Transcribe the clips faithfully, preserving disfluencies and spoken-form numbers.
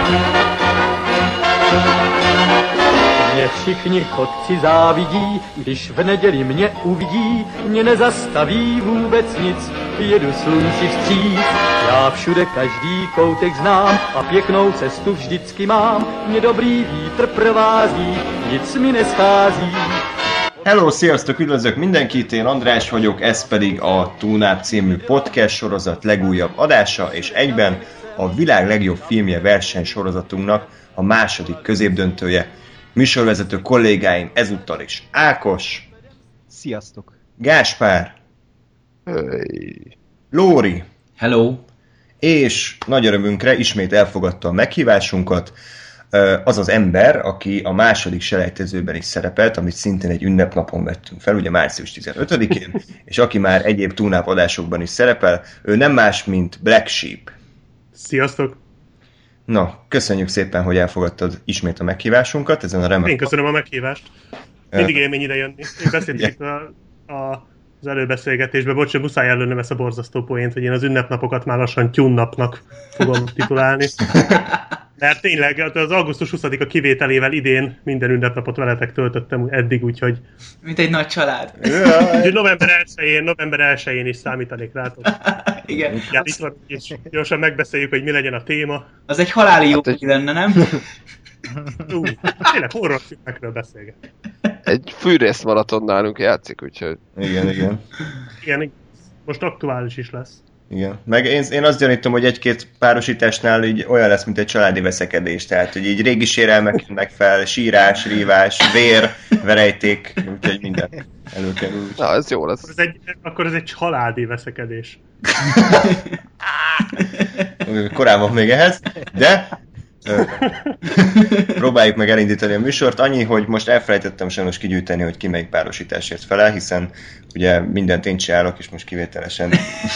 Mě všichni chodci závidí, když v neděli mě uvidí, mě nezastaví vůbec nic, jedu slunci vstříc. Já všude každý koutek znám a pěknou cestu vždycky mám, mě dobrý vítr provází, nic mi neschází. Hello, sziasztok, üdvözlök mindenkit, én András vagyok, ez pedig a Túnáp című podcast sorozat legújabb adása, és egyben a világ legjobb filmje versenysorozatunknak a második középdöntője. Műsorvezető kollégáim ezúttal is Ákos. Sziasztok. Gáspár. Hey. Lóri. Hello. És nagy örömünkre ismét elfogadta a meghívásunkat az az ember, aki a második selejtezőben is szerepelt, amit szintén egy ünnepnapon vettünk fel, ugye március tizenötödikén, és aki már egyéb Túnáp adásokban is szerepel, ő nem más, mint Black Sheep. Sziasztok! Na, köszönjük szépen, hogy elfogadtad ismét a meghívásunkat ezen a remek... Én köszönöm a meghívást. Mindig élmény ide jönni. Én beszéltem itt a, a, az előbeszélgetésben, bocs, hogy muszáj előnöm ezt a borzasztó poént, hogy én az ünnepnapokat már lassan tyúnnapnak fogom titulálni. Mert tényleg az augusztus huszadika kivételével idén minden ünnepnapot veletek töltöttem eddig, úgyhogy... Mint egy nagy család. Úgyhogy november elsején, november elsején is számítanék rátok. Igen. Ja, itt van, és gyorsan megbeszéljük, hogy mi legyen a téma. Az egy haláli jó egy... lenne, nem? Ú, tényleg horror filmekről beszélget. Egy fűrész maraton nálunk játszik, úgyhogy... Igen, igen. Igen, most aktuális is lesz. Igen. Meg én, én azt gyanítom, hogy egy-két párosításnál így olyan lesz, mint egy családi veszekedés. Tehát, hogy így régi sérelmek jönnek fel, sírás, rívás, vér, verejték, úgyhogy minden előkerül. Na, ez jó lesz. Akkor ez egy, akkor ez egy családi veszekedés. Korábban még ehhez, de ö, próbáljuk meg elindítani a műsort. Annyi, hogy most elfelejtettem sajnos kigyűjteni, hogy ki melyik párosításért felel, hiszen ugye mindent én csinálok, és most kivételesen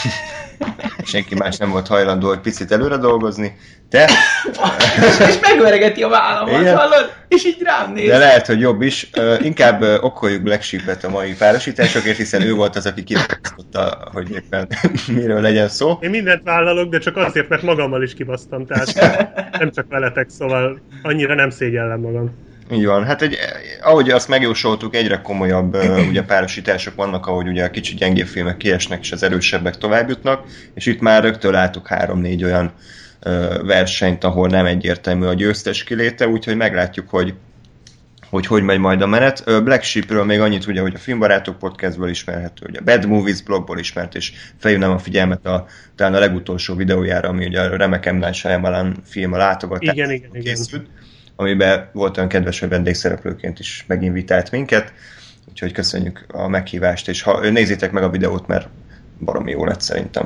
senki más nem volt hajlandó egy picit előre dolgozni, de... és megveregeti a vállamat, igen. Hallod? És így rám néz. De lehet, hogy jobb is. Uh, inkább uh, okkoljuk Black Sheep-et a mai párosításokért, hiszen ő volt az, aki kiválasztotta, hogy éppen miről legyen szó. Én mindent vállalok, de csak azért, mert magammal is kibasztam, tehát nem csak veletek, szóval annyira nem szégyellem magam. Így van. Hát egy, ahogy azt megjósoltuk, egyre komolyabb uh, ugye párosítások vannak, ahogy ugye a kicsit gyengébb filmek kiesnek, és az erősebbek tovább jutnak, és itt már rögtön láttuk három-négy olyan uh, versenyt, ahol nem egyértelmű a győztes kiléte, úgyhogy meglátjuk, hogy hogy, hogy megy majd a menet. Uh, Black Sheepről még annyit ugye, hogy a Filmbarátok podcastből ismerhető, ugye a Bad Movies blogból ismert, és felhívnám a figyelmet a, talán a legutolsó videójára, ami ugye a remek M. Night Shyamalan film a látogatás igen, igen, készült. Igen. Amiben volt olyan kedves, hogy vendégszereplőként is meginvitált minket, úgyhogy köszönjük a meghívást, és ha nézzétek meg a videót, mert baromi jó lett szerintem.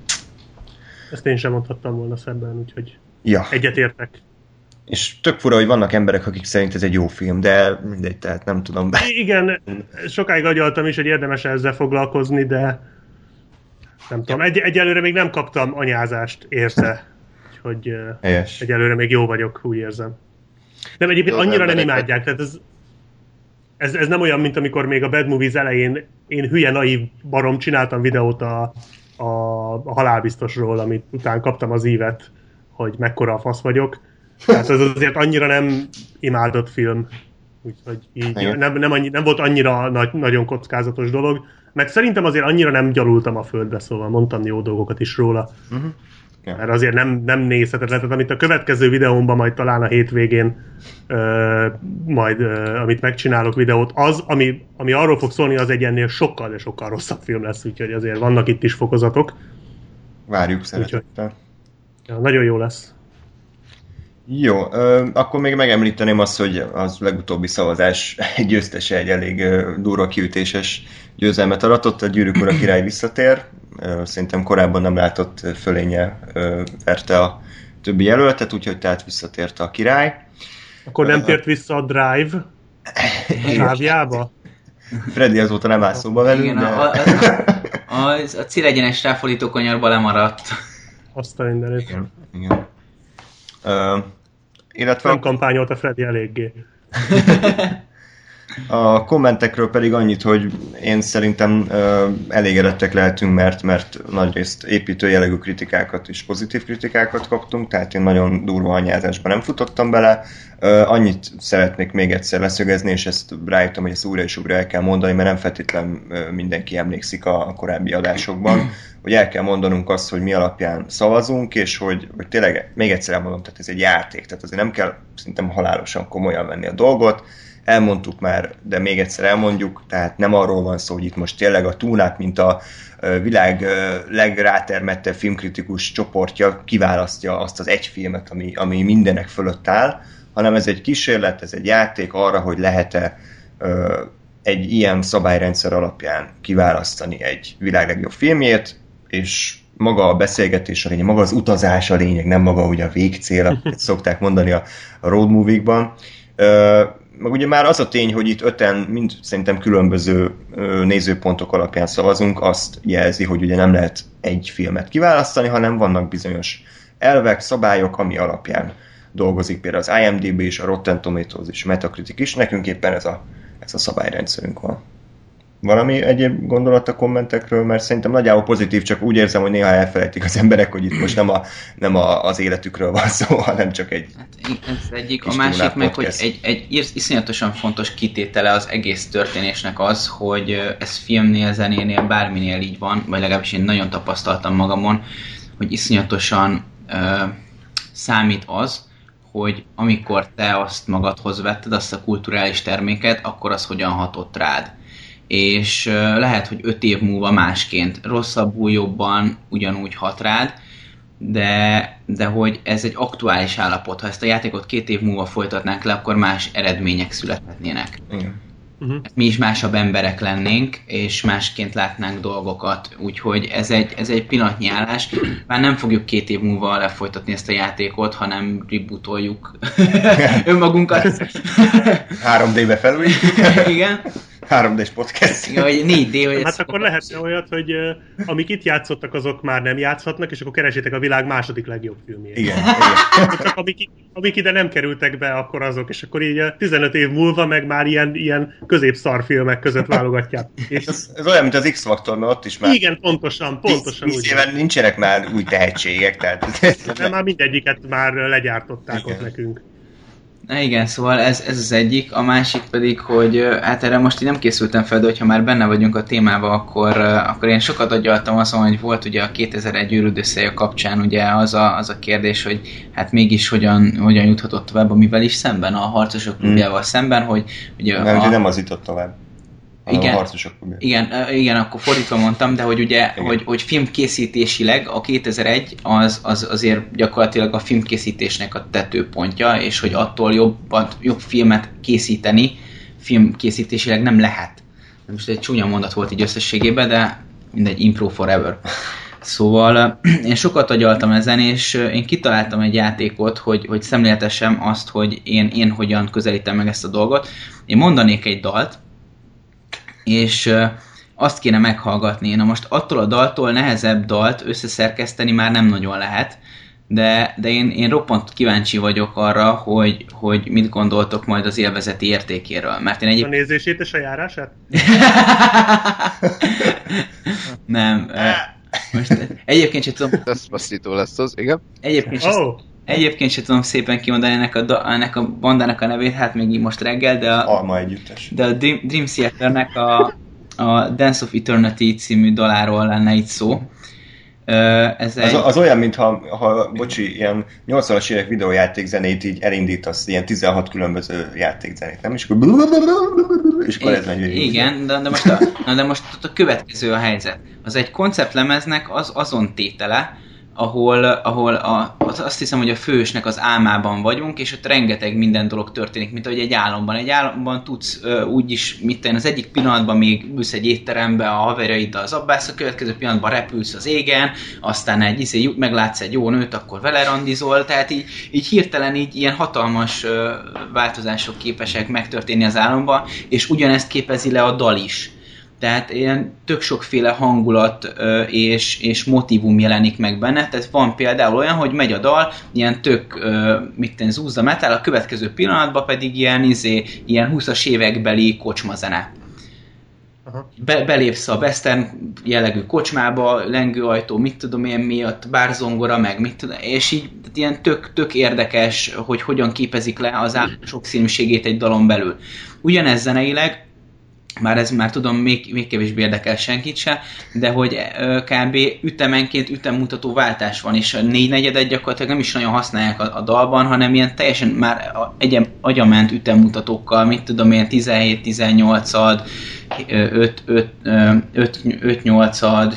Ezt én sem mondhattam volna szebben, úgyhogy ja. Egyetértek. És tök fura, hogy vannak emberek, akik szerint ez egy jó film, de mindegy, tehát nem tudom. Igen, sokáig agyaltam is, hogy érdemes ezzel foglalkozni, de nem tudom, egy, egyelőre még nem kaptam anyázást érte, úgyhogy helyes. Egyelőre még jó vagyok, úgy érzem. Nem, egyébként annyira nem imádják, tehát ez, ez, ez nem olyan, mint amikor még a Bad Movies elején én hülye naív barom csináltam videót a, a, a halálbiztosról, amit után kaptam az ívet, hogy mekkora a fasz vagyok. Tehát ez azért annyira nem imádott film, úgyhogy így nem, nem, annyi, nem volt annyira nagy, nagyon kockázatos dolog, meg szerintem azért annyira nem gyalultam a földbe, szóval mondtam jó dolgokat is róla. Uh-huh. Yeah. Mert azért nem, nem nézhetetlen, tehát amit a következő videómban majd talán a hétvégén uh, majd, uh, amit megcsinálok videót, az, ami, ami arról fog szólni, az egy ennél sokkal, de sokkal rosszabb film lesz, úgyhogy azért vannak itt is fokozatok. Várjuk szeretettel. Ja, nagyon jó lesz. Jó, ö, akkor még megemlíteném azt, hogy az legutóbbi szavazás egy győztese egy elég ö, durva kiütéses győzelmet aratott, a Gyűrűk Ura király visszatér, ö, szerintem korábban nem látott fölénye ö, verte a többi jelöltet, úgyhogy tehát visszatért a király. Akkor nem tért vissza a Drive a sávjába? Freddy azóta nem áll szóba velünk, igen, de... a, a, a, a célegyenes ráfordító kanyarba lemaradt. Azt a mindenit. Igen, igen. Uh, illetve... Nem kampányolt a Freddy eléggé. A kommentekről pedig annyit, hogy én szerintem ö, elégedettek lehetünk, mert, mert nagyrészt építő jellegű kritikákat és pozitív kritikákat kaptunk, tehát én nagyon durva anyázásban nem futottam bele. Ö, annyit szeretnék még egyszer leszögezni, és ezt rájöttem, hogy ezt újra és újra el kell mondani, mert nem feltétlen mindenki emlékszik a, a korábbi adásokban, hogy el kell mondanunk azt, hogy mi alapján szavazunk, és hogy, hogy tényleg még egyszer elmondom, tehát ez egy játék, tehát azért nem kell szerintem halálosan komolyan venni a dolgot. Elmondtuk már, de még egyszer elmondjuk, tehát nem arról van szó, hogy itt most tényleg a túlnát, mint a világ legrátermettebb filmkritikus csoportja kiválasztja azt az egy filmet, ami, ami mindenek fölött áll, hanem ez egy kísérlet, ez egy játék arra, hogy lehet-e ö, egy ilyen szabályrendszer alapján kiválasztani egy világ legjobb filmjét, és maga a beszélgetés a lényeg, maga az utazás a lényeg, nem maga ugye a végcél, amit szokták mondani a, a road movie-kban. Ö, meg ugye már az a tény, hogy itt öten mind szerintem különböző ö, nézőpontok alapján szavazunk, azt jelzi, hogy ugye nem lehet egy filmet kiválasztani, hanem vannak bizonyos elvek, szabályok, ami alapján dolgozik például az I M D B és a Rotten Tomatoes és Metacritic is, nekünk éppen ez a, ez a szabályrendszerünk van. Valami egyéb gondolat a kommentekről, mert szerintem nagyjából pozitív, csak úgy érzem, hogy néha elfelejtik az emberek, hogy itt most nem, a, nem a, az életükről van szó, hanem csak egy hát ez egyik, a másik meg, hogy egy, egy iszonyatosan fontos kitétele az egész történésnek az, hogy ez filmnél, zenénél, bárminél így van, vagy legalábbis én nagyon tapasztaltam magamon, hogy iszonyatosan ö, számít az, hogy amikor te azt magadhoz vetted, azt a kulturális terméket, akkor az hogyan hatott rád. És lehet, hogy öt év múlva másként, rosszabbul, jobban ugyanúgy hat rád, de, de hogy ez egy aktuális állapot. Ha ezt a játékot két év múlva folytatnánk le, akkor más eredmények születhetnének. Igen. Uh-huh. Mi is másabb emberek lennénk, és másként látnánk dolgokat. Úgyhogy ez egy, ez egy pillanatnyi állás. Már nem fogjuk két év múlva lefolytatni ezt a játékot, hanem rebootoljuk önmagunkat. három dé-be felújítjuk. Igen. három dés podcast. Ja, vagy négy dé, hogy hát akkor lehetne olyat, hogy uh, amik itt játszottak, azok már nem játszhatnak, és akkor keresétek a világ második legjobb filmjét. Igen. igen. Csak amik, amik ide nem kerültek be, akkor azok, és akkor így uh, tizenöt év múlva meg már ilyen, ilyen középszarfilmek között válogatják. És ez, ez olyan, mint az X-Factor, mert ott is már... Igen, pontosan, pontosan úgy. Éven nincsenek már új tehetségek, tehát... De már mindegyiket már legyártották igen. ott nekünk. Na igen, szóval ez, ez az egyik, a másik pedig, hogy hát erre most így nem készültem fel, de hogyha már benne vagyunk a témában, akkor, akkor én sokat agyaltam azon, hogy volt ugye a kétezer-egy űrüldösszeje kapcsán ugye az a, az a kérdés, hogy hát mégis hogyan, hogyan juthatott tovább, amivel is szemben, a harcosok klubjával hmm. szemben, hogy ugye... Nem, a... nem az jutott tovább. Igen, igen, igen, akkor fordítva mondtam, de hogy ugye, hogy, hogy filmkészítésileg a kétezer-egy az, az azért gyakorlatilag a filmkészítésnek a tetőpontja, és hogy attól jobban, jobb filmet készíteni filmkészítésileg nem lehet. Most egy csúnya mondat volt így összességében, de mindegy, impro forever. Szóval én sokat agyaltam ezen, és én kitaláltam egy játékot, hogy, hogy szemléltessem azt, hogy én, én hogyan közelítem meg ezt a dolgot. Én mondanék egy dalt, és uh, azt kéne meghallgatni. Na most attól a daltól nehezebb dalt összeszerkeszteni már nem nagyon lehet, de, de én, én roppant kíváncsi vagyok arra, hogy, hogy mit gondoltok majd az élvezeti értékéről. Mert én egyéb... A nézését és a járását? Nem. Uh, most egyébként sem tudom... Despacito lesz az, igen. Egyébként sem... Oh. Egyébként sem tudom szépen kimondani ennek a, ennek a bandának a nevét, hát még most reggel, de a, Alma együttes. De a Dream, Dream Theaternek a, a Dance of Eternity című daláról lenne itt szó. Ez egy... az, az olyan, mintha, ha, bocsi, ilyen nyolcvanas évek videójáték zenét így elindítasz, ilyen tizenhat különböző játékzenét, nem? És akkor, és akkor ez megy. Igen, de, de, most a, na, de most a következő a helyzet. Az egy konceptlemeznek az azon tétele, ahol, ahol a, azt hiszem, hogy a fősnek az álmában vagyunk, és ott rengeteg minden dolog történik, mint ahogy egy álomban. Egy álomban tudsz uh, úgyis, mit tenni, az egyik pillanatban még ülsz egy étterembe a haverjaiddal az abbász, a következő pillanatban repülsz az égen, aztán egy, izé, meglátsz egy jó nőt, akkor vele randizol, tehát így, így hirtelen így ilyen hatalmas uh, változások képesek megtörténni az álomban, és ugyanezt képezi le a dal is. Tehát ilyen tök sokféle hangulat ö, és, és motívum jelenik meg benne. Tehát van például olyan, hogy megy a dal, ilyen tök, ö, mit tenni, zúzza metal, a következő pillanatban pedig ilyen, izé, ilyen húszas évekbeli kocsmazene. Be, belépsz a western jellegű kocsmába, lengőajtó, mit tudom én miatt, bárzongora, meg mit tudom, és így ilyen tök, tök érdekes, hogy hogyan képezik le az sokszínűségét egy dalon belül. Ugyanez zeneileg, már ez már tudom, még, még kevésbé érdekel senkit se, de hogy kb. Ütemenként ütemmutató váltás van, és a négy negyedet gyakorlatilag nem is nagyon használják a, a dalban, hanem ilyen teljesen már egy agyament ütemmutatókkal, mit tudom én, tizenhét tizennyolcad, öt nyolcad,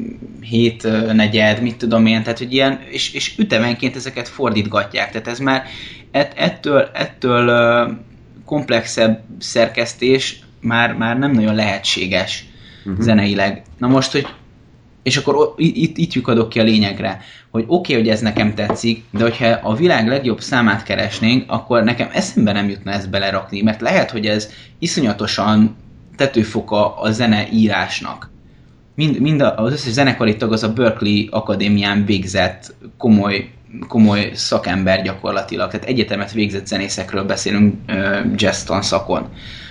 hét negyed, mit tudom én, tehát hogy ilyen, és, és ütemenként ezeket fordítgatják, tehát ez már ett, ettől, ettől komplexebb szerkesztés már, már nem nagyon lehetséges uh-huh. zeneileg. Na most, hogy és akkor itt, itt lyukadok ki a lényegre, hogy oké, okay, hogy ez nekem tetszik, de hogyha a világ legjobb számát keresnénk, akkor nekem eszembe nem jutna ezt belerakni, mert lehet, hogy ez iszonyatosan tetőfoka a zeneírásnak. Mind, mind az összes zenekari tag az a Berkeley Akadémián végzett komoly, komoly szakember gyakorlatilag, tehát egyetemet végzett zenészekről beszélünk uh, jazz tanszakon.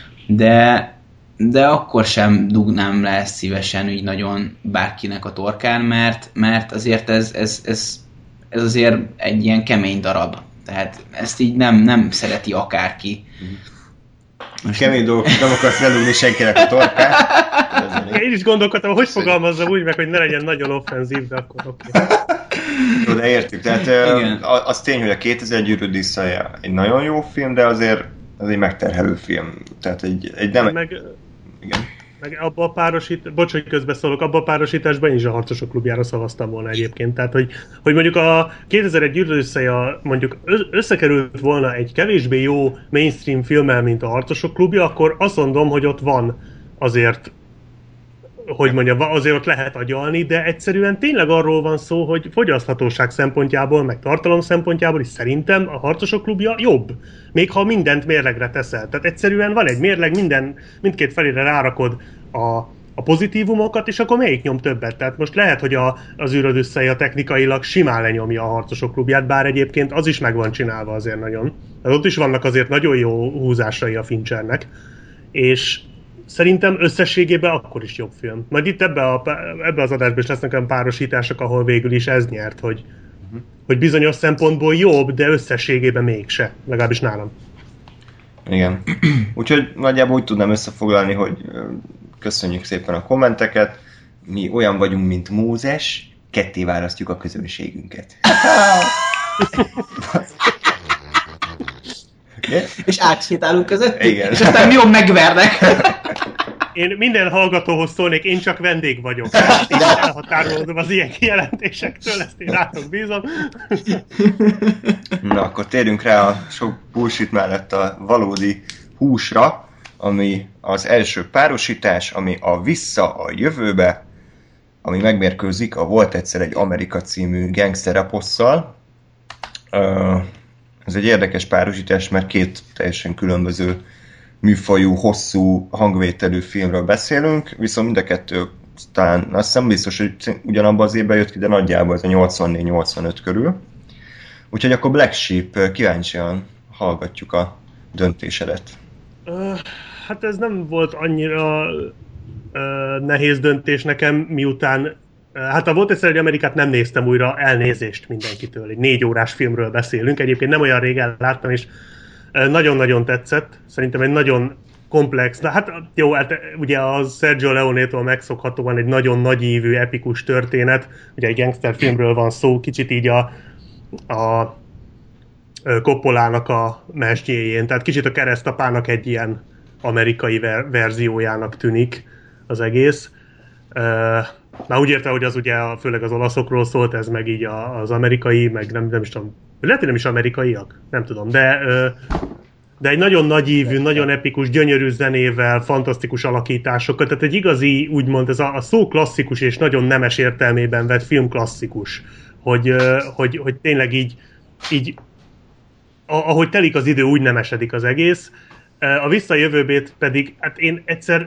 De, de akkor sem dugnám le ezt szívesen így nagyon bárkinek a torkán, mert, mert azért ez, ez, ez, ez azért egy ilyen kemény darab. Tehát ezt így nem, nem szereti akárki. Most kemény dolgok, nem akarsz lelúgni senkinek a torkát. Én is gondolkodtam, hogy fogalmazzam úgy meg, hogy ne legyen nagyon offenzív, de akkor oké. Okay. De értük, tehát az tény, hogy a kétezer gyűrűd visszaja egy nagyon jó film, de azért ez egy megterhelő film. Tehát egy, egy nem... Meg, igen. Meg abba a párosít... Bocs, hogy közbeszólok, abba a párosításban én is a Harcosok klubjára szavaztam volna egyébként. Tehát, hogy, hogy mondjuk a kétezer-egy gyűrűd visszaja mondjuk összekerült volna egy kevésbé jó mainstream filmmel, mint a Harcosok klubja, akkor azt mondom, hogy ott van azért, hogy mondjam, azért ott lehet agyalni, de egyszerűen tényleg arról van szó, hogy fogyaszthatóság szempontjából, meg tartalom szempontjából is szerintem a Harcosok klubja jobb. Még ha mindent mérlegre teszel. Tehát egyszerűen van egy mérleg, minden, mindkét felére rárakod a, a pozitívumokat, és akkor melyik nyom többet? Tehát most lehet, hogy a, az űröd összeja technikailag simán lenyomja a Harcosok klubját, bár egyébként az is meg van csinálva azért nagyon. Tehát ott is vannak azért nagyon jó húzásai a Finchernek. És szerintem összességében akkor is jobb film. Majd itt ebbe, a, ebbe az adásban is lesznek olyan párosítások, ahol végül is ez nyert, hogy, uh-huh. hogy bizonyos szempontból jobb, de összességében mégse. Legalábbis nálam. Igen. Úgyhogy nagyjából úgy tudnám összefoglalni, hogy köszönjük szépen a kommenteket. Mi olyan vagyunk, mint Mózes, ketté választjuk a közönségünket. Okay. És átsétálunk között, igen. És aztán jól megvernek. Én minden hallgatóhoz szólnék, én csak vendég vagyok. Én elhatárolódom az ilyen kijelentésektől, ezt én rátok bízom. Na, akkor térjünk rá a sok bullshit mellett a valódi húsra, ami az első párosítás, ami a Vissza a jövőbe, ami megmérkőzik a Volt egyszer egy Amerika című gangster eposszal. Uh, Ez egy érdekes párosítás, mert két teljesen különböző műfajú, hosszú hangvételű filmről beszélünk, viszont mind a kettő talán azt hiszem biztos, hogy ugyanabban az évben jött ki, de nagyjából ez a nyolcvannégy nyolcvanöt körül. Úgyhogy akkor Black Sheep, kíváncsian hallgatjuk a döntésedet. Uh, hát ez nem volt annyira uh, nehéz döntés nekem, miután hát a Volt egyszer egy Amerikát nem néztem újra, elnézést mindenkitől. Egy négy órás filmről beszélünk. Egyébként nem olyan régen láttam, és nagyon-nagyon tetszett. Szerintem egy nagyon komplex, de hát jó, hát ugye a Sergio Leone-tól megszokhatóan egy nagyon nagyívű, epikus történet. Ugye egy gangster filmről van szó, kicsit így a, a Coppolának a mesdjéjén. Tehát kicsit a Keresztapának egy ilyen amerikai ver- verziójának tűnik az egész. Már úgy érte, hogy az ugye főleg az olaszokról szólt, ez meg így az amerikai, meg nem, nem is tudom, lehet, hogy nem is amerikaiak, nem tudom, de, de egy nagyon nagyívű, nagyon epikus, gyönyörű zenével, fantasztikus alakításokkal, tehát egy igazi, úgymond ez a, a szó klasszikus és nagyon nemes értelmében vett film klasszikus, hogy, hogy, hogy tényleg így, így ahogy telik az idő, úgy nemesedik az egész. A Vissza a jövőbét pedig, hát én egyszer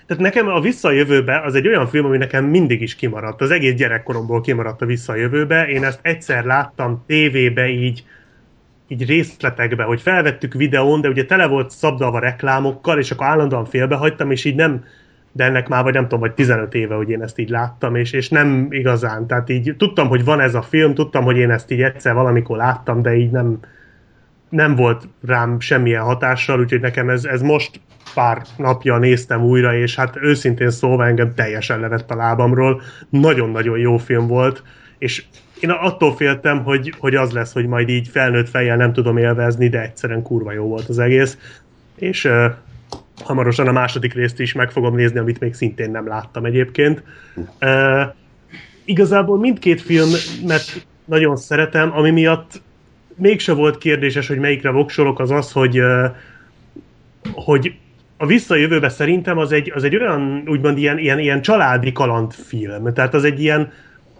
tehát nekem a Vissza a jövőbe az egy olyan film, ami nekem mindig is kimaradt. Az egész gyerekkoromból kimaradt a Vissza a jövőbe. Én ezt egyszer láttam tévébe így, így részletekbe, hogy felvettük videón, de ugye tele volt szabdalva reklámokkal, és akkor állandóan félbehagytam, és így nem, de ennek már vagy nem tudom, vagy tizenöt éve, hogy én ezt így láttam, és, és nem igazán. Tehát így tudtam, hogy van ez a film, tudtam, hogy én ezt így egyszer valamikor láttam, de így nem, nem volt rám semmilyen hatással, úgyhogy nekem ez, ez most pár napja néztem újra, és hát őszintén szólva engem teljesen levett a lábamról. Nagyon-nagyon jó film volt, és én attól féltem, hogy, hogy az lesz, hogy majd így felnőtt fejjel nem tudom élvezni, de egyszerűen kurva jó volt az egész. És uh, hamarosan a második részt is meg fogom nézni, amit még szintén nem láttam egyébként. Uh, igazából mindkét filmet nagyon szeretem, ami miatt mégse volt kérdéses, hogy melyikre voksolok, az az, hogy, uh, hogy a Vissza a jövőbe szerintem az egy, az egy olyan, úgymond ilyen, ilyen, ilyen családi kalandfilm. Tehát az egy ilyen,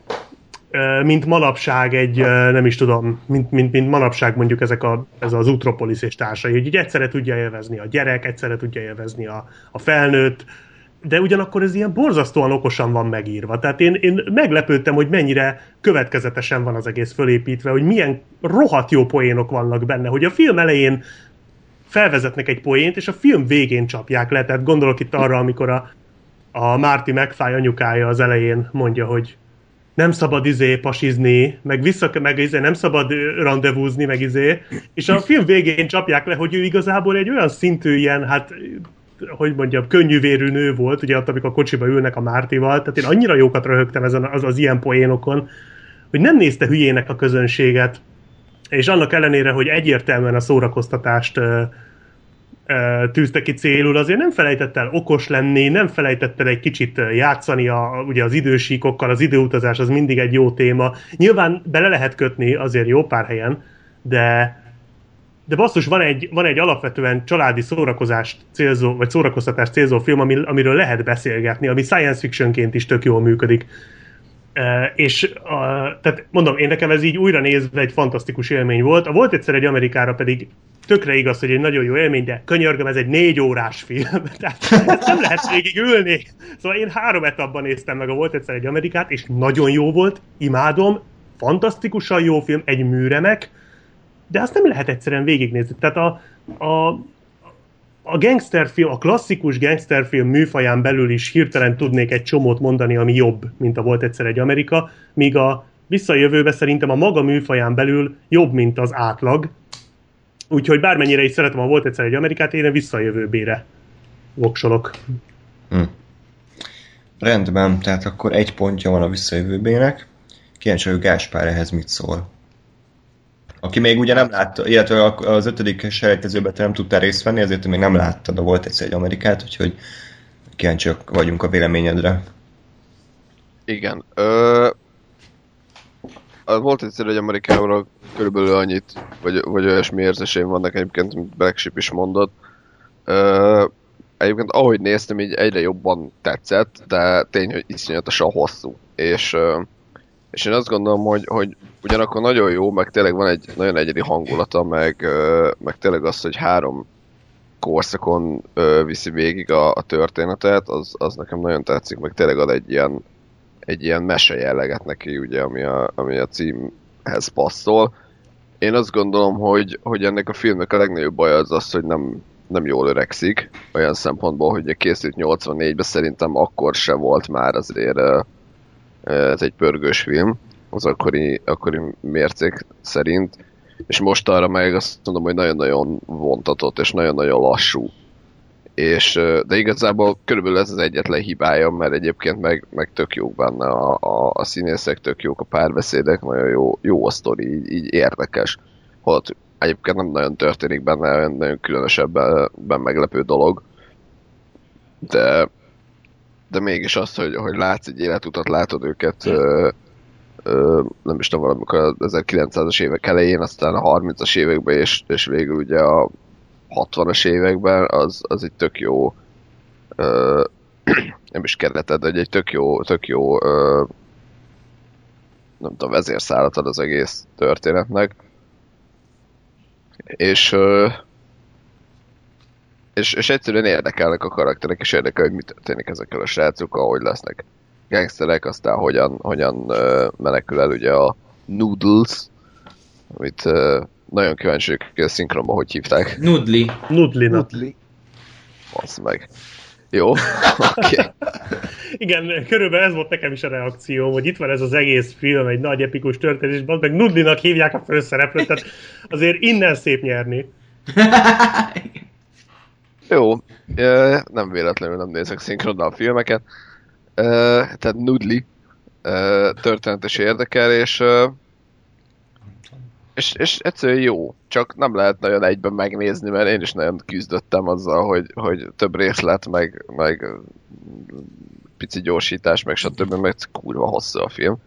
mint manapság egy, nem is tudom, mint, mint, mint manapság mondjuk ezek a, ez az Utropolis és társai, hogy így egyszerre tudja élvezni a gyerek, egyszerre tudja élvezni a, a felnőtt, de ugyanakkor ez ilyen borzasztóan okosan van megírva. Tehát én, én meglepődtem, hogy mennyire következetesen van az egész fölépítve, hogy milyen rohadt jó poénok vannak benne, hogy a film elején felvezetnek egy poént, és a film végén csapják le. Tehát gondolok itt arra, amikor a, a Marty McFly anyukája az elején mondja, hogy nem szabad izé pasizni, meg vissza, meg izé nem szabad rendezvúzni, meg izé, és a film végén csapják le, hogy ő igazából egy olyan szintű ilyen, hát, hogy mondjam, könnyűvérű nő volt, ugye ott, amikor a kocsiba ülnek a Martyval, tehát én annyira jókat röhögtem ezen az, az ilyen poénokon, hogy nem nézte hülyének a közönséget, és annak ellenére, hogy egyértelműen a szórakoztatást ö, ö, tűzte ki célul, azért nem felejtett el okos lenni, nem felejtett el egy kicsit játszani a, ugye az idősíkokkal, az időutazás az mindig egy jó téma. Nyilván bele lehet kötni azért jó pár helyen, de, de basszus, van egy, van egy alapvetően családi szórakozást célzó, vagy szórakoztatást célzó film, ami, amiről lehet beszélgetni, ami science fictionként is tök jól működik. Uh, és uh, tehát mondom, én nekem ez így újra nézve egy fantasztikus élmény volt. A Volt egyszer egy Amerikára pedig tökre igaz, hogy egy nagyon jó élmény, de könyörgöm, ez egy négy órás film. Tehát ezt nem lehet végig ülni. Szóval én három etapban néztem meg a Volt egyszer egy Amerikát, és nagyon jó volt, imádom, fantasztikusan jó film, egy műremek, de azt nem lehet egyszerűen végignézni. Tehát a, a A gangsterfilm, a klasszikus gangsterfilm műfaján belül is hirtelen tudnék egy csomót mondani, ami jobb, mint a Volt egyszer egy Amerika, míg a Vissza a jövőbe szerintem a maga műfaján belül jobb, mint az átlag. Úgyhogy bármennyire is szeretem a Volt egyszer egy Amerikát, én a Vissza a jövőbére voksolok. Hm. Rendben, tehát akkor egy pontja van a Vissza a jövőbének. Kíváncsi, hogy Gáspár ehhez mit szól. Aki még ugye nem látta, illetve az ötödik selejtezőben te nem tudtál részt venni, ezért még nem láttad a Volt egyszer egy Amerikát, úgyhogy kíváncsiak vagyunk a véleményedre. Igen. Ö... A Volt egyszer egy Amerikáról körülbelül annyit, vagy, vagy olyasmi érzéseim vannak egyébként, mint Black Sheep is mondott. Ö... Egyébként ahogy néztem, így egyre jobban tetszett, de tény, hogy iszonyatosan hosszú. És... És én azt gondolom, hogy, hogy ugyanakkor nagyon jó, meg tényleg van egy nagyon egyedi hangulata, meg, meg tényleg az, hogy három korszakon viszi végig a, a történetet, az, az nekem nagyon tetszik, meg tényleg ad egy ilyen, egy ilyen mese jelleget neki, ugye, ami a, ami a címhez passzol. Én azt gondolom, hogy, hogy ennek a filmnek a legnagyobb baj az az, hogy nem, nem jól öregszik, olyan szempontból, hogy készült nyolcvannégyben, szerintem akkor se volt már azért... Ez egy pörgős film, az akkori, akkori mércék szerint, és most arra meg azt mondom, hogy nagyon-nagyon vontatott, és nagyon-nagyon lassú. És, de igazából körülbelül ez az egyetlen hibája, mert egyébként meg, meg tök jók benne a, a, a színészek, tök jók a párbeszédek, nagyon jó, jó a sztori, így, így érdekes. Holott egyébként nem nagyon történik benne, olyan nagyon különösebben meglepő dolog. De de mégis az, hogy, hogy látsz egy életutat, látod őket, ö, ö, nem is tudom, valamikor az ezerkilencszázas évek elején, aztán a harmincas években, és, és végül ugye a hatvanas években, az, az egy tök jó, ö, nem is kereted, de egy tök jó, tök jó ö, nem tudom, vezérszálat ad az egész történetnek. És ö, és, és egyszerűen érdekelnek a karakterek, és érdekel, hogy mi történik ezekkel a srácokkal, ahogy lesznek gangsterek, aztán hogyan, hogyan uh, menekül el ugye a Noodles, amit uh, nagyon kíváncsiak, hogy a szinkronban hogy hívták. Nudli. Nudli. Nudli. Basz meg. Jó, oké. Okay. Igen, körülbelül ez volt nekem is a reakció, hogy itt van ez az egész film, egy nagy epikus történet, és meg Nudlinak hívják a főszereplőt, tehát azért innen szép nyerni. Jó, nem véletlenül nem nézek szinkronnal a filmeket. Tehát Nudli történetes érdekel, és, és, és egyszerűen jó. Csak nem lehet nagyon egyben megnézni, mert én is nagyon küzdöttem azzal, hogy, hogy több részlet, meg, meg pici gyorsítás, meg stb. Meg kurva hosszú a film.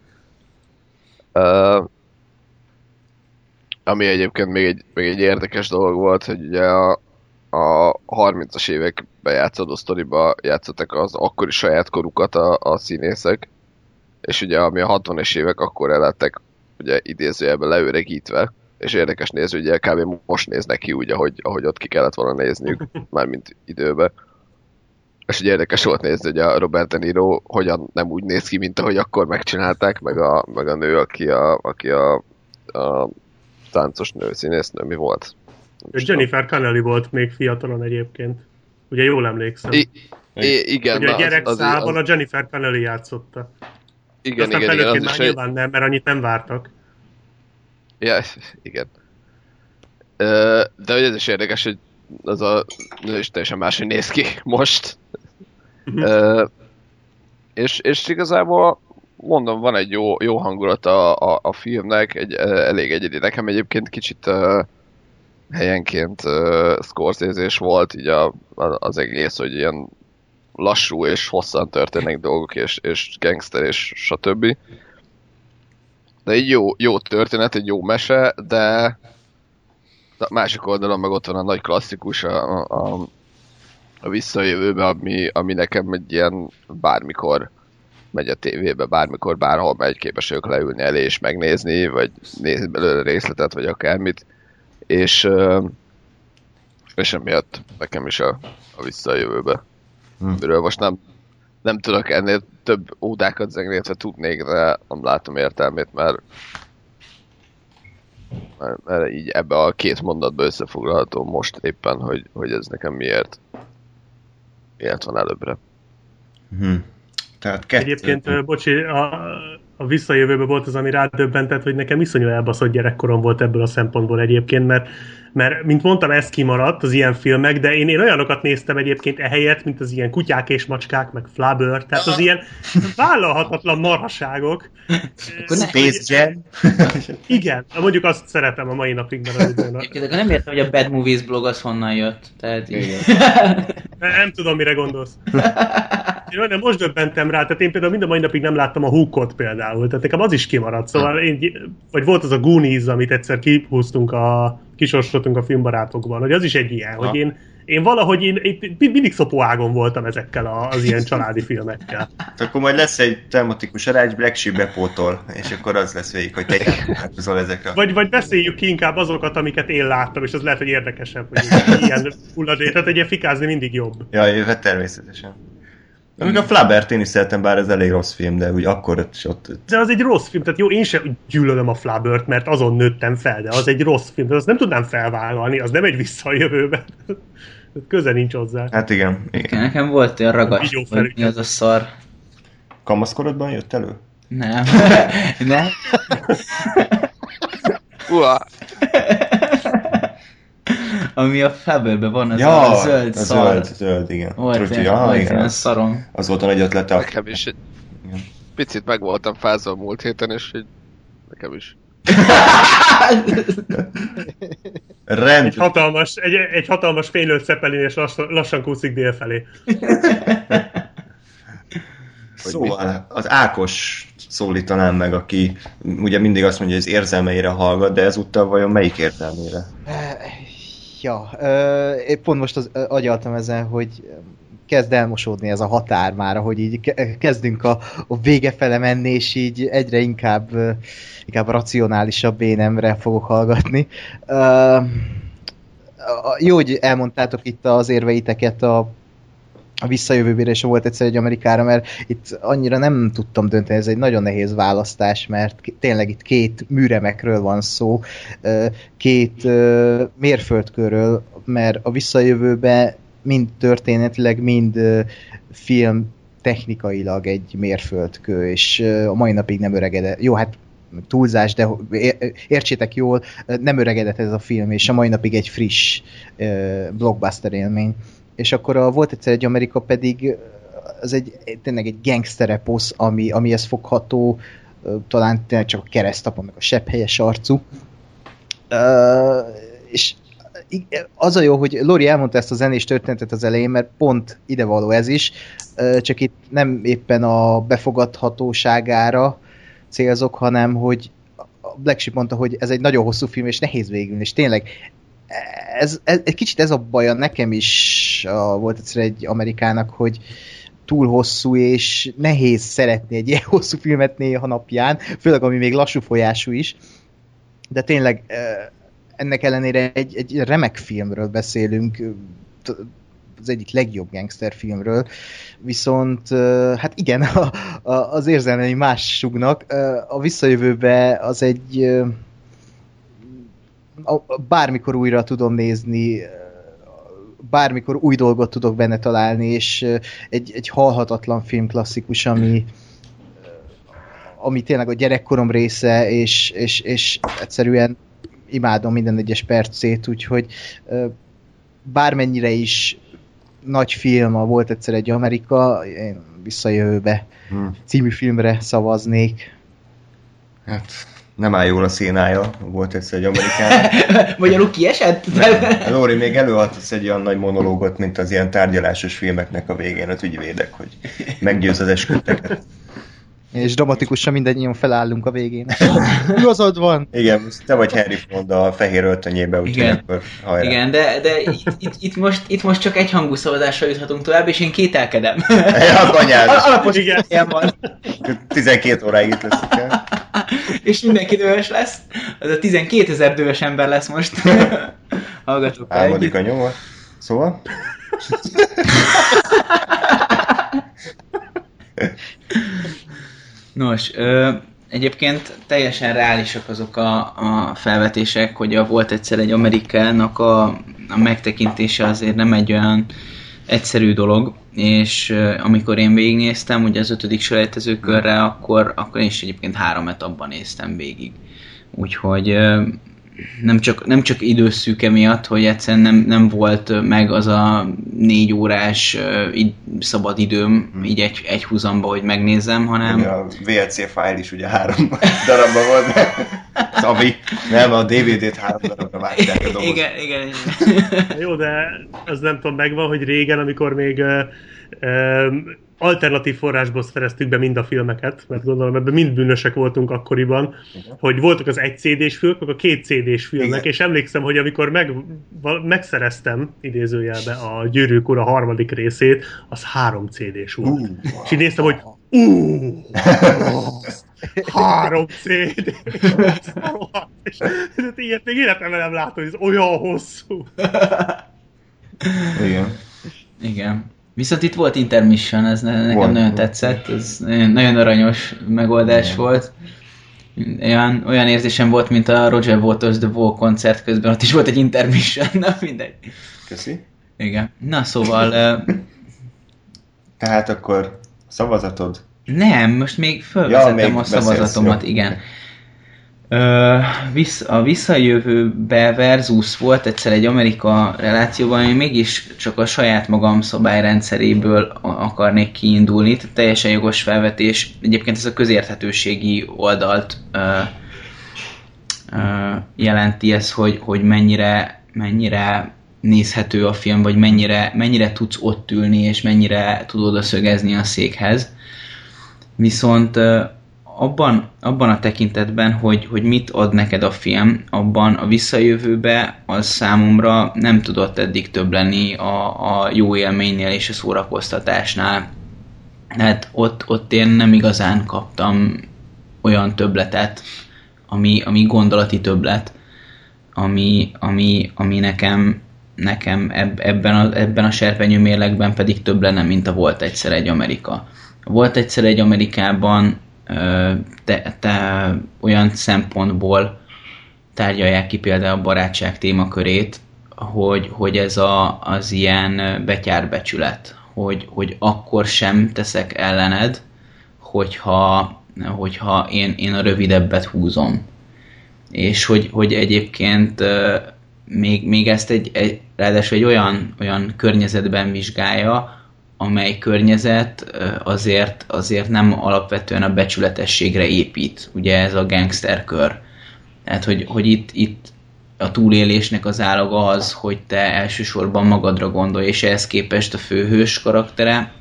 Ami egyébként még egy, még egy érdekes dolog volt, hogy ugye a, a harmincas években játszódó sztoriba játszottak az akkori saját korukat a, a színészek, és ugye ami a hatvanas évek akkor elettek ugye idézőjelben leöregítve, és érdekes nézni, hogy ugye kb. Most néznek ki úgy, ahogy, ahogy ott ki kellett volna nézniük, mármint időben. És ugye érdekes volt nézni, hogy a Robert De Niro hogyan nem úgy néz ki, mint ahogy akkor megcsinálták, meg a, meg a nő, aki a, aki a, a táncos nő, színésznő, mi volt? Jennifer Connelly volt még fiatalon egyébként. Ugye jól emlékszem. I, I, igen. Ugye a gyerekszában a Jennifer Connelly játszotta. Igen, aztán igen, igen. Aztán már nyilván nem, mert annyit nem vártak. Ja, igen. De ugye ez is érdekes, hogy az a nő is teljesen máshogy néz ki most. Uh, és, és igazából mondom, van egy jó, jó hangulat a, a, a filmnek, egy, elég egyedi. Nekem egyébként kicsit uh, helyenként uh, Scorsese-s volt így a, az egész, hogy ilyen lassú és hosszan történnek dolgok, és, és gangster, és stb. De egy jó, jó történet, egy jó mese, de a másik oldalon meg ott van a nagy klasszikus, a, a, a visszajövőbe, ami, ami nekem egy ilyen bármikor megy a tévébe, bármikor, bárhol megy, képes vagyok leülni elé és megnézni, vagy nézni belőle részletet, vagy akármit. És, és emiatt nekem is a, a visszajövőbe. Hmm. Miről most nem, nem tudok ennél több ódákat zengni, illetve tudnék, de nem látom értelmét, mert, mert, mert így ebbe a két mondatba összefoglalható most éppen, hogy, hogy ez nekem miért, miért van előbbre. Hmm. Tehát kettő... Egyébként, bocsi, a, a visszajövőben volt az, ami rádöbbentett, hogy nekem iszonyú elbaszott gyerekkorom volt ebből a szempontból egyébként, mert, mert mint mondtam, ez kimaradt, az ilyen filmek, de én, én olyanokat néztem egyébként ehelyett, mint az ilyen kutyák és macskák, meg Flubber, tehát az ilyen vállalhatatlan marhaságok. Space Jam. Igen, mondjuk azt szeretem a mai napig. De nem értem, hogy a Bad Movies blog az honnan jött. Tehát nem tudom, mire gondolsz. Én nem, most döbbentem rá, tehát én például mind a mai napig nem láttam a Hookot például, tehát nekem az is kimaradt, szóval én, vagy volt az a Goonies, amit egyszer kihúztunk, a, kisorsoltunk a filmbarátokban, hogy az is egy ilyen, ha. hogy én, én valahogy én, én mindig szopóágon voltam ezekkel a, az ilyen családi filmekkel. Akkor majd lesz egy tematikus arány, Black Sheep bepótol, és akkor az lesz végig, hogy te játszol ezekre. Vagy, vagy beszéljük ki inkább azokat, amiket én láttam, és az lehet, hogy érdekesebb, hogy ilyen hulladék, tehát egy ilyen fikázni mindig jobb. Ja, jövő természetesen. Amíg a Flubbert én is szeretem, bár ez elég rossz film, de úgy akkor ott, ott... De az egy rossz film, tehát jó, én sem gyűlölöm a Flubbert, mert azon nőttem fel, de az egy rossz film, de azt nem tudnám felvállalni, az nem egy visszajövőbe. Köze nincs hozzá. Hát igen. igen. Nekem volt olyan ragast, hogy mi az a szar. Kamaszkorodban jött elő? Nem. Nem? Uha! Ami a Flubberben van, az ja, a zöld a szar. Zöld, zöld, igen. Volt ilyen szarom. Az volt a nagy ötlete. Nekem is egy igen. Picit meg voltam fázva a múlt héten, és így nekem is. Rend. Egy hatalmas, egy, egy hatalmas fénylőtt Zeppelin, és lassan, lassan kúszik délfelé. Szóval az Ákos szólítanám meg, aki ugye mindig azt mondja, hogy az érzelmeire hallgat, de ezúttal vajon melyik érzelmére? Ja, én pont most az, agyaltam ezen, hogy kezd elmosódni ez a határ már, hogy így kezdünk a, a vége fele menni, és így egyre inkább, inkább racionálisabb énemre fogok hallgatni. jó, hogy elmondtátok itt az érveiteket a, a visszajövőbére, és volt egyszer egy Amerikára, mert itt annyira nem tudtam dönteni, ez egy nagyon nehéz választás, mert tényleg itt két műremekről van szó, két mérföldkörről, mert a visszajövőbe mind történetileg, mind film technikailag egy mérföldkő, és a mai napig nem öregedett. Jó, hát túlzás, de értsétek jól, nem öregedett ez a film, és a mai napig egy friss blockbuster élmény. És akkor a Volt egyszer egy Amerika pedig az egy, tényleg egy gangstereposz, ami, amihez fogható, talán tényleg csak a keresztapa, meg a sebphelyes arcú. És az a jó, hogy Lori elmondta ezt a zenés történetet az elején, mert pont idevaló ez is, csak itt nem éppen a befogadhatóságára célzok, hanem hogy a Black Sheep mondta, hogy ez egy nagyon hosszú film, és nehéz végülni, és tényleg ez, ez, egy kicsit ez a baja nekem is a, volt egyszer egy Amerikának, hogy túl hosszú, és nehéz szeretni egy ilyen hosszú filmet néha napján, főleg ami még lassú folyású is, de tényleg ennek ellenére egy, egy remek filmről beszélünk, az egyik legjobb gangsterfilmről, viszont hát igen, a, a, az érzelmei más sugnak. A visszajövőbe az egy a, bármikor újra tudom nézni, bármikor új dolgot tudok benne találni, és egy, egy halhatatlan filmklasszikus, ami ami tényleg a gyerekkorom része, és, és, és egyszerűen imádom minden egyes percét, úgyhogy bármennyire is nagy film, a Volt egyszer egy Amerika, én Visszajövőbe hmm. című filmre szavaznék. Hát nem áll jól a szénája, Volt egyszer egy Amerikán. Magyarul kiesett? Lóri, még előadsz egy olyan nagy monológot, mint az ilyen tárgyalásos filmeknek a végén, az ügyvédek, hogy meggyőz az esküdteket. És dramatikusan mindannyian felállunk a végén. Igazad van! Igen, te vagy Henry Fonda a fehér öltönyébe, úgyhogy akkor hajrá. Igen, de, de itt, itt, itt, most, itt most csak egy hangú szavazásra juthatunk tovább, és én kételkedem. Ja, anyád! Alapos ilyen van. tizenkét óráig itt leszek el. És mindenki dős lesz. Az a tizenkétezer dős ember lesz most. Hallgatok el. Álmodik a nyoma. Szóval? Nos, ö, egyébként teljesen reálisak azok a, a felvetések, hogy a Volt egyszer egy Amerikának a, a megtekintése azért nem egy olyan egyszerű dolog, és ö, amikor én végignéztem, ugye az ötödik selejtezőkörre, akkor, akkor én is egyébként három etapban néztem végig. Úgyhogy ö, nem csak, nem csak időszűke miatt, hogy egyszerűen nem, nem volt meg az a négy órás uh, így, szabad időm hmm. így egy, egy húzamba, hogy megnézzem, hanem... Ugye a vé el cé fájl is ugye három darabban volt, de Szabi, nem, a dé vé dét három darabra vágták a dobozt. Igen, igen, igen. Jó, de az nem tudom, megvan, hogy régen, amikor még uh, uh, alternatív forrásból szereztük be mind a filmeket, mert gondolom ebben mind bűnösek voltunk akkoriban, igen. Hogy voltak az egy cé dés filmek, meg a két cé dés filmek, igen. És emlékszem, hogy amikor meg, val, megszereztem, idézőjelbe, a Gyűrűk Ura harmadik részét, az három cé dés volt. Uh, és így néztem, hogy uh, három cé dé. És ilyet még életemben nem látom, hogy ez olyan hosszú. Igen. Igen. Viszont itt volt intermission, ez nekem volt, nagyon tetszett, ez nagyon aranyos megoldás igen. volt. Olyan, olyan érzésem volt, mint a Roger Waters The Wall koncert közben, ott is volt egy intermission, na mindegy. Köszi. Igen. Na szóval... Uh... Tehát akkor szavazatod? Nem, most még fölvezettem ja, még a szavazatomat, beszélsz, igen. Uh, vissz, a Visszajövőbe versus Volt egyszer egy Amerika relációban, ami mégis csak a saját magam szabályrendszeréből akarnék kiindulni, tehát teljesen jogos felvetés. Egyébként ez a közérthetőségi oldalt uh, uh, jelenti ez, hogy, hogy mennyire, mennyire nézhető a film, vagy mennyire, mennyire tudsz ott ülni, és mennyire tud oda szögezni a székhez. Viszont uh, Abban, abban a tekintetben, hogy, hogy mit ad neked a film, abban a Visszajövőbe az számomra nem tudott eddig több lenni a, a jó élménynél és a szórakoztatásnál. Hát ott, ott én nem igazán kaptam olyan többletet, ami, ami gondolati többlet, ami, ami, ami nekem nekem eb, ebben, a, ebben a serpenyő mérlegben pedig több lenne, mint a Volt egyszer egy Amerika. Volt egyszer egy Amerikában te, te olyan szempontból tárgyalják ki például a barátság témakörét, hogy, hogy ez a, az ilyen betyárbecsület, hogy, hogy akkor sem teszek ellened, hogyha, hogyha én, én a rövidebbet húzom. És hogy, hogy egyébként még, még ezt egy, egy, ráadásul egy olyan, olyan környezetben vizsgálja, amely környezet azért, azért nem alapvetően a becsületességre épít. Ugye ez a gangsterkör. Tehát, hogy, hogy itt, itt a túlélésnek az állaga az, hogy te elsősorban magadra gondolj, és ehhez képest a főhős karaktere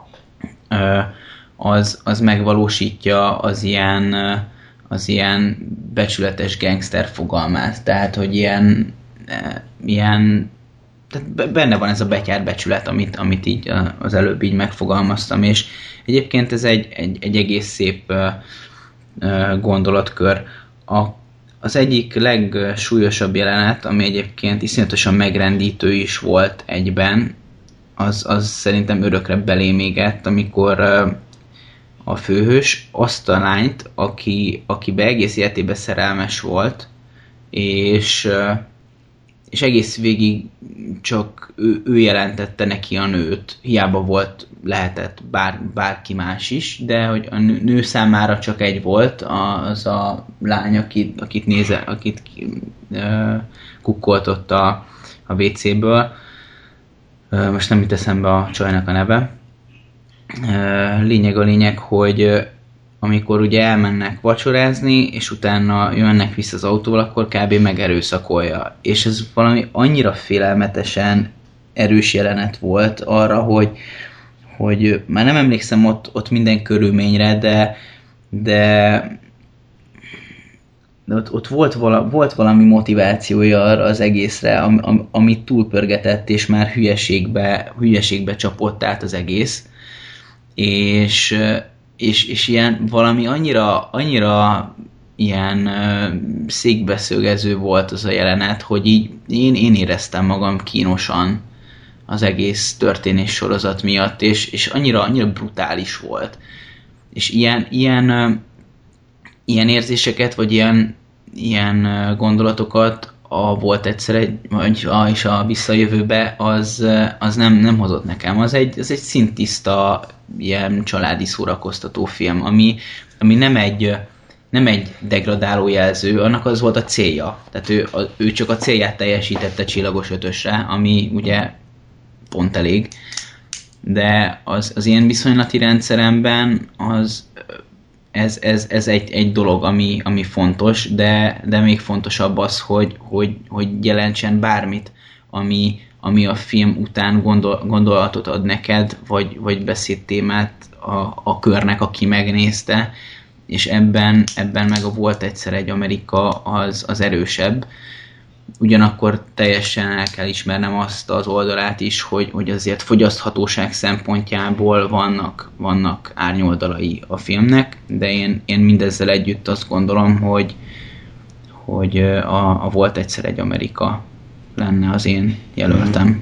az, az megvalósítja az ilyen, az ilyen becsületes gangster fogalmát. Tehát, hogy ilyen, ilyen tehát benne van ez a betyár becsület, amit, amit így az előbb így megfogalmaztam, és egyébként ez egy, egy, egy egész szép gondolatkör. A, az egyik legsúlyosabb jelenet, ami egyébként iszonyatosan megrendítő is volt egyben, az, az szerintem örökre belém égett, amikor a főhős azt a lányt, aki, akibe egész életében szerelmes volt, és és egész végig csak ő, ő jelentette neki a nőt. Hiába volt, lehetett bár, bárki más is, de hogy a nő, nő számára csak egy volt, az a lány, akit, akit, néze, akit uh, kukkoltott a, a vé céből. Uh, most nem jut eszembe a csajnak a neve. Uh, lényeg a lényeg, hogy amikor ugye elmennek vacsorázni, és utána jönnek vissza az autóval, akkor kb. Megerőszakolja. És ez valami annyira félelmetesen erős jelenet volt arra, hogy, hogy már nem emlékszem ott, ott minden körülményre, de, de, de ott, ott volt, vala, volt valami motivációja arra az egészre, am, am, amit túlpörgetett, és már hülyeségbe, hülyeségbe csapott át az egész. És És, és ilyen valami annyira, annyira ilyen uh, székbeszögező volt az a jelenet, hogy így én, én éreztem magam kínosan az egész történés sorozat miatt, és, és annyira, annyira brutális volt. És ilyen, ilyen, uh, ilyen érzéseket, vagy ilyen, ilyen uh, gondolatokat a Volt egyszer egy, vagy a, és a Visszajövőbe, az, az nem, nem hozott nekem. Az egy, az egy szintiszta ilyen családi szórakoztató film, ami, ami nem egy nem egy degradáló jelző, annak az volt a célja. Tehát ő, a, ő csak a célját teljesítette Csillagos ötösre, ami ugye pont elég. De az, az ilyen viszonylati rendszeremben az ez, ez, ez egy, egy dolog, ami, ami fontos, de, de még fontosabb az, hogy, hogy, hogy jelentsen bármit, ami, ami a film után gondol, gondolatot ad neked, vagy, vagy beszédtémát a, a körnek, aki megnézte, és ebben, ebben meg a Volt egyszer egy Amerika az, az erősebb. Ugyanakkor teljesen el kell ismernem azt az oldalát is, hogy, hogy azért fogyaszthatóság szempontjából vannak, vannak árnyoldalai a filmnek, de én, én mindezzel együtt azt gondolom, hogy, hogy a, a Volt egyszer egy Amerika lenne az én jelöltem.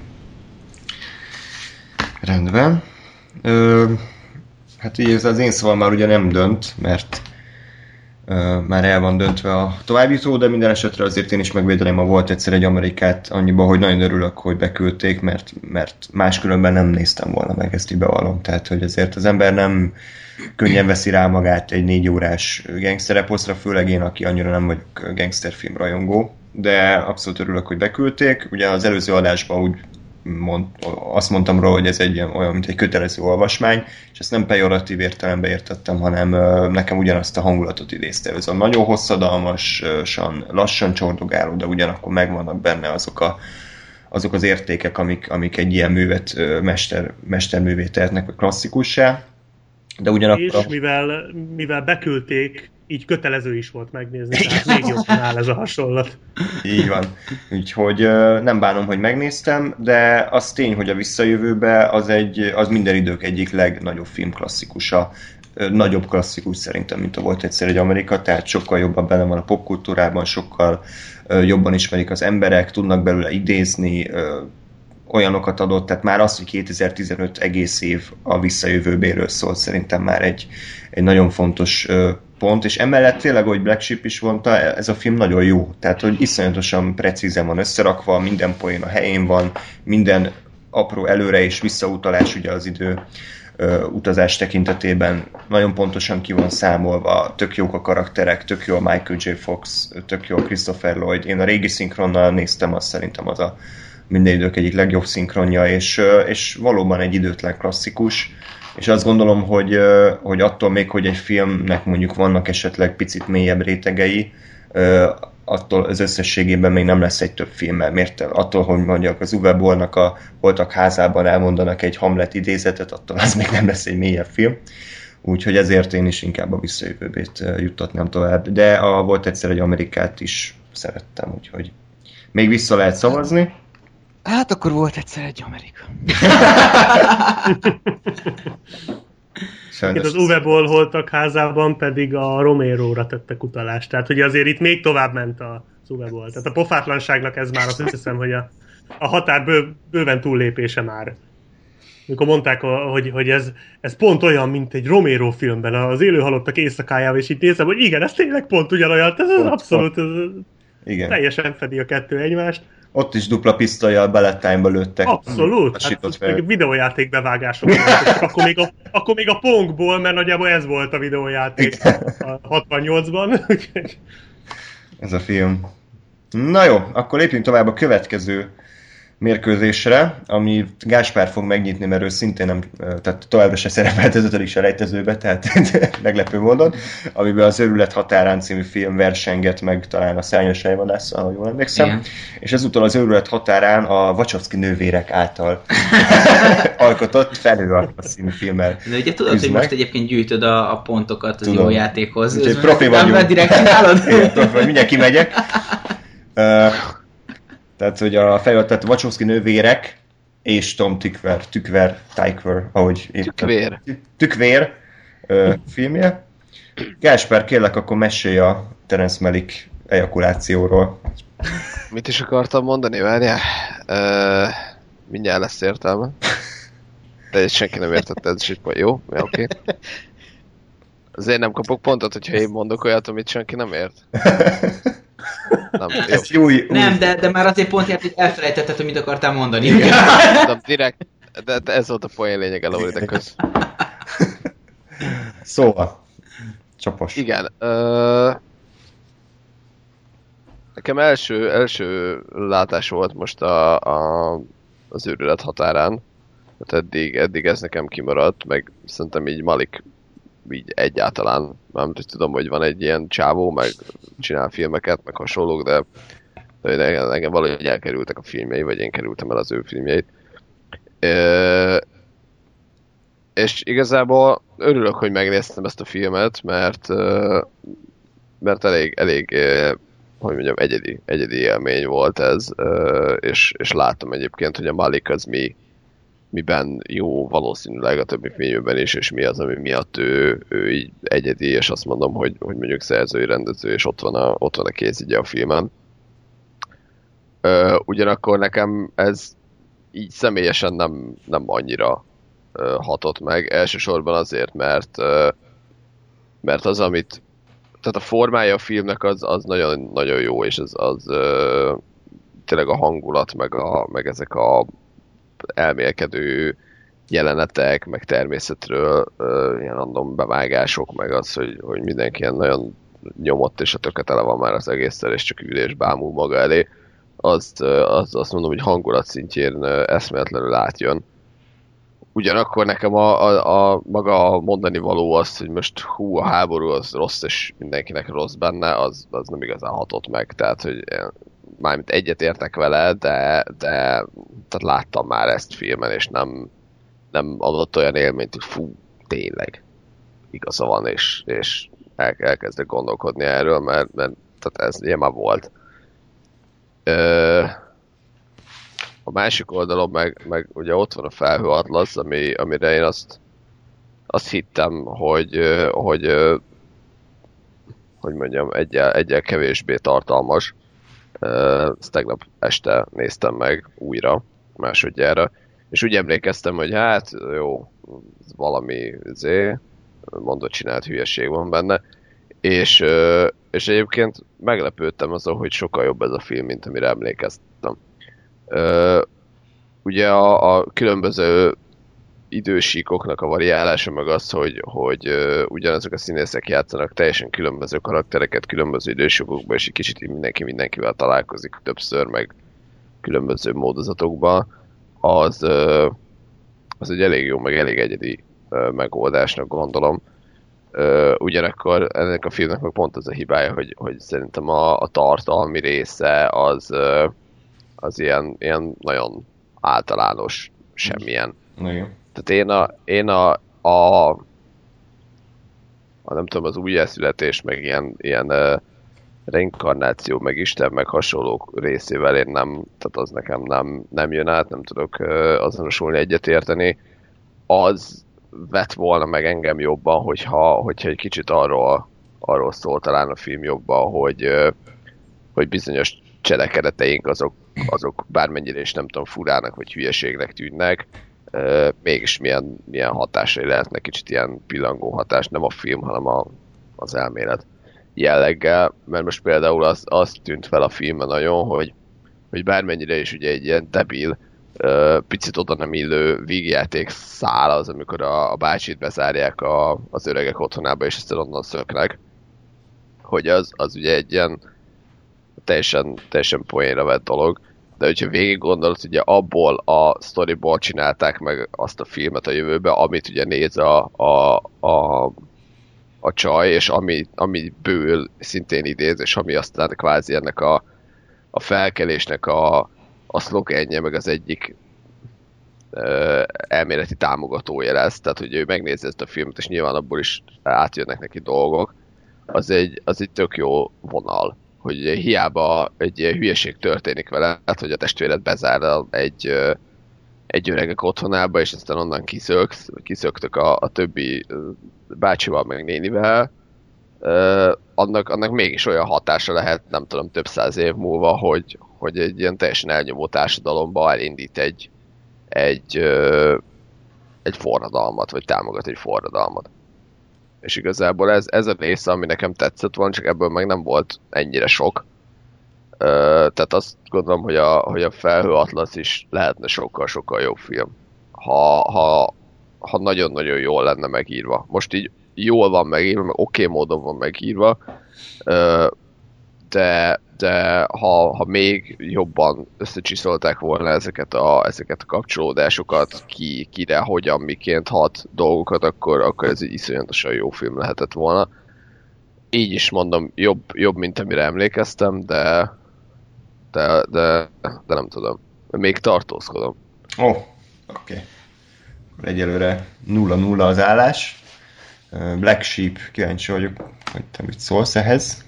Rendben. Ö, hát így ez az én szavam már ugye nem dönt, mert Uh, már el van döntve a továbbjutó, de minden esetre azért én is megvédelem a Volt egyszer egy Amerikát annyiba, hogy nagyon örülök, hogy beküldték, mert, mert máskülönben nem néztem volna meg, ezt így bevallom. Tehát, hogy ezért az ember nem könnyen veszi rá magát egy négy órás gangstereposzra, főleg én, aki annyira nem vagyok gangsterfilm rajongó, de abszolút örülök, hogy beküldték. Ugye az előző adásban úgy mond, azt mondtam róla, hogy ez egy olyan, mint egy kötelező olvasmány, és ezt nem pejoratív értelemben értettem, hanem nekem ugyanazt a hangulatot idézte. Ez a nagyon hosszadalmasan, lassan csordogáló, de ugyanakkor megvannak benne azok, a, azok az értékek, amik, amik egy ilyen művet mester, mesterművé tehetnek, vagy klasszikussá. De ugyanakkor... És mivel, mivel beküldték, így kötelező is volt megnézni, tehát még jobban áll ez a hasonlat. Így van. Úgyhogy nem bánom, hogy megnéztem, de az tény, hogy a Visszajövőbe az, egy, az minden idők egyik legnagyobb filmklasszikusa. nagyobb klasszikus szerintem, mint a Volt egyszer egy Amerika, tehát sokkal jobban bele van a popkultúrában, sokkal jobban ismerik az emberek, tudnak belőle idézni, olyanokat adott, tehát már az, hogy kétezer-tizenöt egész év a visszajövőbéről szól, szerintem már egy, egy nagyon fontos pont, és emellett tényleg, ahogy Black Sheep is mondta, ez a film nagyon jó, tehát hogy iszonyatosan precízen van összerakva, minden poén a helyén van, minden apró előre és visszautalás ugye az idő utazás tekintetében nagyon pontosan ki van számolva, tök jók a karakterek, tök jó a Michael J. Fox, tök jó a Christopher Lloyd. Én a régi szinkronnal néztem, azt szerintem az a minden idők egyik legjobb szinkronja, és, és valóban egy időtlen klasszikus, és azt gondolom, hogy, hogy attól még, hogy egy filmnek mondjuk vannak esetleg picit mélyebb rétegei, attól az összességében még nem lesz egy több film, mert miért? Attól, hogy mondjuk az Uwe Bollnak a Voltak házában elmondanak egy Hamlet idézetet, attól az még nem lesz egy mélyebb film. Úgyhogy ezért én is inkább a visszajövőbét juttatnám tovább. De a Volt egyszer egy Amerikát is szerettem, úgyhogy még vissza lehet szavazni. Hát akkor Volt egyszer egy Amerika. Itt az Uwe Boll Voltak házában pedig a Romero-ra tettek utalást. Tehát ugye azért itt még tovább ment az Uwe Boll. Tehát a pofátlanságnak ez már azt hiszem, hogy a, a határ bő, bőven túllépése már. Amikor mondták, hogy, hogy ez, ez pont olyan, mint egy Romero filmben, az Élő halottak éjszakájával, és itt nézem, hogy igen, ez tényleg pont ugyanolyan, ez az abszolút, ez igen. Teljesen fedi a kettő egymást. Ott is dupla pisztolyjal belettányba lőttek. Abszolút, hát még videójáték bevágások voltak, akkor még, a, akkor még a Pongból, mert nagyjából ez volt a videójáték a hatvannyolcban. Ez a film. Na jó, akkor lépjünk tovább a következő mérkőzésre, ami Gáspár fog megnyitni, mert ő szintén nem, tehát továbbra se szerepelt az ötödik selejtezőbe, tehát meglepő módon, amiben az Őrület határán című film versenget meg talán a Szárnyas Rejvadásszal, ha jól emlékszem, igen. És ezúttal az Őrület határán a Wachowski nővérek által alkotott Felhőalkat című filmmel. De ugye tudod, hogy most egyébként gyűjtöd a, a pontokat az jó játékhoz. Úgyhogy profi vagyunk. Nem direkt csinálod? Profi vagy, mindjárt kimegyek. Uh, Tehát, hogy a fejlett, tehát Wachowski nővérek és Tom Tykwer, Tykwer, Tykwer, ahogy Tükvér. Tükvér ö, filmje. Gáspár, kérlek, akkor mesélj a Terence Malick ejakulációról. Mit is akartam mondani, várjál? Uh, mindjárt lesz értelme. De senki nem értette, ez is így jó? Ja, oké. Okay. Azért nem kapok pontot, hogyha én mondok olyat, amit senki nem ért. Nem, jó. Új, új. Nem, de, de már azért pont járt, hogy elfelejtetted, hogy mit akartál mondani. Igen, de direkt, de, de ez volt a poén lényege, Lauri, de kösz. Szóval, csapos. Igen. Uh, nekem első, első látás volt most a, a, az Őrület határán. Tehát eddig, eddig ez nekem kimaradt, meg szerintem így Malik így egyáltalán, nem tudom, hogy van egy ilyen csávó, meg csinál filmeket, meg hasonlók, de, de nekem valahogy elkerültek a filmjei, vagy én kerültem el az ő filmjeit. E, és igazából örülök, hogy megnéztem ezt a filmet, mert, mert elég, elég hogy mondjam, egyedi, egyedi élmény volt ez, és, és láttam egyébként, hogy a Malik az mi, miben jó valószínűleg a többi filmben is, és mi az, ami miatt ő, ő így egyedi, és azt mondom, hogy, hogy mondjuk szerzői, rendező, és ott van a, ott van a kézigye a filmen. Ö, ugyanakkor nekem ez így személyesen nem, nem annyira ö, hatott meg, elsősorban azért, mert, ö, mert az, amit tehát a formája a filmnek az, az nagyon, nagyon jó, és az, az ö, tényleg a hangulat, meg, a, meg ezek a elmélkedő jelenetek, meg természetről uh, ilyen random bevágások, meg az, hogy, hogy mindenki ilyen nagyon nyomott, és a töke tele van már az egészszer, és csak ül és bámul maga elé, azt, az, azt mondom, hogy hangulat szintjén eszméletlenül átjön. Ugyanakkor nekem a, a, a maga mondani való az, hogy most hú, a háború az rossz, és mindenkinek rossz benne, az, az nem igazán hatott meg, tehát, hogy mármint egyet értek vele, de, de tehát láttam már ezt filmen, és nem, nem adott olyan élményt, hogy fú, tényleg igaza van, és, és el, elkezdek gondolkodni erről, mert, mert tehát ez ilyen már volt. Ö, a másik oldalon meg, meg ugye ott van a Felhőatlasz, ami, amire én azt, azt hittem, hogy, hogy, hogy mondjam, egyel, egyel kevésbé tartalmas. Ezt tegnap este néztem meg újra, másodjára, és úgy emlékeztem, hogy hát jó, valami zé, mondott csinált hülyeség van benne, és, és egyébként meglepődtem azon, hogy sokkal jobb ez a film, mint amire emlékeztem. Ugye a, a különböző idősíkoknak a variálása meg az, hogy, hogy ugyanazok a színészek játszanak teljesen különböző karaktereket különböző idősíkokban, és egy kicsit mindenki mindenkivel találkozik többször, meg különböző módozatokban, az, az egy elég jó, meg elég egyedi megoldásnak gondolom. Ugyanakkor ennek a filmnek meg pont az a hibája, hogy, hogy szerintem a, a tartalmi része az, az ilyen, ilyen nagyon általános, semmilyen. Igen. Tehát én a, én a, a, a nem tudom, az újjászületés, meg ilyen, ilyen uh, reinkarnáció, meg Isten, meg hasonlók részével én nem, tehát az nekem nem, nem jön át, nem tudok uh, azonosulni, egyetérteni. Az vett volna meg engem jobban, hogyha, hogyha egy kicsit arról, arról szól talán a film jobban, hogy, uh, hogy bizonyos cselekedeteink azok, azok bármennyire is nem tudom, furának, vagy hülyeségnek tűnnek, Uh, mégis milyen, milyen hatásai lehetnek, kicsit ilyen pillangó hatás, nem a film, hanem a, az elmélet jelleggel, mert most például az, az tűnt fel a filmben nagyon, hogy, hogy bármennyire is ugye egy ilyen debil, uh, picit oda nem illő vígjáték szál az, amikor a, a bácsit bezárják a, az öregek otthonába, és aztán onnan szöknek, hogy az, az ugye egy ilyen teljesen, teljesen poénra vett dolog. De hogyha végig gondolod, ugye abból a storyból csinálták meg azt a filmet a jövőbe, amit ugye néz a, a, a, a csaj, és ami, amiből szintén idéz, és ami aztán kvázi ennek a, a felkelésnek a, a szlogenje, meg az egyik ö, elméleti támogatója lesz. Tehát, hogy ő megnézi ezt a filmet, és nyilván abból is átjönnek neki dolgok. Az egy, az egy tök jó vonal. Hogy hiába egy hülyeség történik vele, hát, hogy a testvéred bezár egy, egy öregek otthonába, és aztán onnan kiszöksz, kiszöktök a, a többi bácsival, meg nénivel, annak, annak mégis olyan hatása lehet, nem tudom, több száz év múlva, hogy, hogy egy ilyen teljesen elnyomó társadalomba elindít egy, egy, egy forradalmat, vagy támogat egy forradalmat. És igazából ez, ez a része, ami nekem tetszett volna, csak ebből meg nem volt ennyire sok. Ö, tehát azt gondolom, hogy a, hogy a Felhő Atlasz is lehetne sokkal-sokkal jobb film. Ha, ha, ha nagyon-nagyon jól lenne megírva. Most így jól van megírva, meg oké okay módon van megírva, ö, de, de ha, ha még jobban összecsiszolták volna ezeket a, ezeket a kapcsolódásokat, ki, kire, hogyan, miként hat dolgokat, akkor, akkor ez egy iszonyatosan jó film lehetett volna. Így is mondom, jobb, jobb mint amire emlékeztem, de, de, de, de nem tudom. Még tartózkodom. Ó, oh, oké. Okay. Egyelőre nulla nulla az állás. Black Sheep, kíváncsi vagyok, hogy te mit szólsz ehhez.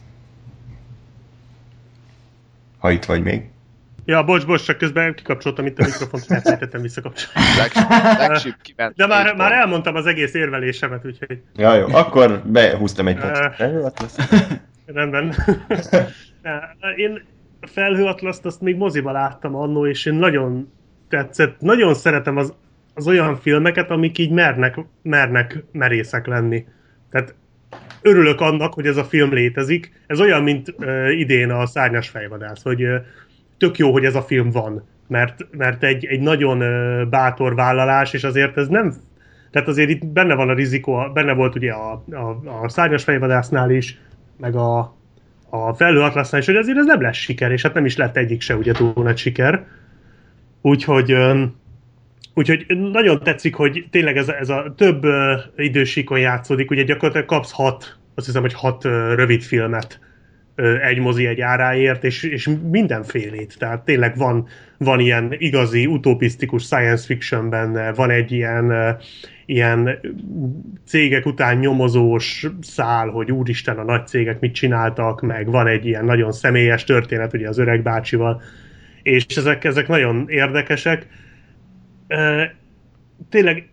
Ha itt vagy még. Ja, bocs, bocs, csak közben kikapcsoltam itt a mikrofont, hogy elfelejtettem visszakapcsolni. De már, már elmondtam az egész érvelésemet, úgyhogy... Ja, jó, akkor behúztam egy pontot. Rendben. Én a Felhőatlaszt azt még moziba láttam annó, és én nagyon tetszett, nagyon szeretem az, az olyan filmeket, amik így mernek, mernek merészek lenni. Tehát örülök annak, hogy ez a film létezik. Ez olyan, mint uh, idén a Szárnyas fejvadász, hogy uh, tök jó, hogy ez a film van, mert, mert egy, egy nagyon uh, bátor vállalás, és azért ez nem... Tehát azért itt benne van a rizikó, benne volt ugye a, a, a Szárnyas fejvadásznál is, meg a, a Felhőatlasznál is, hogy azért ez nem lesz siker, és hát nem is lett egyik se ugye túl nagy siker. Úgyhogy... Um, Úgyhogy nagyon tetszik, hogy tényleg ez a, ez a több uh, idősíkon játszódik, ugye gyakorlatilag kapsz hat, azt hiszem, hogy hat uh, rövid filmet uh, egy mozi egy áráért, és, és mindenfélét. Tehát tényleg van, van ilyen igazi, utopisztikus science fiction benne, van egy ilyen, uh, ilyen cégek után nyomozós szál, hogy úristen, a nagy cégek mit csináltak, meg van egy ilyen nagyon személyes történet, ugye az öreg bácsival, és ezek, ezek nagyon érdekesek. Uh, tényleg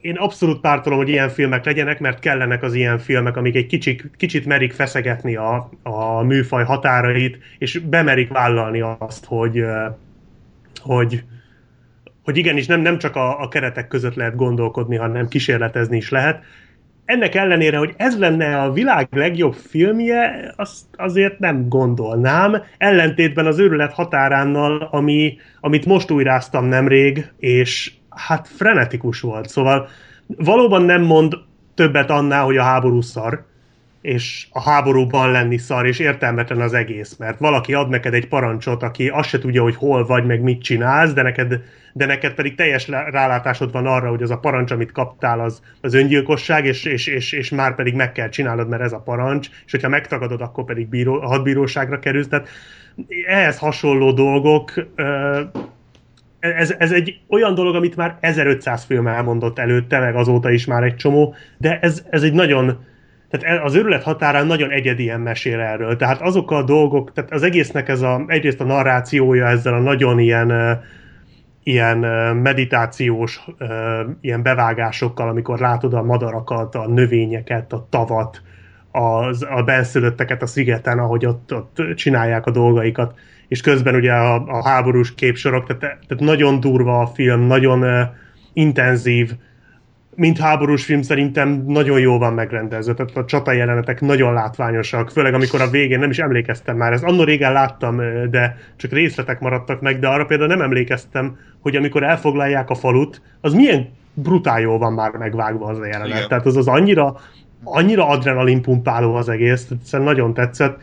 én abszolút pártolom, hogy ilyen filmek legyenek, mert kellenek az ilyen filmek, amik egy kicsit, kicsit merik feszegetni a, a műfaj határait, és bemerik vállalni azt, hogy, hogy, hogy igenis nem, nem csak a, a keretek között lehet gondolkodni, hanem kísérletezni is lehet. Ennek ellenére, hogy ez lenne a világ legjobb filmje, azt azért nem gondolnám. Ellentétben az Őrület határánnal, ami, amit most újráztam nemrég, és hát frenetikus volt. Szóval valóban nem mond többet annál, hogy a háború szar, és a háborúban lenni szar, és értelmetlen az egész, mert valaki ad neked egy parancsot, aki azt se tudja, hogy hol vagy, meg mit csinálsz, de neked, de neked pedig teljes rálátásod van arra, hogy az a parancs, amit kaptál, az, az öngyilkosság, és, és, és, és már pedig meg kell csinálod, mert ez a parancs, és hogyha megtagadod, akkor pedig bíró, hadbíróságra kerülsz. Tehát ehhez hasonló dolgok, ez, ez egy olyan dolog, amit már ezerötszáz film elmondott előtte, meg azóta is már egy csomó, de ez, ez egy nagyon... Tehát az Őrület határán nagyon egyedien mesél erről. Tehát azok a dolgok, tehát az egésznek ez a, egyrészt a narrációja ezzel a nagyon ilyen, uh, ilyen uh, meditációs uh, ilyen bevágásokkal, amikor látod a madarakat, a növényeket, a tavat, az, a benszülötteket a szigeten, ahogy ott, ott csinálják a dolgaikat, és közben ugye a, a háborús képsorok, tehát, tehát nagyon durva a film, nagyon uh, intenzív, mint háborús film szerintem nagyon jól van megrendezve, tehát a csata jelenetek nagyon látványosak, főleg amikor a végén, nem is emlékeztem már, ezt annó régen láttam, de csak részletek maradtak meg, de arra például nem emlékeztem, hogy amikor elfoglalják a falut, az milyen brutál jól van már megvágva az a jelenet. Igen. Tehát az az annyira, annyira adrenalinpumpáló az egész, egyszerűen nagyon tetszett.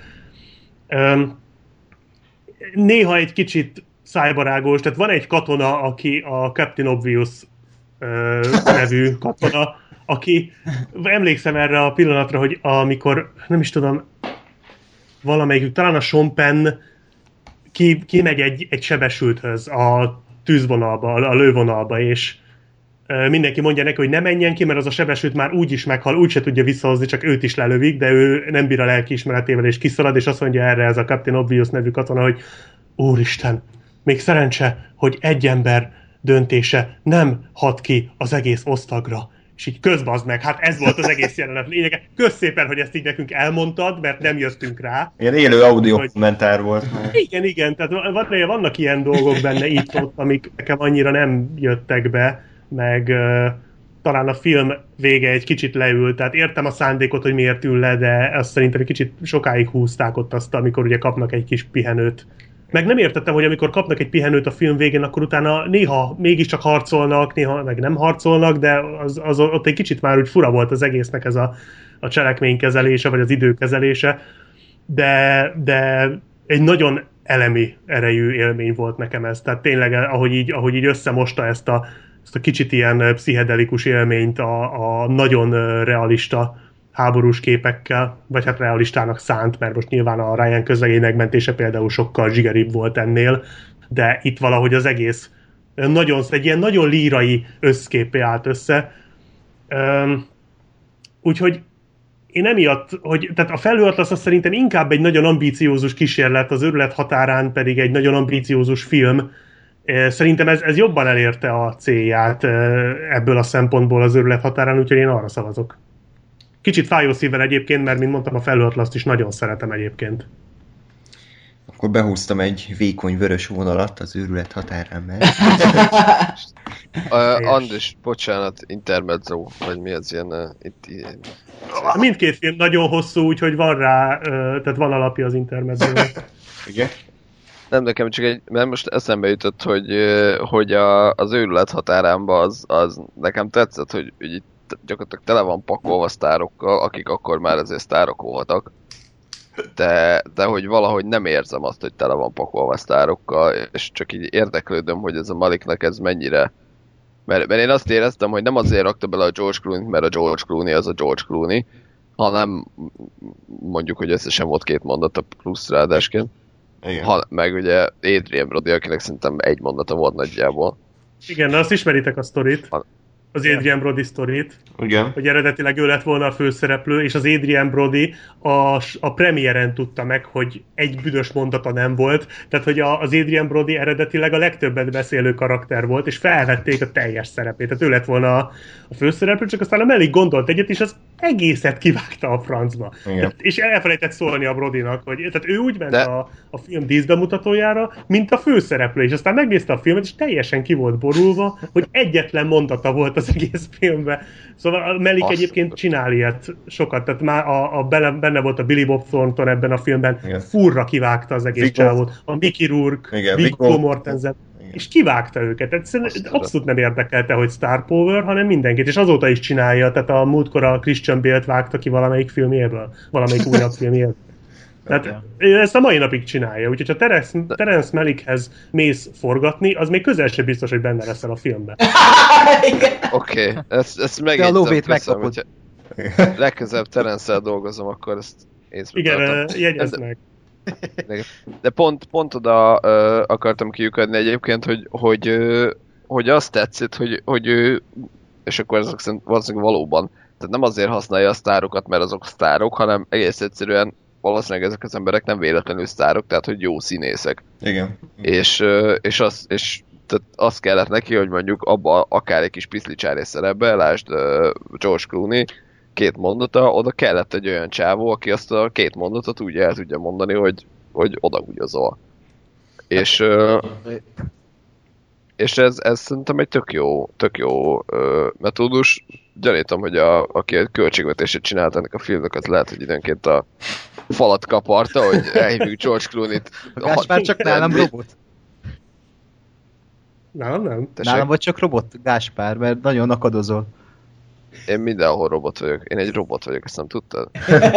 Néha egy kicsit szájbarágos, tehát van egy katona, aki a Captain Obvious nevű katona, aki, emlékszem erre a pillanatra, hogy amikor, nem is tudom, valamelyikük, talán a Sean Penn ki, kimegy egy, egy sebesülthöz a tűzvonalba, a lővonalba, és mindenki mondja neki, hogy ne menjen ki, mert az a sebesült már úgy is meghal, úgy se tudja visszahozni, csak őt is lelövik, de ő nem bír a lelkiismeretével, és kiszalad, és azt mondja erre ez a Captain Obvious nevű katona, hogy úristen, még szerencse, hogy egy ember döntése nem hat ki az egész osztagra. És így közbazd meg, hát ez volt az egész jelenet lényege. Kösz szépen, hogy ezt így nekünk elmondtad, mert nem jöttünk rá. Ilyen élő audio hogy... kommentár volt. Igen, igen, tehát vannak ilyen dolgok benne itt-ott, amik nekem annyira nem jöttek be, meg uh, talán a film vége egy kicsit leült, tehát értem a szándékot, hogy miért ül le, de azt szerintem egy kicsit sokáig húzták ott azt, amikor ugye kapnak egy kis pihenőt. Meg nem értettem, hogy amikor kapnak egy pihenőt a film végén, akkor utána néha mégiscsak harcolnak, néha meg nem harcolnak, de az, az ott egy kicsit már úgy fura volt az egésznek ez a, a cselekménykezelése, vagy az időkezelése, de, de egy nagyon elemi erejű élmény volt nekem ez. Tehát tényleg, ahogy így, ahogy így összemosta ezt a, ezt a kicsit ilyen pszichedelikus élményt a, a nagyon realista háborús képekkel, vagy hát realistának szánt, mert most nyilván a Ryan közlegény megmentése például sokkal zsigeribb volt ennél, de itt valahogy az egész nagyon, egy ilyen nagyon lírai összképé állt össze. Üm, úgyhogy én emiatt, hogy tehát a Felhőatlasz az szerintem inkább egy nagyon ambíciózus kísérlet, az Őrület határán pedig egy nagyon ambíciózus film. Szerintem ez, ez jobban elérte a célját ebből a szempontból az Őrület határán, úgyhogy én arra szavazok. Kicsit fájó szívvel egyébként, mert mint mondtam, a Felhőatlaszt is nagyon szeretem egyébként. Akkor behúztam egy vékony vörös vonalat az Őrület határán mellett. uh, Andris, bocsánat, intermezzo, vagy mi az ilyen... Uh, itt, ilyen... Mindkét film nagyon hosszú, úgyhogy van rá, uh, tehát van alapja az intermezzónak. Igen? Nem, nekem csak egy, mert most eszembe jutott, hogy, hogy a, az Őrület határánban az, az nekem tetszett, hogy, hogy itt gyakorlatilag tele van pakolva sztárokkal, akik akkor már azért sztárok voltak, de, de hogy valahogy nem érzem azt, hogy tele van pakolva sztárokkal, és csak így érdeklődöm, hogy ez a Maliknak ez mennyire... Mert, mert én azt éreztem, hogy nem azért rakta bele a George Clooney-t, mert a George Clooney az a George Clooney, hanem mondjuk, hogy összesen volt két mondat a plusz ráadásként. Ha, meg ugye Adrien Brody, akinek szerintem egy mondata volt nagyjából. Igen, de azt ismeritek a sztorit. Ha, az Adrian Brody sztorit, igen. Hogy eredetileg ő lett volna a főszereplő, és az Adrian Brody a, a premiéren tudta meg, hogy egy büdös mondata nem volt, tehát hogy a, az Adrian Brody eredetileg a legtöbbet beszélő karakter volt, és felvették a teljes szerepét, tehát ő lett volna a, a főszereplő, csak aztán a Melick gondolt egyet, és az egészet kivágta a francba. Tehát, és elfelejtett szólni a Brodynak, hogy tehát ő úgy ment De... a, a film díszbemutatójára, mint a főszereplő, és aztán megnézte a filmet, és teljesen ki volt borulva, hogy egyetlen mondata volt az egész filmben. Szóval a Melick egyébként csinál ilyet sokat, tehát már a, a benne volt a Billy Bob Thornton ebben a filmben, igen. Furra kivágta az egész csávót, a Mickey Rourke, Viggo Mortensen, és kivágta őket. Tehát abszolút nem érdekelte, hogy Star Power, hanem mindenkit, és azóta is csinálja, tehát a múltkor a Christian Bale-t vágta ki valamelyik filmjéből, valamelyik újabb filmjéből. Tehát ezt a mai napig csinálja, úgyhogy ha Terence, Terence Malickhez mész forgatni, az még közel sem biztos, hogy benne leszel a filmben. Oké, okay. ezt, ezt megint de a lóvét megkapod. Legközelebb Terence-el dolgozom, akkor ezt igen, jegyezd meg. De pont, pont oda uh, akartam kiukadni egyébként, hogy, hogy, uh, hogy azt tetszett, hogy, hogy ő, és akkor ezek szerint valószínűleg valóban, tehát nem azért használja a sztárokat, mert azok sztárok, hanem egész egyszerűen valószínűleg ezek az emberek nem véletlenül sztárok, tehát hogy jó színészek. Igen. És, uh, és, az, és tehát azt kellett neki, hogy mondjuk abba akár egy kis piszlicsárész szerepbe, lásd uh, George Clooney, két mondata, oda kellett egy olyan csávó, aki azt a két mondatot úgy el tudja mondani, hogy, hogy odagugyozol. És, uh, és ez, ez szerintem egy tök jó, tök jó uh, metódus. Gyanítom, hogy a, aki a költségvetését csinált ennek a filmnek, az lehet, hogy időnként a falat kaparta, hogy elhívjuk George Clooney-t. Gáspár, csak nálam robot. Nálam nem. Tessék? Nálam vagy csak robot, Gáspár, mert nagyon akadozol. Én mindenhol robot vagyok. Én egy robot vagyok, ezt nem tudtad?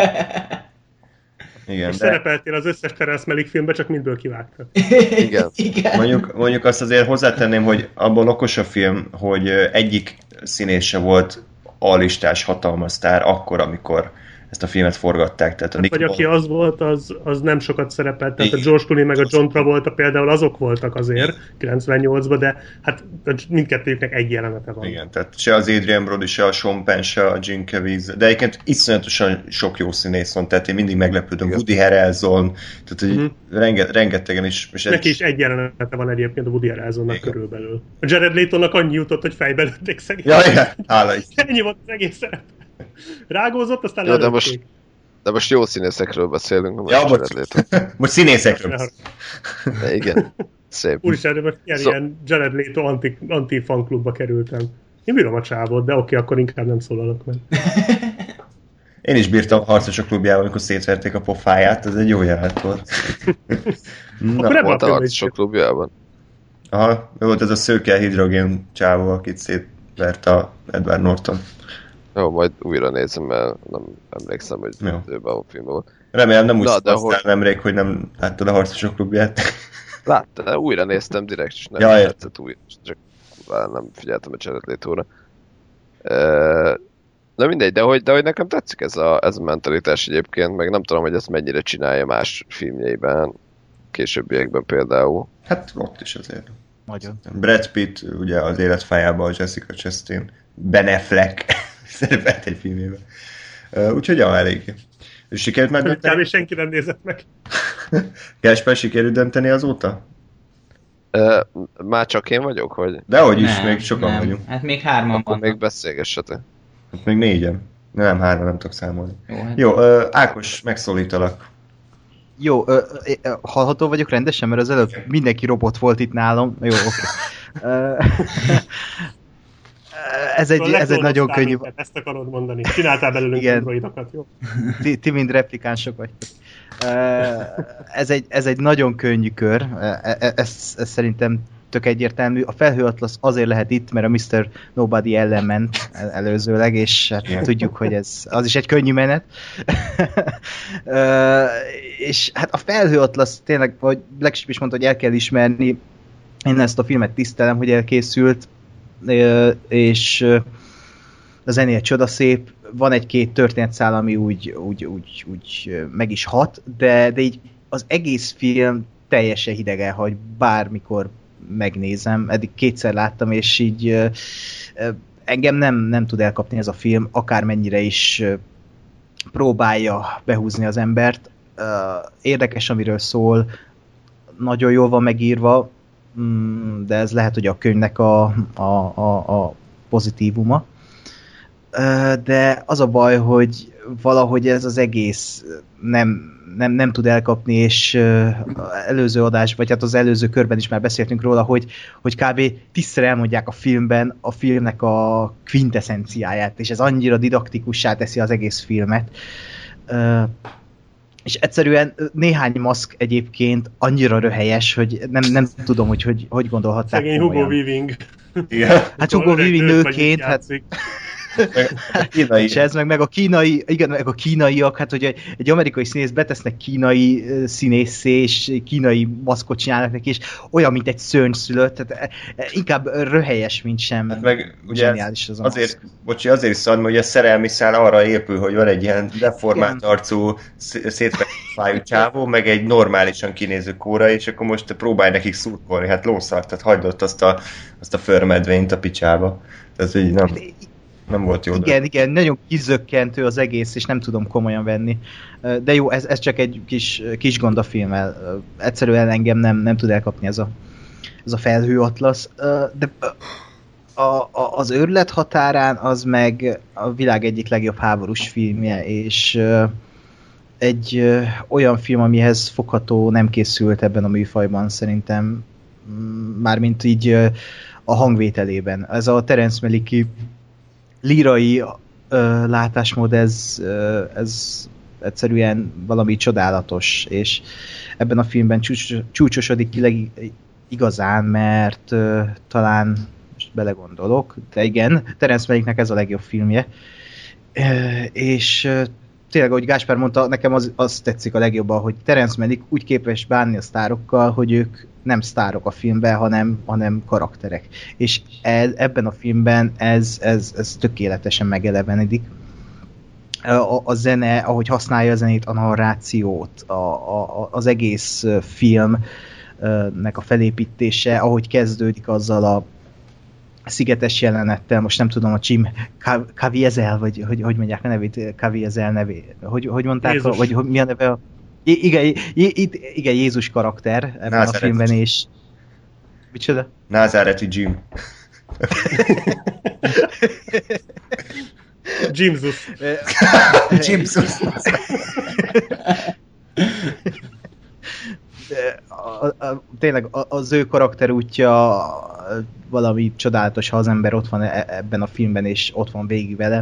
Igen, és de... szerepeltél az összes Terence Malick filmben, csak mindből kivágtad. Igen. Igen. Mondjuk, mondjuk azt azért hozzátenném, hogy abban okos a film, hogy egyik színész se volt A-listás hatalmas sztár akkor, amikor ezt a filmet forgatták. Tehát a hát, vagy aki az volt, az, az nem sokat szerepelt. Tehát a George Clooney meg a John Travolta például azok voltak azért kilencvennyolcban, de hát mindkettőjüknek egy jelenete van. Igen, tehát se az Adrian Brody, se a Sean Penn, se a Jim Caviezel, de egyébként iszonyatosan sok jó színész van, tehát én mindig meglepődöm. Woody Harrelson, tehát hogy mm-hmm. renge, rengetegen is. És neki is egy jelenete van egyébként a Woody Harrelsonnak körülbelül. A Jared Leto-nak annyi jutott, hogy fejbe lőtték szegény. Ja, igen, hála is. Ennyi volt az egész szerep. Rágózott, aztán jó, de most, de most jó színészekről beszélünk. Ja, most, most színészekről. De igen, szép. Úristen, de most ilyen, so... ilyen Jared Leto anti, anti-fanklubba kerültem. Én bírom a csávot, de oké, akkor inkább nem szólalok meg. Én is bírtam Harcosok klubjában, amikor szétverték a pofáját, ez egy jó jelenet volt. Na, volt a Harcosok klubjában? Aha, volt ez a szőke hidrogén csávó, akit szétvert a Edward Norton. Jó, majd újra nézem, mert nem emlékszem, hogy őben a filmben volt. Remélem nem úgy szavaztál nemrég, hogy nem láttad a Harcosok klubját. Láttam, újra néztem direkt, és nem ja, tetszett újra, csak nem figyeltem a Jared Leto-ra. Na mindegy, de hogy, de hogy nekem tetszik ez a, ez a mentalitás egyébként, meg nem tudom, hogy ezt mennyire csinálja más filmjeiben, későbbiekben például. Hát ott is azért. Nagyon. Brad Pitt, ugye az életfájában a Jessica Chastain, Ben Affleck szerepelt egy filmében. Uh, úgyhogy ja, elég. És sikerült már dönteni? Kb. Senki nem nézett meg. Gáspár, sikerült dönteni azóta? Uh, már csak én vagyok, vagy? Dehogy is, még sokan nem. vagyunk. Hát még hárman vannak. Még beszélgessetek. Hát még négyen. Nem, hárman nem tudok számolni. Jó, hát... Jó uh, Ákos, megszólítalak. Jó, uh, hallható vagyok rendesen, mert az előbb mindenki robot volt itt nálam. Jó, oké. Okay. Ez egy, ez egy nagyon könnyű... Ezt akarod mondani. Csináltál belőlünk androidokat, jó? Ti, ti mind replikánsok vagytok. Ez egy, ez egy nagyon könnyű kör. Ez, ez szerintem tök egyértelmű. A felhőatlasz azért lehet itt, mert a miszter Nobody ellen ment előzőleg, és hát tudjuk, hogy ez az is egy könnyű menet. És hát a felhőatlasz tényleg, ahogy Black Sheep is mondta, hogy el kell ismerni, én ezt a filmet tisztelem, hogy elkészült, és a zenéje csodaszép, van egy-két történetszál, ami úgy, úgy, úgy, úgy meg is hat, de, de így az egész film teljesen hideg elhagy, bármikor megnézem. Eddig kétszer láttam, és így engem nem, nem tud elkapni ez a film, akármennyire is próbálja behúzni az embert. Érdekes, amiről szól, nagyon jól van megírva, de ez lehet, hogy a könyvnek a, a, a, a pozitívuma. De az a baj, hogy valahogy ez az egész nem, nem, nem tud elkapni, és előző adás, vagy hát az előző körben is már beszéltünk róla, hogy, hogy kb. tízszer elmondják a filmben a filmnek a quintessenciáját, és ez annyira didaktikussá teszi az egész filmet. És egyszerűen néhány maszk egyébként annyira röhelyes, hogy nem, nem tudom, hogy hogy, hogy gondolhatták. Szegény Hugo Weaving. Igen. Hát Hugo Weaving nőként, hát... És ez meg, meg a kínai, igen, meg a kínaiak, hát hogy egy, egy amerikai színész betesznek kínai színészé, és kínai maszkot csinálnak neki, és olyan, mint egy szörnyszülött, tehát inkább röhelyes, mint sem. Hát meg ugye az azért, bocsi, azért is szad, hogy a szerelmi szál arra épül, hogy van egy ilyen deformált arcú, szétfájú csávó, meg egy normálisan kinéző kóra, és akkor most próbálj nekik szurkolni, hát lószart, tehát hagyd ott azt a, azt a förmedvényt a picsába. Tehát így nem... Nem volt jó. Igen, de. igen, nagyon kizökkentő az egész, és nem tudom komolyan venni. De jó, ez, ez csak egy kis, kis gond a filmmel. Egyszerűen engem nem, nem tud elkapni ez a, ez a felhőatlasz. De a, a, az őrület határán az meg a világ egyik legjobb háborús filmje, és egy olyan film, amihez fogható nem készült ebben a műfajban szerintem, mármint így a hangvételében. Ez a Terence Malick lírai ö, látásmód, ez, ö, ez egyszerűen valami csodálatos, és ebben a filmben csúcs, csúcsosodik ki leg, igazán, mert ö, talán, most belegondolok, de igen, Terence Malicknek ez a legjobb filmje, ö, és ö, tényleg, ahogy Gáspár mondta, nekem az, az tetszik a legjobban, hogy Terence Malick úgy képes bánni a sztárokkal, hogy ők nem sztárok a filmben, hanem, hanem karakterek. És ez, ebben a filmben ez, ez, ez tökéletesen megelevenedik. A, a zene, ahogy használja a zenét, a narrációt, a, a, az egész filmnek a felépítése, ahogy kezdődik azzal a szigetes jelenettel, most nem tudom, a Jim Caviezel, vagy hogy, hogy mondják a nevét, Caviezel nevét, hogy, hogy mondták, a, vagy hogy, mi a neve a... I, igen, i, igen, Jézus karakter ebben Názáreti. A filmben, és... Micsoda? Názáreti Jim. Jimzus. Jimzus. A, a, tényleg az ő karakterútja valami csodálatos, ha az ember ott van ebben a filmben, és ott van végig vele.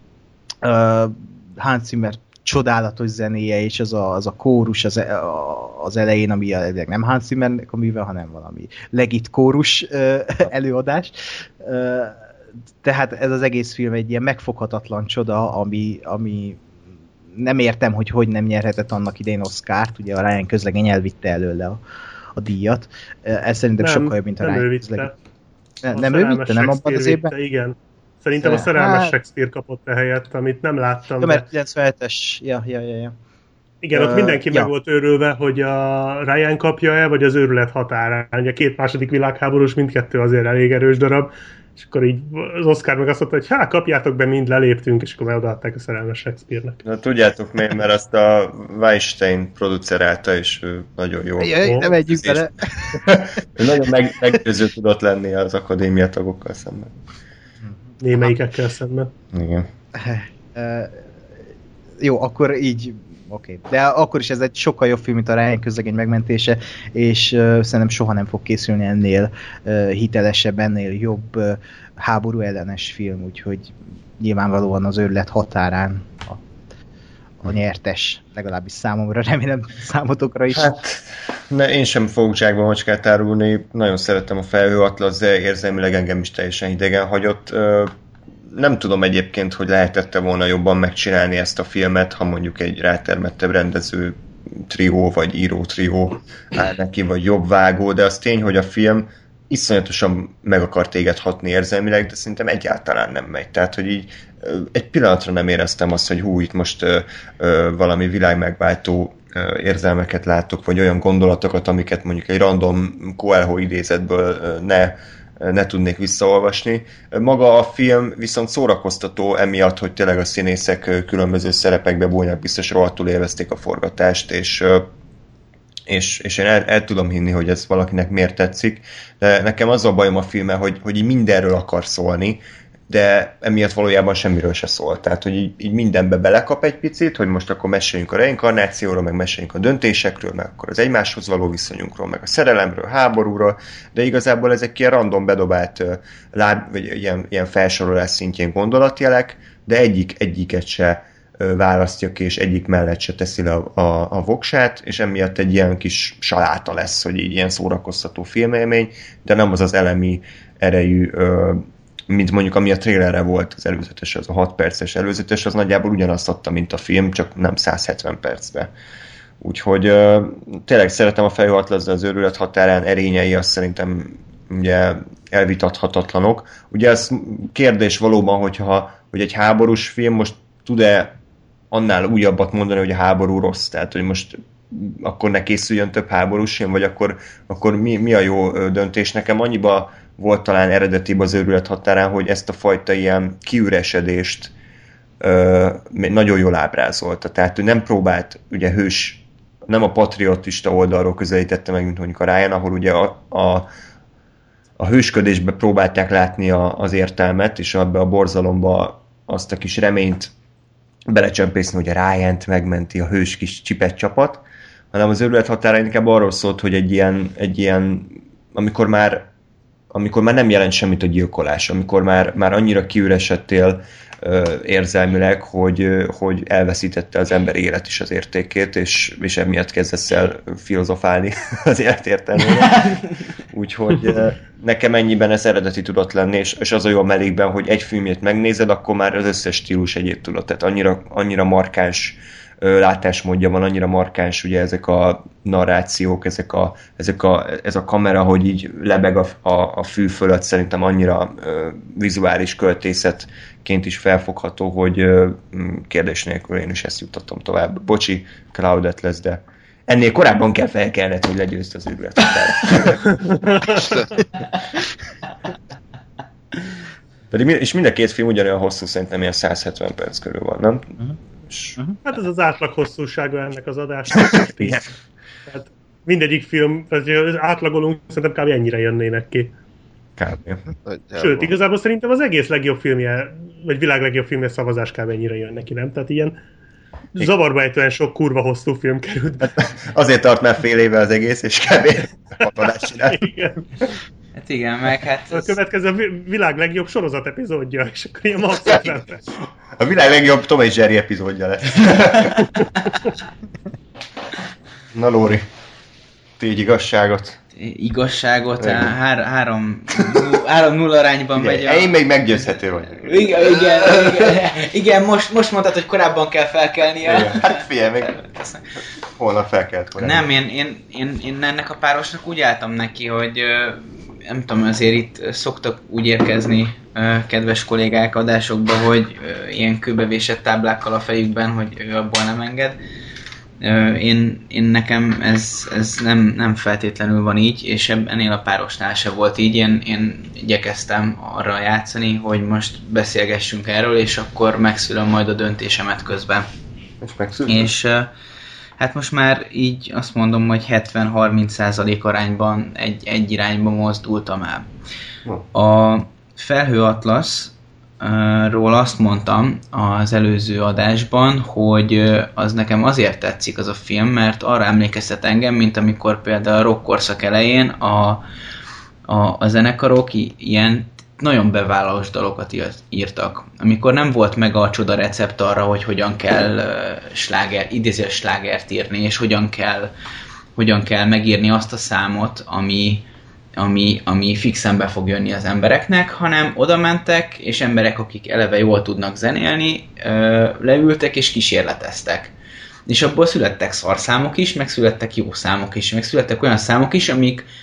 Uh, Hans Zimmer csodálatos zenéje, és az a, az a kórus az, az elején, ami nem Hans Zimmernek a műve, hanem valami legit kórus uh, előadás. Uh, tehát ez az egész film egy ilyen megfoghatatlan csoda, ami, ami nem értem, hogy hogy nem nyerhetett annak idején Oscart, ugye a Ryan közlegény elvitte előle a, a díjat. Ez szerintem nem, sokkal jobb, mint a nem Ryan közlegény. Ne, nem ő vitte, nem abban az évben? Igen. Szerintem a szerelmes hát... Shakespeare kapott a helyet, amit nem láttam. Ja, mert kilencvenhetes, ja, ja, ja, ja. Igen, ott uh, mindenki ja. meg volt őrülve, hogy a Ryan kapja-e, vagy az őrület határán. Ugye két második világháborús, mindkettő azért elég erős darab, és akkor így az Oscar meg azt mondta, hogy hát kapjátok be, mind leléptünk, és akkor odaadták a szerelmes Shakespeare-nek. Na tudjátok miért, mert azt a Weinstein producerálta, és ő nagyon jó. Jaj, nem együtt bele. Ő nagyon meg, meggyőző tudott lenni az akadémia tagokkal szemben. Némelyikekkel szemben. Igen. Uh, jó, akkor így oké. Okay. De akkor is ez egy sokkal jobb film, mint a Ryan közlegény megmentése, és uh, szerintem soha nem fog készülni ennél uh, hitelesebb, ennél jobb uh, háború ellenes film, úgyhogy nyilvánvalóan az őrület határán a, a nyertes, legalábbis számomra, remélem számotokra is. Hát, ne, én sem fogok zsákba macskát árulni, nagyon szerettem a Felhőatlasz, de érzelmileg engem is teljesen idegen hagyott. Uh, Nem tudom egyébként, hogy lehetette volna jobban megcsinálni ezt a filmet, ha mondjuk egy rátermettebb rendező trió, vagy író trió áll neki, vagy jobb vágó, de az tény, hogy a film iszonyatosan meg akar téged hatni érzelmileg, de szerintem egyáltalán nem megy. Tehát, hogy így egy pillanatra nem éreztem azt, hogy hú, itt most ö, ö, valami világmegváltó ö, érzelmeket látok, vagy olyan gondolatokat, amiket mondjuk egy random Coelho idézetből ö, ne ne tudnék visszaolvasni. Maga a film viszont szórakoztató emiatt, hogy tényleg a színészek különböző szerepekbe bújnak, biztos rohadtul élvezték a forgatást, és és, és én el, el tudom hinni, hogy ez valakinek miért tetszik, de nekem az a bajom a filmmel, hogy, hogy így mindenről akar szólni, de emiatt valójában semmiről se szól. Tehát, hogy így, így mindenbe belekap egy picit, hogy most akkor meséljünk a reinkarnációról, meg meséljünk a döntésekről, meg akkor az egymáshoz való viszonyunkról, meg a szerelemről, háborúról, de igazából ezek ilyen random bedobált láb, vagy ilyen, ilyen felsorolás szintjén gondolatjelek, de egyik egyiket se választja ki, és egyik mellett se teszi le a, a, a voksát, és emiatt egy ilyen kis saláta lesz, hogy így ilyen szórakoztató filmélmény, de nem az az elemi erejű, ö, mint mondjuk ami a trailerre volt az előzetes, az a hat perces előzetes, az nagyjából ugyanazt adta, mint a film, csak nem száz hetven percbe. Úgyhogy ö, tényleg szeretem a Fejhő Atlasz, de az őrület határán erényei azt szerintem ugye elvitathatatlanok. Ugye ez kérdés valóban, hogyha hogy egy háborús film most tud-e annál újabbat mondani, hogy a háború rossz, tehát hogy most akkor ne készüljön több háborús film, vagy akkor, akkor mi, mi a jó döntés. Nekem annyiba volt talán eredetibb az őrület határán, hogy ezt a fajta ilyen kiüresedést ö, nagyon jól ábrázolta. Tehát, hogy nem próbált ugye hős, nem a patriotista oldalról közelítette meg, mint mondjuk a Ryan, ahol ugye a, a, a hősködésbe próbálták látni a, az értelmet, és abba a borzalomba azt a kis reményt belecsempészni, hogy a Ryan-t megmenti a hős kis csipet csapat, hanem az őrület határán inkább arról szólt, hogy egy ilyen, egy ilyen amikor már amikor már nem jelent semmit a gyilkolás, amikor már, már annyira kiüresedtél ö, érzelmileg, hogy, hogy elveszítette az ember élet is az értékét, és, és emiatt kezdesz el filozofálni az élet értelmére. Úgyhogy nekem ennyiben ez eredeti tudott lenni, és, és az a jó a mellékben, hogy egy filmjét megnézed, akkor már az összes stílus egyét tudod. Tehát annyira, annyira markáns látásmódja van, annyira markáns ugye ezek a narrációk, ezek a, ezek a, ez a kamera, hogy így lebeg a, a, a fű fölött, szerintem annyira ö, vizuális költészetként is felfogható, hogy ö, kérdés nélkül én is ezt jutottam tovább. Bocsi, Cloud Atlas, de ennél korábban kell felkelned, hogy legyőzd az őrület határa. Pedig, és mind a két film ugyanolyan hosszú, szerintem ilyen száz hetven perc körül van, nem? Uh-huh. Uh-huh. Hát ez az átlag hosszúsága ennek az adásnak. Tehát mindegyik film, az átlagolunk, szerintem kb. Ennyire jönnének ki. Kb. Sőt, igazából szerintem az egész legjobb filmje, vagy világ legjobb filmje szavazás kb. Ennyire jön neki, nem? Tehát ilyen zavarba ejtően sok kurva hosszú film került. Azért tart már fél éve az egész, és kb. Hatadást csinál. Igen. Hát igen, meg hát... A következő a világ legjobb sorozat epizódja, és akkor ilyen max hetven perc. A világ legjobb Tom és Jerry epizódja lesz. Na Lóri, tégy igazságot. Igazságot, há- három, három null arányban igen, megy a... Én még meggyőzhető vagyok. Igen, igen, igen, igen most, most mondtad, hogy korábban kell felkelnie. Igen. Hát figyelj, még holnap felkelt korábban. Nem, én, én, én, én ennek a párosnak úgy álltam neki, hogy nem tudom, azért itt szoktak úgy érkezni kedves kollégák adásokba, hogy ilyen kőbevésett táblákkal a fejükben, hogy ő abból nem enged. Én, én nekem ez, ez nem, nem feltétlenül van így, és ennél a párosnál se volt így. Én, én igyekeztem arra játszani, hogy most beszélgessünk erről, és akkor megszülöm majd a döntésemet közben. És megszülöm? És hát most már így azt mondom, hogy hetven-harminc százalék arányban egy, egy irányba mozdultam el. A Felhő Atlasz ról azt mondtam az előző adásban, hogy az nekem azért tetszik az a film, mert arra emlékeztet engem, mint amikor például a rock korszak elején a, a, a zenekarok ilyen nagyon bevállalós dalokat írtak. Amikor nem volt meg a csoda recept arra, hogy hogyan kell sláger, idézős slágert írni, és hogyan kell, hogyan kell megírni azt a számot, ami Ami, ami fixen be fog jönni az embereknek, hanem oda mentek, és emberek, akik eleve jól tudnak zenélni, leültek és kísérleteztek. És abból születtek szarszámok is, meg születtek jó számok is, meg születtek olyan számok is, amik,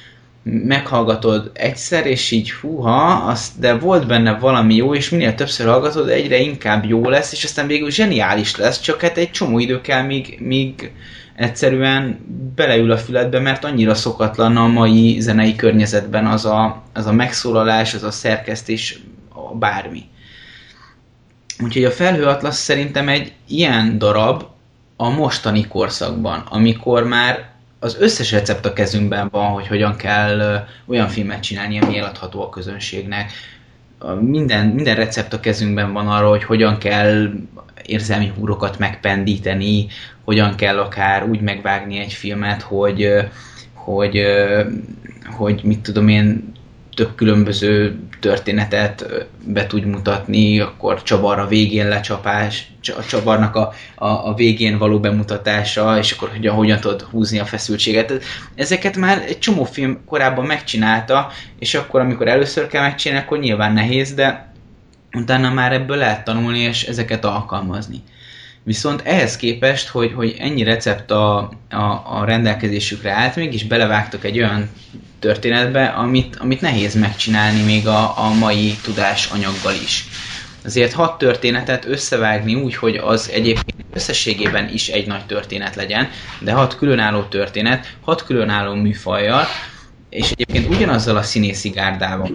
meghallgatod egyszer, és így húha, azt, de volt benne valami jó, és minél többször hallgatod, egyre inkább jó lesz, és aztán végül zseniális lesz, csak hát egy csomó idő kell, míg, míg egyszerűen beleül a füledbe, mert annyira szokatlan a mai zenei környezetben az a, az a megszólalás, az a szerkesztés, a bármi. Úgyhogy a Felhőatlasz szerintem egy ilyen darab a mostani korszakban, amikor már az összes recept a kezünkben van, hogy hogyan kell olyan filmet csinálni, ami eladható a közönségnek. Minden, minden recept a kezünkben van arra, hogy hogyan kell érzelmi húrokat megpendíteni, hogyan kell akár úgy megvágni egy filmet, hogy, hogy, hogy mit tudom én, több különböző történetet be tudj mutatni, akkor csavar a végén lecsapás, a csavarnak a, a, a végén való bemutatása, és akkor hogyan, hogyan tudod húzni a feszültséget. Ezeket már egy csomó film korábban megcsinálta, és akkor, amikor először kell megcsinálni, akkor nyilván nehéz, de utána már ebből lehet tanulni, és ezeket alkalmazni. Viszont ehhez képest, hogy, hogy ennyi recept a, a, a rendelkezésükre állt, mégis belevágtak egy olyan történetbe, amit, amit nehéz megcsinálni még a, a mai tudásanyaggal is. Azért hat történetet összevágni úgy, hogy az egyébként összességében is egy nagy történet legyen, de hat különálló történet, hat különálló műfajjal, és egyébként ugyanazzal a színészi gárdával.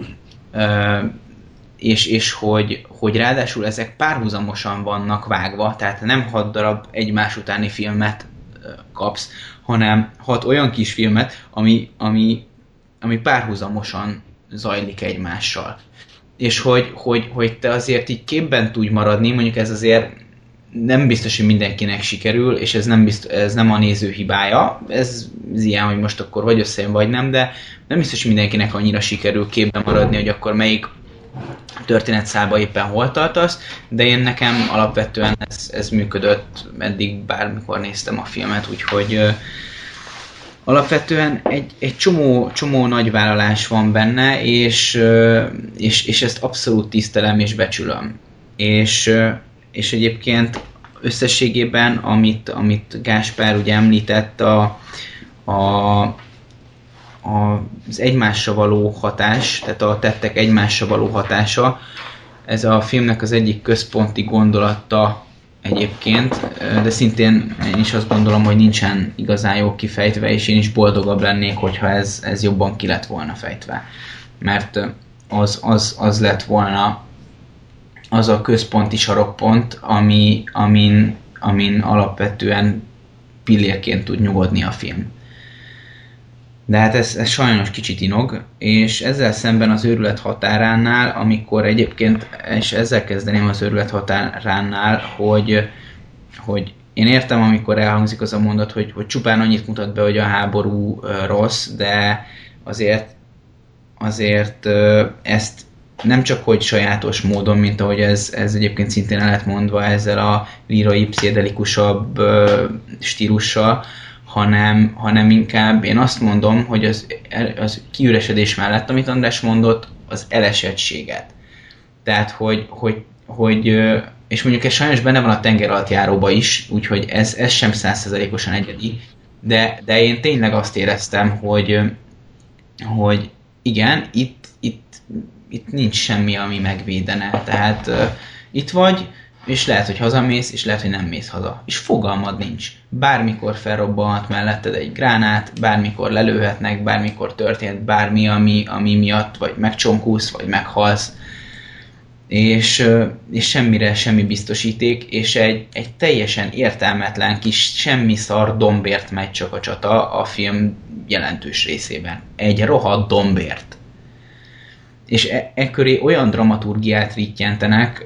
És, és hogy, hogy ráadásul ezek párhuzamosan vannak vágva, tehát nem hat darab egymás utáni filmet kapsz, hanem hat olyan kis filmet, ami, ami, ami párhuzamosan zajlik egymással. És hogy, hogy, hogy te azért így képben tudj maradni, mondjuk ez azért nem biztos, hogy mindenkinek sikerül, és ez nem, biztos, ez nem a néző hibája, ez, ez ilyen, hogy most akkor vagy összejön, vagy nem, de nem biztos, hogy mindenkinek annyira sikerül képben maradni, hogy akkor melyik történetszálba éppen hol tartasz, de én nekem alapvetően ez, ez működött, eddig bármikor néztem a filmet, úgyhogy ö, alapvetően egy, egy csomó, csomó nagy vállalás van benne, és, ö, és, és ezt abszolút tisztelem és becsülöm. És, ö, és egyébként összességében, amit, amit Gáspár ugye említett, a, a az egymásra való hatás, tehát a tettek egymásra való hatása, ez a filmnek az egyik központi gondolata egyébként, de szintén én is azt gondolom, hogy nincsen igazán jól kifejtve, és én is boldogabb lennék, hogyha ez, ez jobban ki lett volna fejtve. Mert az, az, az lett volna az a központi sarokpont, ami, amin, amin alapvetően pillérként tud nyugodni a film. De hát ez, ez sajnos kicsit inog, és ezzel szemben az őrület határánál, amikor egyébként, és ezzel kezdeném az őrület határánál, hogy, hogy én értem, amikor elhangzik az a mondat, hogy, hogy csupán annyit mutat be, hogy a háború rossz, de azért, azért ezt nem csak hogy sajátos módon, mint ahogy ez, ez egyébként szintén el lett mondva ezzel a lírai pszichedelikusabb stílussal, Hanem, hanem inkább én azt mondom, hogy az, az kiüresedés mellett, amit András mondott, az elesettséget. Tehát, hogy, hogy, hogy és mondjuk ez sajnos benne van a tengeralattjáróba is, úgyhogy ez, ez sem száz százalékosan egyedi, de, de én tényleg azt éreztem, hogy, hogy igen, itt, itt, itt nincs semmi, ami megvédene. Tehát uh, itt vagy, és lehet, hogy hazamész, és lehet, hogy nem mész haza. És fogalmad nincs. Bármikor felrobbanhat melletted egy gránát, bármikor lelőhetnek, bármikor történt bármi, ami, ami miatt vagy megcsonkulsz, vagy meghalsz. És, és semmire semmi biztosíték, és egy, egy teljesen értelmetlen kis semmi szar dombért megy csak a csata a film jelentős részében. Egy rohadt dombért. És e, e köré olyan dramaturgiát rittyentenek,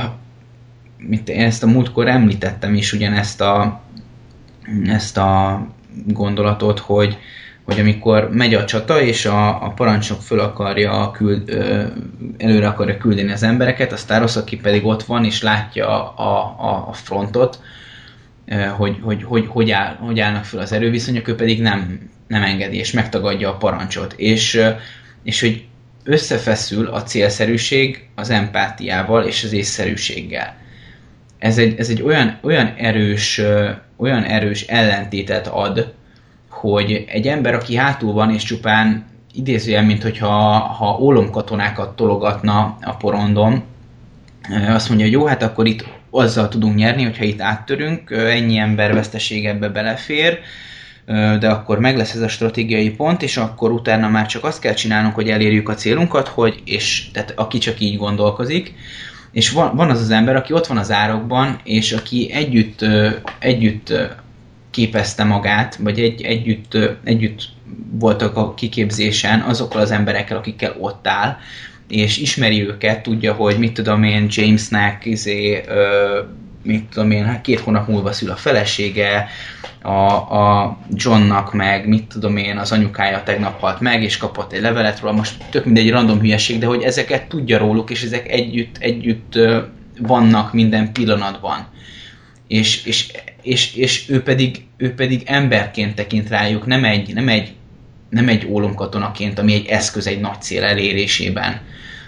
mint én ezt a múltkor említettem is, ugyanezt a, ezt a gondolatot, hogy, hogy amikor megy a csata, és a, a parancsnok föl akarja küld, előre akarja küldeni az embereket, a Staros, aki pedig ott van, és látja a, a, a frontot, hogy hogy, hogy, hogy, áll, hogy állnak föl az erőviszonyok, ő pedig nem, nem engedi, és megtagadja a parancsot. És, és hogy összefeszül a célszerűség az empátiával és az észszerűséggel. Ez egy, ez egy olyan, olyan, erős, olyan erős ellentétet ad, hogy egy ember, aki hátul van és csupán idézőjel, mint hogyha ha ólomkatonákat tologatna a porondon. Azt mondja, hogy jó, hát akkor itt azzal tudunk nyerni, hogyha itt áttörünk, ennyi ember veszteség ebbe belefér, de akkor meg lesz ez a stratégiai pont, és akkor utána már csak azt kell csinálnunk, hogy elérjük a célunkat, hogy, és tehát aki csak így gondolkozik, és van, van az az ember, aki ott van az árokban, és aki együtt, együtt képezte magát, vagy egy, együtt, együtt voltak a kiképzésen azokkal az emberekkel, akikkel ott áll, és ismeri őket, tudja, hogy mit tudom én, Jamesnek, izé, ö, mit tudom én, két hónap múlva szül a felesége, a, a Johnnak meg, mit tudom én, az anyukája tegnap halt meg, és kapott egy levelet róla, most tök mindegy random hülyeség, de hogy ezeket tudja róluk, és ezek együtt, együtt vannak minden pillanatban. És, és, és, és ő, pedig, ő pedig emberként tekint rájuk, nem egy, nem egy, nem egy ólomkatonaként, ami egy eszköz egy nagy cél elérésében.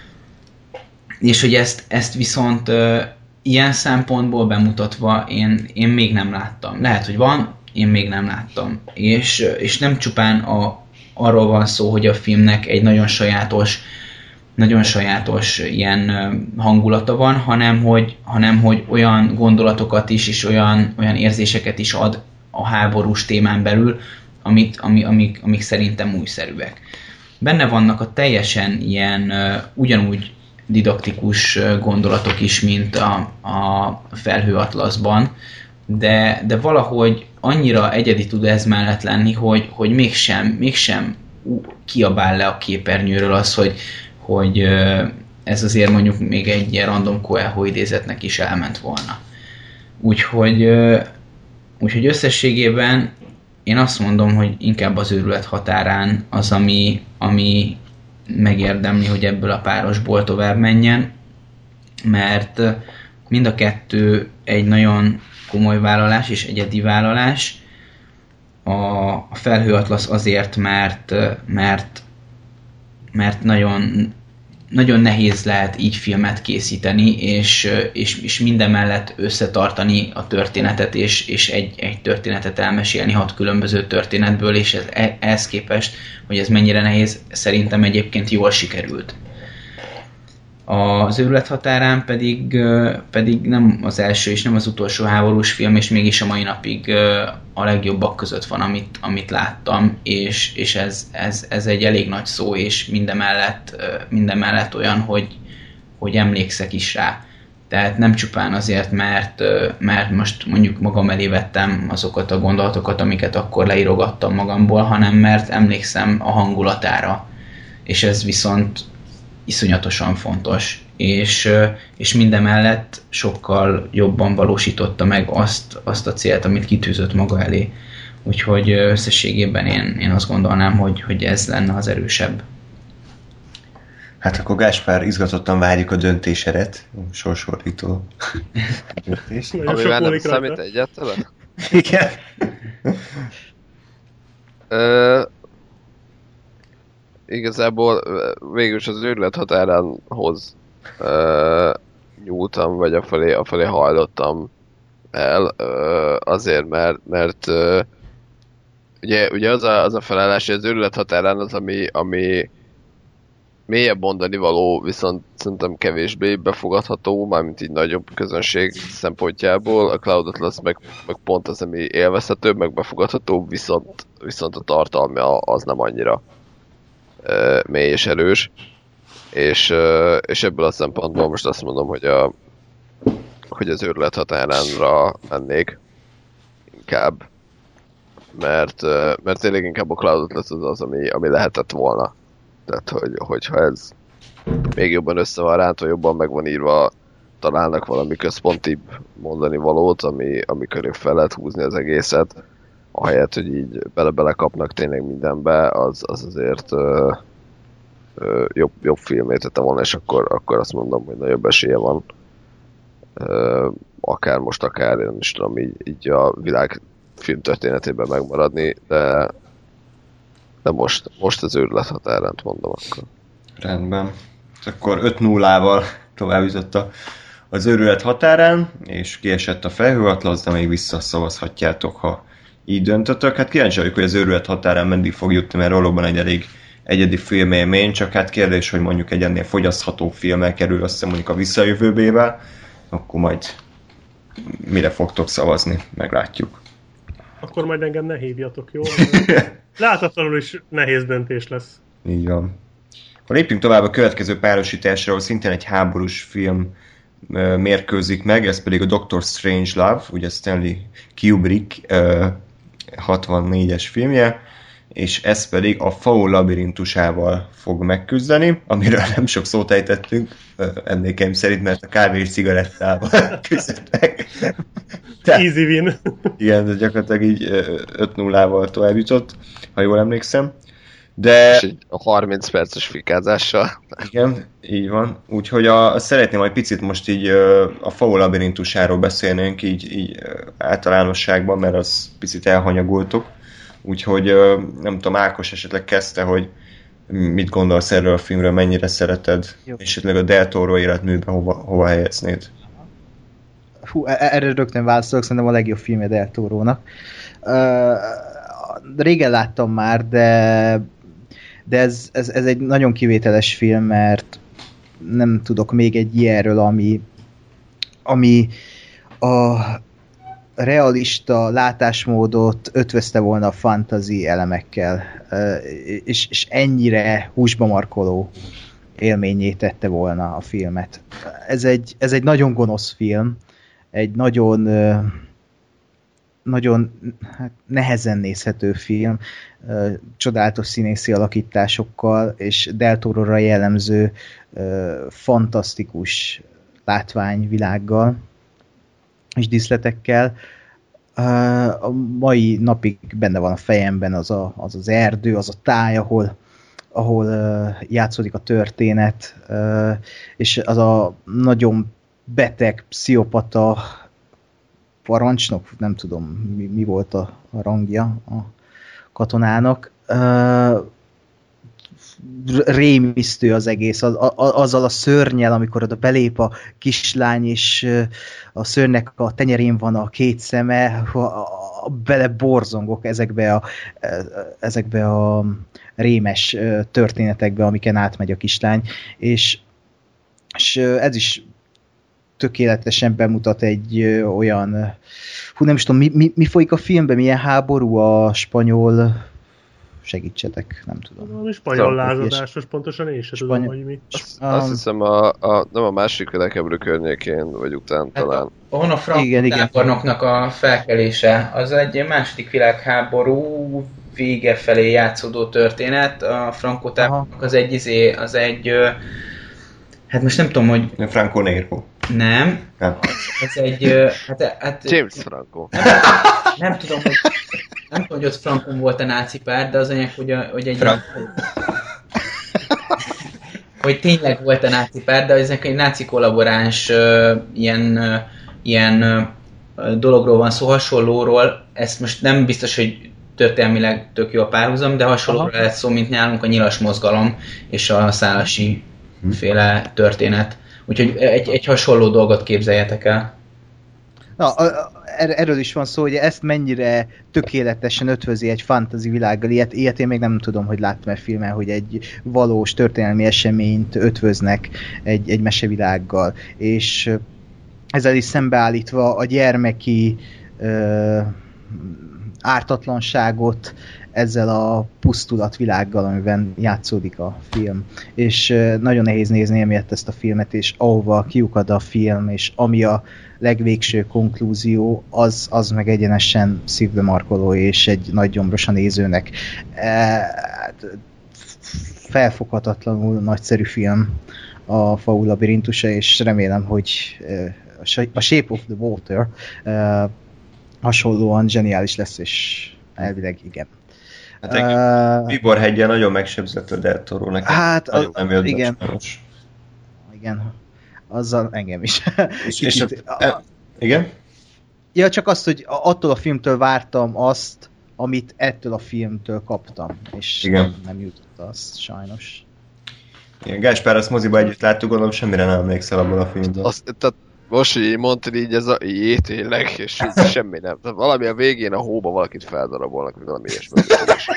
És hogy ezt, ezt viszont uh, ilyen szempontból bemutatva én, én még nem láttam. Lehet, hogy van, én még nem láttam. És, és nem csupán a, arról van szó, hogy a filmnek egy nagyon sajátos, nagyon sajátos ilyen hangulata van, hanem hogy, hanem hogy olyan gondolatokat is, és olyan, olyan érzéseket is ad a háborús témán belül, amit, ami, amik, amik szerintem újszerűek. Benne vannak a teljesen ilyen ugyanúgy didaktikus gondolatok is, mint a, a felhőatlaszban, de, de valahogy annyira egyedi tud ez mellett lenni, hogy, hogy mégsem, mégsem kiabál le a képernyőről az, hogy, hogy ez azért mondjuk még egy ilyen random Coelho idézetnek is elment volna. Úgyhogy, úgyhogy összességében én azt mondom, hogy inkább az őrület határán az, ami, ami megérdemli, hogy ebből a párosból tovább menjen, mert mind a kettő egy nagyon komoly vállalás és egyedi vállalás. A, a Felhőatlasz azért, mert, mert, mert nagyon, nagyon nehéz lehet így filmet készíteni, és, és, és minden mellett összetartani a történetet, és, és egy, egy történetet elmesélni hat különböző történetből, és ez, ehhez képest, hogy ez mennyire nehéz, szerintem egyébként jól sikerült. Az őrület határán pedig, pedig nem az első és nem az utolsó háborús film, és mégis a mai napig a legjobbak között van, amit, amit láttam, és, és ez, ez, ez egy elég nagy szó, és mindemellett, mindemellett olyan, hogy, hogy emlékszek is rá. Tehát nem csupán azért, mert, mert most mondjuk magam elé vettem azokat a gondolatokat, amiket akkor leírogattam magamból, hanem mert emlékszem a hangulatára, és ez viszont iszonyatosan fontos, és, és mindemellett sokkal jobban valósította meg azt, azt a célt, amit kitűzött maga elé. Úgyhogy összességében én, én azt gondolnám, hogy, hogy ez lenne az erősebb. Hát akkor Gáspár, izgatottan várjuk a döntéseret, a sorsfordító döntés. Amivel nem számít egyáltalán? Igen. Ö, igazából végülis az őrület határánhoz ö, nyúltam, vagy afelé, afelé hajlottam el, ö, azért, mert, mert ö, ugye, ugye az, a, az a felállás, hogy az őrület határán az, ami, ami mélyebb mondani való, viszont szerintem kevésbé befogadható, mármint így nagyobb közönség szempontjából. A Cloud Atlas meg, meg pont az, ami élvezhető, meg befogadható, viszont, viszont a tartalma az nem annyira uh, mély és erős. És, uh, és ebből a szempontból most azt mondom, hogy, a, hogy az őrület határánra mennék inkább. Mert, uh, mert tényleg inkább a Cloud Atlas az az, ami, ami lehetett volna. Tehát, hogy, hogyha ez még jobban össze van rántva, jobban meg van írva, találnak valami központibb mondani valót, ami, ami körül fel lehet húzni az egészet, ahelyett, hogy így bele-bele kapnak tényleg mindenbe, az, az azért ö, ö, jobb, jobb filmét tette volna, és akkor, akkor azt mondom, hogy nagyobb esélye van. Ö, akár most, akár nem is tudom, így, így a világ filmtörténetében megmaradni, de de most, most az őrület határánt mondom akkor. Rendben. Akkor öt nullával tovább jutott az őrület határán, és kiesett a Felhőatlasz, de még visszaszavazhatjátok, ha így döntötök. Hát kíváncsi vagyok, hogy az őrület határán meddig fog jutni, mert valóban egy elég egyedi filmélmény, csak hát kérdés, hogy mondjuk egy ennél fogyasztható filmmel kerül össze mondjuk a Visszajövőbével, akkor majd mire fogtok szavazni, meglátjuk. Akkor majd engem ne hívjatok, jó? Láthatatlanul is nehéz döntés lesz. Így van. Ha lépjünk tovább a következő párosításra, ahol szintén egy háborús film mérkőzik meg, ez pedig a Doctor Strangelove, ugye Stanley Kubrick hatvannégyes filmje, és ez pedig a Faul labirintusával fog megküzdeni, amiről nem sok szót ejtettünk, emlékeim szerint, mert a kávé és cigarettával küzdöttek. Easy win. Igen, de gyakorlatilag így öt nullával tovább jutott, ha jól emlékszem. De... És egy harminc perces fikázással. Igen, így van. Úgyhogy a, szeretném egy picit most így a Faul labirintusáról beszélnénk így, így általánosságban, mert az picit elhanyagoltuk. Úgyhogy nem tudom, Ákos esetleg kezdte, hogy mit gondolsz erről a filmről, mennyire szereted, jó. És esetleg a Del Toro életműben hova, hova helyeznéd? Hú, erre rögtön válaszolok, szerintem a legjobb filmje Del Torónak. Uh, régen láttam már, de, de ez, ez, ez egy nagyon kivételes film, mert nem tudok még egy ilyenről, ami, ami a realista látásmódot ötvözte volna a fantasy elemekkel, és, és ennyire húsba markoló élményé tette volna a filmet. Ez egy, ez egy nagyon gonosz film, egy nagyon, nagyon hát nehezen nézhető film, csodálatos színészi alakításokkal, és Del Torora jellemző fantasztikus látványvilággal és díszletekkel. A mai napig benne van a fejemben az a, az, az erdő, az a táj, ahol, ahol játszódik a történet, és az a nagyon beteg, pszichopata parancsnok, nem tudom, mi, mi volt a, a rangja a katonának. Rémisztő az egész, az, a, azzal a szörnyel, amikor oda belép a kislány, és a szörnynek a tenyerén van a két szeme, a, a, bele borzongok ezekbe a, ezekbe a rémes történetekbe, amiken átmegy a kislány, és, és ez is tökéletesen bemutat egy olyan, hú, nem is tudom, mi, mi, mi folyik a filmben, milyen háború a spanyol, segítsetek, nem tudom. A spanyol lázadásos, pontosan én sem tudom, hogy mi. Azt, um, azt hiszem, a, a, nem a másik világháború környékén, vagy után hát talán. A, a franco-tábornoknak a felkelése, az egy második világháború vége felé játszódó történet. A franco-tábornok az egy izé, az egy, hát most nem tudom, hogy... Franco Nero. Nem. nem. Ez egy... Hát, hát, James Franco. Nem, nem tudom, hogy... Nem tudom, hogy ott Frankon volt a náci párt, de az anyag, hogy, a, hogy egy... Frank. Hogy tényleg volt a náci párt, de ezek egy náci kollaboráns uh, ilyen, uh, ilyen uh, dologról van szó, hasonlóról. Ezt most nem biztos, hogy történelmileg tök jó a párhuzam, de hasonlóról lehet szó, mint nálunk a nyilas mozgalom és a szálasi hmm. féle történet. Úgyhogy egy, egy hasonló dolgot képzeljetek el. Na, a, a, erről is van szó, hogy ezt mennyire tökéletesen ötvözi egy fantasy világgal. Ilyet, ilyet én még nem tudom, hogy láttam-e filmen, hogy egy valós történelmi eseményt ötvöznek egy, egy mesevilággal. És ezzel is szembeállítva a gyermeki ö, ártatlanságot ezzel a pusztulatvilággal, amiben játszódik a film. És nagyon nehéz nézni emiatt ezt a filmet, és ahova kiukad a film, és ami a legvégső konklúzió, az, az meg egyenesen szívbe markoló, és egy nagy gyomros a nézőnek. Felfoghatatlanul nagyszerű film a Faul labirintusa, és remélem, hogy a Shape of the Water hasonlóan zseniális lesz, és elvileg igen. Hát egy uh, Bíborheggyel nagyon megsebzett a Del Toro, nekem hát, nagyon nem jött igen. be Igen, azzal engem is. És, és a, a, igen? Ja, csak azt, hogy attól a filmtől vártam azt, amit ettől a filmtől kaptam, és igen. nem, nem jutott az, sajnos. Igen, Gáspár, azt moziba együtt láttuk, gondolom semmire nem emlékszel abból a filmből. Azt, tehát most, hogy így mondtad így, ez a jé, tényleg, és semmi nem. Tehát valami a végén a hóba valakit feldarabolnak, vagy valami ilyesmi.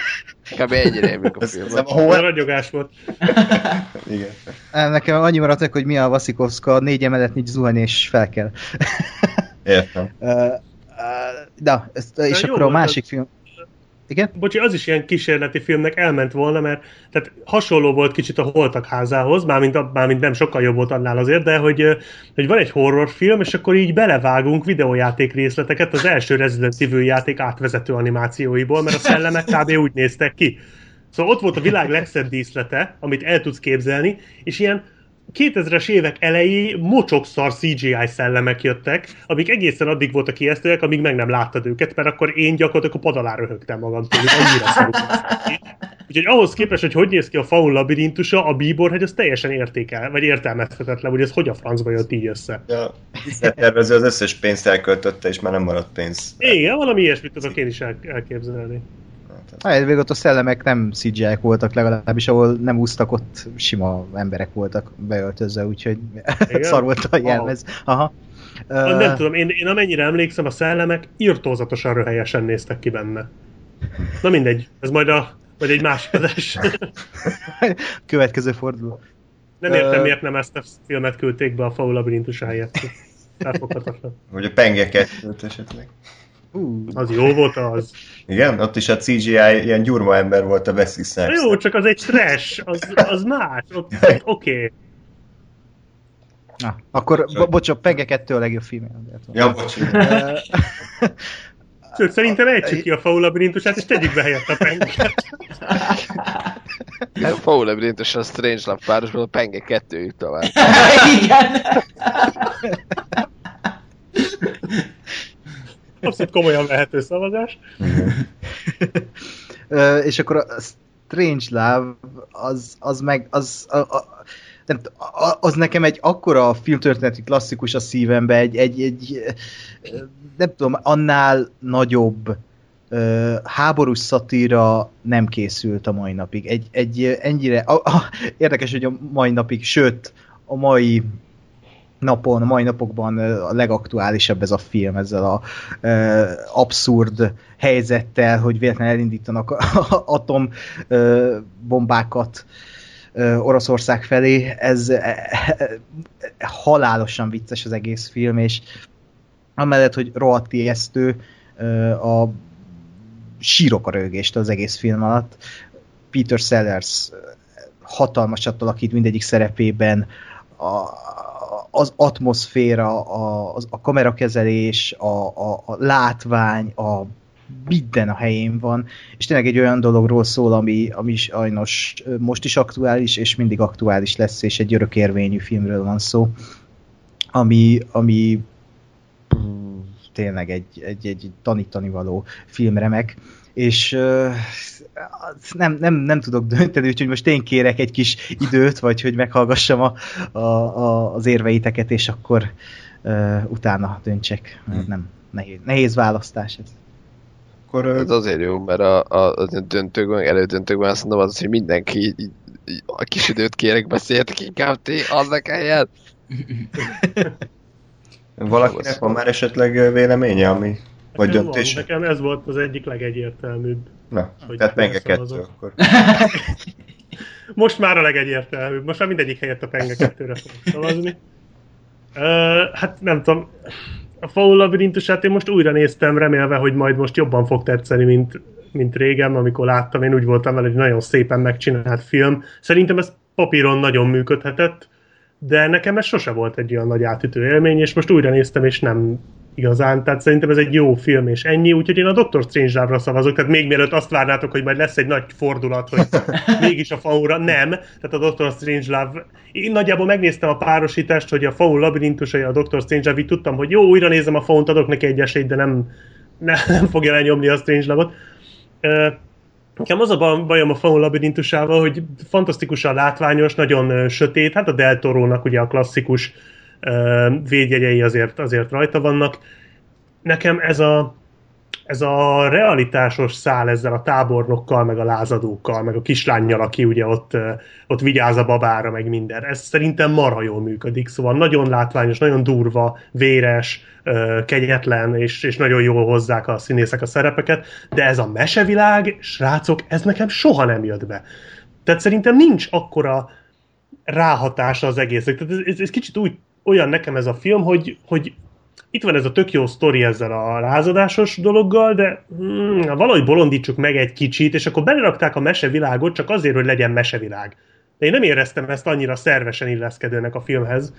Kb. Ennyire emlék a film. Ez a ragyogás volt. Igen. Nekem annyi maradt meg, hogy mi a Vasikovszka, négy emelet, nincs zuhany, és fel kell. Értem. De, ezt, és akkor a másik film... Igen? Bocsi, az is ilyen kísérleti filmnek elment volna, mert tehát hasonló volt kicsit a Holtak házához, mármint, mármint nem sokkal jobb volt annál azért, de hogy, hogy van egy horrorfilm, és akkor így belevágunk videójáték részleteket az első Resident Evil játék átvezető animációiból, mert a szellemek kb. Úgy néztek ki. Szóval ott volt a világ legszebb díszlete, amit el tudsz képzelni, és ilyen kétezres évek elejé mocsokszar cé gé í szellemek jöttek, amik egészen addig voltak ijesztőek, amíg meg nem láttad őket, mert akkor én gyakorlatilag a pad alá röhögtem magam tőlük, annyira szarul. Úgyhogy ahhoz képest, hogy hogy néz ki a faun labirintusa, a Bíborhegy az teljesen értékel, vagy értelmezhetetlen, hogy ez hogy a francba jött így össze. Ja, a tervező az összes pénzt elköltötte, és már nem maradt pénz. Igen, valami ilyesmit tudok én is el- elképzelni. Hát, végül ott a szellemek nem cé gé í-k voltak, legalábbis ahol nem úsztak, ott sima emberek voltak beöltözve, úgyhogy szar volt a jelmez. Aha. Uh, nem tudom, én, én amennyire emlékszem, a szellemek irtózatosan röhelyesen néztek ki benne. Na mindegy, ez majd, a, majd egy másik adás. Következő forduló. Nem értem, uh, miért nem ezt a filmet küldték be a faul labirintus helyett. Elfoghatatlan. Vagy a Penge kettőt esetleg. Uh, az jó volt az. Igen, ott is a cé gé í ilyen gyurma ember volt a Wesley Snipes. Jó, csak az egy trash, az, az más, oké. Okay. Na, akkor, bo- bocs, a Penge kettő a legjobb film. Ja, bocs. Sőt, szerintem ejtsük ki a faul labirintusát, és tegyük be helyett a Pengeket. A faul labirintus a Strangelove párosban, a Penge kettő jut tovább. Igen! Abszolút komolyan vehető szavazás. uh, és akkor a Strangelove az, az meg az, a, a, nem, az nekem egy akkora filmtörténeti klasszikus a szívembe, egy, egy, egy nem tudom, annál nagyobb uh, háborús szatíra nem készült a mai napig. Egy, egy ennyire, a, a, érdekes, hogy a mai napig, sőt, a mai napon, a mai napokban a legaktuálisabb ez a film, ezzel a uh, abszurd helyzettel, hogy véletlenül elindítanak atombombákat uh, Oroszország felé. Ez uh, halálosan vicces az egész film, és amellett, hogy rohadt ijesztő, uh, a sírok a rögést az egész film alatt. Peter Sellers hatalmasat alakít mindegyik szerepében, a az atmoszféra, a, a kamerakezelés, a, a, a látvány, a minden a helyén van, és tényleg egy olyan dologról szól, ami, ami sajnos most is aktuális, és mindig aktuális lesz, és egy örökérvényű filmről van szó, ami, ami tényleg egy, egy, egy tanítani való filmremek, és uh, nem, nem, nem tudok dönteni, úgyhogy most én kérek egy kis időt, vagy hogy meghallgassam a, a, a, az érveiteket, és akkor uh, utána döntsek. Hmm. Nem, nehéz, nehéz választás ez. Akkor, ez azért jó, mert a, a, a döntőkben, elődöntőkben azt mondom, az, hogy mindenki így, így, így, a kis időt kérek, beszéltek inkább ti, annak helyet. Valakinek van már esetleg véleménye, ami... Vagy nekem döntés? Van, nekem ez volt az egyik legegyértelműbb. Na, tehát Penge kettő akkor. Most már a legegyértelműbb. Most már mindegyik helyett a Penge kettőre fogok szavazni. Uh, hát nem tudom, a faul labirintusát én most újra néztem, remélve, hogy majd most jobban fog tetszeni, mint, mint régen, amikor láttam. Én úgy voltam vele, hogy nagyon szépen megcsinált film. Szerintem ez papíron nagyon működhetett, de nekem ez sose volt egy olyan nagy átütő élmény, és most újra néztem, és nem igazán, tehát szerintem ez egy jó film, és ennyi, úgyhogy én a doktor Strangelove-ra szavazok, tehát még mielőtt azt várnátok, hogy majd lesz egy nagy fordulat, hogy mégis a faulra, nem, tehát a doktor Strangelove, én nagyjából megnéztem a párosítást, hogy a faul labirintusai, a doktor Strangelove, így tudtam, hogy jó, újra nézem a faunt, adok neki egy esélyt, de nem, nem, nem fogja lenyomni a Strangelove-ot. Nekem az a bajom a faun labirintusával, hogy fantasztikusan látványos, nagyon sötét, hát a Del Torónak ugye a klasszikus uh, védjegyei azért, azért rajta vannak. Nekem ez a ez a realitásos szál ezzel a tábornokkal, meg a lázadókkal, meg a kislánnyal, aki ugye ott, ott vigyáz a babára, meg minden. Ez szerintem marha jól működik, szóval nagyon látványos, nagyon durva, véres, kegyetlen, és, és nagyon jól hozzák a színészek a szerepeket, de ez a mesevilág, srácok, ez nekem soha nem jött be. Tehát szerintem nincs akkora ráhatása az egésznek. Tehát ez, ez, ez kicsit úgy, olyan nekem ez a film, hogy, hogy itt van ez a tök jó sztori ezzel a lázadásos dologgal, de hmm, valahogy bolondítsuk meg egy kicsit, és akkor belerakták a mesevilágot csak azért, hogy legyen mesevilág. De én nem éreztem ezt annyira szervesen illeszkedőnek a filmhez.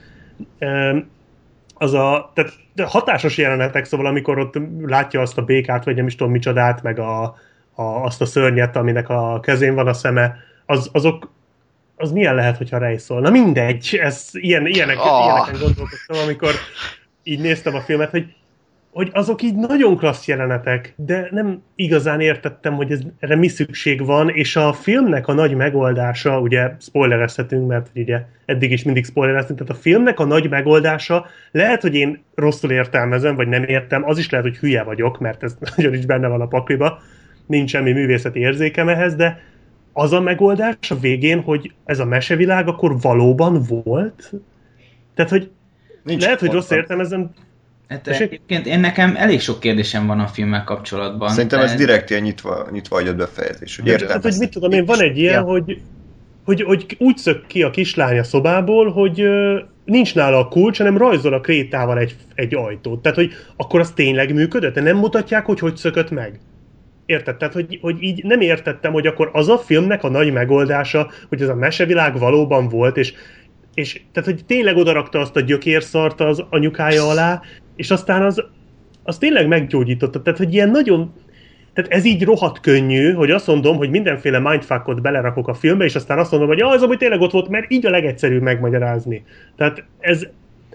Az a, tehát hatásos jelenetek, szóval amikor ott látja azt a békát, vagy nem is tudom micsodát, meg a, a, azt a szörnyet, aminek a kezén van a szeme, az, azok az milyen lehet, hogyha rejszol? Na mindegy, ez, ilyen, ilyenek, oh. ilyeneken gondolkodtam, amikor így néztem a filmet, hogy, hogy azok így nagyon klassz jelenetek, de nem igazán értettem, hogy ez, erre mi szükség van, és a filmnek a nagy megoldása, ugye spoilerezhetünk, mert ugye eddig is mindig spoilereztünk, tehát a filmnek a nagy megoldása, lehet, hogy én rosszul értelmezem, vagy nem értem, az is lehet, hogy hülye vagyok, mert ez nagyon is benne van a pakliba, nincs semmi művészeti érzékem ehhez, de az a megoldás a végén, hogy ez a mesevilág akkor valóban volt? Tehát, hogy nincs lehet, hogy rossz értelmezem. Hát egyébként én nekem elég sok kérdésem van a filmmel kapcsolatban. Szerintem ez direkt ilyen nyitva, nyitva hagyott befejezés. Hogy hát, hogy mit tudom én, van egy ilyen, ja. hogy, hogy, hogy úgy szök ki a kislány a szobából, hogy uh, nincs nála a kulcs, hanem rajzol a krétával egy, egy ajtót. Tehát, hogy akkor az tényleg működött? De nem mutatják, hogy hogy szökött meg? Érted? Tehát, hogy, hogy így nem értettem, hogy akkor az a filmnek a nagy megoldása, hogy ez a mesevilág valóban volt, és, és tehát, hogy tényleg odarakta azt a gyökérszart az anyukája alá, és aztán az, az tényleg meggyógyította. Tehát, hogy ilyen nagyon... Tehát ez így rohadt könnyű, hogy azt mondom, hogy mindenféle mindfuckot belerakok a filmbe, és aztán azt mondom, hogy ja, az amúgy tényleg ott volt, mert így a legegyszerűbb megmagyarázni. Tehát ez...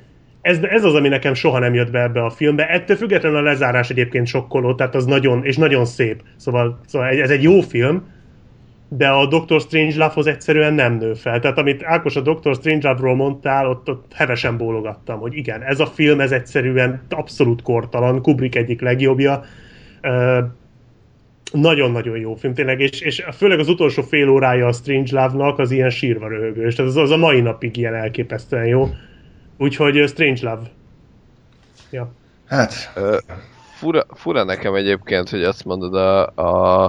Ez, ez az, ami nekem soha nem jött be ebbe a filmbe. Ettől függetlenül a lezárás egyébként sokkoló, tehát az nagyon, és nagyon szép. Szóval, szóval ez egy jó film, de a doktor Strangelove-hoz egyszerűen nem nő fel. Tehát amit Ákos a doktor Strangelove-ról mondtál, ott, ott hevesen bólogattam, hogy igen, ez a film, ez egyszerűen abszolút kortalan, Kubrick egyik legjobbja. Uh, nagyon-nagyon jó film, tényleg, és, és főleg az utolsó fél órája a Strangelove-nak az ilyen sírva röhögős. Tehát az, az a mai napig ilyen elképesztően jó. Úgyhogy uh, Strangelove. Ja. Hát... Uh, fura, fura nekem egyébként, hogy azt mondod a, a,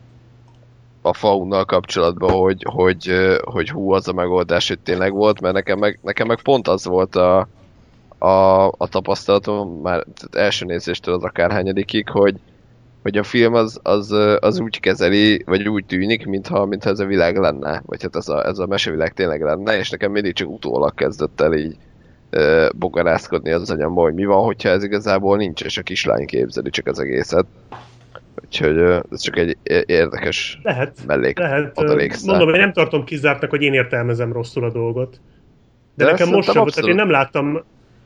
a Faunnal kapcsolatban, hogy, hogy, hogy hú, az a megoldás, hogy tényleg volt, mert nekem meg, nekem meg pont az volt a, a, a tapasztalatom, már első nézéstől az akárhányadikig, hogy, hogy a film az, az, az úgy kezeli, vagy úgy tűnik, mintha, mintha ez a világ lenne, vagy hát ez a, ez a mesevilág tényleg lenne, és nekem mindig csak utólag kezdett el így bogarászkodni az anyamban, hogy mi van, hogyha ez igazából nincs, és a kislány képzeli csak az egészet. Úgyhogy ez csak egy érdekes lehet, mellék lehet. Mondom, hogy nem tartom kizártnak, hogy én értelmezem rosszul a dolgot. De, De nekem most sem, tehát én nem láttam...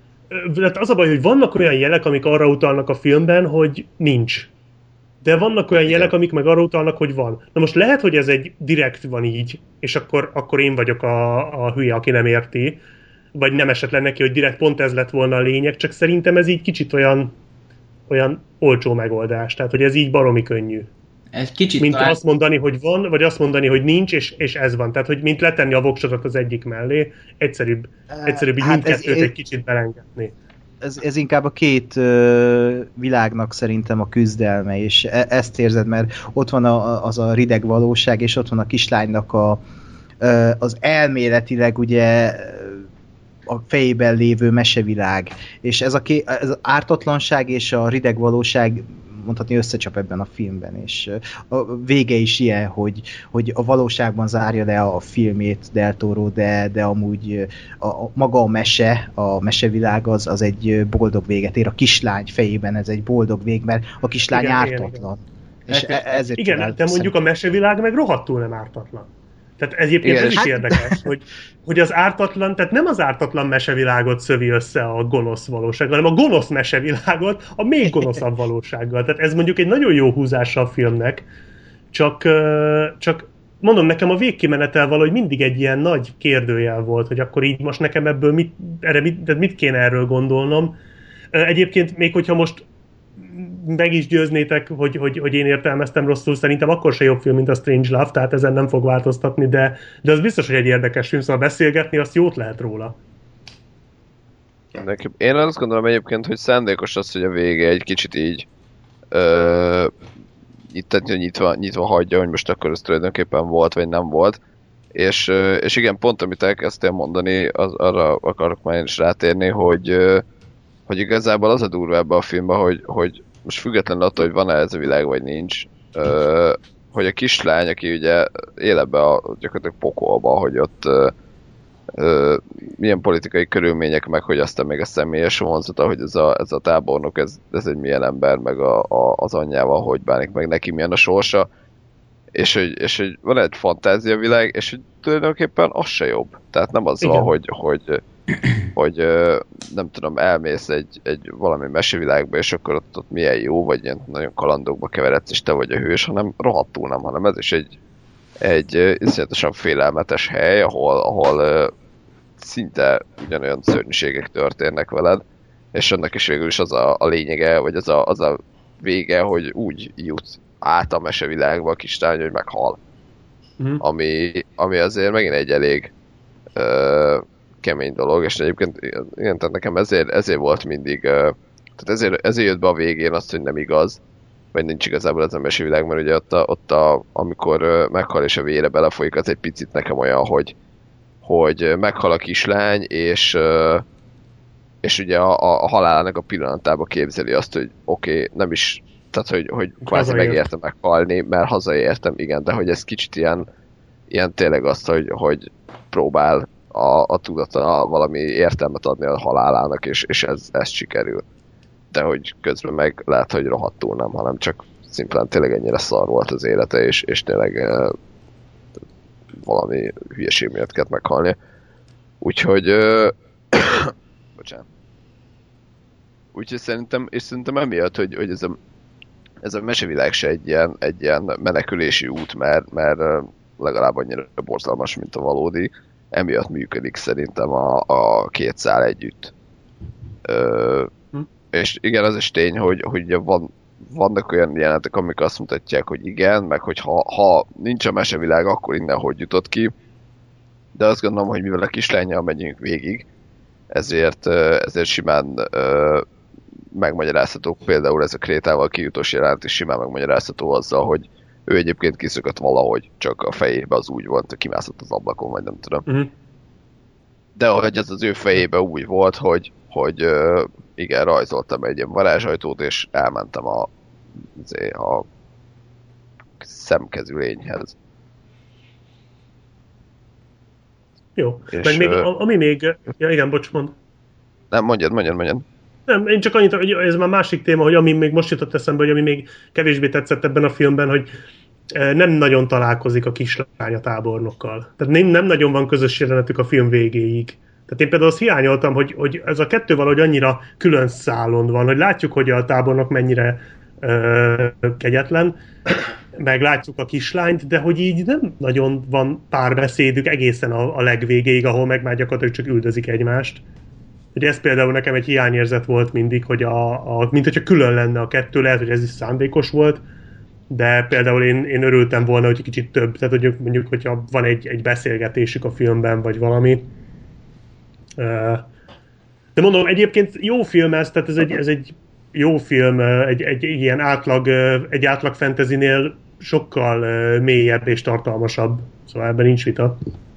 Az a baj, hogy vannak olyan jelek, amik arra utalnak a filmben, hogy nincs. De vannak olyan jelek, igen, amik meg arra utalnak, hogy van. Na most lehet, hogy ez egy direkt van így, és akkor, akkor én vagyok a, a hülye, aki nem érti, vagy nem esett le neki, hogy direkt pont ez lett volna a lényeg, csak szerintem ez így kicsit olyan, olyan olcsó megoldás. Tehát, hogy ez így baromi könnyű. Ez kicsit mint talán... azt mondani, hogy van, vagy azt mondani, hogy nincs, és, és ez van. Tehát, hogy mint letenni a voksodat az egyik mellé, egyszerűbb, egyszerűbb így hát mindkettőt egy kicsit belengedni. Ez, ez inkább a két ö, világnak szerintem a küzdelme, és e, ezt érzed, mert ott van a, az a rideg valóság, és ott van a kislánynak a, ö, az elméletileg ugye a fejében lévő mesevilág. És ez a ké, ez az ártatlanság és a rideg valóság mondhatni összecsap ebben a filmben, és a vége is ilyen, hogy, hogy a valóságban zárja le a filmét Del Toro, de, de amúgy a, a, maga a mese, a mesevilág az, az egy boldog véget ér. A kislány fejében ez egy boldog vég, mert a kislány igen, ártatlan. Igen, és e, ezért igen, de mondjuk a mesevilág meg rohadtul nem ártatlan. Tehát egyébként igen, ez is hát... érdekes, hogy, hogy az ártatlan, tehát nem az ártatlan mesevilágot szövi össze a gonosz valósággal, hanem a gonosz mesevilágot a még gonoszabb valósággal. Tehát ez mondjuk egy nagyon jó húzása a filmnek, csak, csak mondom, nekem a végkimenetel valahogy mindig egy ilyen nagy kérdőjel volt, hogy akkor így most nekem ebből mit, erre mit, tehát mit kéne erről gondolnom. Egyébként még hogyha most meg is győznétek, hogy, hogy, hogy én értelmeztem rosszul, szerintem akkor se jobb film, mint a Strangelove, tehát ezen nem fog változtatni, de, de az biztos, hogy egy érdekes film, szóval beszélgetni, azt jót lehet róla. Én azt gondolom egyébként, hogy szándékos az, hogy a vége egy kicsit így ö, itt nyitva, nyitva hagyja, hogy most akkor ez tulajdonképpen volt, vagy nem volt. És, és igen, pont amit elkezdtél mondani, az, arra akarok már én is rátérni, hogy, hogy igazából az a durva ebben a filmben, hogy, hogy most függetlenül attól, hogy van-e ez a világ, vagy nincs, hogy a kislány, aki ugye él ebbe a gyakorlatilag pokolba, hogy ott milyen politikai körülmények, meg hogy aztán még a személyes vonzata, hogy ez a, ez a tábornok, ez, ez egy milyen ember, meg a, a, az anyjával, hogy bánik, meg neki milyen a sorsa. És hogy, és hogy van egy fantáziavilág, és hogy tulajdonképpen az se jobb. Tehát nem az van, hogy, hogy, hogy nem tudom, elmész egy, egy valami mesevilágba, és akkor ott, ott milyen jó, vagy ilyen nagyon kalandokba keveredsz, és te vagy a hős, hanem rohadtul nem, hanem ez is egy, egy iszonyatosan félelmetes hely, ahol, ahol szinte ugyanolyan szörnyűségek történnek veled, és annak is végül is az a, a lényege, vagy az a, az a vége, hogy úgy jutsz át a mesevilágba a kislány, hogy meghal. Mm. Ami, ami azért megint egy elég ö, kemény dolog, és egyébként igen, tehát nekem ezért, ezért volt mindig, ö, tehát ezért, ezért jött be a végén azt, hogy nem igaz, vagy nincs igazából ez a mesevilág, mert ugye ott, a, ott a, amikor ö, meghal és a vére belefolyik, az egy picit nekem olyan, hogy, hogy meghal a kislány, és ö, és ugye a, a halálának a pillanatában képzeli azt, hogy oké, okay, nem is tehát, hogy, hogy kvázi megértem meghalni, mert hazaértem, igen, de hogy ez kicsit ilyen, ilyen tényleg azt, hogy, hogy próbál a, a tudata valami értelmet adni a halálának, és, és ez, ez sikerül. De hogy közben meg lehet, hogy rohadtul nem, hanem csak szimplán tényleg ennyire szar volt az élete, és, és tényleg eh, valami hülyeség miatt kellett meghalni. Úgyhogy eh, bocsánat. Úgyhogy szerintem, és szerintem emiatt, hogy, hogy ez a ez a mesevilág se egy ilyen, egy ilyen menekülési út, mert, mert legalább annyira borzalmas, mint a valódi. Emiatt működik szerintem a, a két szál együtt. Ö, hm. És igen, az is tény, hogy, hogy van, vannak olyan jelenetek, amik azt mutatják, hogy igen, meg hogy ha, ha nincs a mesevilág, akkor innen hogy jutott ki. De azt gondolom, hogy mivel a kislánnyal megyünk végig, ezért, ezért simán megmagyarázható, például ez a Krétával kijutós jelent is simán megmagyarázható azzal, hogy ő egyébként kiszökött valahogy, csak a fejében az úgy volt, hogy kimászott az ablakon, vagy nem tudom. Uh-huh. De hogy ez az ő fejében úgy volt, hogy, hogy igen, rajzoltam egy ilyen varázsajtót, és elmentem a, a szemkezű lényhez. Jó, és meg még, ami még... Ja, igen, bocs, mond. Nem, mondjad, mondjad, mondjad. Nem, én csak annyit, hogy ez már másik téma, hogy ami még most jutott eszembe, hogy ami még kevésbé tetszett ebben a filmben, hogy nem nagyon találkozik a kislány a tábornokkal. Tehát nem, nem nagyon van közös jelenetük a film végéig. Tehát én például azt hiányoltam, hogy, hogy ez a kettő valahogy annyira külön szálon van, hogy látjuk, hogy a tábornok mennyire ö, kegyetlen, meg látjuk a kislányt, de hogy így nem nagyon van párbeszédük egészen a, a legvégéig, ahol meg már gyakorlatilag csak üldözik egymást. Ugye ez például nekem egy hiányérzet volt mindig, hogy a, a, mint hogyha külön lenne a kettő, lehet, hogy ez is szándékos volt, de például én, én örültem volna, hogy kicsit több, tehát hogy mondjuk, hogyha van egy, egy beszélgetésük a filmben, vagy valami. De mondom, egyébként jó film ez, tehát ez egy, ez egy jó film, egy, egy ilyen átlag, egy átlag fantasynél sokkal mélyebb és tartalmasabb, szóval ebben nincs vita.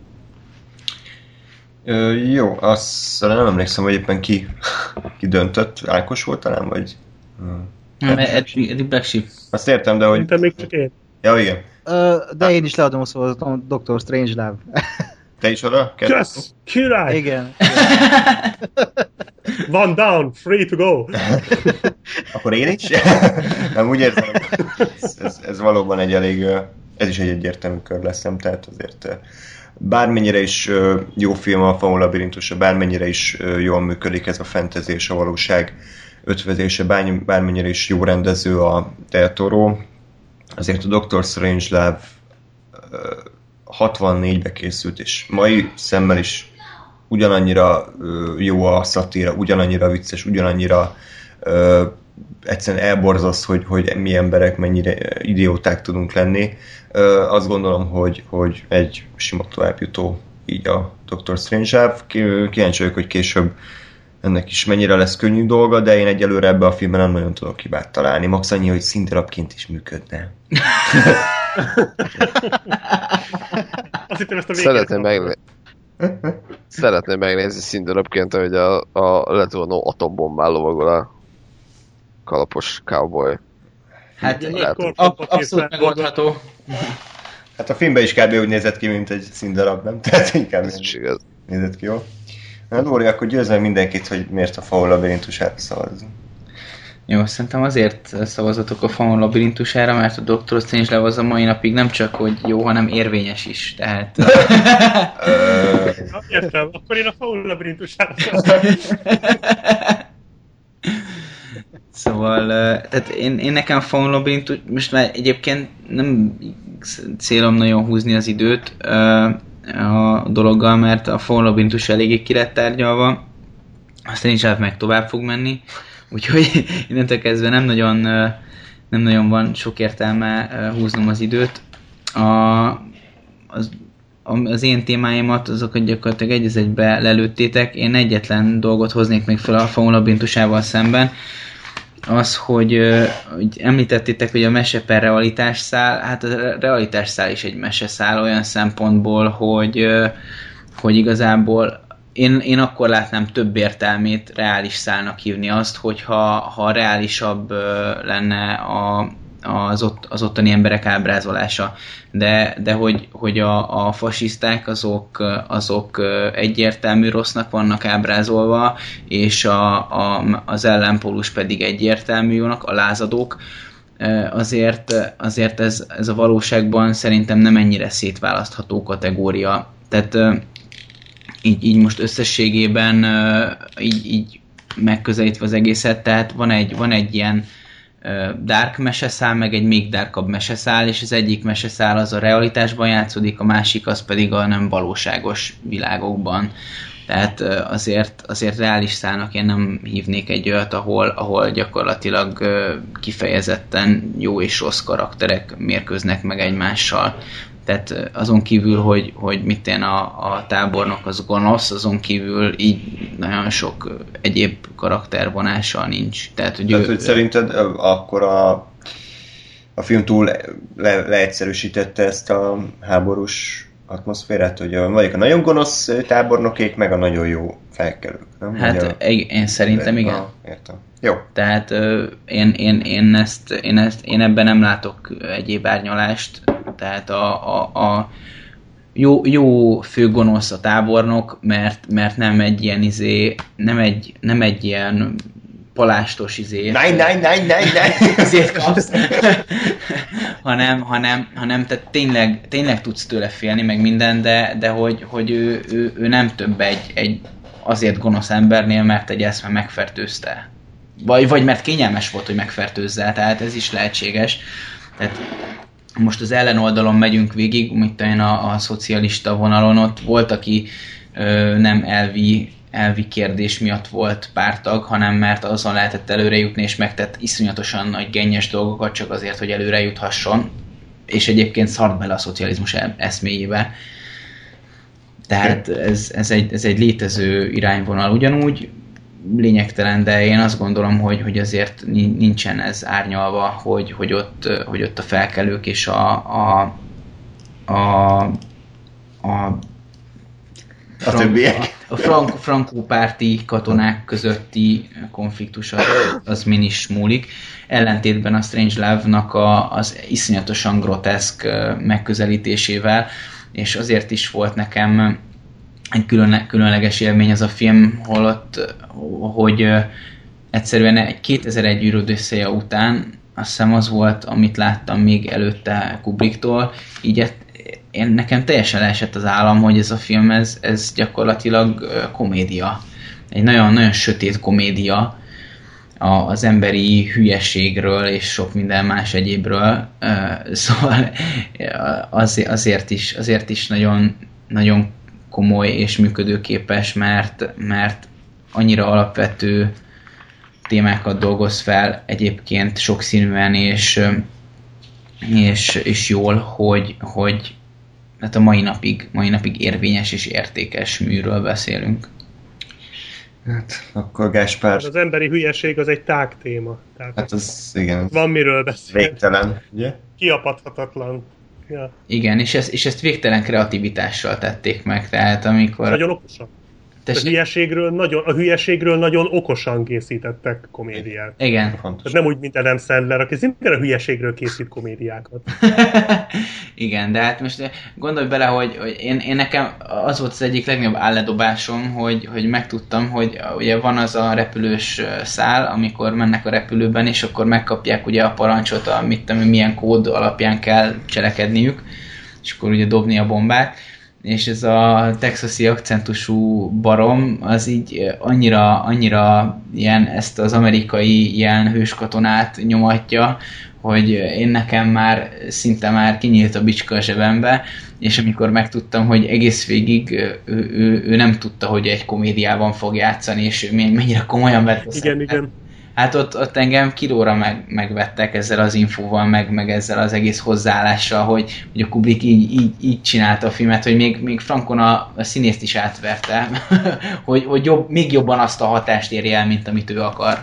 Ö, jó, azt nem emlékszem, hogy éppen ki, ki döntött. Ákos volt talán, vagy... Nem, Eddie Black Sheep. Azt értem, de hogy... Te még csak én. Ja, igen. Ö, de én is leadom a szót, a doktor Strangelove. Te is oda? Kösz! Király! Igen. One down, free to go! Akkor én is? Nem, úgy érzem, ez, ez, ez valóban egy elég... Ez is egy egyértelmű kör leszem, tehát azért... Bármennyire is jó film a Faun labirintusa, bármennyire is jól működik ez a fantasy és a valóság ötvözése, bármennyire is jó rendező a Del Toro, azért a doktor Strangelove hatvannégybe készült, és mai szemmel is ugyanannyira jó a szatíra, ugyanannyira vicces, ugyanannyira egyszerűen elborzaszt, hogy, hogy mi emberek mennyire idióták tudunk lenni. Ö, azt gondolom, hogy, hogy egy sima továbbjutó így a doktor Strange-áv. Kíváncsi vagyok, hogy később ennek is mennyire lesz könnyű dolga, de én egyelőre ebbe a filmben nem nagyon tudok hibát találni. Max annyi, hogy színdarabként is működne. Azt hittem, ezt a Szeretném megnézni. Szeretném megnézni színdarabként, hogy a, a lezuhanó atombombán lovagol a kalapos cowboy. Hát ab, abszolút megoldható. Hát a filmben is kb. Úgy nézett ki, mint egy színdarab, nem? Tehát inkább nézett ki jól. Na, Lóri, akkor győzzel mindenkit, hogy miért a Faun labirintusára szavazzunk. Jó, szerintem azért szavazatok a Faun labirintusára, mert a doktor Strange az a mai napig nem csak, hogy jó, hanem érvényes is, tehát... Értem, akkor én a Faun labirintusára szavazzunk. Szóval, tehát én, én nekem a Faun labirintus, most már egyébként nem célom nagyon húzni az időt a dologgal, mert a Faun labirintus eléggé ki lett tárgyalva, a Strange meg tovább fog menni, úgyhogy innentől kezdve nem nagyon, nem nagyon van sok értelme húznom az időt. A, az, az én témáimat, azokat gyakorlatilag egy az egybe lelőttétek. Én egyetlen dolgot hoznék még fel a Faun labirintusával szemben, az, hogy, hogy említettétek, hogy a mese per realitásszál, hát a realitásszál is egy meseszál olyan szempontból, hogy, hogy igazából én, én akkor látnám több értelmét reális szálnak hívni azt, hogyha ha reálisabb lenne a, az, ott, az ottani emberek ábrázolása. De, de hogy, hogy a, a fasiszták azok, azok egyértelmű rossznak vannak ábrázolva, és a, a, az ellenpólus pedig egyértelmű jónak, a lázadók, azért, azért ez, ez a valóságban szerintem nem ennyire szétválasztható kategória. Tehát így, így most összességében így, így megközelítve az egészet, tehát van egy, van egy ilyen dark meseszál, meg egy még darkabb meseszál, és az egyik meseszál az a realitásban játszódik, a másik az pedig a nem valóságos világokban. Tehát azért, azért reális szálnak én nem hívnék egy olyat, ahol, ahol gyakorlatilag kifejezetten jó és rossz karakterek mérkőznek meg egymással. Tehát azon kívül, hogy, hogy mit én a, a tábornok az gonosz, azon kívül így nagyon sok egyéb karaktervonással nincs. Tehát, hogy, Tehát, ő, hogy szerinted akkor a, a film túl le, leegyszerűsítette ezt a háborús atmoszférát, hogy vagyok a nagyon gonosz tábornokék, meg a nagyon jó felkelők. Nem? Hát a... én szerintem igen. Ah, értem. Jó. Tehát én, én, én, ezt, én, ezt, én ebben nem látok egyéb árnyalást. Tehát a, a, a jó, jó főgonosz a tábornok, mert, mert nem egy ilyen izé, nem egy, nem egy ilyen palástos izé. Nein, nein, nein, nein, nein. Ezért kapsz. hanem, hanem, hanem tehát tényleg, tényleg tudsz tőle félni, meg minden, de, de hogy, hogy ő, ő, ő nem több egy, egy azért gonosz embernél, mert egy eszme megfertőzte. Vagy, vagy mert kényelmes volt, hogy megfertőzze, tehát ez is lehetséges. Tehát most az ellenoldalon megyünk végig, mint olyan a, a szocialista vonalon, ott volt, aki ö, nem elvi, elvi kérdés miatt volt pártag, hanem mert azon lehetett előre jutni, és megtett iszonyatosan nagy gennyes dolgokat csak azért, hogy előre juthasson, és egyébként szart bele a szocializmus eszméjébe. Tehát ez, ez, egy, ez egy létező irányvonal ugyanúgy, lényegtelen, de én azt gondolom, hogy, hogy azért nincsen ez árnyalva, hogy, hogy, ott, hogy ott a felkelők és a a a, a a többiek. A, a frank, frankópárti katonák közötti konfliktus az, az min is múlik. Ellentétben a Strangelove-nak a, az iszonyatosan groteszk megközelítésével, és azért is volt nekem egy külön, különleges élmény az a film, holott, hogy egyszerűen egy kétezer-egy űr Odüsszeja után, azt hiszem az volt, amit láttam még előtte Kubricktól, így én, nekem teljesen leesett az állam, hogy ez a film, ez, ez gyakorlatilag komédia. Egy nagyon-nagyon sötét komédia az emberi hülyeségről és sok minden más egyébről. Szóval azért is, azért is nagyon, nagyon komoly és működőképes, mert, mert annyira alapvető témákat dolgoz fel egyébként sokszínűen és, és, és jól, hogy, hogy hát a mai napig, mai napig érvényes és értékes műről beszélünk. Hát, akkor Gáspár... Az emberi hülyeség az egy tág téma. Tehát hát az, igen. Van miről beszélni. Végtelen, ugye? Kiapadhatatlan. Ja. Igen, és ezt, és ezt végtelen kreativitással tették meg, tehát amikor... Nagyon okosan. A hülyeségről, nagyon, a hülyeségről nagyon okosan készítettek komédiát. Igen. Tehát nem úgy, mint Adam Sandler, aki szintén a hülyeségről készít komédiákat. Igen, de hát most gondolj bele, hogy, hogy én, én nekem az volt az egyik legnagyobb álledobásom, hogy, hogy megtudtam, hogy ugye van az a repülős szál, amikor mennek a repülőben, és akkor megkapják ugye a parancsot, a, mit tudom, milyen kód alapján kell cselekedniük, és akkor ugye dobni a bombát. És ez a texasi akcentusú barom, az így annyira, annyira ilyen, ezt az amerikai ilyen hőskatonát nyomatja, hogy én nekem már szinte már kinyílt a bicska a zsebembe, és amikor megtudtam, hogy egész végig ő, ő, ő nem tudta, hogy egy komédiában fog játszani, és ő mennyire komolyan vett a Igen, igen. Hát ott, ott engem kilóra meg, megvettek ezzel az infóval, meg, meg ezzel az egész hozzáállással, hogy, hogy a Kubrick így, így, így csinálta a filmet, hogy még, még frankon a, a színészt is átverte, hogy, hogy jobb, még jobban azt a hatást érje el, mint amit ő akar.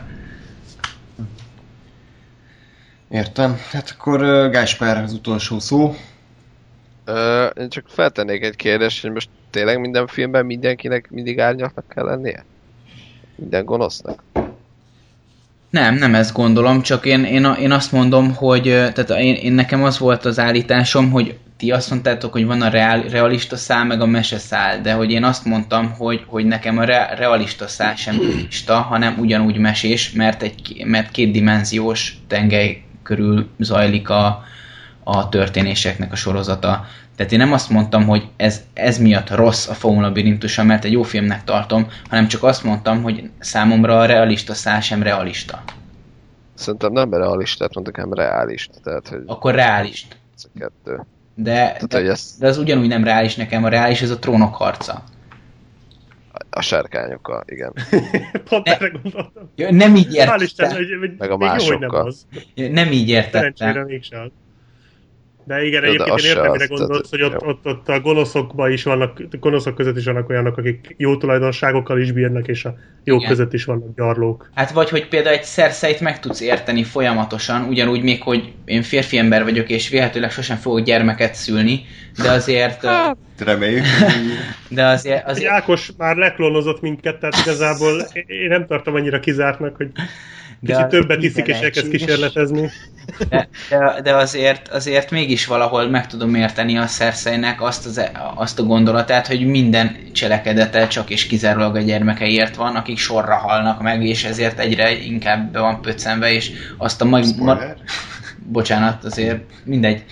Értem. Hát akkor Gáspár az utolsó szó. Ö, én csak feltennék egy kérdést, hogy most tényleg minden filmben mindenkinek mindig árnyaltnak kell lennie? Minden gonosznak? Nem, nem ezt gondolom, csak én, én, én azt mondom, hogy tehát én, én nekem az volt az állításom, hogy ti azt mondtátok, hogy van a reál, realista szál, meg a mese szál, de hogy én azt mondtam, hogy, hogy nekem a re, realista szál sem realista, hanem ugyanúgy mesés, mert, egy, mert kétdimenziós tengely körül zajlik a, a történéseknek a sorozata. Tehát én nem azt mondtam, hogy ez, ez miatt rossz a Faun labirintusa, mert egy jó filmnek tartom, hanem csak azt mondtam, hogy számomra a realista szál sem realista. Szerintem nem realistát mondok, hanem realist. Tehát, hogy akkor realist. Ez a kettő. De, Tehát, de, ezt... de az ugyanúgy nem reális nekem, a reális ez a Trónok harca. A, a sárkányokkal, igen. Pont ne, erre gondoltam. Nem így értettem. Isten, hogy, hogy meg a másokkal. Jó, nem, az. nem így értettem. Szerencsére mégse az. De igen, Jó, egyébként én értem, mire az, gondolsz, hogy ott, ott, ott a gonoszokban is vannak, gonoszok között is vannak olyanok, akik jó tulajdonságokkal is bírnak, és a jók igen. között is vannak gyarlók. Hát vagy, hogy például egy Cerseit meg tudsz érteni folyamatosan, ugyanúgy még, hogy én férfi ember vagyok, és véletlenül sosem fogok gyermeket szülni, de azért... Hát, reméljük. De azért... azért... Ákos már leklónozott minket, tehát igazából én nem tartom annyira kizártnak, hogy kicsit többet iszik és elkezd kísérletezni. De, de, de azért, azért mégis valahol meg tudom érteni a Cerseinek azt, az, azt a gondolatát, hogy minden cselekedete csak és kizárólag a gyermekeiért van, akik sorra halnak meg, és ezért egyre inkább be van pöccenve, és azt a mag... Ma... Bocsánat, azért mindegy.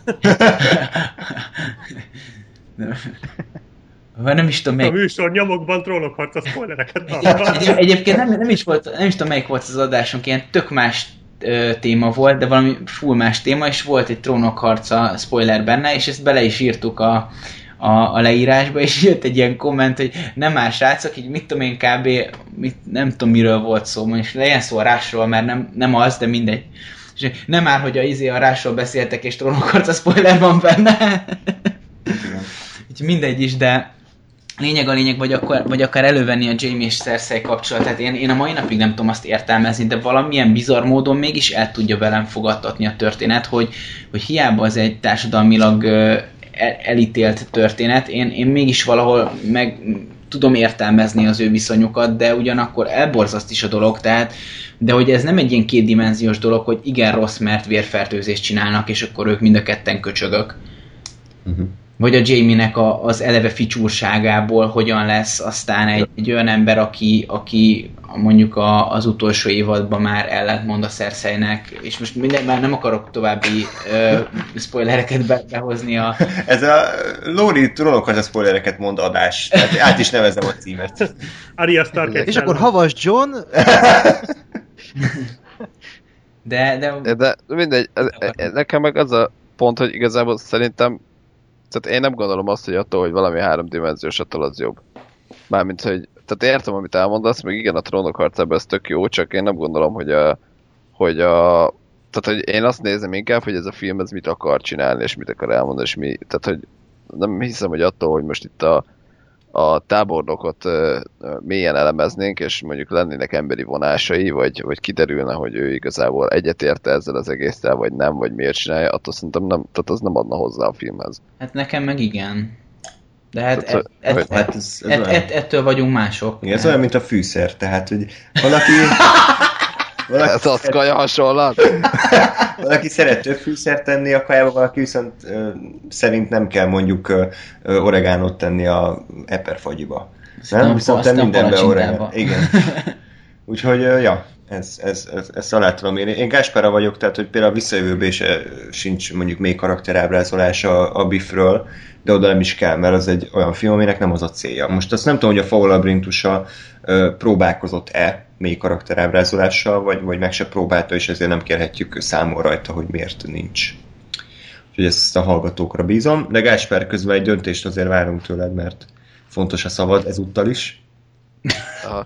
Nem is tudom, melyik... A műsor nyomokban Trónok harca spoilereket egy, Egyébként nem, nem, is volt, nem is tudom, melyik volt az adásunk, ilyen tök más ö, téma volt, de valami full más téma, és volt egy Trónok harca spoiler benne, és ezt bele is írtuk a, a, a leírásba, és jött egy ilyen komment, hogy nem már srácok, így mit tudom én kb. Mit, nem tudom miről volt szó, és legyen szó a Rásról, mert nem, nem az, de mindegy. És nem már, hogy a, izé a Rásról beszéltek, és Trónok harca spoiler van benne. Úgyhogy mindegy is, de lényeg a lényeg, vagy, akkor, vagy akár elővenni a Jaime és Cersei kapcsolatát. Én, én a mai napig nem tudom azt értelmezni, de valamilyen bizarr módon mégis el tudja velem fogadtatni a történet, hogy, hogy hiába az egy társadalmilag el, elítélt történet, én, én mégis valahol meg tudom értelmezni az ő viszonyukat, de ugyanakkor elborzaszt is a dolog, tehát de hogy ez nem egy ilyen kétdimenziós dolog, hogy igen rossz, mert vérfertőzést csinálnak, és akkor ők mind a ketten köcsögök. Uh-huh. Vagy a Jaime-nek a, az eleve ficsúrságából hogyan lesz aztán egy, egy olyan ember, aki, aki mondjuk a, az utolsó évadban már ellentmond a Cerseinek, és most minden, már nem akarok további uh, spoilereket be, behozni a... Ez a Lóri Trónok harca spoilereket mond adás, tehát át is nevezem a címet. Arya Stark. És akkor Havas John... de, de... de mindegy, nekem meg az a pont, hogy igazából szerintem tehát én nem gondolom azt, hogy attól, hogy valami háromdimenziós, attól az jobb. Mármint, hogy tehát értem, amit elmondasz, meg igen, a Trónok harcában ez tök jó, csak én nem gondolom, hogy a, hogy a tehát, hogy én azt nézem inkább, hogy ez a film ez mit akar csinálni, és mit akar elmondani, és mi, tehát, hogy nem hiszem, hogy attól, hogy most itt a, a tábornokot uh, mélyen elemeznénk, és mondjuk lennének emberi vonásai, vagy, vagy kiderülne, hogy ő igazából egyetérte ezzel az egésszel, vagy nem, vagy miért csinálja, attól szerintem nem, tehát az nem adna hozzá a filmhez. Hát nekem meg igen. De hát, tehát, et, et, hát ez, ez et, et, ettől vagyunk mások. Igen, ez olyan, mint a fűszer, tehát, hogy valaki... valaki ez az kaja hasonlat? Valaki szeret több fűszert tenni a kajába, valaki viszont ö, szerint nem kell mondjuk ö, ö, oregánot tenni a eperfagyiba. Nem? Viszont te mindenbe oregánot. Igen. Úgyhogy, ö, ja, ez, ez, ez, ezt alá tudom én. Én Gáspára vagyok, tehát, hogy például a Visszajövőben is sincs mondjuk még karakterábrázolás a, a Biffről, de oda nem is kell, mert az egy olyan film, aminek nem az a célja. Most azt nem tudom, hogy a Faul Labirintusa próbálkozott-e még karakterábrázolással, vagy, vagy meg se próbálta, és ezért nem kérhetjük számon rajta, hogy miért nincs. Úgyhogy ezt a hallgatókra bízom, de Gáspár, közben egy döntést azért várunk tőled, mert fontos a szavad ezúttal is. Aha.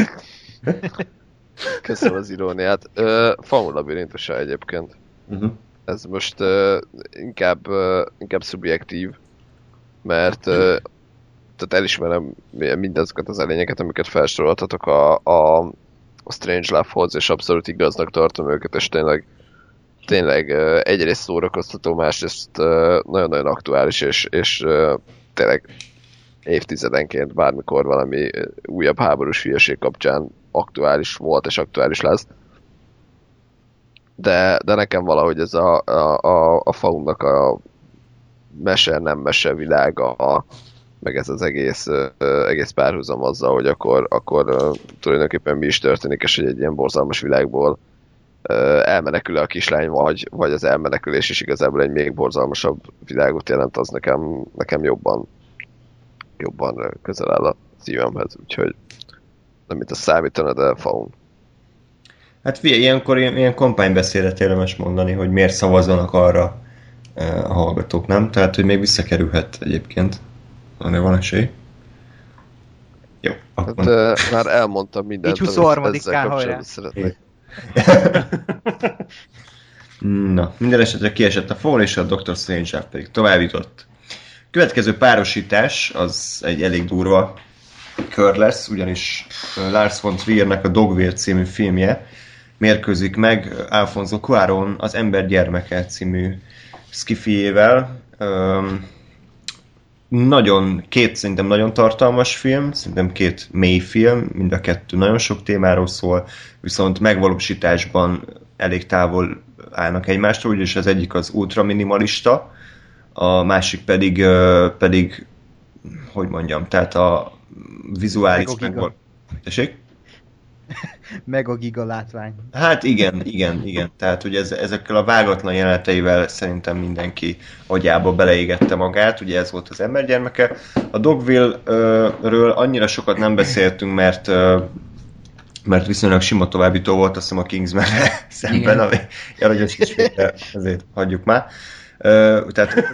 Köszönöm az iróniát. Faul Labirintusa egyébként. Uh-huh. Ez most uh, inkább, uh, inkább szubjektív, mert uh, tehát elismerem mindazokat az elényeket, amiket felsoroltatok a, a, a Strangelove-hoz, és abszolút igaznak tartom őket, és tényleg, tényleg uh, egyrészt szórakoztató, másrészt uh, nagyon-nagyon aktuális, és, és uh, tényleg évtizedenként bármikor valami újabb háborús hülyeség kapcsán aktuális volt, és aktuális lesz. De, de nekem valahogy ez a, a, a, a Faunnak a mese, nem mese világa, a, meg ez az egész, uh, egész párhuzam azzal, hogy akkor, akkor uh, tulajdonképpen mi is történik, és hogy egy ilyen borzalmas világból uh, elmenekül a kislány, vagy, vagy az elmenekülés is igazából egy még borzalmasabb világot jelent, az nekem, nekem jobban, jobban közel áll a szívemhez, úgyhogy nem mint a számítana, de Faun. Hát figyelj, ilyenkor ilyen, ilyen kampánybeszédet érdemes mondani, hogy miért szavazzanak arra e, a hallgatók, nem? Tehát, hogy még visszakerülhet egyébként. Arra van esély. Jó, akkor... Hát, uh, már elmondtam mindent, így huszonharmadikán hajrá. Szeretnék. Na, minden esetre kiesett a Faun, és a doktor Strangelove pedig tovább jutott. Következő párosítás az egy elég durva kör lesz, ugyanis Lars von Triernek a Dogville című filmje mérkőzik meg Alfonso Cuarón az Ember gyermeke című szkifijével. Um, nagyon, két szerintem nagyon tartalmas film, szerintem két mély film, mind a kettő nagyon sok témáról szól, viszont megvalósításban elég távol állnak egymástól, úgyis az egyik az ultra minimalista, a másik pedig, pedig hogy mondjam, tehát a vizuális megval... Tessék? Meg a giga látvány. Hát igen, igen, igen. Tehát, hogy ez, ezekkel a vágatlan jeleneteivel szerintem mindenki agyába beleégette magát, ugye ez volt az embergyermeke. A Dogville-ről annyira sokat nem beszéltünk, mert mert viszonylag sima továbbító volt, azt hiszem a Kingsman-re szemben, ami aranyos kis vétel, ezért hagyjuk már. Uh, tehát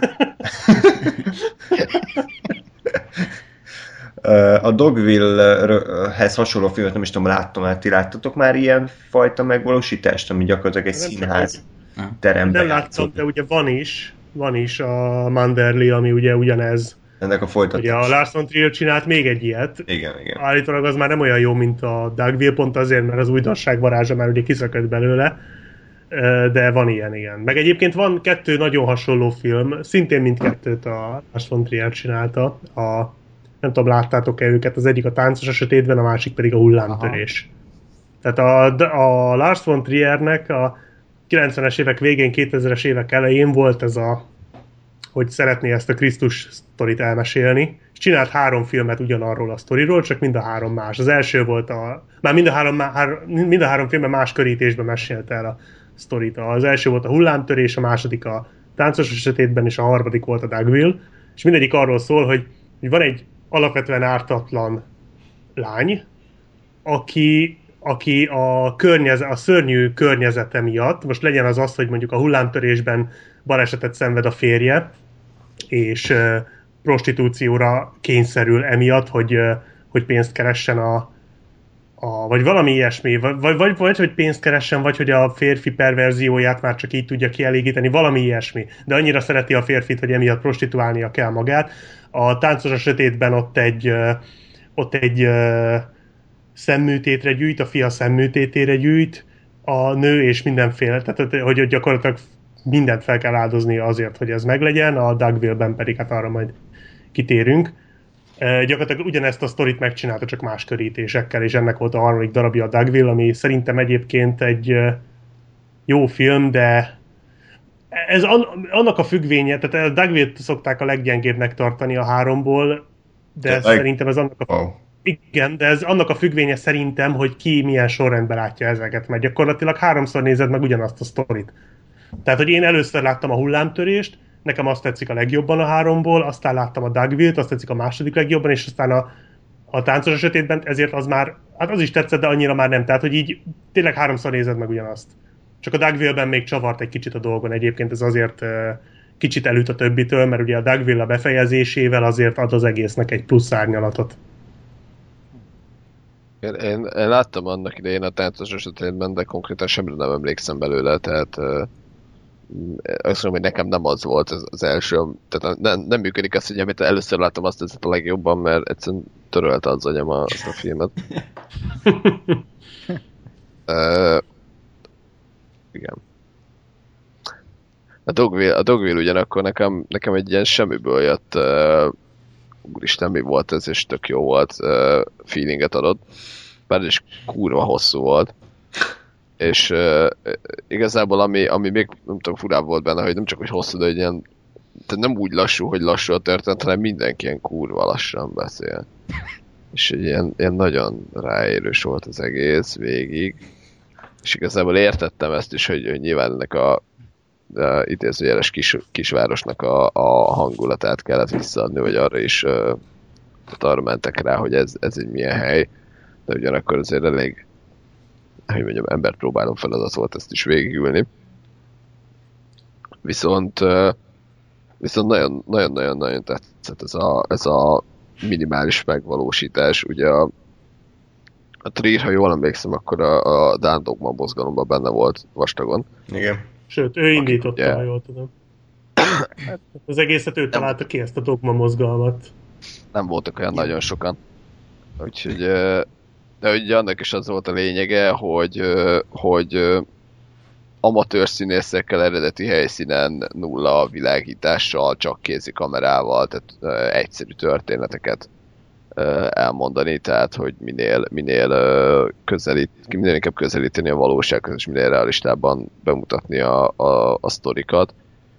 uh, a Dogville-hez hasonló filmet nem is tudom, láttam, hát ti láttatok már ilyen fajta megvalósítást, ami gyakorlatilag egy nem színház teremben. Nem láttam, de ugye van is, van is a Manderley, ami ugye ugyanez. Ennek a folytatás. Ugye a Lars von Trier csinált még egy ilyet. Igen, igen. Állítólag az már nem olyan jó, mint a Dogville, pont azért, mert az újdonság varázsa már ugye kiszakadt belőle. De van ilyen, igen. Meg egyébként van kettő nagyon hasonló film, szintén mindkettőt a Lars von Trier csinálta. A, nem tudom, láttátok-e őket, az egyik a Táncos a sötétben, a másik pedig a Hullámtörés. Aha. Tehát a, a Lars von Triernek a kilencvenes évek végén, kétezres évek elején volt ez a, hogy szeretné ezt a Krisztus sztorit elmesélni, és csinált három filmet ugyanarról a sztoriról, csak mind a három más. Az első volt a... Már mind a három, már, mind a három filmben más körítésben mesélte el a sztorit. Az első volt a Hullámtörés, a második a Táncos a sötétben, és a harmadik volt a Dogville, és mindegyik arról szól, hogy, hogy van egy alapvetően ártatlan lány, aki, aki a, környeze, a szörnyű környezete miatt, most legyen az az, hogy mondjuk a Hullámtörésben balesetet szenved a férje, és uh, prostitúcióra kényszerül emiatt, hogy, uh, hogy pénzt keressen a, a vagy valami ilyesmi, vagy, vagy, vagy hogy pénzt keressen, vagy hogy a férfi perverzióját már csak így tudja kielégíteni, valami ilyesmi. De annyira szereti a férfit, hogy emiatt prostituálnia kell magát. A Táncos a sötétben ott egy, ott egy szemműtétre gyűjt, a fia szemműtétére gyűjt, a nő és mindenféle, tehát hogy gyakorlatilag mindent fel kell áldozni azért, hogy ez meglegyen, a Dugville-ben pedig hát arra majd kitérünk. E, gyakorlatilag ugyanezt a sztorit megcsinálta, csak más körítésekkel, és ennek volt a harmadik darabja, a Dugville, ami szerintem egyébként egy jó film, de ez annak a függvénye, tehát a Dugville-t szokták a leggyengébbnek tartani a háromból, de ez szerintem ez annak a... Oh. Igen, de ez annak a függvénye szerintem, hogy ki milyen sorrendben látja ezeket, mert gyakorlatilag háromszor nézed meg ugyanazt a sztorit. Tehát, hogy én először láttam a hullámtörést, nekem azt tetszik a legjobban a háromból, aztán láttam a Dugville-t, azt tetszik a második legjobban, és aztán a, a Táncos a sötétben, ezért az már, hát az is tetszett, de annyira már nem. Tehát, hogy így tényleg háromszor nézed meg ugyanazt. Csak a Dugville-ben még csavart egy kicsit a dolgon, egyébként ez azért uh, kicsit elüt a többitől, mert ugye a Dugville a befejezésével azért ad az egésznek egy plusz árnyalatot. Én, én, én láttam annak idején a Táncos a sötétben, de konkrétan semmire nem emlékszem belőle, tehát uh, azt mondom, hogy nekem nem az volt az, az első, tehát nem, nem működik az, hogy amit először láttam, azt tetszett a legjobban, mert egyszerűen törölte az agyam a, azt a filmet. uh, igen. A Dogville, a Dogville ugyanakkor nekem, nekem egy ilyen semmiből jött, uh, úristen, mi volt ez, és tök jó volt, uh, feelinget adott. Bár is kurva hosszú volt. És uh, igazából ami, ami még nem tudom, furább volt benne, hogy nem csak hogy hosszú, de hogy ilyen, tehát nem úgy lassú, hogy lassú a történet, hanem mindenki ilyen kurva lassan beszél. És egy ilyen, ilyen nagyon ráérős volt az egész végig. És igazából értettem ezt is, hogy, hogy nyilván ennek a, a idézőjeles kis, kisvárosnak a, a hangulatát kellett visszaadni, vagy arra is uh, arra mentek rá, hogy ez, ez egy milyen hely. De ugyanakkor azért elég, hogy mondjam, embert próbálom feladat volt ezt is végigülni. Viszont viszont nagyon-nagyon-nagyon tetszett ez a, ez a minimális megvalósítás. Ugye a, a Trier, ha jól emlékszem, akkor a, a Dán Dogma mozgalomban benne volt vastagon. Igen. Sőt, ő indította, ugye... ha jól tudom. Az egészet ő találta ki, ezt a Dogma mozgalmat. Nem voltak olyan ja. nagyon sokan. Úgyhogy... De ugye annak is az volt a lényege, hogy, hogy amatőr színészekkel eredeti helyszínen nulla világítással, csak kézi kamerával, tehát egyszerű történeteket elmondani, tehát hogy minél, minél, közelít, minél inkább közelíteni a valósághoz, és minél realistában bemutatni a, a, a sztorikat.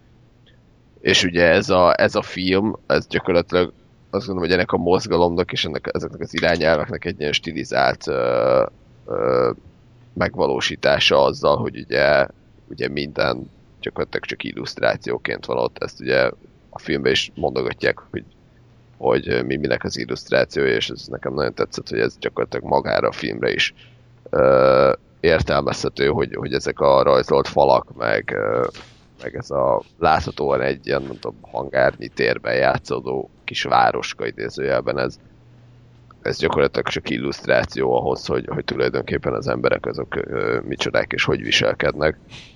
És ugye ez a, ez a film, ez gyakorlatilag azt gondolom, hogy ennek a mozgalomnak és ennek, ezeknek az irányelveknek egy ilyen stilizált ö, ö, megvalósítása azzal, hogy ugye, ugye minden gyakorlatilag csak illusztrációként van ott. Ezt ugye a filmben is mondogatják, hogy, hogy mi minek az illusztrációja, és ez nekem nagyon tetszett, hogy ez gyakorlatilag magára a filmre is ö, értelmezhető, hogy, hogy ezek a rajzolt falak, meg, ö, meg ez a láthatóan egy ilyen, nem tudom, hangárnyi térben játszódó kis városka idézőjelben, ez, ez gyakorlatilag csak illusztráció ahhoz, hogy, hogy tulajdonképpen az emberek azok uh, micsodák és hogy viselkednek.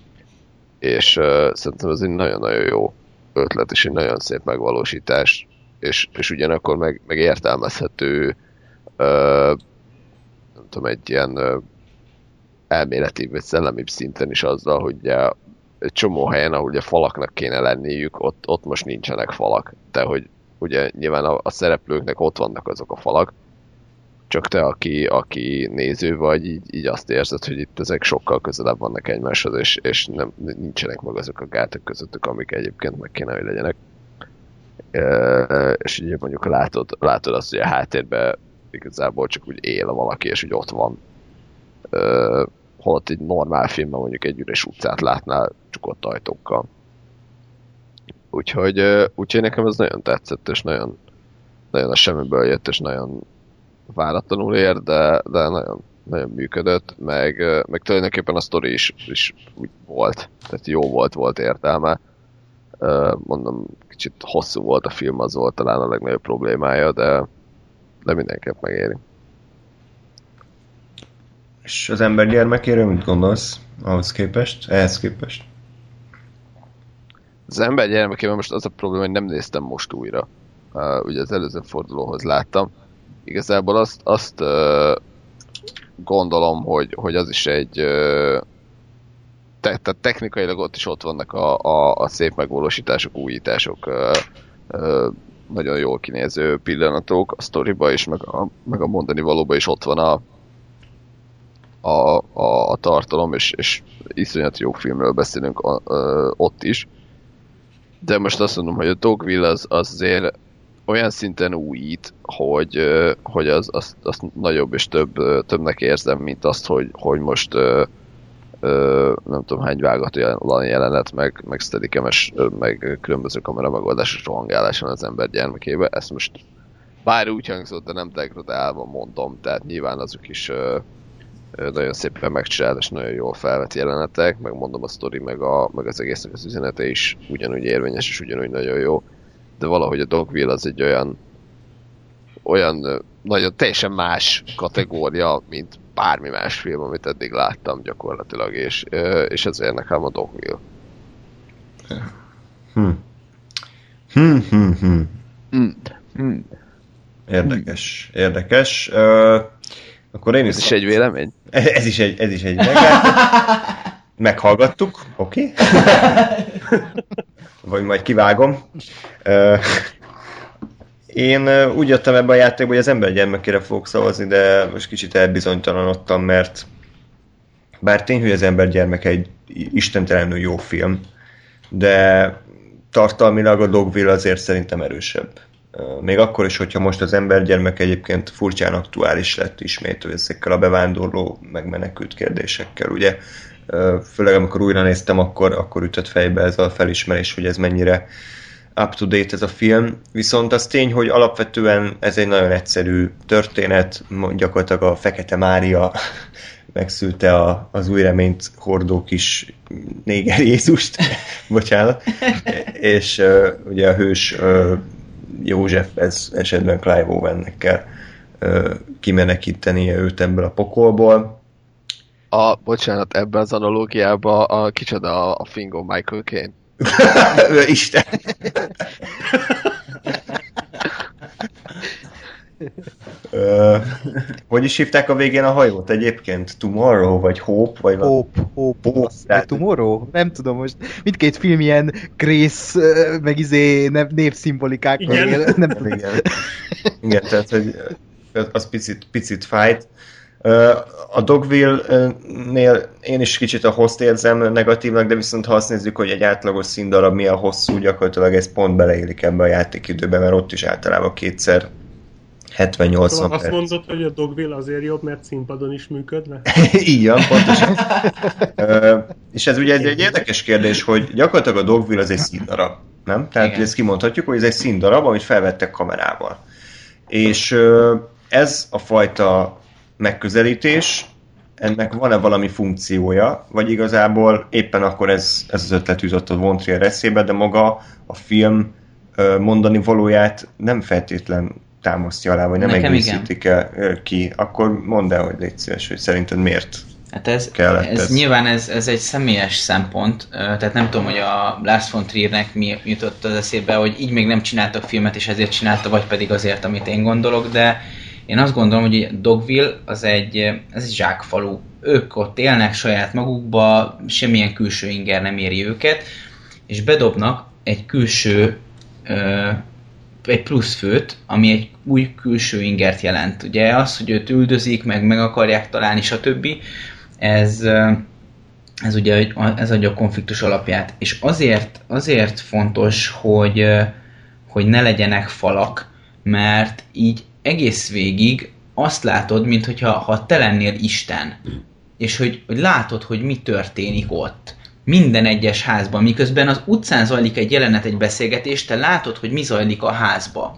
És uh, szerintem ez egy nagyon-nagyon jó ötlet, és egy nagyon szép megvalósítás, és, és ugyanakkor meg, meg értelmezhető uh, nem tudom, egy ilyen uh, elméleti vagy szellemi szinten is azzal, hogy uh, egy csomó helyen, ahol ugye falaknak kéne lenniük, ott, ott most nincsenek falak. De hogy ugye nyilván a, a szereplőknek ott vannak azok a falak, csak te, aki, aki néző vagy, így, így azt érzed, hogy itt ezek sokkal közelebb vannak egymáshoz, és, és nem, nincsenek meg azok a gátak közöttük, amik egyébként meg kéne, hogy legyenek. E, és ugye mondjuk látod, látod azt, hogy a háttérben igazából csak úgy él valaki, és úgy ott van. E, holott egy normál filmben mondjuk egy üres utcát látnál csukott ajtókkal. Úgyhogy, úgyhogy nekem ez nagyon tetszett, és nagyon, nagyon a semmiből jött, és nagyon váratlanul ér, de, de nagyon, nagyon működött, meg, meg tulajdonképpen a sztori is, is úgy volt, tehát jó volt, volt értelme. Mondom, kicsit hosszú volt a film, az volt talán a legnagyobb problémája, de, de mindenképp megéri. És az ember gyermekéről mit gondolsz ahhoz képest, ehhez képest? Az ember gyermekében most az a probléma, hogy nem néztem most újra. Uh, ugye az előző fordulóhoz láttam. Igazából azt, azt uh, gondolom, hogy, hogy az is egy uh, te, te, technikailag ott is ott vannak a, a, a szép megvalósítások, újítások, uh, uh, nagyon jól kinéző pillanatok, a sztoriba is, meg a, meg a mondani valóba is ott van a, a, a, a tartalom, és, és iszonyat jó filmről beszélünk a, a, ott is. De most azt mondom, hogy a Dogville az, az azért olyan szinten újít, hogy, hogy az, az, az nagyobb és több, többnek érzem, mint azt, hogy, hogy most nem tudom hány vágatlan jelenet, meg, meg steadikemes, meg különböző kameramegoldásos rohangálás van az ember gyermekébe. Ezt most bár úgy hangzott, de nem degradálva mondom, tehát nyilván azok is nagyon szépen megcsinált és nagyon jól felvett jelenetek, meg mondom a sztori, meg, a, meg az egésznek az üzenete is ugyanúgy érvényes és ugyanúgy nagyon jó. De valahogy a Dogville az egy olyan olyan nagyon teljesen más kategória, mint bármi más film, amit eddig láttam gyakorlatilag, és, és ezért nekem a Dogville. Hm. Hm, hm, hm. hm. hm. Érdekes, érdekes. Uh, akkor én ez is, is egy vélemény? Ez is egy, ez is egy meglátás. Meghallgattuk, oké. Okay. Vagy majd kivágom. Uh, én úgy jöttem ebbe a játékba, hogy az ember gyermekére fogok szavazni, de most kicsit elbizonytalanodtam, mert bár tény, hogy az ember gyermeke egy istentelenül jó film, de tartalmilag a Dogville azért szerintem erősebb. Még akkor is, hogyha most az ember gyermek egyébként furcsán aktuális lett ismét ezekkel a bevándorló, megmenekült kérdésekkel, ugye? Főleg amikor újra néztem, akkor, akkor ütött fejbe ez a felismerés, hogy ez mennyire up-to-date ez a film. Viszont az tény, hogy alapvetően ez egy nagyon egyszerű történet, gyakorlatilag a Fekete Mária megszülte a, az új reményt hordó kis néger Jézust, bocsánat, és uh, ugye a hős uh, József ez esetben Clive Owennek kell uh, kimenekítenie őt ebből a pokolból. A, bocsánat, ebben az analógiában a kicsoda a Fingo Michael Caine. Isten! uh, hogy is hívták a végén a hajót egyébként? Tomorrow, vagy Hope? Vagy Hope, Hope. Hope. Tehát... Tomorrow? Nem tudom most. Mindkét film ilyen Grace, meg izé névszimbolikákkal. Igen. Nem tudom. Igen. Igen, tehát hogy az picit, picit fájt. A Dogville-nél én is kicsit a host érzem negatívnak, de viszont ha azt nézzük, hogy egy átlagos színdarab milyen hosszú, gyakorlatilag ez pont beleélik ebbe a játékidőbe, mert ott is általában kétszer hetven-nyolcvan szóval perc. Azt mondod, hogy a Dogville azért jobb, mert színpadon is működne? Így van, pontosan. uh, és ez ugye egy, egy érdekes kérdés, hogy gyakorlatilag a Dogville az egy színdarab, nem? Tehát igen. Ezt kimondhatjuk, hogy ez egy színdarab, amit felvettek kamerával. És uh, ez a fajta megközelítés, ennek van-e valami funkciója, vagy igazából éppen akkor ez, ez az ötlet jutott a Von Trier eszébe, de maga a film mondani valóját nem feltétlen támasztja alá, vagy nem Nekem egészítik el ki, akkor mondd el, hogy légy szíves, hogy szerinted miért hát ez, kellett ez. ez. Nyilván ez, ez egy személyes szempont, tehát nem tudom, hogy a Lars von Triernek mi jutott az eszébe, hogy így még nem csináltak filmet, és ezért csinálta, vagy pedig azért, amit én gondolok, de én azt gondolom, hogy a Dogville az egy, ez egy zsákfalu. Ők ott élnek saját magukba, semmilyen külső inger nem éri őket, és bedobnak egy külső, ö, egy pluszfőt, ami egy új külső ingert jelent. Ugye az, hogy őt üldözik, meg meg akarják találni, stb. Ez, ez ugye ez adja a konfliktus alapját. És azért, azért fontos, hogy, hogy ne legyenek falak, mert így egész végig azt látod, mintha ha te lennél Isten, és hogy, hogy látod, hogy mi történik ott. Minden egyes házban, miközben az utcán zajlik egy jelenet, egy beszélgetés, te látod, hogy mi zajlik a házba.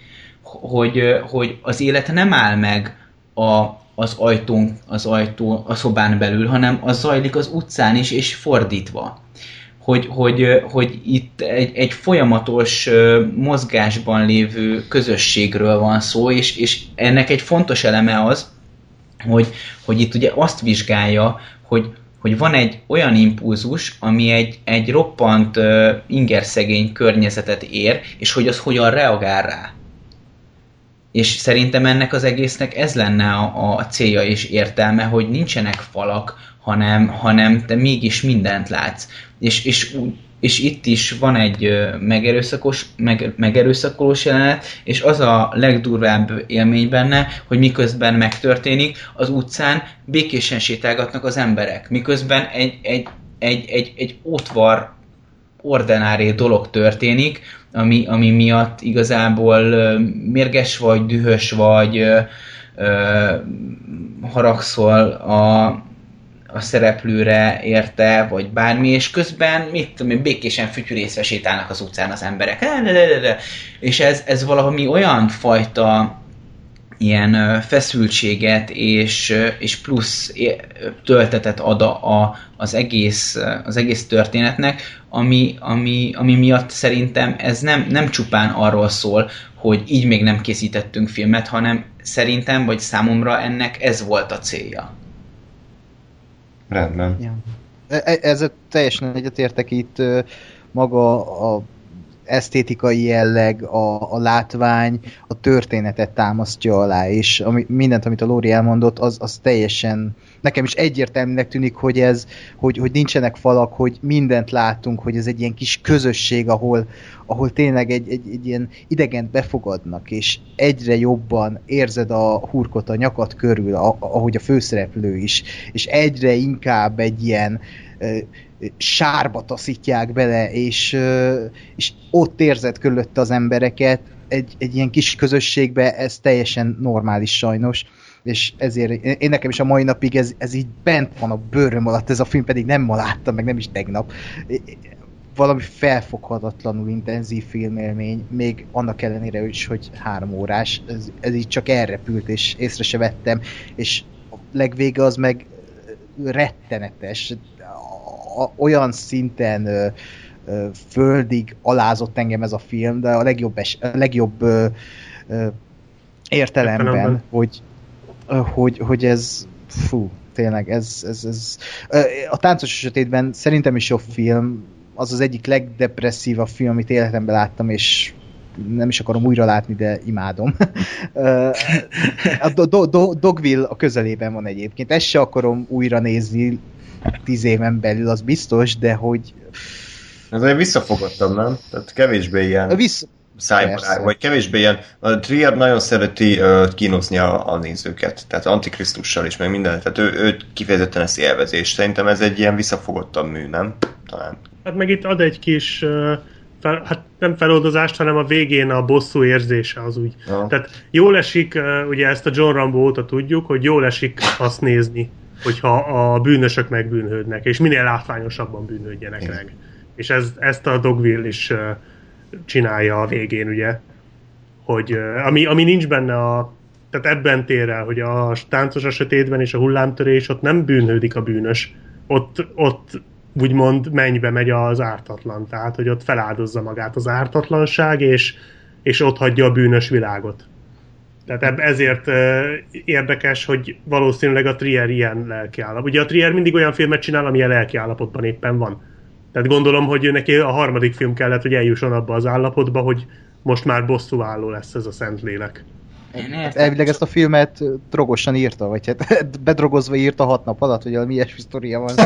Hogy, hogy az élet nem áll meg a, az ajtón, az ajtó, a szobán belül, hanem az zajlik az utcán is, és fordítva. hogy, hogy, hogy itt egy, egy folyamatos mozgásban lévő közösségről van szó, és, és ennek egy fontos eleme az, hogy, hogy itt ugye azt vizsgálja, hogy, hogy van egy olyan impulzus, ami egy, egy roppant uh, ingerszegény környezetet ér, és hogy az hogyan reagál rá. És szerintem ennek az egésznek ez lenne a, a célja és értelme, hogy nincsenek falak, hanem, hanem te mégis mindent látsz. És, és, és itt is van egy megerőszakos, meg, megerőszakolós jelenet, és az a legdurvább élmény benne, hogy miközben megtörténik, az utcán békésen sétálgatnak az emberek. Miközben egy, egy, egy, egy, egy ótvar ordinári dolog történik, ami, ami miatt igazából mérges vagy, dühös vagy, ö, ö, haragszol a, a szereplőre érte, vagy bármi, és közben mit tudom én, békésen fütyülészve sétálnak az utcán az emberek. És ez, ez valami olyan fajta ilyen feszültséget és, és plusz töltetet ad a, az, egész, az egész történetnek, ami, ami, ami miatt szerintem ez nem, nem csupán arról szól, hogy így még nem készítettünk filmet, hanem szerintem, vagy számomra ennek ez volt a célja. Rendben. Ja. Ezzel teljesen egyetértek, itt maga a esztétikai jelleg, a, a látvány, a történetet támasztja alá, és ami, mindent, amit a Lóri elmondott, az, az teljesen, nekem is egyértelműnek tűnik, hogy ez, hogy, hogy nincsenek falak, hogy mindent látunk, hogy ez egy ilyen kis közösség, ahol, ahol tényleg egy, egy, egy ilyen idegent befogadnak, és egyre jobban érzed a hurkot a nyakad körül, a, ahogy a főszereplő is, és egyre inkább egy ilyen sárba taszítják bele, és, és ott érzed körülött az embereket, egy, egy ilyen kis közösségbe, ez teljesen normális sajnos, és ezért én nekem is a mai napig ez, ez így bent van a bőröm alatt, ez a film pedig nem ma láttam, meg nem is tegnap. Valami felfoghatatlanul intenzív filmélmény, még annak ellenére is, hogy három órás, ez, ez így csak elrepült, és észre se vettem, és a legvége az meg rettenetes, olyan szinten ö, ö, földig alázott engem ez a film, de a legjobb, es, a legjobb ö, ö, értelemben, hogy, ö, hogy, hogy ez fú, tényleg, ez, ez, ez ö, a Táncos sötétben szerintem is jobb film, az az egyik legdepresszívabb film, amit életemben láttam, és nem is akarom újra látni, de imádom. A do- do- do- Dogville a közelében van egyébként, ezt se akarom újra nézni tíz éven belül, az biztos, de hogy... Ez egy visszafogottabb, nem? Tehát kevésbé ilyen Vissza... szájbarát, vagy kevésbé ilyen... A Trier nagyon szereti uh, kínozni a, a nézőket, tehát Antikrisztussal is, meg minden, tehát ő, ő kifejezetten ezt élvezi, és szerintem ez egy ilyen visszafogottabb mű, nem? Talán. Hát meg itt ad egy kis... Uh... Fel, hát nem feloldozást, hanem a végén a bosszú érzése az úgy. Ja. Tehát jól esik, ugye ezt a John Rambo óta tudjuk, hogy jól esik azt nézni, hogyha a bűnösök megbűnhődnek, és minél látványosabban bűnhődjenek Igen. meg. És ez, ezt a Dogville is csinálja a végén, ugye, hogy ami, ami nincs benne a, tehát ebben tér el, hogy a Táncos a sötétben és a Hullámtörés, ott nem bűnhődik a bűnös, ott, ott úgymond mennybe megy az ártatlan, tehát hogy ott feláldozza magát az ártatlanság, és, és ott hagyja a bűnös világot. Tehát ezért érdekes, hogy valószínűleg a Trier ilyen lelkiállapot. Ugye a Trier mindig olyan filmet csinál, amilyen lelkiállapotban éppen van. Tehát gondolom, hogy neki a harmadik film kellett, hogy eljusson abba az állapotba, hogy most már bosszúálló lesz ez a Szentlélek. Hát elvileg ezt a filmet drogosan írta, vagy hát bedrogozva írta hat nap alatt, hogy valami ilyesmi sztoria van.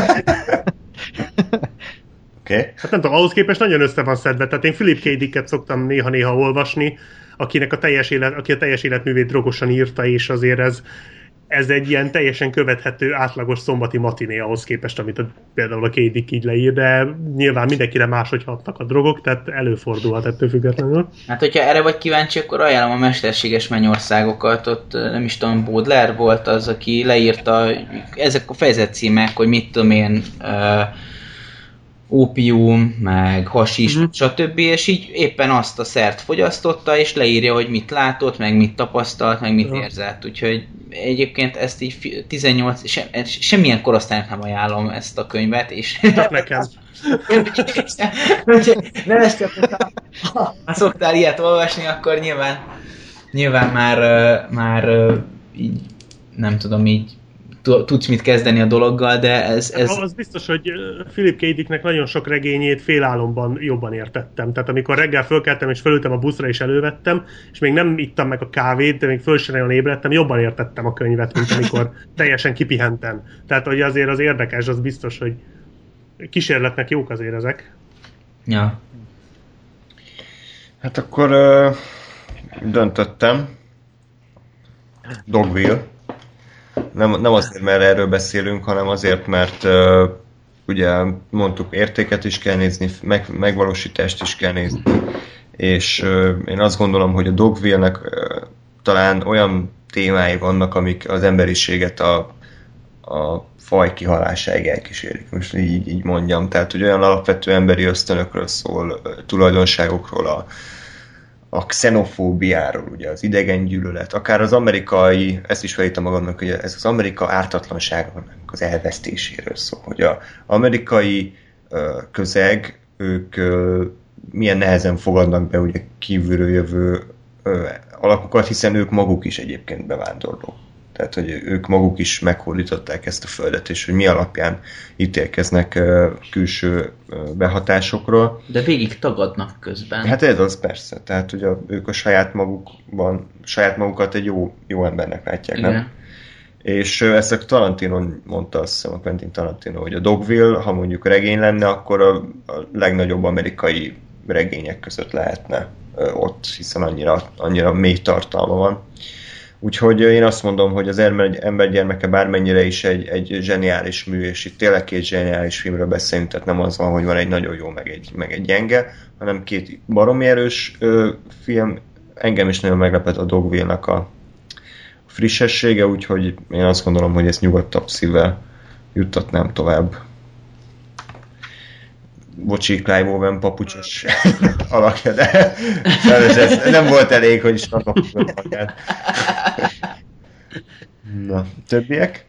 Okay. Hát nem tudom, ahhoz képest nagyon össze van szedve. Tehát én Philip K. Dicket szoktam néha-néha olvasni, akinek a teljes élet, aki a teljes életművét drogosan írta, és azért ez, ez egy ilyen teljesen követhető, átlagos szombati matiné ahhoz képest, amit a, például a K. Dick így leír, de nyilván mindenkire máshogy hatnak a drogok, tehát előfordulhat ettől függetlenül. Hát, hogyha erre vagy kíváncsi, akkor ajánlom a Mesterséges Mennyországokat, ott nem is tudom, Baudelaire volt az, aki leírta ezek a fejezetcímek, hogy mit tudom én, uh, ópium, meg hasis, uh-huh. stb. És így éppen azt a szert fogyasztotta, és leírja, hogy mit látott, meg mit tapasztalt, meg mit uh-huh. érzett. Úgyhogy egyébként ezt így tizennyolc, se, semmilyen korosztálynak nem ajánlom ezt a könyvet, és... Csak nekem. Nem ezt csak, ha szoktál ilyet olvasni, akkor nyilván, nyilván már, már így, nem tudom, így tudsz mit kezdeni a dologgal, de ez... ez... Az biztos, hogy Philip K. Dicknek nagyon sok regényét félálomban jobban értettem. Tehát amikor reggel fölkeltem és fölültem a buszra és elővettem, és még nem ittam meg a kávét, de még föl sem nagyon ébredtem, jobban értettem a könyvet, mint amikor teljesen kipihentem. Tehát hogy azért az érdekes, az biztos, hogy kísérletnek jók azért ezek. Ja. Hát akkor uh, döntöttem. Dogville. Nem, nem azért, mert erről beszélünk, hanem azért, mert uh, ugye mondtuk, értéket is kell nézni, meg, megvalósítást is kell nézni. És uh, én azt gondolom, hogy a Dogville-nek uh, talán olyan témái vannak, amik az emberiséget a, a faj kihalásáig elkísérik, most így, így mondjam. Tehát, hogy olyan alapvető emberi ösztönökről szól, tulajdonságokról, a, a xenofóbiáról, ugye az idegengyűlölet, akár az amerikai, ezt is felírtam magamnak, hogy ez az Amerika ártatlanságának az elvesztéséről szól, hogy az amerikai ö, közeg, ők ö, milyen nehezen fogadnak be ugye kívülről jövő ö, alakokat, hiszen ők maguk is egyébként bevándorlók. Tehát, hogy ők maguk is meghódították ezt a földet, és hogy mi alapján ítélkeznek uh, külső uh, behatásokról. De végig tagadnak közben. Hát ez az persze. Tehát, hogy a, ők a saját magukban, saját magukat egy jó, jó embernek látják, igen. Nem? És uh, ezt a Tarantino mondta, azt hiszem, a Quentin Tarantino, hogy a Dogville, ha mondjuk regény lenne, akkor a, a legnagyobb amerikai regények között lehetne uh, ott, hiszen annyira, annyira mély tartalma van. Úgyhogy én azt mondom, hogy az Embergyermeke bármennyire is egy, egy zseniális mű, és itt tényleg két zseniális filmről beszélünk, tehát nem az van, hogy van egy nagyon jó, meg egy, meg egy gyenge, hanem két baromi erős ö, film. Engem is nagyon meglepett a Dogville-nak a frissessége, úgyhogy én azt gondolom, hogy ezt nyugodtabb szívvel juttatnám tovább. Bocsi, Clive Owen papucsos alakja, de ez nem volt elég, hogy is annak magát. Na, többiek?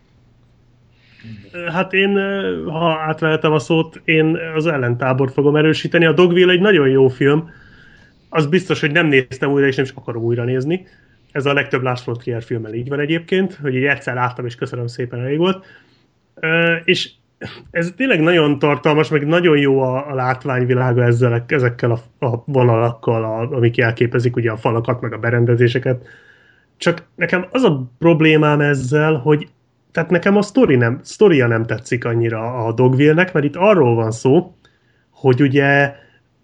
Hát én, ha átvehetem a szót, én az ellentábort fogom erősíteni. A Dogville egy nagyon jó film. Az biztos, hogy nem néztem újra, és nem is akarom újra nézni. Ez a legtöbb Lars von Trier filmmel így van egyébként, hogy így egyszer láttam, és köszönöm szépen, elég volt. És ez tényleg nagyon tartalmas, meg nagyon jó a, a látványvilága ezzel, ezekkel a, a vonalakkal, a, amik jelképezik ugye a falakat, meg a berendezéseket. Csak nekem az a problémám ezzel, hogy tehát nekem a sztori nem, sztoria nem tetszik annyira a Dogville-nek, mert itt arról van szó, hogy ugye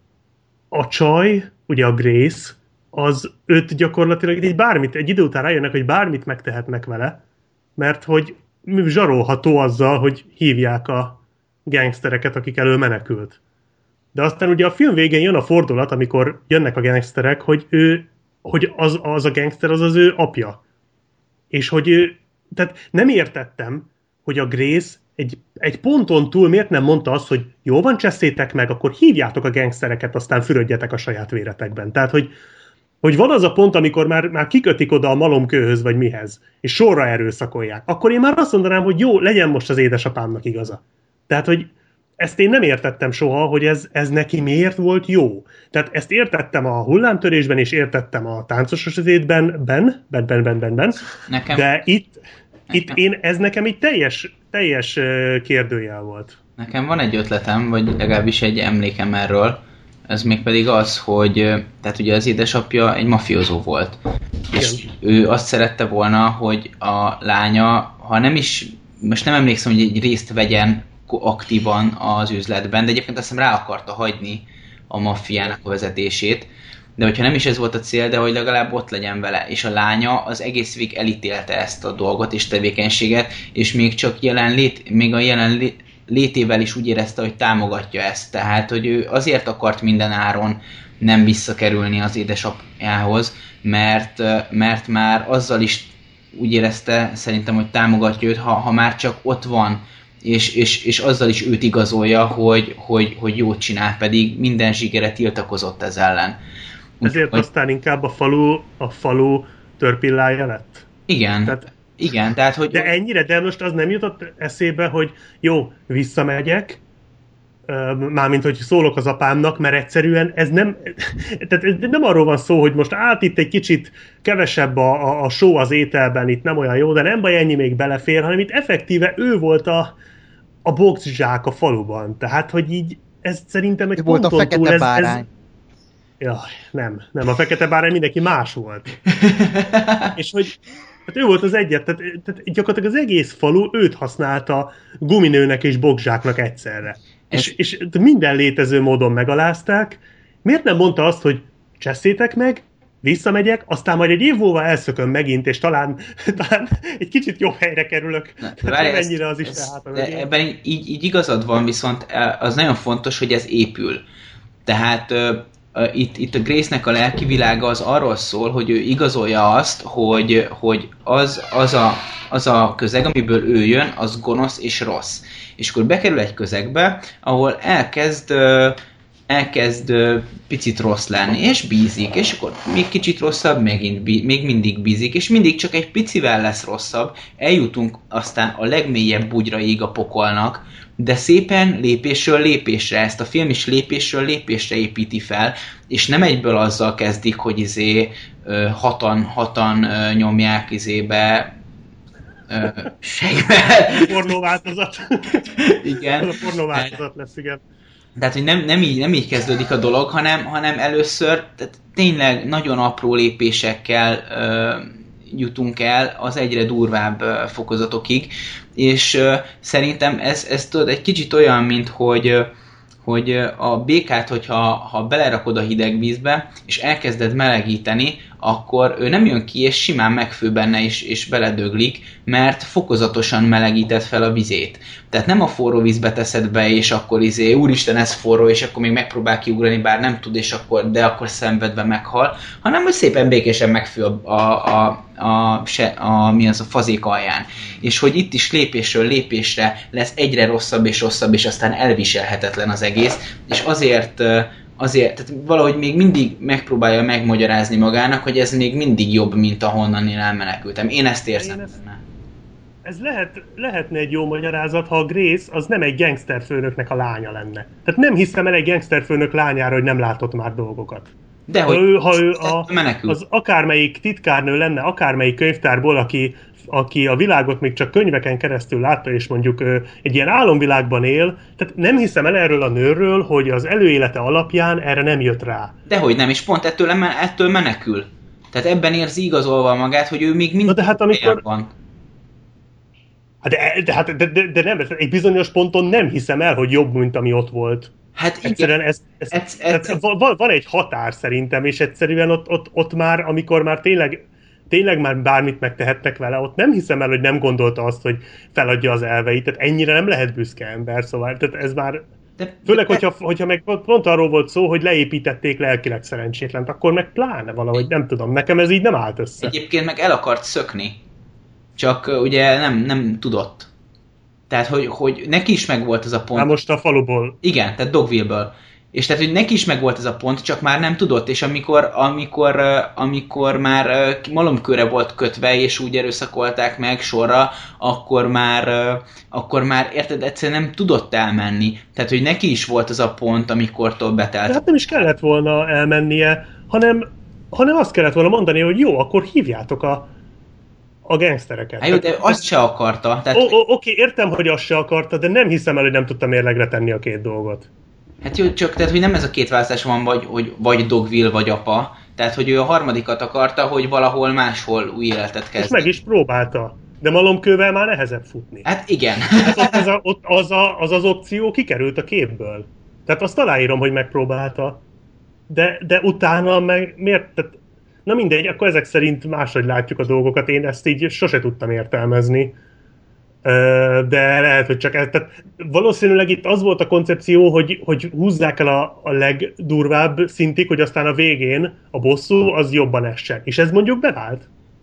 a csaj, ugye a Grace, az őt gyakorlatilag egy bármit, egy idő után rájönnek, hogy bármit megtehetnek vele, mert hogy zsarolható azzal, hogy hívják a gangstereket, akik elől menekült. De aztán ugye a film végén jön a fordulat, amikor jönnek a gangsterek, hogy ő, hogy az, az a gangster az az ő apja. És hogy ő, tehát nem értettem, hogy a Grace egy, egy ponton túl miért nem mondta azt, hogy jó van, cseszétek meg, akkor hívjátok a gangstereket, aztán fürödjetek a saját véretekben. Tehát, hogy hogy van az a pont, amikor már, már kikötik oda a malomkőhöz, vagy mihez, és sorra erőszakolják, akkor én már azt mondanám, hogy jó, legyen most az édesapámnak igaza. Tehát, hogy ezt én nem értettem soha, hogy ez, ez neki miért volt jó. Tehát ezt értettem a hullámtörésben, és értettem a táncos sötétben, ben, ben, ben, ben, ben, ben. Nekem... De itt, nekem... itt én, ez nekem egy teljes, teljes kérdőjel volt. Nekem van egy ötletem, vagy legalábbis egy emlékem erről, ez még pedig az, hogy tehát ugye az édesapja egy mafiózó volt. Igen. És ő azt szerette volna, hogy a lánya, ha nem is, most nem emlékszem, hogy egy részt vegyen aktívan az üzletben, de egyébként azt hiszem rá akarta hagyni a maffiának a vezetését, de hogyha nem is ez volt a cél, de hogy legalább ott legyen vele. És a lánya az egész végig elítélte ezt a dolgot és tevékenységet, és még csak jelenlét, még a jelenlét létével is úgy érezte, hogy támogatja ezt. Tehát, hogy ő azért akart minden áron nem visszakerülni az édesapjához, mert, mert már azzal is úgy érezte, szerintem, hogy támogatja őt, ha, ha már csak ott van és, és, és azzal is őt igazolja, hogy, hogy, hogy jót csinál, pedig minden zsigere tiltakozott ez ellen. Ezért hogy... aztán inkább a falu, a falu törpillája lett? Igen. Tehát... Igen, tehát hogy... De ennyire, de most az nem jutott eszébe, hogy jó, visszamegyek, mármint, hogy szólok az apámnak, mert egyszerűen ez nem, tehát ez nem arról van szó, hogy most át itt egy kicsit kevesebb a, a, a só az ételben, itt nem olyan jó, de nem baj, ennyi még belefér, hanem itt effektíve ő volt a, a boxzsák a faluban. Tehát, hogy így, ez szerintem egy ponton volt a fekete túl, ez, bárány. Ez... Jaj, nem, nem, a fekete bárány mindenki más volt. És hogy hát ő volt az egyet, tehát, tehát gyakorlatilag az egész falu őt használta guminőnek és boxzsáknak egyszerre. És, és minden létező módon megalázták. Miért nem mondta azt, hogy cseszétek meg, visszamegyek, aztán majd egy év múlva elszököm megint, és talán, talán egy kicsit jobb helyre kerülök. Na, várj, mennyire az is tehát. Ebben így, így igazad van, viszont az nagyon fontos, hogy ez épül. Tehát uh, uh, itt, itt a Grace-nek a lelki világa az arról szól, hogy ő igazolja azt, hogy, hogy az, az, a, az a közeg, amiből ő jön, az gonosz és rossz. És akkor bekerül egy közegbe, ahol elkezd, elkezd picit rossz lenni, és bízik, és akkor még kicsit rosszabb, megint bí- még mindig bízik, és mindig csak egy picivel lesz rosszabb, eljutunk aztán a legmélyebb bugyraig a pokolnak, de szépen lépésről lépésre, ezt a film is lépésről lépésre építi fel, és nem egyből azzal kezdik, hogy izé hatan, hatan nyomják izébe, segvel. Pornóváltozat. Igen. A pornóváltozat lesz, igen. Tehát, hogy nem, nem, így, nem így kezdődik a dolog, hanem, hanem először tehát tényleg nagyon apró lépésekkel uh, jutunk el az egyre durvább uh, fokozatokig, és uh, szerintem ez, ez tudod, egy kicsit olyan, mint hogy uh, hogy a békát, hogyha ha belerakod a hideg vízbe, és elkezded melegíteni, akkor ő nem jön ki, és simán megfő benne, és, és beledöglik, mert fokozatosan melegíted fel a vizét. Tehát nem a forró vízbe teszed be, és akkor izé, úristen, ez forró, és akkor még megpróbál kiugrani, bár nem tud, és akkor, de akkor szenvedve meghal, hanem hogy szépen békésen megfő a, a, a, a, a, a, mi az, a fazék alján. És hogy itt is lépésről lépésre lesz egyre rosszabb és rosszabb, és aztán elviselhetetlen az egész, és azért azért, tehát valahogy még mindig megpróbálja megmagyarázni magának, hogy ez még mindig jobb, mint ahonnan én elmenekültem. Én ezt érzem én ezt, benne. Ez lehet, lehetne egy jó magyarázat, ha a Grace az nem egy gangsterfőnöknek a lánya lenne. Tehát nem hiszem el egy gangsterfőnök lányára, hogy nem látott már dolgokat. De ha hogy ő, ha ő a, az akármelyik titkárnő lenne, akármelyik könyvtárból, aki, aki a világot még csak könyveken keresztül látta, és mondjuk egy ilyen álomvilágban él, tehát nem hiszem el erről a nőről, hogy az előélete alapján erre nem jött rá. Dehogy nem, és pont ettől, ettől menekül. Tehát ebben érzi igazolva magát, hogy ő még mindig de hát amikor... van. De, de, de, de, de nem, egy bizonyos ponton nem hiszem el, hogy jobb, mint ami ott volt. Hát egyszerűen ez, ez, ez, ez, ez, van, van egy határ szerintem, és egyszerűen ott, ott, ott már, amikor már tényleg, tényleg már bármit megtehettek vele, ott nem hiszem el, hogy nem gondolta azt, hogy feladja az elveit, tehát ennyire nem lehet büszke ember, szóval tehát ez már... De, főleg, de, hogyha, hogyha meg pont arról volt szó, hogy leépítették lelkileg szerencsétlent, akkor meg pláne valahogy, nem tudom, nekem ez így nem állt össze. Egyébként meg el akart szökni, csak ugye nem, nem tudott. Tehát, hogy, hogy neki is megvolt ez a pont. Hát most a faluból. Igen, tehát Dogville-ből. És tehát, hogy neki is megvolt ez a pont, csak már nem tudott, és amikor, amikor, amikor már malomkőre volt kötve, és úgy erőszakolták meg sorra, akkor már, akkor már érted, egyszerűen nem tudott elmenni. Tehát, hogy neki is volt az a pont, amikortól betelt. De hát nem is kellett volna elmennie, hanem, hanem azt kellett volna mondani, hogy jó, akkor hívjátok a a gangstereket. Hát jó, de azt se akarta. Tehát... Oké, okay, értem, hogy azt se akarta, de nem hiszem el, hogy nem tudta mérlegre tenni a két dolgot. Hát jó, csak tehát, hogy nem ez a két választás van, vagy, hogy vagy Dogville, vagy apa. Tehát, hogy ő a harmadikat akarta, hogy valahol máshol új életet kezd. És meg is próbálta. De malomkővel már nehezebb futni. Hát igen. Hát ott, az, a, ott az, a, az az opció kikerült a képből. Tehát azt aláírom, hogy megpróbálta. De, de utána meg miért... Tehát, na mindegy, akkor ezek szerint máshogy látjuk a dolgokat, én ezt így sose tudtam értelmezni. De lehet, hogy csak ez, tehát valószínűleg itt az volt a koncepció, hogy, hogy húzzák el a, a legdurvább szintig, hogy aztán a végén a bosszú az jobban essen. És ez mondjuk bevált.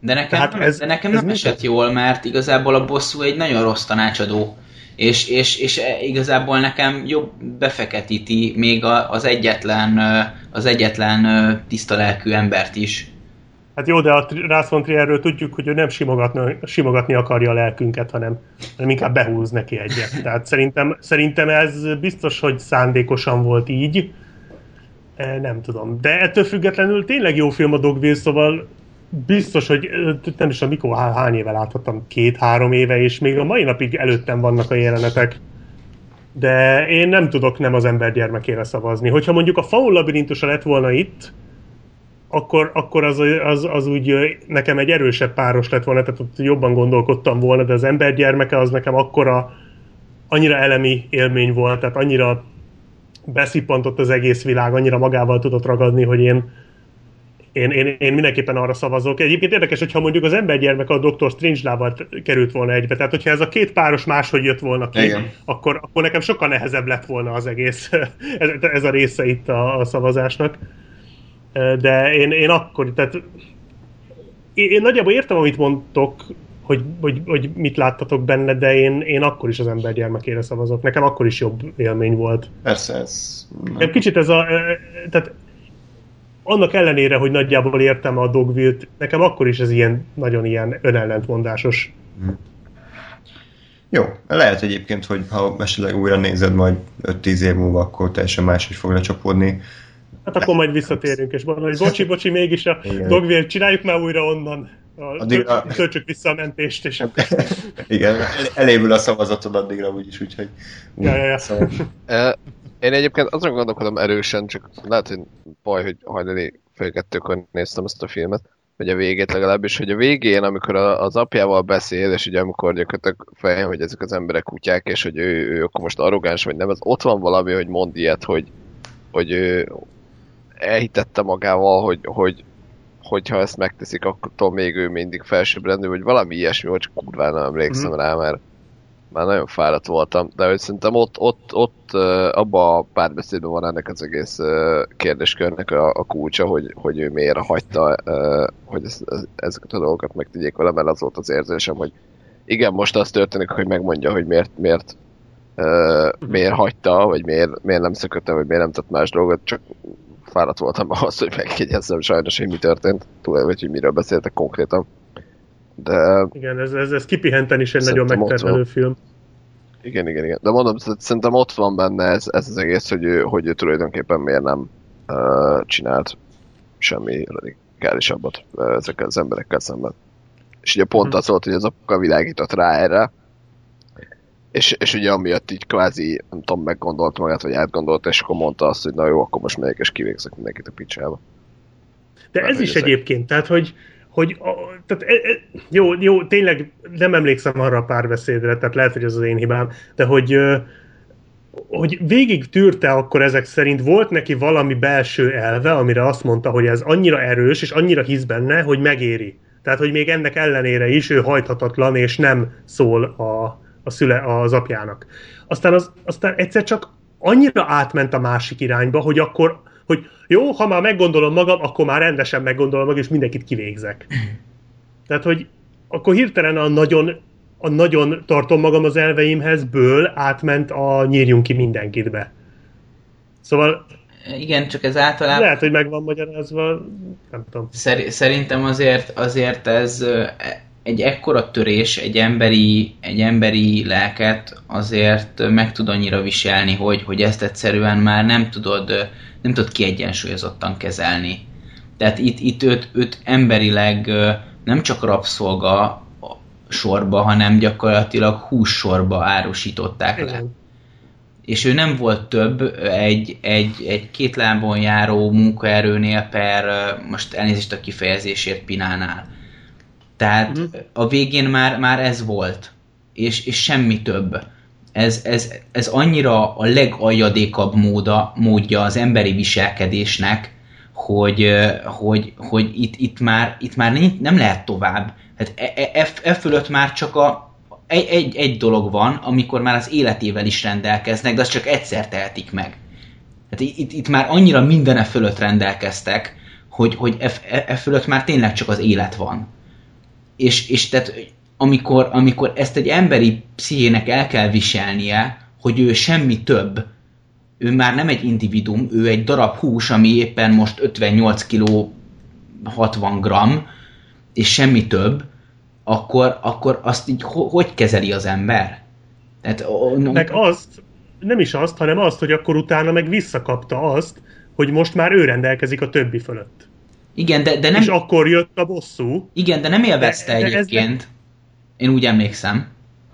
De nekem, ez, de nekem ez nem esett jól, mert igazából a bosszú egy nagyon rossz tanácsadó, és, és, és igazából nekem jobb befeketíti még az egyetlen, az egyetlen tiszta lelkű embert is. Hát jó, de a Lars von Trierről tudjuk, hogy ő nem simogatni, simogatni akarja a lelkünket, hanem, hanem inkább behúz neki egyet. Tehát szerintem, szerintem ez biztos, hogy szándékosan volt így. Nem tudom. De ettől függetlenül tényleg jó film a Dogville, szóval biztos, hogy nem is tudom, mikor, hány éve láthattam, két-három éve, és még a mai napig előttem vannak a jelenetek. De én nem tudok nem az ember gyermekére szavazni. Hogyha mondjuk a Faul labirintusa lett volna itt, akkor, akkor az, az, az úgy nekem egy erősebb páros lett volna, tehát ott jobban gondolkodtam volna, de az ember gyermeke az nekem akkora, annyira elemi élmény volt, tehát annyira beszippantott az egész világ, annyira magával tudott ragadni, hogy én Én, én, én mindenképpen arra szavazok. Egyébként érdekes, hogyha mondjuk az embergyermek a doktor Strangelove-val került volna egybe. Tehát, hogyha ez a két páros máshogy jött volna ki, akkor, akkor nekem sokkal nehezebb lett volna az egész, ez, ez a része itt a, a szavazásnak. De én, én akkor, tehát én, én nagyjából értem, amit mondtok, hogy, hogy, hogy mit láttatok benne, de én, én akkor is az embergyermekére szavazok. Nekem akkor is jobb élmény volt. Persze, ez... Nem. Kicsit ez a... Tehát annak ellenére, hogy nagyjából értem a Dogville-t, nekem akkor is ez ilyen, nagyon ilyen önellentmondásos. Hmm. Jó, lehet egyébként, hogy ha esetleg újra nézed majd öt-tíz év múlva, akkor teljesen máshogy fog lecsapódni. Hát akkor majd visszatérünk, és mondom, hogy bocsi, bocsi, mégis a Dogville, csináljuk már újra onnan. A, töltsük vissza a mentést, és... Igen, elévül a szavazatod addigra úgyis, úgyhogy... Úgy, ja, ja, ja. Szóval... Én egyébként azon gondolkodom erősen, csak lehet, hogy baj, hogy hajnali fél kettőkor néztem ezt a filmet, vagy a végét legalábbis, hogy a végén, amikor az apjával beszél, és ugye amikor gyakorlatilag feljön, hogy ezek az emberek kutyák, és hogy ő, ő akkor most arrogáns, vagy nem, az ott van valami, hogy mond ilyet, hogy, hogy ő elhitette magával, hogy, hogy hogyha ezt megteszik, akkor még ő mindig felsőbbrendű, vagy valami ilyesmi, hogy csak kurván nem emlékszem mm. rá, mert már nagyon fáradt voltam, de hogy szerintem ott, ott, ott abban a párbeszédben van ennek az egész kérdéskörnek a, a kulcsa, hogy, hogy ő miért hagyta, hogy ez, ezeket a dolgokat megtegyék vele, mert az volt az érzésem, hogy igen, most az történik, hogy megmondja, hogy miért, miért, miért hagyta, vagy miért, miért nem szökötte, vagy miért nem tett más dolgot, csak fáradt voltam ahhoz, hogy megjegyezzem sajnos, hogy mi történt, túl, vagy hogy miről beszéltek konkrétan. De... Igen, ez, ez, ez kipihenten is egy nagyon megterhelő film. Igen, igen, igen. De mondom, szerintem ott van benne ez, ez az egész, hogy ő, hogy ő tulajdonképpen miért nem uh, csinált semmi radikálisabbat uh, ezekkel az emberekkel szemben. És ugye pont hmm. az volt, hogy az apuka világított rá erre, és, és ugye amiatt így kvázi, nem tudom, meggondolt magát, vagy átgondolt, és akkor mondta azt, hogy na jó, akkor most megyek és kivégzek mindenkit a picsába. De mert ez is ezek... egyébként, tehát, hogy hogy a, tehát, e, e, jó, jó, tényleg nem emlékszem arra a párbeszédre, tehát lehet, hogy ez az én hibám, de hogy, hogy végig tűrte akkor ezek szerint, volt neki valami belső elve, amire azt mondta, hogy ez annyira erős, és annyira hisz benne, hogy megéri. Tehát, hogy még ennek ellenére is ő hajthatatlan, és nem szól a, a szüle, az apjának. Aztán, az, aztán egyszer csak annyira átment a másik irányba, hogy akkor hogy jó, ha már meggondolom magam, akkor már rendesen meggondolom magam, és mindenkit kivégzek. Tehát, hogy akkor hirtelen a nagyon, a nagyon tartom magam az elveimhez, ből átment a nyírjunk ki mindenkitbe. Szóval... Igen, csak ez általában... Lehet, hogy meg van magyarázva, nem tudom. Szerintem azért, azért ez egy ekkora törés, egy emberi, egy emberi lelket azért meg tud annyira viselni, hogy, hogy ezt egyszerűen már nem tudod... nem tudod kiegyensúlyozottan kezelni. Tehát itt, itt őt, őt emberileg nem csak rabszolga sorba, hanem gyakorlatilag hússorba árusították le. És ő nem volt több egy, egy, egy két lábon járó munkaerőnél per, most elnézést a kifejezésért, pinánál. Tehát uh-huh. a végén már, már ez volt. És, és semmi több. Ez, ez, ez annyira a legaljadékabb móda, módja az emberi viselkedésnek, hogy, hogy, hogy itt, itt, már, itt már nem lehet tovább. Hát e, e, e fölött már csak a, egy, egy, egy dolog van, amikor már az életével is rendelkeznek, de az csak egyszer tehetik meg. Hát itt, itt már annyira mindene fölött rendelkeztek, hogy, hogy e, e fölött már tényleg csak az élet van. és, és tehát amikor, amikor ezt egy emberi pszichének el kell viselnie, hogy ő semmi több, ő már nem egy individuum, ő egy darab hús, ami éppen most ötvennyolc kiló hatvan gramm, és semmi több, akkor, akkor azt így ho- hogy kezeli az ember? Tehát, no, meg azt, nem is azt, hanem azt, hogy akkor utána meg visszakapta azt, hogy most már ő rendelkezik a többi fölött. Igen, de, de nem... És akkor jött a bosszú. Igen, de nem élvezte de, de egyébként. Ez... Én úgy emlékszem.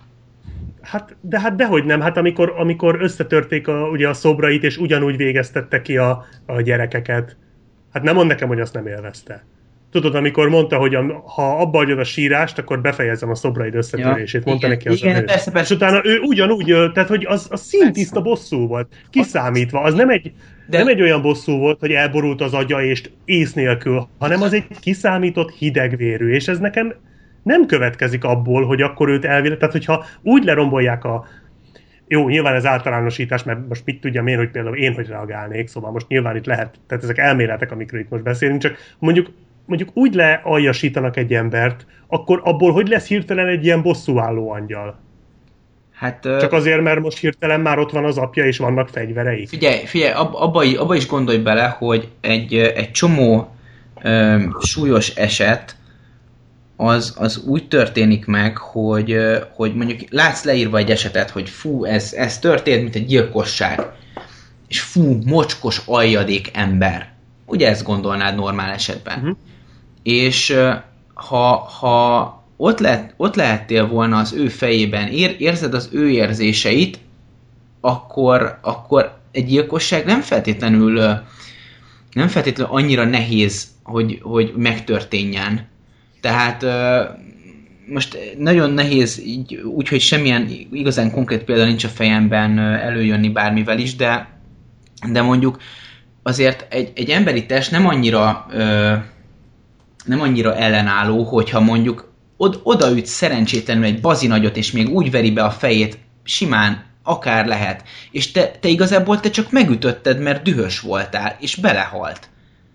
Hát, de hát dehogy nem, hát amikor, amikor összetörték a, ugye a szobrait, és ugyanúgy végeztette ki a, a gyerekeket. Hát nem mond nekem, hogy azt nem élvezte. Tudod, amikor mondta, hogy a, ha abba adjad a sírást, akkor befejezem a szobraid összetörését, ja, mondta igen, neki az igen, a nő. Persze, persze. És utána ő ugyanúgy, tehát hogy az, az szintiszta bosszú volt, kiszámítva. Az nem egy, de... nem egy olyan bosszú volt, hogy elborult az agya és ész nélkül, hanem az egy kiszámított hidegvérű, és ez nekem nem következik abból, hogy akkor őt elvileg, tehát hogyha úgy lerombolják a... Jó, nyilván ez általánosítás, mert most mit tudjam én, hogy például én hogy reagálnék, szóval most nyilván itt lehet, tehát ezek elméletek, amikről itt most beszélünk, csak mondjuk mondjuk úgy lealjasítanak egy embert, akkor abból hogy lesz hirtelen egy ilyen bosszúálló angyal? Hát, Csak azért, mert most hirtelen már ott van az apja, és vannak fegyverei. Figyelj, figyelj, ab, abba, abba is gondolj bele, hogy egy, egy csomó ö, súlyos eset az, az úgy történik meg, hogy, hogy mondjuk látsz leírva egy esetet, hogy fú, ez, ez történt, mint egy gyilkosság. És fú, mocskos aljadék ember. Ugye ezt gondolnád normál esetben. Uh-huh. És ha, ha ott, lehet, ott lehettél volna az ő fejében, ér, érzed az ő érzéseit, akkor, akkor egy gyilkosság nem feltétlenül, nem feltétlenül annyira nehéz, hogy, hogy megtörténjen. Tehát most nagyon nehéz, így, úgyhogy semmilyen igazán konkrét példa nincs a fejemben előjönni bármivel is, de, de mondjuk azért egy, egy emberi test nem annyira, ö, nem annyira ellenálló, hogyha mondjuk od, odaüt szerencsétlenül egy bazinagyot, és még úgy veri be a fejét, simán, akár lehet. És te, te igazából te csak megütötted, mert dühös voltál, és belehalt.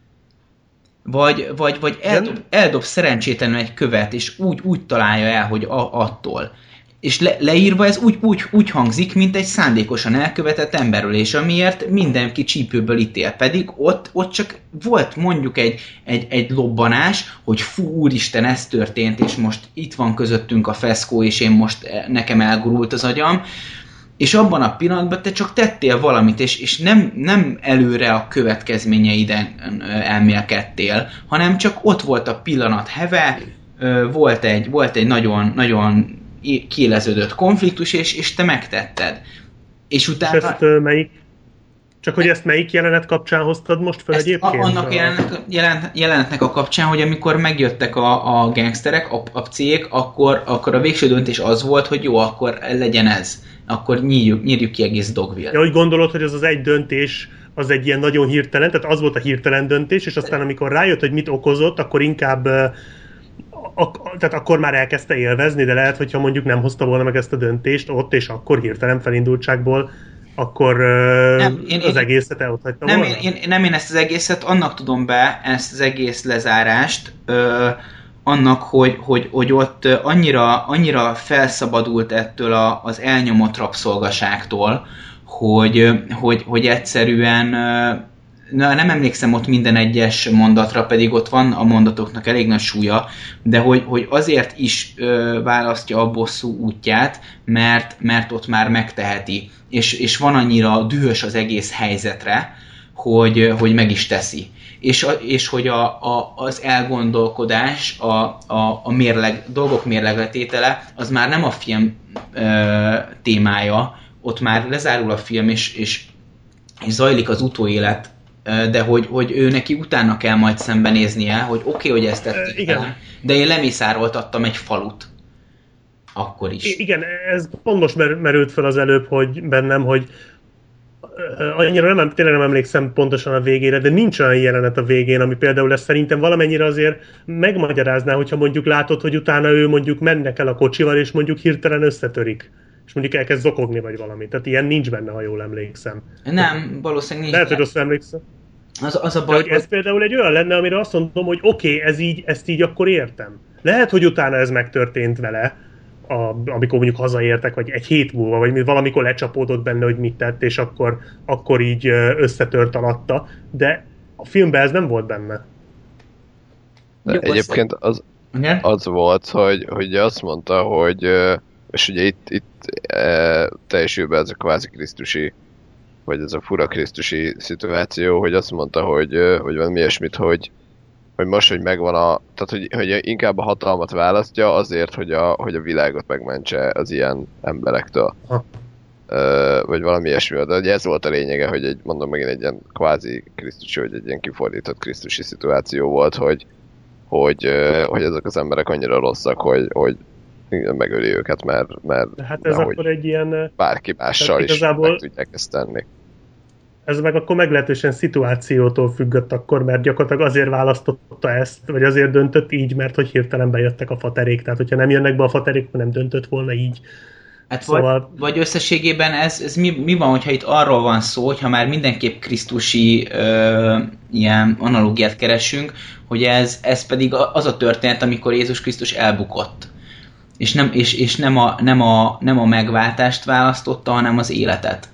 Vagy, vagy, vagy eldob, eldob szerencsétlenül egy követ, és úgy, úgy találja el, hogy a, attól. És le, leírva ez úgy, úgy, úgy hangzik, mint egy szándékosan elkövetett emberölés, amiért mindenki csípőből ítél. Pedig ott, ott csak volt mondjuk egy, egy, egy lobbanás, hogy fú, úristen, ez történt, és most itt van közöttünk a feszkó, és én most nekem elgurult az agyam. És abban a pillanatban te csak tettél valamit, és, és nem, nem előre a következményeiden elmélkedtél, hanem csak ott volt a pillanat heve, volt egy, volt egy nagyon, nagyon kiéleződött konfliktus, és, és te megtetted. És utána... És ezt uh, melyik? Csak hogy ezt melyik jelenet kapcsán hoztad most fel egyébként? Annak jelenet, jelenet, jelenetnek a kapcsán, hogy amikor megjöttek a, a gangsterek, a, a cégek, akkor, akkor a végső döntés az volt, hogy jó, akkor legyen ez. Akkor nyírjuk, nyírjuk ki egész Dogville. Ja, úgy gondolod, hogy az az egy döntés, az egy ilyen nagyon hirtelen, tehát az volt a hirtelen döntés, és aztán amikor rájött, hogy mit okozott, akkor inkább Ak- tehát akkor már elkezdte élvezni, de lehet, hogyha mondjuk nem hozta volna meg ezt a döntést ott, és akkor hirtelen felindultságból, akkor nem, én, az én, egészet elhagyta nem, volna? Én, én, nem én ezt az egészet, annak tudom be, ezt az egész lezárást, ö, annak, hogy, hogy, hogy ott annyira, annyira felszabadult ettől a, az elnyomott rabszolgaságtól, hogy, hogy, hogy egyszerűen Na, nem emlékszem ott minden egyes mondatra, pedig ott van a mondatoknak elég nagy súlya, de hogy, hogy azért is ö, választja a bosszú útját, mert, mert ott már megteheti. És, és van annyira dühös az egész helyzetre, hogy, hogy meg is teszi. És, és hogy a, a, az elgondolkodás, a, a, a mérleg, dolgok mérlegletétele, az már nem a film ö, témája, ott már lezárul a film, és, és, és zajlik az utóélet, de hogy, hogy ő neki utána kell majd szembenéznie, hogy oké, okay, hogy ezt tették velem, de én lemészároltattam egy falut. Akkor is. I- igen, ez pont most mer- merült fel az előbb, hogy bennem, hogy annyira nem, tényleg nem emlékszem pontosan a végére, de nincs olyan jelenet a végén, ami például ezt szerintem valamennyire azért megmagyarázná, hogyha mondjuk látod, hogy utána ő mondjuk mennek el a kocsival, és mondjuk hirtelen összetörik. És mondjuk elkezd zokogni, vagy valami. Tehát ilyen nincs benne, ha jól emlékszem. Nem, valószínűleg nincs. Lehet, hogy rosszul emlékszem. Az, az a baj, de hogy ez az... például egy olyan lenne, amire azt mondom, hogy oké, okay, ez így, ezt így akkor értem. Lehet, hogy utána ez megtörtént vele, a, amikor mondjuk hazaértek, vagy egy hét múlva, vagy valamikor lecsapódott benne, hogy mit tett, és akkor, akkor így összetört alatta, de a filmben ez nem volt benne. De Jó, egyébként az, az volt, hogy, hogy azt mondta, hogy és ugye itt, itt e, teljesül be ez a kvázi krisztusi, vagy ez a fura krisztusi szituáció, hogy azt mondta, hogy, hogy valami ilyesmit, hogy, hogy most, hogy megvan a, tehát hogy, hogy inkább a hatalmat választja azért, hogy a, hogy a világot megmentse az ilyen emberektől. Ha. Ö, vagy valami ilyesmi, de ugye ez volt a lényege, hogy egy, mondom megint egy ilyen kvázi krisztusi, vagy egy ilyen kifordított krisztusi szituáció volt, hogy, hogy, hogy ezek az emberek annyira rosszak, hogy, hogy megöli őket, mert, mert hát ez akkor egy ilyen... bárki mással is meg tudják ezt tenni. Ez meg akkor meglehetősen szituációtól függött akkor, mert gyakorlatilag azért választotta ezt, vagy azért döntött így, mert hogy hirtelen bejöttek a faterék. Tehát, hogyha nem jönnek be a faterék, akkor nem döntött volna így. Hát szóval... vagy, vagy összességében ez, ez mi, mi van, hogyha itt arról van szó, hogyha már mindenképp krisztusi ö, ilyen analógiát keresünk, hogy ez, ez pedig az a történet, amikor Jézus Krisztus elbukott. És nem, és, és nem, a, nem, a, nem a megváltást választotta, hanem az életet.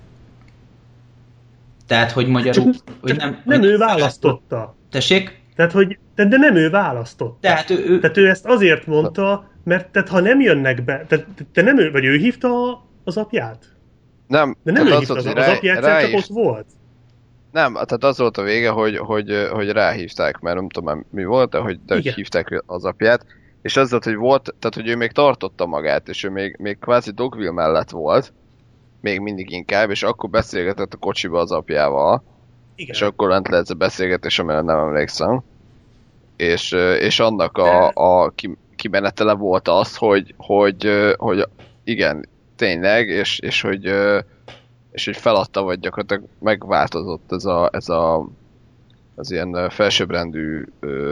Tehát, hogy magyarul... Hogy nem, nem hogy ő választotta. Tessék? Tehát, hogy, de, de nem ő választotta. Tehát ő, ő... tehát ő ezt azért mondta, mert tehát, ha nem jönnek be... Tehát, te nem ő, vagy ő hívta az apját? Nem. De nem ő hívta az, az, az apját, rá, csak ott volt. Nem, tehát az volt a vége, hogy, hogy, hogy ráhívták, mert nem tudom mi volt, de hogy, de hogy hívták az apját. És az volt, hogy volt, tehát hogy ő még tartotta magát, és ő még, még kvázi Dogville mellett volt, még mindig inkább, és akkor beszélgetett a kocsiba az apjával. Igen. És akkor lent le ez a beszélgetés, amire nem emlékszem. És, és annak a, a kimenetele volt az, hogy, hogy, hogy igen, tényleg, és, és, hogy, és hogy feladta, vagy gyakorlatilag megváltozott ez a, ez a az ilyen felsőbbrendű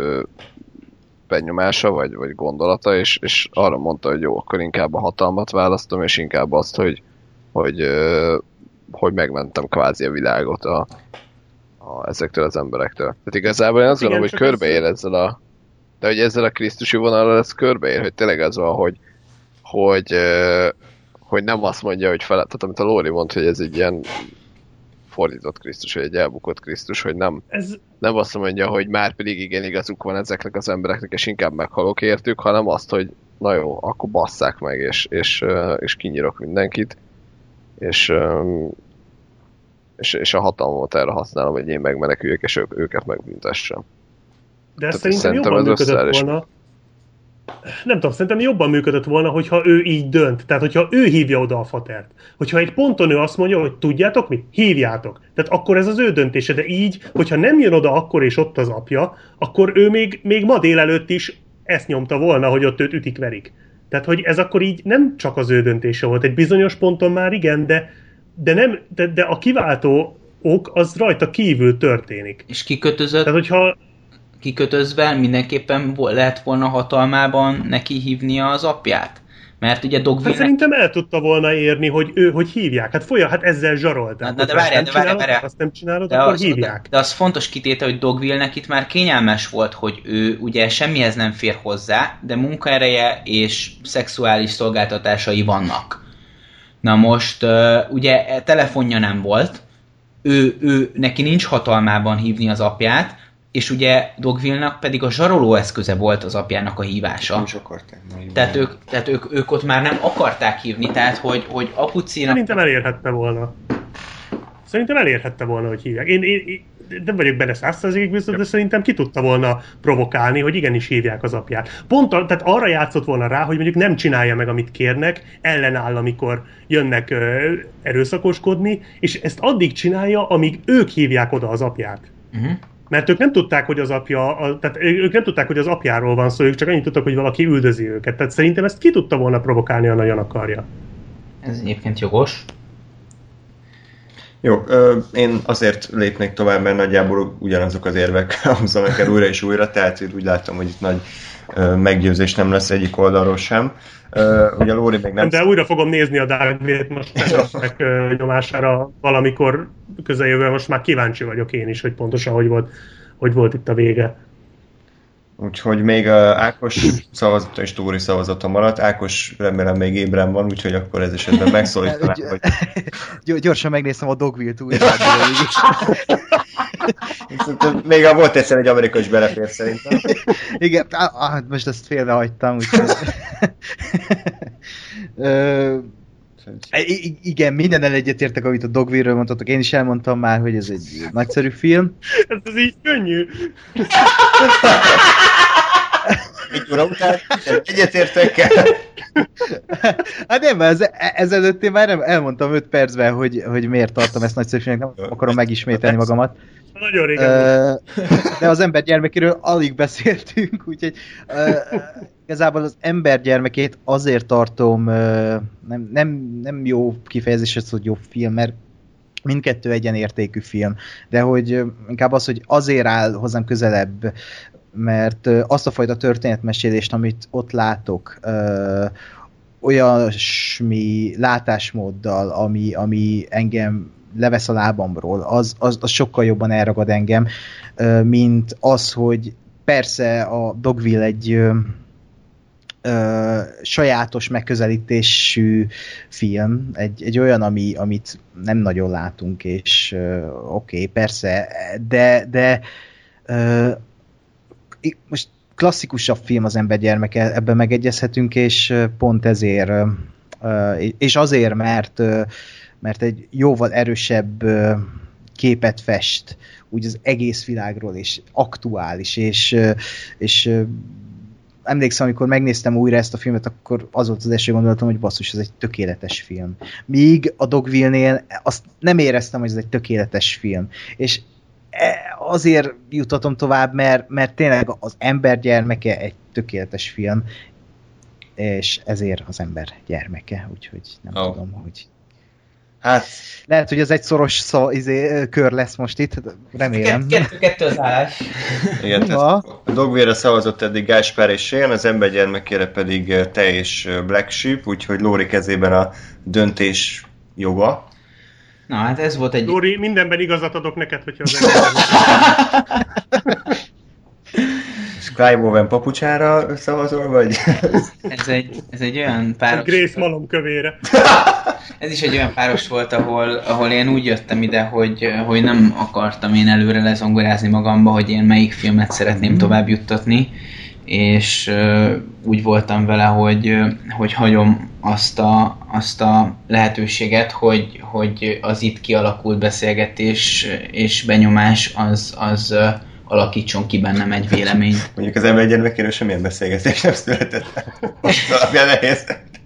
benyomása, vagy, vagy gondolata, és, és arra mondta, hogy jó, akkor inkább a hatalmat választom, és inkább azt, hogy, hogy, hogy megmentem kvázi a világot a, a, ezektől az emberektől. Tehát igazából én azt gondolom, hogy körbeér ezzel a... De hogy ezzel a krisztusi vonalra ez körbeér, hogy tényleg az van, hogy, hogy, hogy nem azt mondja, hogy fel... Tehát amit a Lóri mondta, hogy ez egy ilyen fordított Krisztus, vagy egy elbukott Krisztus, hogy nem, ez... nem azt mondja, hogy már pedig igen, igazuk van ezeknek az embereknek, és inkább meghalok értük, hanem azt, hogy na jó, akkor basszák meg, és, és, és kinyírok mindenkit, és, és, és a hatalmat erre használom, hogy én megmeneküljek, és ők, őket megbüntessem. De ezt szerintem, szerintem jobban működött volna. Nem tudom, szerintem jobban működött volna, hogyha ő így dönt. Tehát, hogyha ő hívja oda a fatert. Hogyha egy ponton ő azt mondja, hogy tudjátok mit? Hívjátok. Tehát akkor ez az ő döntése. De így, hogyha nem jön oda akkor és ott az apja, akkor ő még, még ma délelőtt is ezt nyomta volna, hogy ott őt ütik-verik. Tehát, hogy ez akkor így nem csak az ő döntése volt. Egy bizonyos ponton már igen, de, de, nem, de, de a kiváltó ok az rajta kívül történik. És kikötözött? Tehát, hogyha kikötözve mindenképpen lehet volna hatalmában neki hívnia az apját? Mert ugye Dogville... Hát szerintem el tudta volna érni, hogy ő, hogy hívják. Hát folyan, hát ezzel zsarolt. Na, de várjál, de várjál, várjál. Azt nem csinálod, de akkor az, hívják. De, de az fontos kitétel, hogy Dogville-nek itt már kényelmes volt, hogy ő ugye semmihez nem fér hozzá, de munkaereje és szexuális szolgáltatásai vannak. Na most, ugye telefonja nem volt, ő, ő, neki nincs hatalmában hívni az apját, és ugye Dogville-nak pedig a zsaroló eszköze volt az apjának a hívása. Nem is akarták. Tehát, ők, tehát ők, ők ott már nem akarták hívni, tehát hogy, hogy apucinak... Szerintem elérhette volna. Szerintem elérhette volna, hogy hívják. Én, én, én nem vagyok benne száz százalékig biztos, de szerintem ki tudta volna provokálni, hogy igenis hívják az apját. Pont a, tehát arra játszott volna rá, hogy mondjuk nem csinálja meg, amit kérnek, ellenáll, amikor jönnek ö, erőszakoskodni, és ezt addig csinálja, amíg ők hívják oda az apját. Uh-huh. Mert ők nem tudták, hogy az apja, a, tehát ők nem tudták, hogy az apjáról van szó, ők csak annyit tudtak, hogy valaki üldözi őket. Tehát szerintem ezt ki tudta volna provokálni, ha nagyon akarja. Ez egyébként jogos. Jó, ö, én azért lépnék tovább, mert nagyjából ugyanazok az érvek hangzanak el újra és újra, tehát úgy látom, hogy itt nagy ö, meggyőzés nem lesz egyik oldalról sem. Uh, ugye Lóri még nem... De újra fogom nézni a Dark-vét most ezek uh, nyomására valamikor közeljövően, most már kíváncsi vagyok én is, hogy pontosan hogy volt, hogy volt itt a vége. Úgyhogy még uh, Ákos szavazata és Tóri szavazata maradt. Ákos remélem még ébren van, úgyhogy akkor ez esetben megszólítanám, hogy... Gyorsan megnéztem a Dogville túl. Még a volt egyszer egy amerikai is belefér szerintem. Igen, ah, most ezt félrehagytam, úgyhogy... Ö, I- igen, mindennel egyetértek, amit a Dogville-ről mondtatok. Én is elmondtam már, hogy ez egy nagyszerű film. Ez az így könnyű. Egy óra után egyetértek el. Hát nem, ez, ezelőtt én már nem elmondtam öt percben, hogy, hogy miért tartom ezt nagyszerű filmnek, nem akarom megismételni magamat. Nagyon régen. De az ember gyermekéről alig beszéltünk, úgyhogy uh, igazából az ember gyermekét azért tartom uh, nem, nem, nem jó kifejezés, hogy jó film, mert mindkettő egyenértékű film, de hogy uh, inkább az, hogy azért áll hozzám közelebb, mert uh, azt a fajta történetmesélést, amit ott látok, uh, olyasmi látásmóddal, ami, ami engem levesz a lábamról, az, az, az sokkal jobban elragad engem, mint az, hogy persze a Dogville egy ö, ö, sajátos megközelítésű film, egy, egy olyan, ami, amit nem nagyon látunk, és oké, okay, persze, de, de ö, most klasszikusabb film az ember gyermeke, ebben megegyezhetünk, és pont ezért, ö, és azért, mert mert egy jóval erősebb képet fest úgy az egész világról, és aktuális, és, és emlékszem, amikor megnéztem újra ezt a filmet, akkor az volt az első gondolatom, hogy basszus, ez egy tökéletes film. Míg a Dogville-nél azt nem éreztem, hogy ez egy tökéletes film. És azért jutatom tovább, mert, mert tényleg az ember gyermeke egy tökéletes film, és ezért az ember gyermeke, úgyhogy nem oh. tudom, hogy hát... Lehet, hogy ez egy szoros szó, izé, kör lesz most itt, remélem. Kettő-kettő az állás. Igen, a Dogville-re szavazott eddig Gáspár és Sén, az ember gyermekére pedig te és Black Sheep, úgyhogy Lóri kezében a döntés joga. Na, hát ez volt egy... Lóri, mindenben igazat adok neked, hogyha az ember Skywoven papucsára szavazol, vagy? Ez egy, ez egy olyan páros... Grace malom kövére. Ez is egy olyan páros volt, ahol, ahol én úgy jöttem ide, hogy, hogy nem akartam én előre lezongorázni magamba, hogy én melyik filmet szeretném tovább juttatni, és uh, úgy voltam vele, hogy, hogy hagyom azt a, azt a lehetőséget, hogy, hogy az itt kialakult beszélgetés és benyomás az, az uh, alakítson ki bennem egy véleményt. Mondjuk az ember gyermekéről semmilyen beszélgetés nem született. Most alapján nehéz.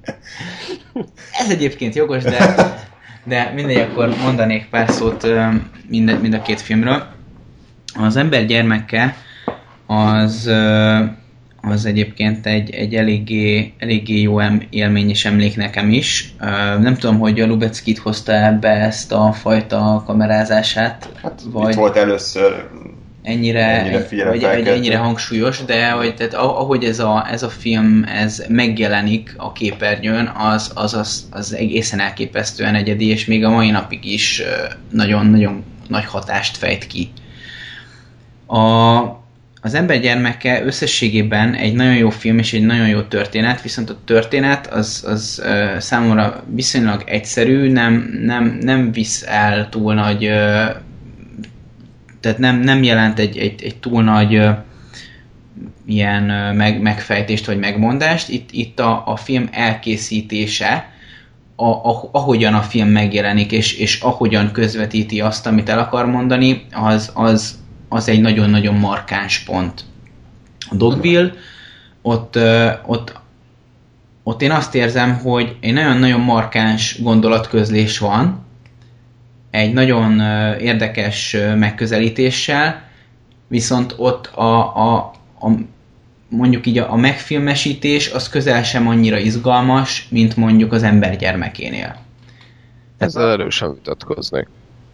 Ez egyébként jogos, de, de mindegy, akkor mondanék pár szót mind, mind a két filmről. Az ember gyermeke az, az egyébként egy, egy eléggé, eléggé jó élmény és emlék nekem is. Nem tudom, hogy a Lubeckit hozta ebbe ezt a fajta kamerázását. Hát vagy itt volt először ennyire, ennyire, vagy, vagy ennyire hangsúlyos, de hogy, tehát ahogy ez a, ez a film ez megjelenik a képernyőn, az, az, az, az egészen elképesztően egyedi, és még a mai napig is nagyon-nagyon nagy hatást fejt ki. A, az ember gyermeke összességében egy nagyon jó film és egy nagyon jó történet, viszont a történet az, az uh, számomra viszonylag egyszerű, nem, nem, nem visz el túl nagy... Uh, tehát nem, nem jelent egy, egy, egy túl nagy uh, ilyen uh, meg, megfejtést vagy megmondást. Itt, itt a, a film elkészítése, a, a, ahogyan a film megjelenik, és, és ahogyan közvetíti azt, amit el akar mondani, az, az, az egy nagyon-nagyon markáns pont. A Dogville, ott, uh, ott, ott én azt érzem, hogy egy nagyon-nagyon markáns gondolatközlés van, egy nagyon érdekes megközelítéssel, viszont ott a, a, a mondjuk így a, a megfilmesítés az közel sem annyira izgalmas, mint mondjuk az ember gyermekénél. Ezzel erősen vitatkoznék.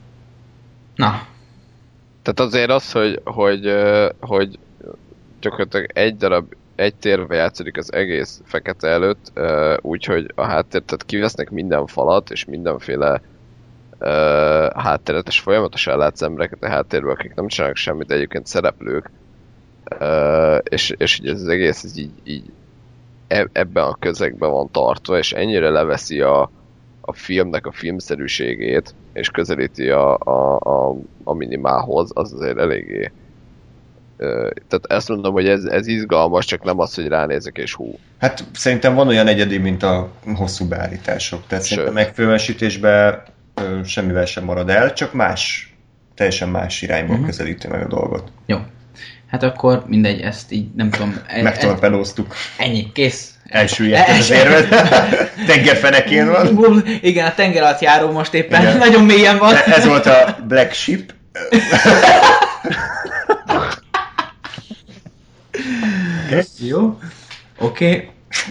Na. Tehát azért az, hogy, hogy, hogy gyakorlatilag egy darab, egy térbe játszódik az egész fekete előtt, úgyhogy a háttér, tehát kivesznek minden falat, és mindenféle Uh, hátteret, és folyamatosan látsz embereket a háttérből, akik nem csinálnak semmit, de egyébként szereplők. Uh, és, és így ez az egész ez így, így ebben a közegben van tartva, és ennyire leveszi a, a filmnek a filmszerűségét, és közelíti a, a, a, a minimálhoz, az azért eléggé. Uh, tehát ezt mondom, hogy ez, ez izgalmas, csak nem az, hogy ránézek és hú. Hát szerintem van olyan egyedi, mint a hosszú beállítások. Tehát Sőt. szerintem megfilmesítésben ö, semmivel sem marad el, csak más, teljesen más irányból uh-huh. közelíti meg a dolgot. Jó. Hát akkor mindegy, ezt így nem tudom... Megtorpedóztuk. Ennyi, kész. Elsüllyedted az érvet. Tengerfenekén van. Igen, a tenger alatt járó most éppen igen. Nagyon mélyen van. Ez volt a Black Ship. Okay. Jó, oké.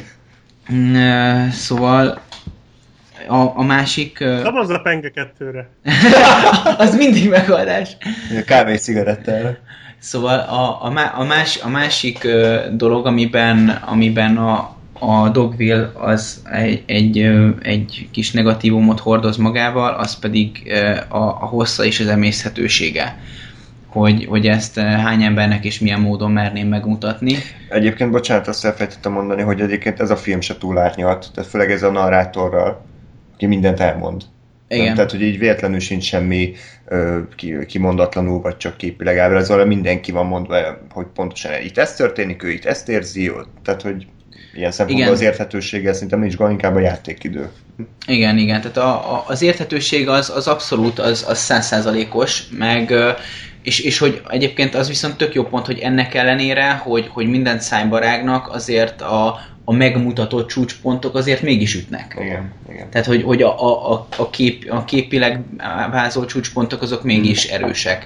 Okay. Szóval a, a másik... Szavazz a Penge kettőre. Az mindig megoldás. A kávé cigarettára. Szóval a, a, a, más, a másik dolog, amiben, amiben a, a Dogville az egy, egy, egy kis negatívumot hordoz magával, az pedig a, a hossza és az emészhetősége. Hogy, hogy ezt hány embernek és milyen módon merném megmutatni. Egyébként, bocsánat, azt elfelejtettem mondani, hogy egyébként ez a film se túl árnyalt, tehát főleg ez a narrátorral, aki mindent elmond. Igen. Tehát, hogy így véletlenül sincs semmi ö, kimondatlanul, vagy csak képileg ábrázolva, mindenki van mondva, hogy pontosan itt ez történik, ő itt ezt érzi, ott, tehát, hogy ilyen szempontból az érthetőséggel szerintem nincs gond, inkább a játékidő. Igen, igen, tehát a, a, az érthetőség az, az abszolút, az, az száz százalékos, meg és, és hogy egyébként az viszont tök jó pont, hogy ennek ellenére, hogy, hogy mindent szájba rágnak, azért a, a megmutatott csúcspontok azért mégis ütnek. Igen, igen. Tehát, hogy, hogy a, a, a, kép, a képileg vázolt csúcspontok azok mégis erősek.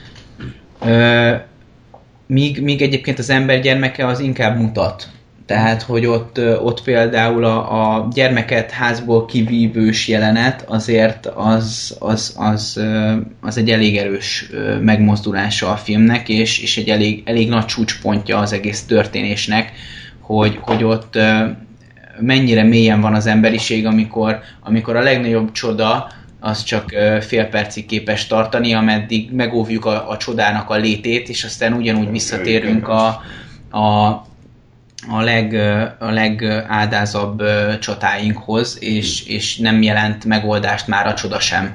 Ö, míg, míg egyébként az ember gyermeke az inkább mutat. Tehát, hogy ott, ott például a, a gyermeket házból kivívős jelenet azért az, az, az, az egy elég erős megmozdulása a filmnek, és, és egy elég, elég nagy csúcspontja az egész történésnek, hogy, hogy ott mennyire mélyen van az emberiség, amikor, amikor a legnagyobb csoda az csak fél percig képes tartani, ameddig megóvjuk a, a csodának a létét, és aztán ugyanúgy visszatérünk a, a a, leg, a legádázabb csatáinkhoz, és, és nem jelent megoldást már a csoda sem.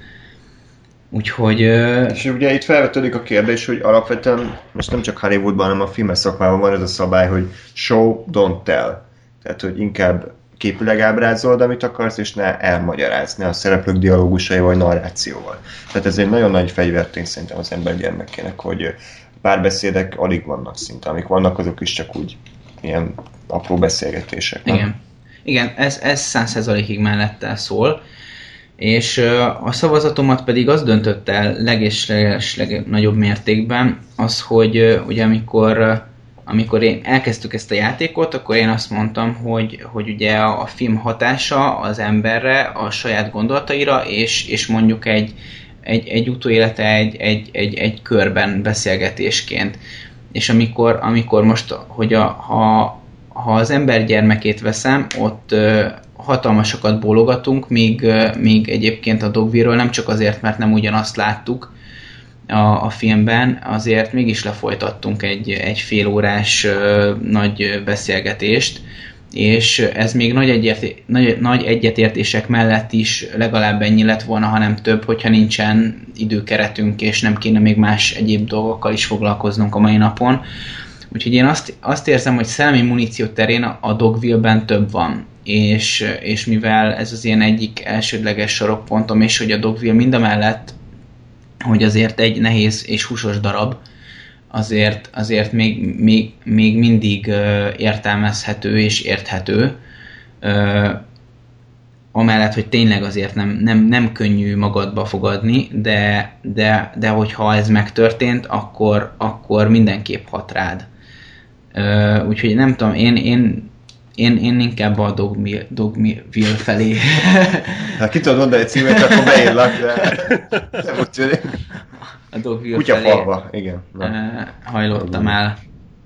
Úgyhogy... És ugye itt felvetődik a kérdés, hogy alapvetően most nem csak Hollywoodban, hanem a filmes szakmában van ez a szabály, hogy show, don't tell. Tehát, hogy inkább képileg ábrázold, amit akarsz, és ne elmagyarázni a szereplők dialógusaival vagy narrációval. Tehát ez egy nagyon nagy fegyvertény szerintem az ember gyermekének, hogy párbeszédek alig vannak szinte, amik vannak, azok is csak úgy ilyen apró beszélgetések. Igen, nem? Igen, ez, ez száz százalékig mellette szól, és a szavazatomat pedig az döntött el leges legnagyobb mértékben, az, hogy ugye amikor, amikor én elkezdtük ezt a játékot, akkor én azt mondtam, hogy, hogy ugye a film hatása az emberre, a saját gondolataira, és, és mondjuk egy, egy, egy utóélete egy, egy, egy, egy körben beszélgetésként. És amikor, amikor most, hogy a, ha, ha az ember gyermekét veszem, ott ö, hatalmasokat bólogatunk, míg, ö, míg egyébként a Dogville-ről nem csak azért, mert nem ugyanazt láttuk a, a filmben, azért mégis lefolytattunk egy, egy fél órás ö, nagy beszélgetést, és ez még nagy, egyért, nagy, nagy egyetértések mellett is legalább ennyi lett volna, hanem több, hogyha nincsen időkeretünk, és nem kéne még más egyéb dolgokkal is foglalkoznunk a mai napon. Úgyhogy én azt, azt érzem, hogy szellemi muníció terén a Dogville-ben több van. És, és mivel ez az ilyen egyik elsődleges sarokpontom, és hogy a Dogville mindamellett, hogy azért egy nehéz és húsos darab, azért, azért még, még, még mindig uh, értelmezhető és érthető. Uh, amellett, hogy tényleg azért nem, nem, nem könnyű magadba fogadni, de, de, de hogyha ez megtörtént, akkor, akkor mindenképp hat rád. Uh, úgyhogy nem tudom, én, én, én, én inkább a Dogville, Dogville felé. Ha ki tudod mondani egy címet, akkor beírlak, de nem úgy tűnik. A Dogville Kutyafalva, igen. Na. hajlottam el.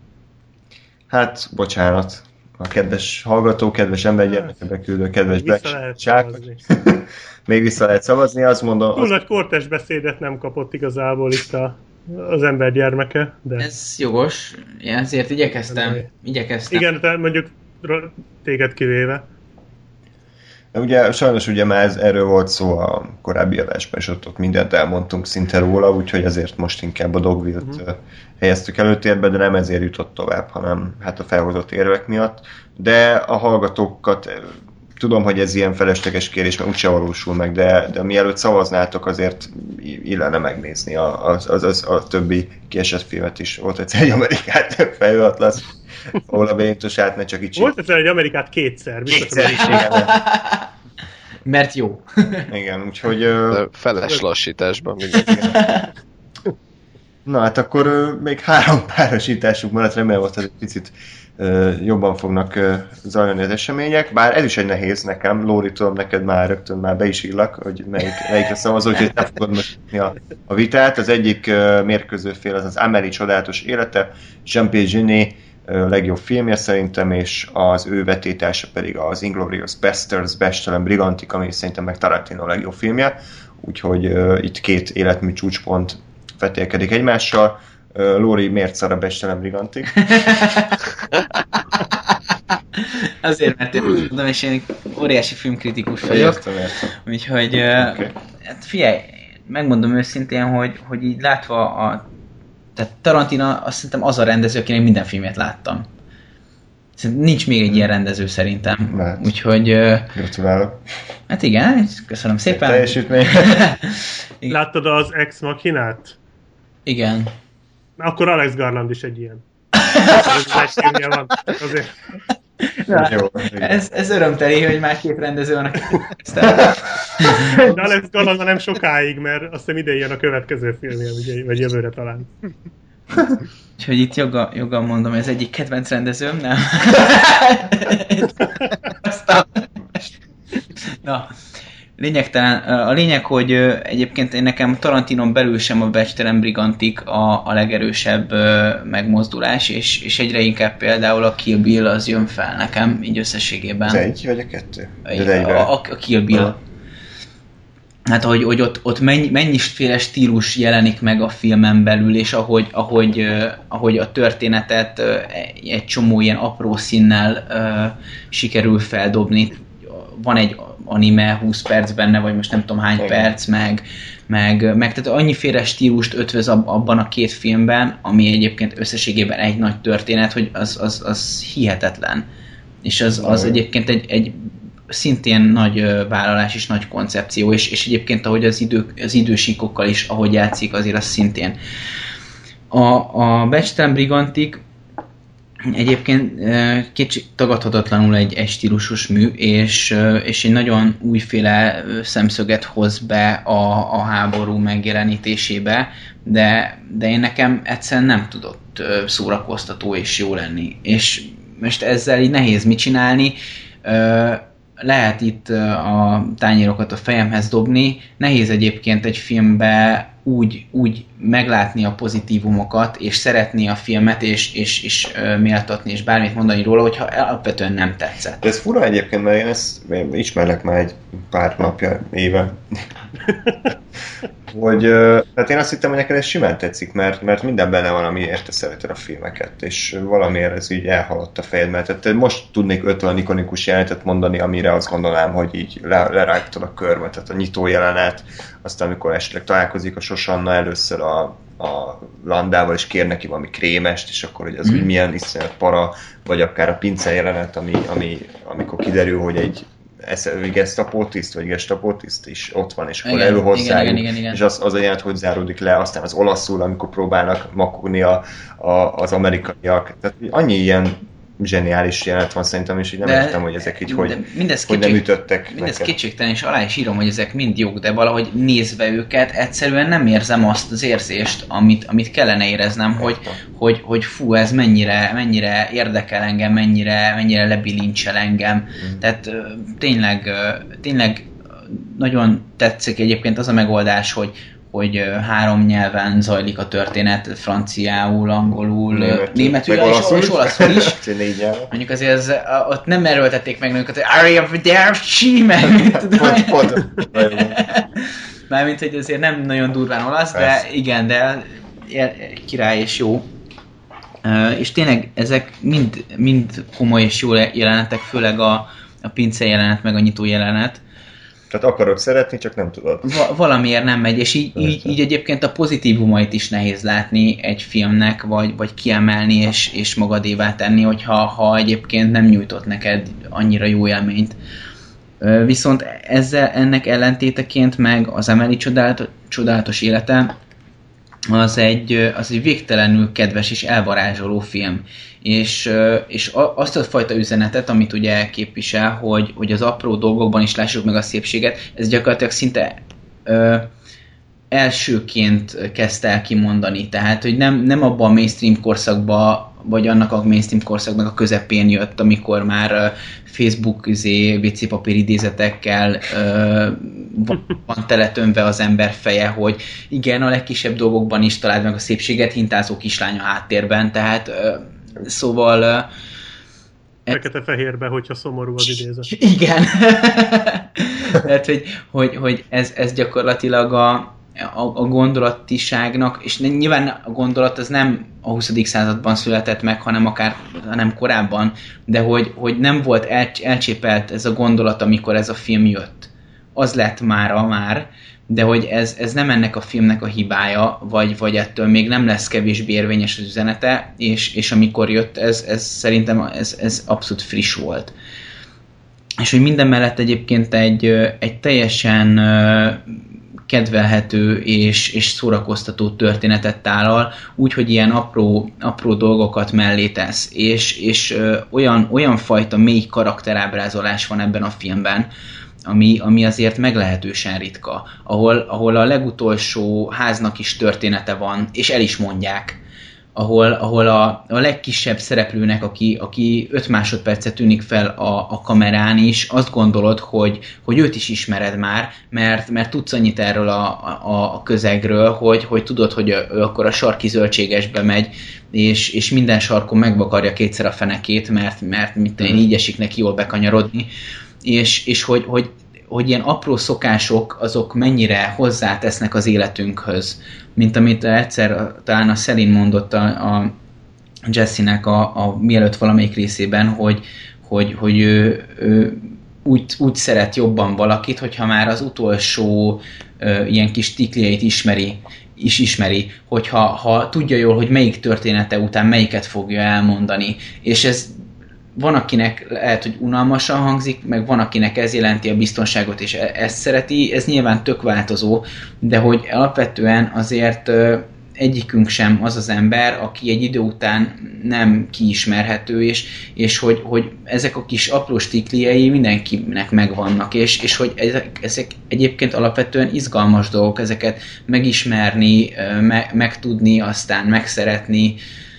Hát, bocsánat. A kedves hallgató, kedves embergyermekre beküldő, kedves Black még vissza lehet szavazni, azt mondom... Túl nagy kortes beszédet nem kapott igazából itt a az ember gyermeke, de... Ez jogos, én ezért igyekeztem, igyekeztem. Igen, de mondjuk téged kivéve. De ugye sajnos ugye már ez, erről volt szó a korábbi adásban, és ott, ott mindent elmondtunk szinte róla, úgyhogy ezért most inkább a Dogville-t uh-huh. helyeztük előtérbe, de nem ezért jutott tovább, hanem hát a felhozott érvek miatt. De a hallgatókat, tudom, hogy ez ilyen felesleges kérés, mert úgyse valósul meg, de, de mielőtt szavaznátok, azért illene megnézni a, az, az, az, a többi kiesett filmet is. Volt egyszer egy Amerikát fejőatlasz, ahol a Béntos át ne csak így... Volt egyszer egy Amerikát kétszer. Kétszer is, igen. Mert jó. Igen, úgyhogy... Feles lassításban mindenki. Na hát akkor még három párosításuk maradt, remélem ott egy picit jobban fognak zajlani az események, bár ez is egy nehéz nekem, Lóri, tudom, neked már rögtön már be is illak, hogy melyik, melyikre szavazol, úgyhogy te fogod most a, a vitát. Az egyik mérkőző fél az az Amélie csodálatos élete, Jean-Pierre Jeunet legjobb filmje szerintem, és az ő vetétása pedig az Inglourious Basterds, Bestelen Brigantik, ami szerintem meg Tarantino legjobb filmje, úgyhogy uh, itt két életmű csúcspont vetélkedik egymással. Uh, Lóri, miért szar a Bestelen Brigantik? Azért, mert én tudom, és én óriási filmkritikus vagyok. Értem, értem. Úgyhogy, uh, okay. Hát figyelj, megmondom őszintén, hogy, hogy így látva a tehát Tarantino azt szerintem az a rendező, akinek minden filmet láttam. Szerintem nincs még egy ilyen rendező szerintem. Lehet. Úgyhogy... Gratulálok. Hát igen, köszönöm szépen. Teljesítmény. Láttad az Ex Machinát? Igen. Akkor Alex Garland is egy ilyen. Ez van. Azért. Na, jó, ez, ez örömteli, hogy már két rendező van, aki de Alex Garland nem sokáig, mert azt hiszem ide jön a következő filmje, vagy jövőre talán. Úgyhogy itt joga, joga mondom, ez egyik kedvenc rendezőm, nem? Na, lényegtelen. A lényeg, hogy egyébként én nekem Tarantinon belül sem a Bestelen Brigantik a, a legerősebb megmozdulás, és, és egyre inkább például a Kill Bill az jön fel nekem, így összességében. Az egy vagy a kettő? A, a, a Kill Bill. Ah. Hát, hogy, hogy ott, ott mennyi, mennyiféle stílus jelenik meg a filmen belül, és ahogy, ahogy, ahogy a történetet egy csomó ilyen apró színnel uh, sikerül feldobni. Van egy anime húsz perc benne, vagy most nem tudom hány perc, meg, meg, meg tehát annyiféle stílust ötvöz abban a két filmben, ami egyébként összességében egy nagy történet, hogy az, az, az hihetetlen. És az, az egyébként egy, egy szintén nagy vállalás és nagy koncepció, és, és egyébként ahogy az, idő, az idősíkokkal is, ahogy játszik, azért az szintén. A, a Bestelen Brigantik egyébként kicsit tagadhatatlanul egy, egy stílusos mű, és, és egy nagyon újféle szemszöget hoz be a, a háború megjelenítésébe, de, de én nekem egyszerűen nem tudott szórakoztató és jó lenni. És most ezzel így nehéz mit csinálni, lehet itt a tányérokat a fejemhez dobni, nehéz egyébként egy filmbe úgy, úgy meglátni a pozitívumokat, és szeretni a filmet, és, és, és méltatni, és bármit mondani róla, hogyha alapvetően nem tetszett. De ez fura egyébként, mert én ezt ismerlek már egy pár napja, éve. hogy, tehát én azt hittem, hogy neked ez simán tetszik, mert, mert minden benne van, ami érte szereted a filmeket, és valamiért ez így elhaladt a fejed, mert tehát most tudnék ötven ikonikus jelenetet mondani, amire azt gondolnám, hogy így le, lerágtad a körmet, tehát a nyitó jelenet, aztán amikor esetleg találkozik a Sosanna először a, a Landával, és kér neki valami krémest, és akkor hogy az mm. úgy milyen iszonyat para, vagy akár a pince jelenet, ami, ami, amikor kiderül, hogy egy gesztapótiszt, vagy gesztapótiszt is ott van, és akkor elő hozzájuk, igen, igen, igen. És az, az a jelent, hogy záródik le, aztán az olaszul, amikor próbálnak makogni a, a, az amerikaiak. Tehát annyi ilyen zseniális jelenet van szerintem, és így nem de, értem, hogy ezek így hogy, mindez hogy kicsik, nem ütöttek. Mindez kétségtelen, és alá is írom, hogy ezek mind jók, de valahogy nézve őket egyszerűen nem érzem azt az érzést, amit, amit kellene éreznem, hogy, hogy, hogy fú, ez mennyire, mennyire érdekel engem, mennyire, mennyire lebilincsel engem. Mm. Tehát tényleg, tényleg nagyon tetszik egyébként az a megoldás, hogy hogy három nyelven zajlik a történet, franciául, angolul, németül, németül ja, és, és olaszul is. Mondjuk azért az, ott nem erőltették meg nőket, hogy Aria Viderci, meg mármint, hogy azért nem nagyon durván olasz, de igen, de király és jó. Uh, és tényleg ezek mind, mind komoly és jó jelenetek, főleg a, a pince jelenet, meg a nyitó jelenet. Tehát akarod szeretni, csak nem tudod. Va- valamiért nem megy, és így, így, így egyébként a pozitívumait is nehéz látni egy filmnek, vagy, vagy kiemelni és, és magadévá tenni, hogyha ha egyébként nem nyújtott neked annyira jó élményt. Uh, viszont ezzel, ennek ellentéteként meg az Amélie csodálatos, csodálatos élete az egy, az egy végtelenül kedves és elvarázsoló film. És, és azt a fajta üzenetet, amit ugye képvisel, hogy, hogy az apró dolgokban is lássuk meg a szépséget, ez gyakorlatilag szinte ö, elsőként kezdte el kimondani. Tehát, hogy nem, nem abban a mainstream korszakban, vagy annak a mainstream korszaknak a közepén jött, amikor már Facebook üzé, vé cé papír idézetekkel ö, van teletömve az ember feje, hogy igen, a legkisebb dolgokban is találd meg a szépséget, hintázó kislány a háttérben, tehát ö, szóval... Fekete-fehérbe, hogyha szomorú az idézet. Igen. Tehát, hogy, hogy, hogy ez, ez gyakorlatilag a, a, a gondolatiságnak, és nyilván a gondolat az nem a huszadik században született meg, hanem akár hanem korábban, de hogy, hogy nem volt el, elcsépelt ez a gondolat, amikor ez a film jött. Az lett mára már, de hogy ez, ez nem ennek a filmnek a hibája, vagy, vagy ettől még nem lesz kevésbé érvényes az üzenete, és, és amikor jött, ez, ez szerintem ez, ez abszolút friss volt. És hogy minden mellett egyébként egy, egy teljesen kedvelhető és, és szórakoztató történetet tálal, úgy, hogy ilyen apró, apró dolgokat mellé tesz, és, és ö, olyan, olyan fajta mély karakterábrázolás van ebben a filmben, ami, ami azért meglehetősen ritka, ahol, ahol a legutolsó háznak is története van, és el is mondják, ahol, ahol a, a legkisebb szereplőnek, aki, aki öt másodpercet tűnik fel a, a kamerán is, azt gondolod, hogy, hogy őt is ismered már, mert, mert tudsz annyit erről a, a, a közegről, hogy, hogy tudod, hogy ő akkor a sarki zöldségesbe megy, és, és minden sarkon megvakarja kétszer a fenekét, mert, mert mit én, így esik neki jól bekanyarodni, és, és hogy, hogy, hogy ilyen apró szokások, azok mennyire hozzátesznek az életünkhöz, mint amit egyszer talán a Celine mondott a, a Jessie-nek a, a mielőtt valamelyik részében, hogy, hogy, hogy ő, ő úgy, úgy szeret jobban valakit, hogyha már az utolsó ö, ilyen kis tiklieit ismeri, is ismeri, hogyha ha tudja jól, hogy melyik története után melyiket fogja elmondani, és ez van, akinek lehet, hogy unalmasan hangzik, meg van, akinek ez jelenti a biztonságot, és ezt szereti, ez nyilván tök változó, de hogy alapvetően azért egyikünk sem az az ember, aki egy idő után nem kiismerhető, és, és hogy, hogy ezek a kis apró stikliei mindenkinek megvannak, és, és hogy ezek, ezek egyébként alapvetően izgalmas dolgok, ezeket megismerni, me, megtudni, aztán megszeretni,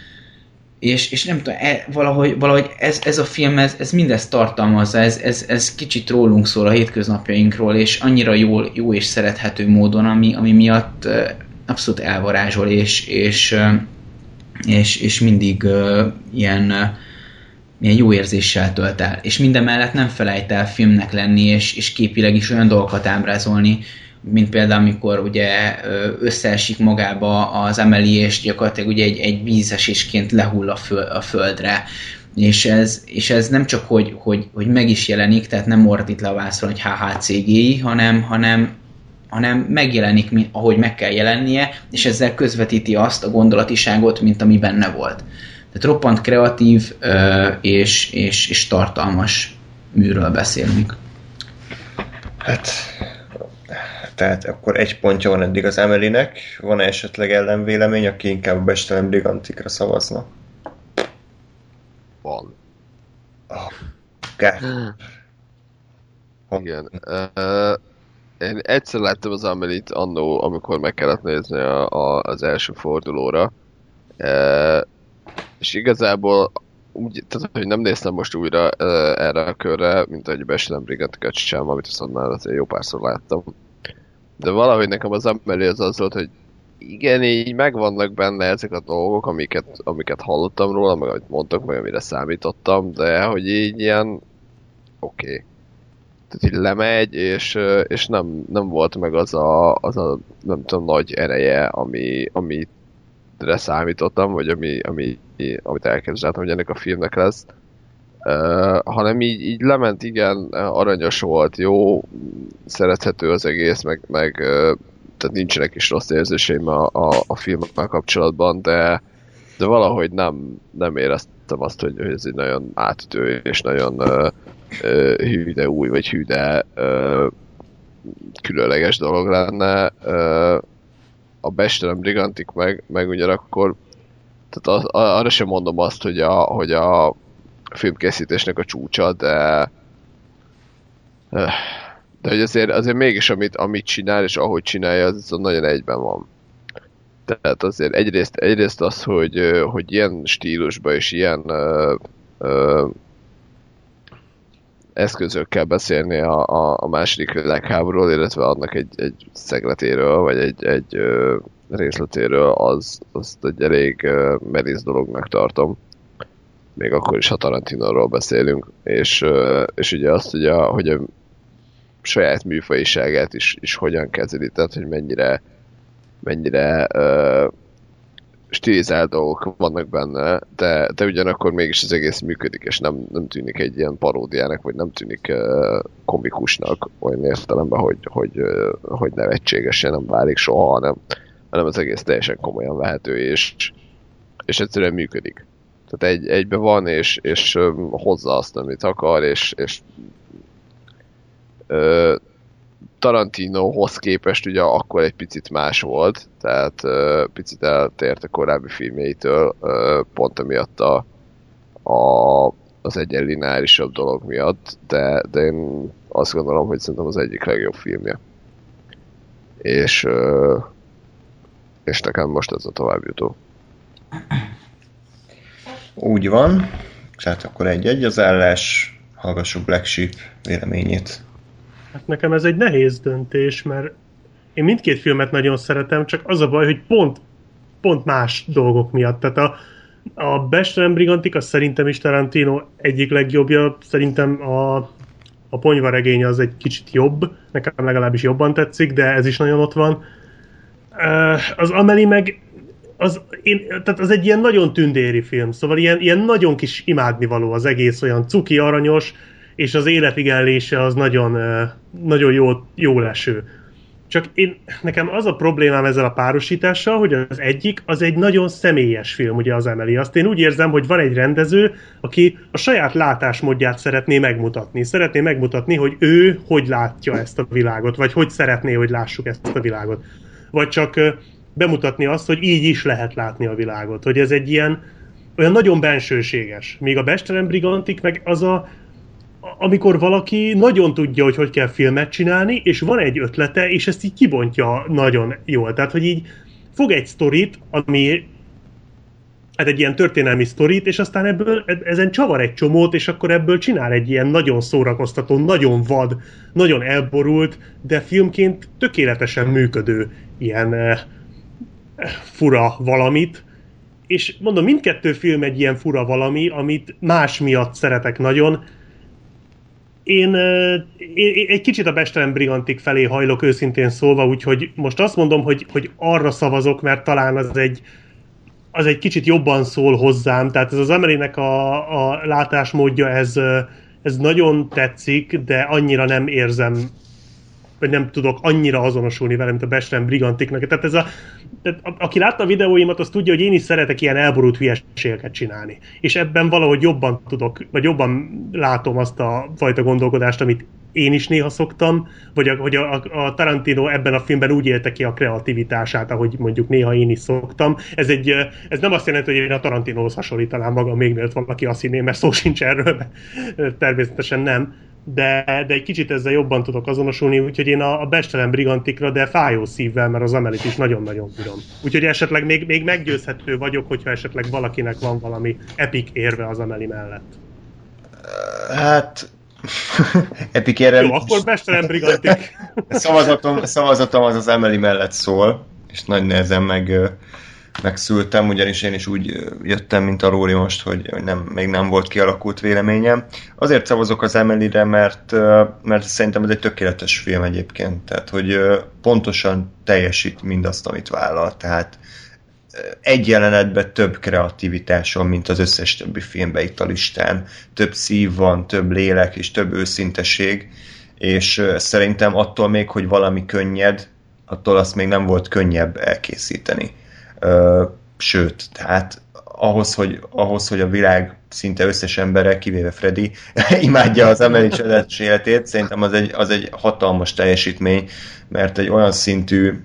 És, és nem tudom, e, valahogy, valahogy ez, ez a film, ez, ez mindezt tartalmazza, ez, ez, ez kicsit rólunk szól, a hétköznapjainkról, és annyira jó, jó és szerethető módon, ami, ami miatt uh, abszolút elvarázsol, és, és, uh, és, és mindig uh, ilyen, uh, ilyen jó érzéssel tölt el. És minden mellett nem felejt el filmnek lenni, és, és képileg is olyan dolgokat ábrázolni, mint például, amikor ugye összeesik magába az Amélie, és gyakorlatilag ugye egy, egy vízesésként lehull a, föl, a földre. És ez, és ez nem csak, hogy, hogy, hogy meg is jelenik, tehát nem ordít le a vászon, hogy há há cé gé í, hanem, hanem, hanem megjelenik, ahogy meg kell jelennie, és ezzel közvetíti azt a gondolatiságot, mint ami benne volt. Tehát roppant kreatív és, és, és tartalmas műről beszélünk. Hát... Tehát akkor egy pontja van eddig az Amélie-nek. Van-e esetleg ellenvélemény, aki inkább a Bestelem Brigantikra szavazna? Van. Oh, God. Igen. Uh, én egyszer láttam az Amélie-t annó, amikor meg kellett nézni a, a, az első fordulóra. Uh, és igazából úgy, tehát, hogy nem néztem most újra uh, erre a körre, mint ahogy a Bestelem Brigantikat sem, amit viszont már azért jó párszor láttam. De valahogy nekem az Amélie az az volt, hogy igen, így megvannak benne ezek a dolgok, amiket, amiket hallottam róla, meg amit mondtak, meg amire számítottam, de hogy így ilyen oké. Okay. Tehát így lemegy, és, és nem, nem volt meg az a, az a nem tudom, nagy ereje, ami, ami amire számítottam, vagy ami, ami, amit elképzeltem, hogy ennek a filmnek lesz. Uh, hanem így, így lement, igen, aranyos volt, jó, szerethető az egész, meg, meg uh, tehát nincsenek is rossz érzéseim a, a, a filmmel kapcsolatban, de, de valahogy nem, nem éreztem azt, hogy, hogy ez egy nagyon átütő és nagyon uh, uh, hű, de új, vagy hű, de uh, különleges dolog lenne. Uh, a Besterem Brigantik meg, meg ugyanakkor, tehát az, arra sem mondom azt, hogy a, hogy a filmkészítésnek a csúcsa, de de hogy azért, azért mégis amit, amit csinál és ahogy csinálja, az, az nagyon egyben van. Tehát azért egyrészt, egyrészt az, hogy, hogy ilyen stílusban és ilyen ö, ö, eszközökkel beszélni a, a, a második világháborúról, illetve annak egy, egy szegletéről, vagy egy, egy ö, részletéről, az, azt egy elég ö, merész dolognak tartom. Még akkor is, ha Tarantinóról beszélünk, és, és ugye azt, hogy a, hogy a saját műfajiságát is, is hogyan kezeli, tehát hogy mennyire, mennyire uh, stilizált dolgok vannak benne, de, de ugyanakkor mégis az egész működik, és nem, nem tűnik egy ilyen paródiának, vagy nem tűnik uh, komikusnak olyan értelemben, hogy, hogy, uh, hogy nevetségesen nem válik soha, hanem, hanem az egész teljesen komolyan vehető, és, és egyszerűen működik. Tehát egy, egybe van, és, és um, hozza azt, amit akar, és, és uh, Tarantinohoz képest ugye akkor egy picit más volt, tehát uh, picit eltért a korábbi filmjeitől, uh, pont emiatt a, a, az egyen lineárisabb dolog miatt, de, de én azt gondolom, hogy szerintem az egyik legjobb filmje. És, uh, és nekem most ez a továbbjutó. Úgy van, tehát akkor egy-egy az állás, hallgassuk Black Sheep véleményét. Hát nekem ez egy nehéz döntés, mert én mindkét filmet nagyon szeretem, csak az a baj, hogy pont, pont más dolgok miatt. Tehát a, a Besterem Brigantik az szerintem is Tarantino egyik legjobbja, szerintem a, a Ponyvaregény az egy kicsit jobb, nekem legalábbis jobban tetszik, de ez is nagyon ott van. Az Amelie meg Az, én, tehát az egy ilyen nagyon tündéri film, szóval ilyen, ilyen nagyon kis imádnivaló az egész, olyan cuki, aranyos, és az életigenlése az nagyon, nagyon jó, jó leső. Csak én, nekem az a problémám ezzel a párosítással, hogy az egyik, az egy nagyon személyes film, ugye az Amelie. Azt én úgy érzem, hogy van egy rendező, aki a saját látásmódját szeretné megmutatni. Szeretné megmutatni, hogy ő hogy látja ezt a világot, vagy hogy szeretné, hogy lássuk ezt a világot. Vagy csak bemutatni azt, hogy így is lehet látni a világot. Hogy ez egy ilyen, olyan nagyon bensőséges. Míg a Besterem Brigantik meg az a, amikor valaki nagyon tudja, hogy hogy kell filmet csinálni, és van egy ötlete, és ezt így kibontja nagyon jól. Tehát, hogy így fog egy sztorit, ami hát egy ilyen történelmi sztorit, és aztán ebből, ezen csavar egy csomót, és akkor ebből csinál egy ilyen nagyon szórakoztató, nagyon vad, nagyon elborult, de filmként tökéletesen működő ilyen fura valamit, és mondom, mindkettő film egy ilyen fura valami, amit más miatt szeretek nagyon. Én, én egy kicsit a Besterem Brigantik felé hajlok őszintén szólva, úgyhogy most azt mondom, hogy, hogy arra szavazok, mert talán az egy, az egy kicsit jobban szól hozzám, tehát ez az Amelie-nek a, a látásmódja, ez, ez nagyon tetszik, de annyira nem érzem, vagy nem tudok annyira azonosulni vele, mint a Besterem Brigantiknak. Tehát ez a, tehát a, aki látta a videóimat, az tudja, hogy én is szeretek ilyen elborult hülyeségeket csinálni. És ebben valahogy jobban tudok, vagy jobban látom azt a fajta gondolkodást, amit én is néha szoktam, vagy a, hogy a, a Tarantino ebben a filmben úgy élte ki a kreativitását, ahogy mondjuk néha én is szoktam. Ez, egy, ez nem azt jelenti, hogy én a Tarantinohoz hasonlítanám magam, még mielőtt valaki azt hinné, mert szó sincs erről, természetesen nem. De, de egy kicsit ezzel jobban tudok azonosulni, úgyhogy én a, a Besterem Brigantikra, de fájó szívvel, mert az Amelie-t is nagyon-nagyon bírom. Úgyhogy esetleg még, még meggyőzhető vagyok, hogyha esetleg valakinek van valami epic érve az Amelie mellett. Hát... epic érve... Jó, akkor Besterem Brigantik. szavazatom, szavazatom az az Amelie mellett szól, és nagy nehezen meg... megszültem, ugyanis én is úgy jöttem, mint a Róri most, hogy nem, még nem volt kialakult véleményem. Azért szavazok az Amelie-re, mert, mert szerintem ez egy tökéletes film egyébként, tehát hogy pontosan teljesít mindazt, amit vállal. Tehát egy jelenetben több kreativitás van, mint az összes többi filmben itt a listán. Több szív van, több lélek és több őszinteség, és szerintem attól még, hogy valami könnyed, attól azt még nem volt könnyebb elkészíteni. Sőt, tehát ahhoz, hogy, ahhoz, hogy a világ szinte összes embere, kivéve Freddy, imádja az Emily csodálatos életét, szerintem az egy, az egy hatalmas teljesítmény, mert egy olyan szintű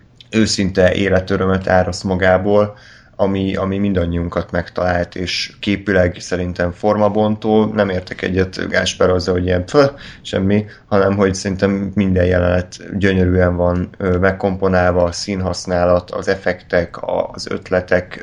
őszinte életörömöt áraszt magából, ami, ami mindannyiunkat megtalált, és képileg szerintem formabontó, nem értek egyet Gáspár azzal, hogy ilyen pf, semmi, hanem hogy szerintem minden jelenet gyönyörűen van megkomponálva, a színhasználat, az effektek, az ötletek,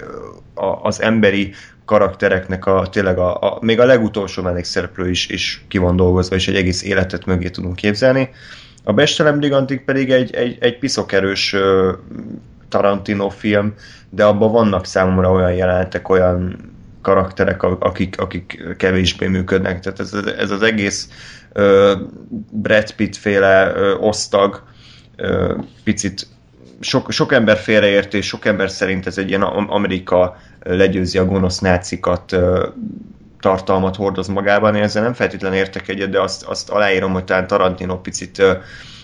az emberi karaktereknek a, tényleg a, a, még a legutolsó mellékszereplő is, is ki van dolgozva, és egy egész életet mögé tudunk képzelni. A Bestelen Brigantik pedig egy, egy, egy piszokerős uh, Tarantino film, de abban vannak számomra olyan jelenetek, olyan karakterek, akik, akik kevésbé működnek. Tehát ez, ez az egész uh, Brad Pitt-féle uh, osztag uh, picit sok, sok ember félreért, és sok ember szerint ez egy ilyen Amerika legyőzi a gonosz nácikat uh, tartalmat hordoz magában. Én ezzel nem feltétlenül értek egyet, de azt, azt aláírom, hogy talán Tarantino picit ö,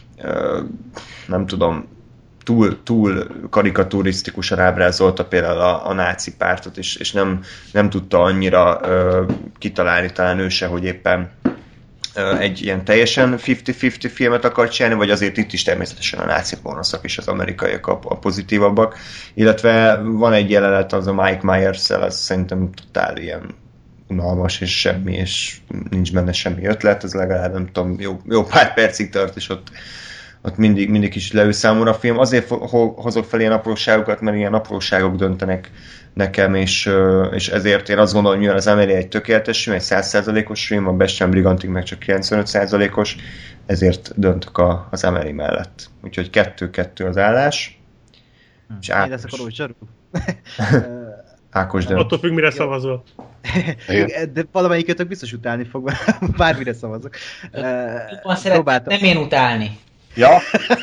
ö, nem tudom, túl, túl karikaturisztikusan ábrázolta például a, a náci pártot, és, és nem, nem tudta annyira ö, kitalálni talán ő se, hogy éppen ö, egy ilyen teljesen fifty-fifty filmet akar csinálni, vagy azért itt is természetesen a nácik gonoszak és az amerikaiak a, a pozitívabbak. Illetve van egy jelenet, az a Mike Myers-szel, az szerintem totál ilyen unalmas, és semmi, és nincs benne semmi ötlet, ez legalább nem tudom, jó, jó pár percig tart, és ott, ott mindig, mindig is leül számomra a film. Azért hozok fel ilyen apróságokat, mert ilyen apróságok döntenek nekem, és, és ezért én azt gondolom, hogy az Amelie egy tökéletes film, egy száz százalékos film, a Bestelen Brigantik meg csak kilencvenöt százalékos, ezért döntök a, az Amelie mellett. Úgyhogy kettő-kettő az állás. Hmm. És Ákos... Én leszek a rózsarú. Ákos, de... Attól függ, mire szavazol. De valamelyikötök biztos utálni fog, bármire szavazok. Jobban szeretném nem én utálni. Ja?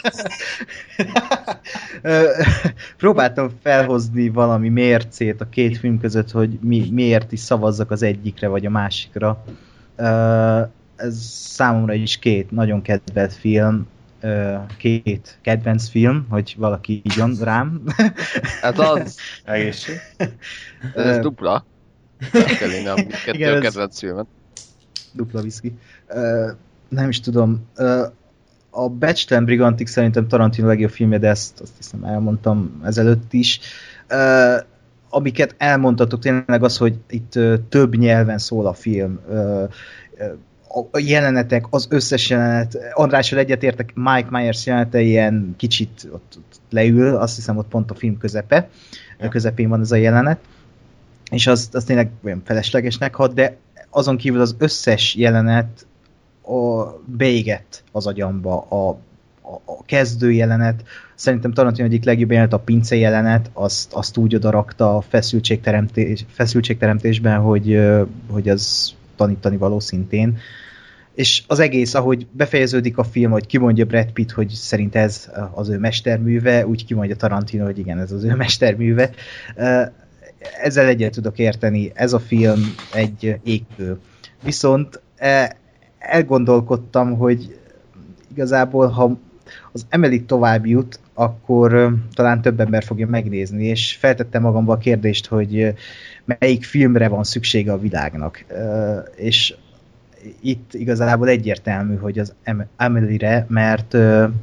Próbáltam felhozni valami mércét a két film között, hogy mi, miért is szavazzak az egyikre vagy a másikra. Ez számomra is két nagyon kedvelt film, két kedvenc film, hogy valaki ígyon rám. Hát az. Egészség. Ez dupla. Kell én a kettő igen, kedvenc filmet. Dupla viszki. Nem is tudom. A Bestelen Brigantik szerintem Tarantino legjobb filmje, de ezt azt hiszem elmondtam ezelőtt is. Amiket elmondtatok tényleg az, hogy itt több nyelven szól a film. A jelenetek, az összes jelenet, Andrással egyetértek, Mike Myers jelenete ilyen kicsit ott, ott leül, azt hiszem ott pont a film közepe, ja. közepén van ez a jelenet, és az, az tényleg olyan feleslegesnek hat, de azon kívül az összes jelenet a, beégett az agyamba, a, a, a kezdő jelenet, szerintem Tarantino egyik legjobb jelenet a pince jelenet, azt, azt úgy odarakta a feszültségteremtés, feszültségteremtésben, hogy, hogy az tanítani való szintén. És az egész, ahogy befejeződik a film, hogy kimondja Brad Pitt, hogy szerint ez az ő mesterműve, úgy kimondja Tarantino, hogy igen, ez az ő mesterműve. Ezzel egyet tudok érteni, ez a film egy égkő. Viszont elgondolkodtam, hogy igazából, ha az Emily tovább jut, akkor talán több ember fogja megnézni, és feltettem magamba a kérdést, hogy melyik filmre van szüksége a világnak. És itt igazából egyértelmű, hogy az Emily-re, mert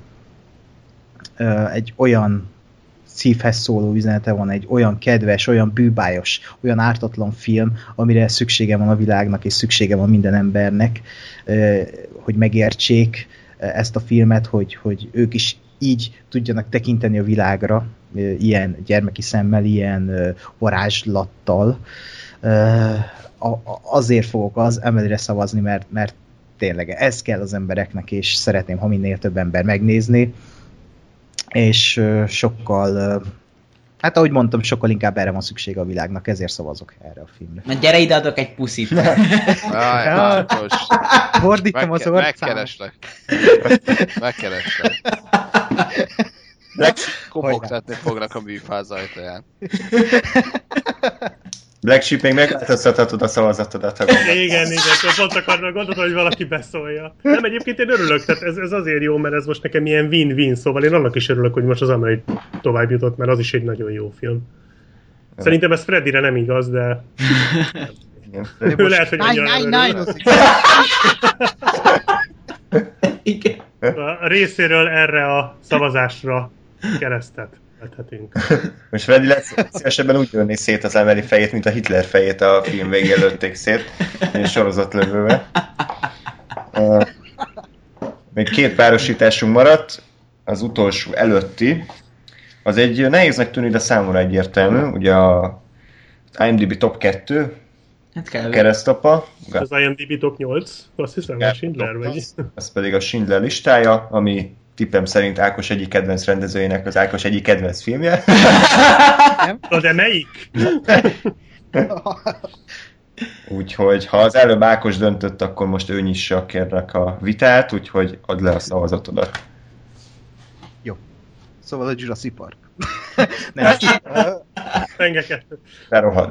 egy olyan szívhez szóló üzenete van, egy olyan kedves, olyan bűbájos, olyan ártatlan film, amire szüksége van a világnak, és szüksége van minden embernek, hogy megértsék ezt a filmet, hogy, hogy ők is így tudjanak tekinteni a világra, ilyen gyermeki szemmel, ilyen varázslattal. Azért fogok az Emily-re szavazni, mert, mert tényleg ez kell az embereknek, és szeretném, ha minél több ember megnézni, és sokkal, hát ahogy mondtam, sokkal inkább erre van szüksége a világnak, ezért szavazok erre a filmre. Na gyere ide, adok egy puszit. Áj, fordítom az orcámat. Megkereslek. Megkereslek. Kopogtatni fognak a műfáz ajtaján. Black Sheep, még megváltoztathatod a szavazatodat. Igen, igen, pont akarnak gondolni, hogy valaki beszólja. Nem, egyébként én örülök, tehát ez, ez azért jó, mert ez most nekem ilyen win-win, szóval én annak is örülök, hogy most az Amelie tovább jutott, mert az is egy nagyon jó film. Szerintem ez Freddyre nem igaz, de... Ő lehet, hogy annyira Igen. A részéről erre a szavazásra keresztet vethetünk. Most Freddy lesz szívesebben úgy jönni szét az Amelie fejét, mint a Hitler fejét a film végén lőtték szét, egy sorozatlövővel. Uh, még két párosításunk maradt, az utolsó előtti. Az egy nehéznek tűnik, de számomra egyértelmű. Ugye a IMDb top kettő, hát keresztapa. Az IMDb top nyolc, azt hiszem, a Schindler vagy. Az pedig a Schindler listája, ami tippem szerint Ákos egyik kedvenc rendezőjének az Ákos egyik kedvenc filmje. Na de melyik? Úgyhogy ha az előbb Ákos döntött, akkor most ő nyissa kérlek a vitát, úgyhogy add le a szavazatodat. Jó. Szóval a Jurassic Park. Nem. Engeket. Ne rohad.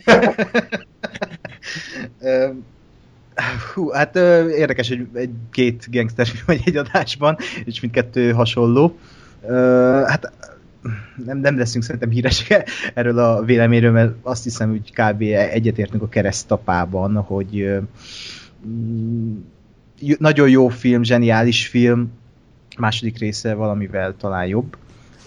Hú, hát érdekes, hogy egy két gangsterfilm vagy egy adásban, és mindkettő hasonló. Hát nem, nem leszünk szerintem híresek erről a véleményről, mert azt hiszem, hogy kb. Egyetértünk a Keresztapában, hogy nagyon jó film, zseniális film, második része valamivel talán jobb.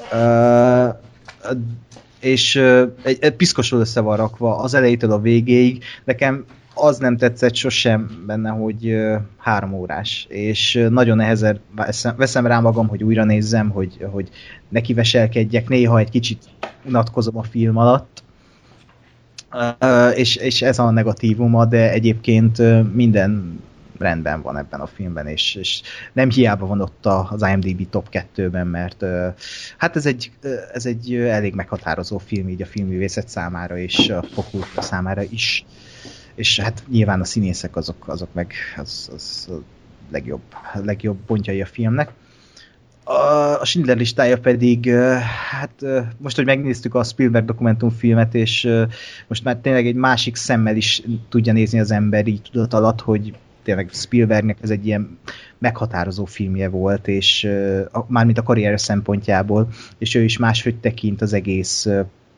És egy, egy piszkosról össze van rakva az elejétől a végéig. Nekem az nem tetszett sosem benne, hogy uh, három órás, és uh, nagyon nehezen veszem, veszem rá magam, hogy újra nézzem, hogy, hogy nekiveselkedjek, néha egy kicsit unatkozom a film alatt, uh, és, és ez a negatívuma, de egyébként uh, minden rendben van ebben a filmben, és, és nem hiába van ott az IMDb top kettőben, mert uh, hát ez egy, uh, ez egy uh, elég meghatározó film így a filmművészet számára, és a popkultúra számára is. És hát nyilván a színészek azok, azok meg az, az a legjobb, a legjobb pontjai a filmnek. A, a Schindler listája pedig, hát most, hogy megnéztük a Spielberg dokumentumfilmet, és most már tényleg egy másik szemmel is tudja nézni az ember így tudat alatt, hogy tényleg Spielbergnek ez egy ilyen meghatározó filmje volt, és mármint a karrier szempontjából, és ő is máshogy tekint az egész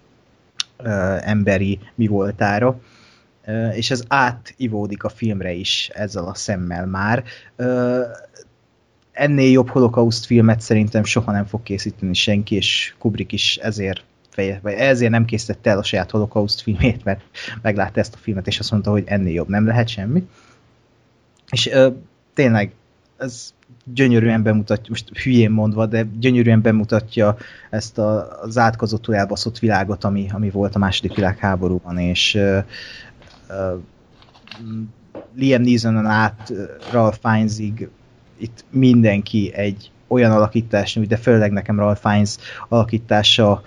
emberi mi voltára. Uh, és ez átivódik a filmre is ezzel a szemmel már. Uh, ennél jobb holokauszt filmet szerintem soha nem fog készíteni senki, és Kubrick is ezért, feje, vagy ezért nem készítette el a saját holokauszt filmét, mert meglátta ezt a filmet, és azt mondta, hogy ennél jobb nem lehet semmi. És uh, tényleg ez gyönyörűen bemutatja, most hülyén mondva, de gyönyörűen bemutatja ezt a, az átkozottul elbaszott világot, ami, ami volt a második világháborúban, és uh, Uh, Liam Neesonon át uh, Ralph Fiennesig itt mindenki egy olyan alakítás nyújt, de főleg nekem Ralph Fiennes alakítása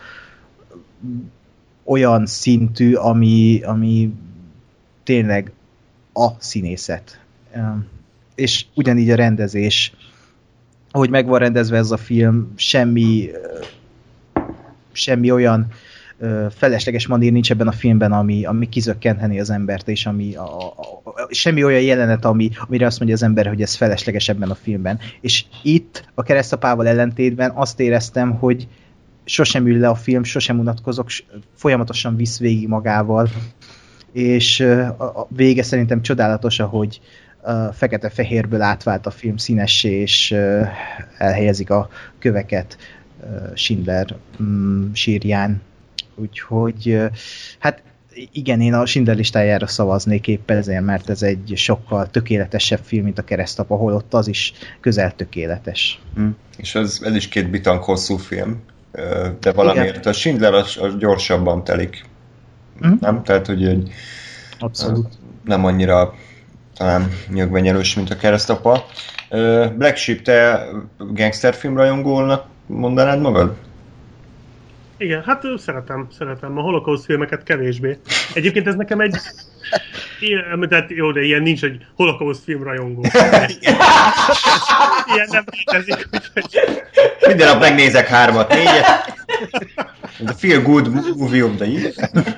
olyan szintű, ami, ami tényleg a színészet. Uh, és ugyanígy a rendezés, ahogy meg van rendezve ez a film, semmi uh, semmi olyan felesleges manír nincs ebben a filmben, ami, ami kizökkentheni az embert, és ami a, a, a, semmi olyan jelenet, ami, amire azt mondja az ember, hogy ez felesleges ebben a filmben. És itt a Keresztapával ellentétben azt éreztem, hogy sosem ül le a film, sosem unatkozok, folyamatosan visz végig magával, és a, a vége szerintem csodálatos, ahogy fekete-fehérből átvált a film színessé, és elhelyezik a köveket Schindler mm, sírján. Úgyhogy, hát igen, én a Schindler listájára szavaznék éppen ezért, mert ez egy sokkal tökéletesebb film, mint a Keresztapa, ahol ott az is közel tökéletes. Hm. És ez, ez is két bitang hosszú film, de valamiért igen. A Schindler az, az gyorsabban telik. Hm? Nem? Tehát, hogy egy, abszolút. Nem annyira talán nyögvenyelős, mint a Keresztapa. Black Sheep, te gangsterfilm rajongónak mondanád magad? Igen, hát szeretem, szeretem. A holokauszt filmeket kevésbé. Egyébként ez nekem egy... Ilyen, tehát jó, de ilyen nincs, hogy holokauszt film rajongó. Ilyen nem létezik, úgyhogy... Minden nap megnézek hármat, négyet. The feel good movie of the year.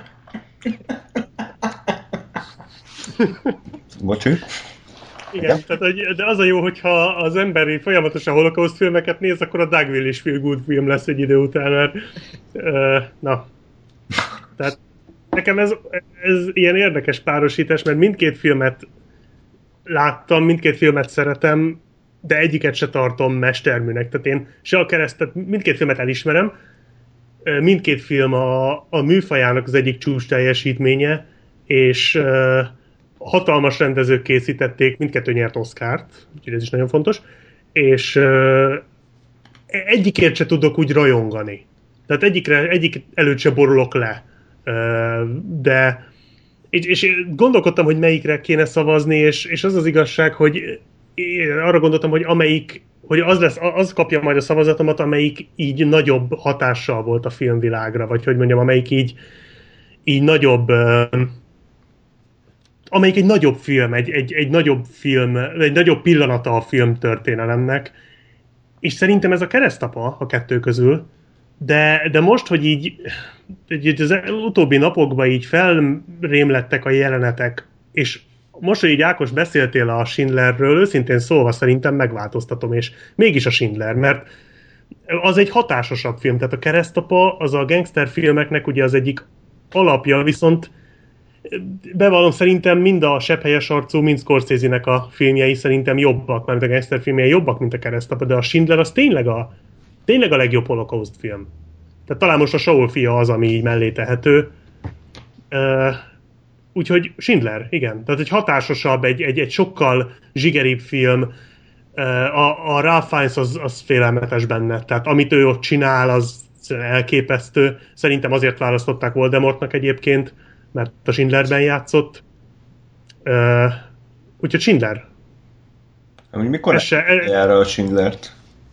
Bocsi. Igen, tehát de az a jó, hogyha az emberi folyamatosan holokauszt filmeket néz, akkor a Dugville is feel good film lesz egy idő után, mert uh, na. Tehát nekem ez, ez ilyen érdekes párosítás, mert mindkét filmet láttam, mindkét filmet szeretem, de egyiket se tartom mesterműnek. Tehát én se a keresztet, mindkét filmet elismerem, mindkét film a, a műfajának az egyik csúcs teljesítménye, és uh, hatalmas rendezők készítették, mindkettő nyert Oscart, úgyhogy ez is nagyon fontos, és uh, egyikért se tudok úgy rajongani. Tehát egyikre, egyik előtt se borulok le. Uh, de és, és gondolkodtam, hogy melyikre kéne szavazni, és, és az az igazság, hogy arra gondoltam, hogy amelyik, hogy az, lesz, az kapja majd a szavazatomat, amelyik így nagyobb hatással volt a filmvilágra, vagy hogy mondjam, amelyik így, így nagyobb uh, amelyik egy nagyobb film, egy, egy, egy nagyobb film, egy nagyobb pillanata a film történelemnek, és szerintem ez a Keresztapa a kettő közül, de, de most, hogy így, így az utóbbi napokban így felrémlettek a jelenetek, és most, hogy így Ákos beszéltél a Schindlerről, őszintén szólva szerintem megváltoztatom, és mégis a Schindler, mert az egy hatásosabb film, tehát a Keresztapa az a gangsterfilmeknek ugye az egyik alapja, viszont bevallom, szerintem mind a Sepphelyes arcú, mind Scorsese-nek a filmjei szerintem jobbak, mert a gangster filmjei jobbak, mint a Keresztapa, de a Schindler az tényleg a, tényleg a legjobb holokauszt film. Tehát talán most a Saul fia az, ami így mellé tehető. Uh, úgyhogy Schindler, igen. Tehát egy hatásosabb, egy, egy, egy sokkal zsigeribb film. Uh, a, a Ralph Fiennes az, az félelmetes benne. Tehát amit ő ott csinál, az elképesztő. Szerintem azért választották Voldemortnak egyébként, mert a Schindlerben játszott. Uh, úgyhogy Schindler. Amúgy mikor se, erre a Schindlert?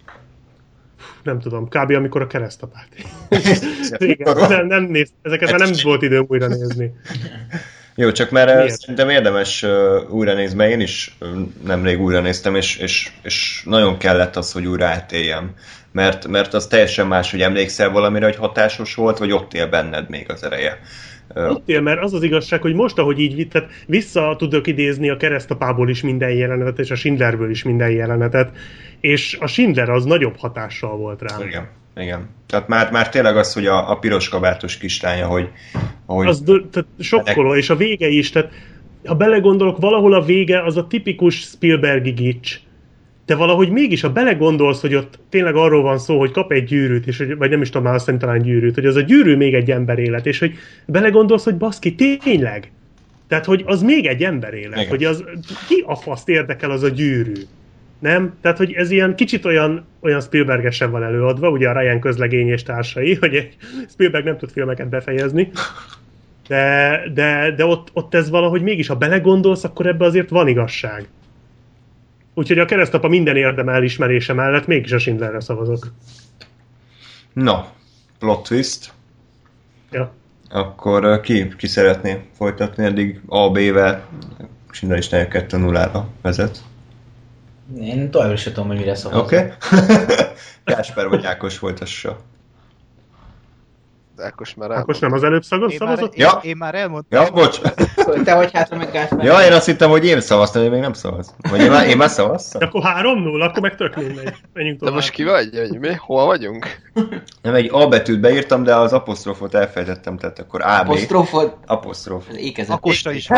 Nem tudom, kb. Amikor a Keresztapát. Igen, nem, nem néz, ezeket már nem volt időm újra nézni. Jó, csak már Miért? Szerintem érdemes uh, újra nézni, mert én is uh, nemrég újra néztem, és, és, és nagyon kellett az, hogy újra átéljem. Mert, mert az teljesen más, hogy emlékszel valamire, hogy hatásos volt, vagy ott él benned még az ereje. Ott él, mert az az igazság, hogy most, ahogy így tehát vissza tudok idézni a Keresztapából is minden jelenetet, és a Schindlerből is minden jelenetet, és a Schindler az nagyobb hatással volt rám. Igen, igen. Tehát már, már tényleg az, hogy a, a piros kabátos kislánya, hogy... hogy az tehát sokkoló, és a vége is, tehát ha belegondolok, valahol a vége az a tipikus Spielbergi gics, de valahogy mégis, ha belegondolsz, hogy ott tényleg arról van szó, hogy kap egy gyűrűt, és, vagy nem is tudom már, azt hiszem talán gyűrűt, hogy az a gyűrű még egy ember élet, és hogy belegondolsz, hogy baszki, tényleg? Tehát, hogy az még egy ember élet, igen. Hogy az, ki a faszt érdekel az a gyűrű? Nem? Tehát, hogy ez ilyen kicsit olyan, olyan Spielbergesen van előadva, ugye a Ryan közlegény és társai, hogy Spielberg nem tud filmeket befejezni, de, de, de ott, ott ez valahogy mégis, ha belegondolsz, akkor ebbe azért van igazság. Úgyhogy a Keresztapa minden érdeme elismerése mellett mégis a Schindlerre szavazok. No, plot twist. Ja. Akkor ki, ki szeretné folytatni? Eddig A B-vel Schindler is kettő nullára vezet. Én továbbra sem tudom, hogy mire szavazok. Oké. Okay. Gáspár vagy Ákos folytassa. Ákos már Ákos nem az előbb szavazott? szavazott? Én, ja. én már elmondtam. Ja, bocs. Te vagy hátra meg Gáspár. Ja, én azt hittem, hogy én szavaztam, én még nem szavaztam. Vagy én már, én már szavaztam? Akkor három null, akkor meg tök mindegy. Menjünk tovább. De most ki vagy? Vagy mi? Hol vagyunk? Nem, egy A betűt beírtam, de az apostrofot elfelejtettem, tehát akkor A B. Apostrofot? Apostrof. Az ékezet. Akosra is.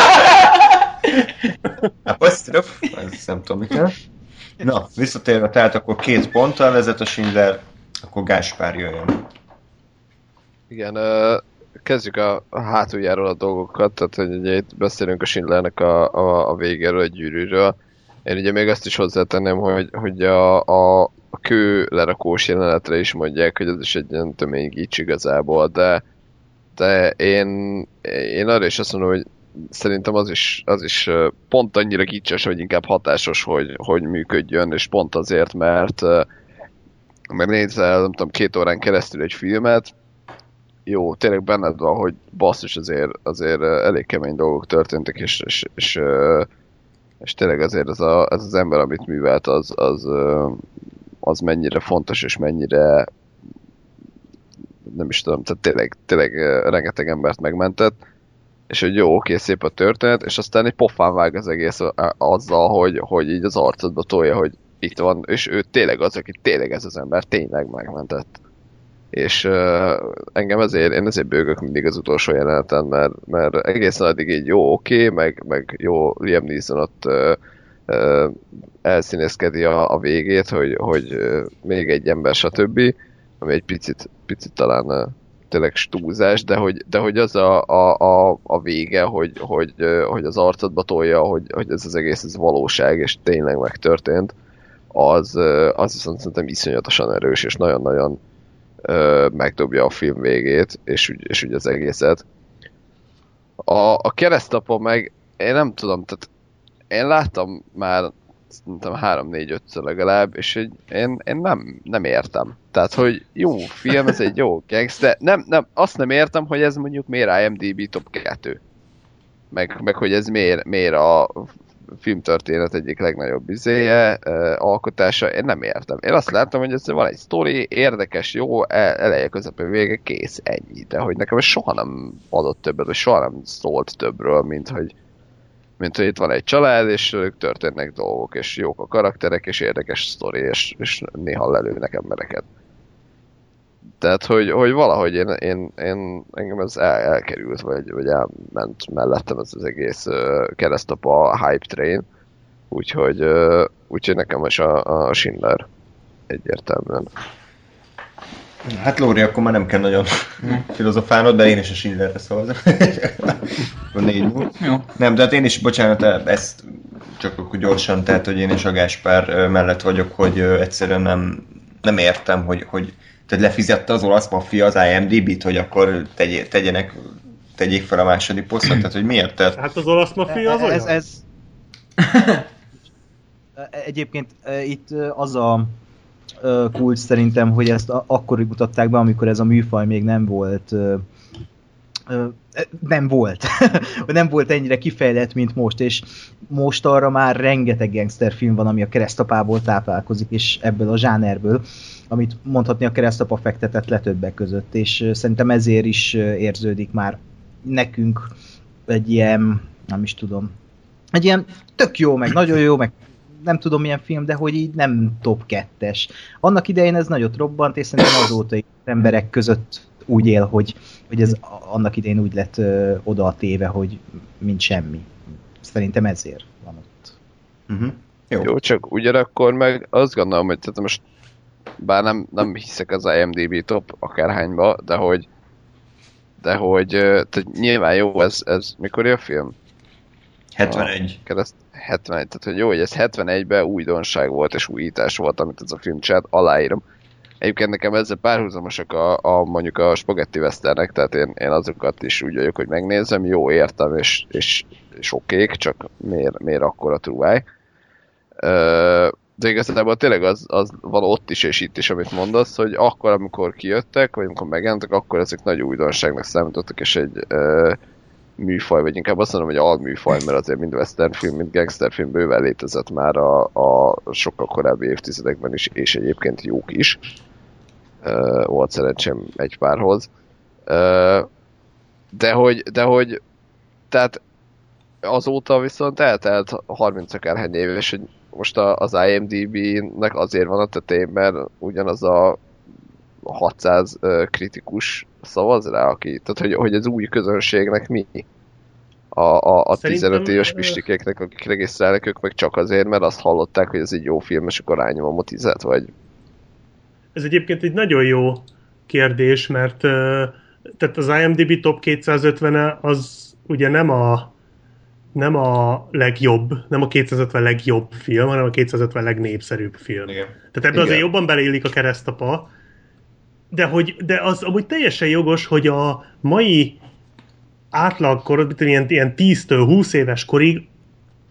Apostrof? Ez nem tudom, mi kell. Na, visszatérve, tehát akkor két ponttal vezet a Schindler, akkor Gáspár jöjjön. Igen, kezdjük a hátuljáról a dolgokat, tehát hogy ugye itt beszélünk a Schindlernek a, a, a végéről, a gyűrűről. Én ugye még azt is hozzátenném, hogy, hogy a, a, a kő lerakós jelenetre is mondják, hogy ez is egy ilyen töménygics igazából, de, de én, én arra is azt mondom, hogy szerintem az is, az is pont annyira gicses, vagy inkább hatásos, hogy, hogy működjön, és pont azért, mert mert nézel, nem tudom, két órán keresztül egy filmet, jó, tényleg benned van, hogy basszus, azért, azért elég kemény dolgok történtek, és, és, és, és tényleg azért ez, a, ez az ember, amit művelt, az, az, az mennyire fontos, és mennyire nem is tudom, tehát tényleg, tényleg rengeteg embert megmentett, és hogy jó, oké, szép a történet, és aztán egy pofán vág az egész azzal, hogy, hogy így az arcodba tolja, hogy itt van, és ő tényleg az, aki tényleg ez az ember tényleg megmentett. És uh, engem ezért, én ezért bőgök mindig az utolsó jeleneten, mert, mert egészen addig így jó, oké, meg, meg jó, Liam Neeson ott uh, uh, elszínészkedi a, a végét, hogy, hogy uh, még egy ember, stb., ami egy picit, picit talán uh, tényleg túlzás, de hogy, de hogy az a, a, a, a vége, hogy, hogy, uh, hogy az arcodba tolja, hogy, hogy ez az egész ez valóság, és tényleg megtörtént, az, uh, az viszont szerintem iszonyatosan erős, és nagyon-nagyon uh, megdobja a film végét, és, és ugye az egészet. A, a keresztapa meg, én nem tudom, tehát én láttam már szerintem három négy ötször legalább, és egy, én, én nem, nem értem. Tehát, hogy jó film, ez egy jó gangster, nem, nem, azt nem értem, hogy ez mondjuk miért I M D B top kettő. Meg, meg hogy ez miért, miért a filmtörténet egyik legnagyobb izéje, uh, alkotása, én nem értem. Én azt láttam, hogy ez van egy sztori, érdekes, jó, eleje, közepén, vége, kész, ennyi. De hogy nekem ez soha nem adott többet, vagy soha nem szólt többről, mint hogy mint hogy itt van egy család, és ők történnek dolgok, és jók a karakterek, és érdekes sztori, és, és néha lelőnek embereket. Tehát, hogy, hogy valahogy én, én, én engem ez el, elkerült, vagy, vagy elment mellettem ez az egész uh, keresztapa hype train, úgyhogy, uh, úgyhogy nekem is a, a Schindler egyértelműen. Hát Lóri, akkor már nem kell nagyon filozofálnod, de én is a Schindlerre szavazom. Négy múl. Jó. Nem, de hát én is, bocsánat, ezt csak akkor gyorsan, tehát, hogy én is a Gáspár mellett vagyok, hogy egyszerűen nem, nem értem, hogy, hogy tehát lefizette az olasz maffia az I M D B-t, hogy akkor tegy, tegyenek, tegyék fel a második posztot, tehát hogy miért? Tehát... Hát az olasz maffia az olyan? Ez, ez... Egyébként itt az a kulcs szerintem, hogy ezt akkor mutatták be, amikor ez a műfaj még nem volt nem volt. nem volt ennyire kifejlett, mint most, és most arra már rengeteg gangsterfilm van, ami a keresztapából táplálkozik, és ebből a zsánerből, amit mondhatni a keresztapa fektetett le többek között, és szerintem ezért is érződik már nekünk egy ilyen, nem is tudom, egy ilyen tök jó, meg nagyon jó, meg nem tudom milyen film, de hogy így nem top kettes. Annak idején ez nagyot robbant, és szerintem azóta emberek között úgy él, hogy, hogy ez annak idején úgy lett ö, oda a téve, hogy mint semmi. Szerintem ezért van ott. Uh-huh. Jó. Jó, csak ugyanakkor meg azt gondolom, hogy tehát most bár nem, nem hiszek az I M D B top akárhányba, de hogy de hogy tehát nyilván jó, ez, ez mikor a film? hetvenegy. A kereszt, hetvenegy, tehát hogy jó, hogy ez hetvenegyben újdonság volt és újítás volt, amit ez a film csinált, aláírom. Egyébként nekem ezzel párhuzamosak a, a mondjuk a spagetti westernek, tehát én, én azokat is úgy vagyok, hogy megnézem, jó, értem, és, és, és okék, csak miért, miért akkora trúváj. De igazából tényleg az, az van ott is és itt is, amit mondasz, hogy akkor, amikor kijöttek, vagy amikor megjelentek, akkor ezek nagy újdonságnak számítottak, és egy uh, műfaj, vagy inkább azt mondom, hogy alműfaj, mert azért mind western film, mind gangster film bőven létezett már a, a sokkal korábbi évtizedekben is, és egyébként jók is. Uh, volt szerencsém egy párhoz. Uh, de hogy, de hogy tehát azóta viszont eltelt harminc akárhány év, és hogy most az I M D B-nek azért van a tetején, mert ugyanaz a hatszáz uh, kritikus szavaz rá, aki, tehát hogy, hogy az új közönségnek mi? A, a, a tizenöt éves pistikéknek, akik regisztrálnak, ők meg csak azért, mert azt hallották, hogy ez egy jó film, és akkor rányomom a tizet, vagy... Ez egyébként egy nagyon jó kérdés, mert uh, tehát az I M D B top kétszázötvene az ugye nem a nem a legjobb, nem a kétszázötven legjobb film, hanem a kétszázötven legnépszerűbb film. Igen. Tehát ebben azért jobban beleillik a keresztapa, de, hogy, de az amúgy teljesen jogos, hogy a mai átlagkorod, ilyen, ilyen tíztől húsz éves korig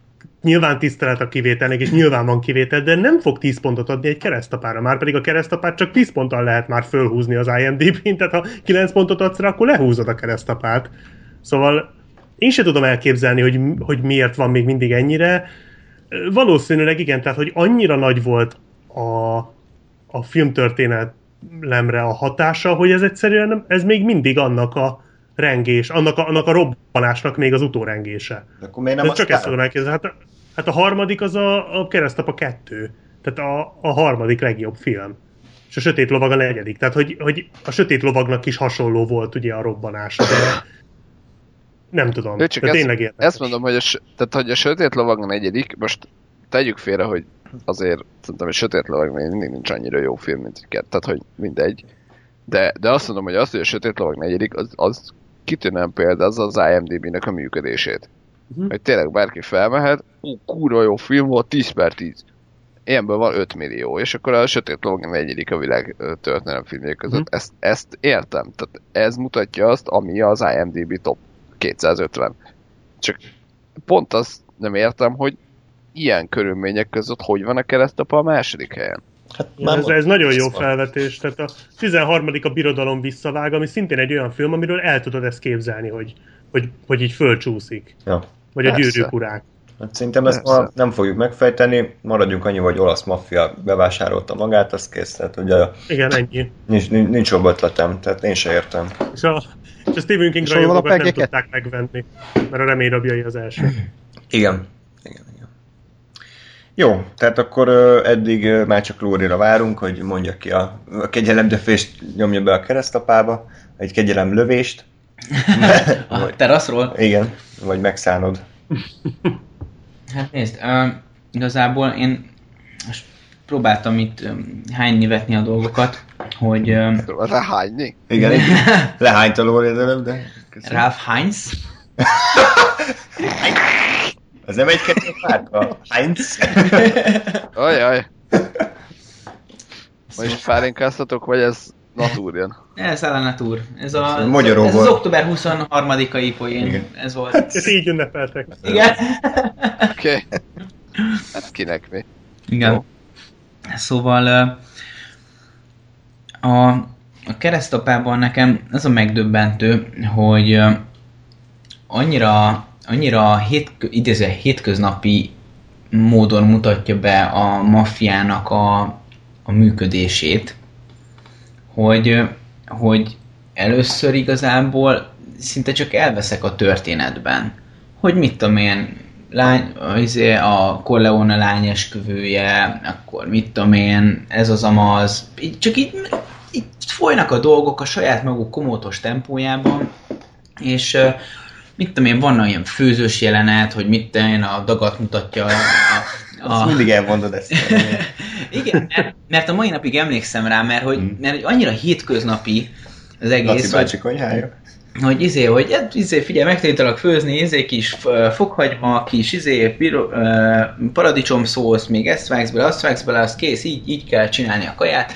nyilván tisztelet a kivételnek, és nyilván van kivétel, de nem fog tíz pontot adni egy keresztapára. Márpedig a keresztapát csak tíz ponttal lehet már fölhúzni az IMDb-n, tehát ha kilenc pontot adsz rá, akkor lehúzod a keresztapát. Szóval én sem tudom elképzelni, hogy, hogy miért van még mindig ennyire. Valószínűleg igen, tehát hogy annyira nagy volt a, a filmtörténelemre a hatása, hogy ez egyszerűen ez még mindig annak a rengés, annak a, annak a robbanásnak még az utórengése. De akkor miért nem csak ezt tudom elképzelni. Hát, hát a harmadik az a, a Keresztapa kettő. Tehát a, a harmadik legjobb film. És a Sötét Lovag a negyedik. Tehát, hogy, hogy a Sötét Lovagnak is hasonló volt ugye a robbanás. De nem tudom. De csak ezt, ezt mondom, hogy a, tehát, hogy a Sötét Lovag a negyedik, most tegyük félre, hogy azért szerintem a Sötét Lovag még mindig nincs annyira jó film, mint egy kert, tehát, hogy mindegy. De, de azt mondom, hogy az, hogy a Sötét Lovag negyedik, az, az kitűnően példa az az IMDb-nek a működését. Uh-huh. Hogy tényleg bárki felmehet, ó, kurva jó film volt, tíz per tíz. Ilyenből van öt millió, és akkor a Sötét Lovag negyedik a világ történelem filmjei között. Uh-huh. Ezt, ezt értem. Tehát ez mutatja azt, ami az IMDb top kétszázötven. Csak pont azt nem értem, hogy ilyen körülmények között hogy van a Keresztapa a második helyen. Hát ja, ez, ez nagyon jó felvetés. Tehát a tizenharmadik a Birodalom visszavág, ami szintén egy olyan film, amiről el tudod ezt képzelni, hogy, hogy, hogy így fölcsúszik. Ja. Vagy persze. A Gyűrűk urák. Hát szerintem ezt ma nem fogjuk megfejteni, maradjunk annyi, hogy olasz maffia bevásárolta magát, az kész. Tehát ugye igen, ennyi. Nincs, nincs, nincs jobb ötletem, tehát én se értem. És a, és a Stephen King rajongokat nem tudták megvenni, mert a Remélyrabjai az első. Igen. Igen, igen. Jó, tehát akkor uh, eddig uh, már csak Lórira várunk, hogy mondja ki a, a kegyelemdöfést, nyomja be a keresztapába, egy kegyelem lövést. A vagy, teraszról? Igen, vagy megszállod. Hát nézd, uh, igazából én most próbáltam itt um, hányni-vetni a dolgokat, hogy... Um, Lehányni? Igen, lehányta Lóri előbb, de... Köszönöm. Ralph Heinz? Az nem egy kettő márka? Heinz? Ajaj. Most felénkáztatok, vagy ez Natur jön? Ez a Natur. Ez, a, ez, ez, ez az október huszonharmadikai poén. Igen. Ez volt. Ez így ünnepeltek. Igen. Oké. Okay. Hát kinek mi? Igen. Jó. Szóval a, a Keresztapában nekem ez a megdöbbentő, hogy annyira, annyira hét, idéző, hétköznapi módon mutatja be a maffiának a, a működését, hogy, hogy először igazából szinte csak elveszek a történetben. Hogy mit tudom én, lány, a Corleone lányesküvője, akkor mit tudom én, ez az amaz, így, csak így, így folynak a dolgok a saját maguk komótos tempójában, és mit tudom én, van olyan főzős jelenet, hogy mit tudom én, a dagat mutatja a... a, a... mindig elmondod ezt. Igen, mert, mert a mai napig emlékszem rá, mert hogy, hmm. mert hogy annyira hétköznapi az egész, Laci bácsi konyhája. Hogy izé, hogy hát, izé, figyelj, megtanítalak főzni, izé, kis fokhagyma, kis izé, piro, uh, paradicsomszósz, még ezt vágsz bele, azt vágsz bele, az kész, így, így kell csinálni a kaját.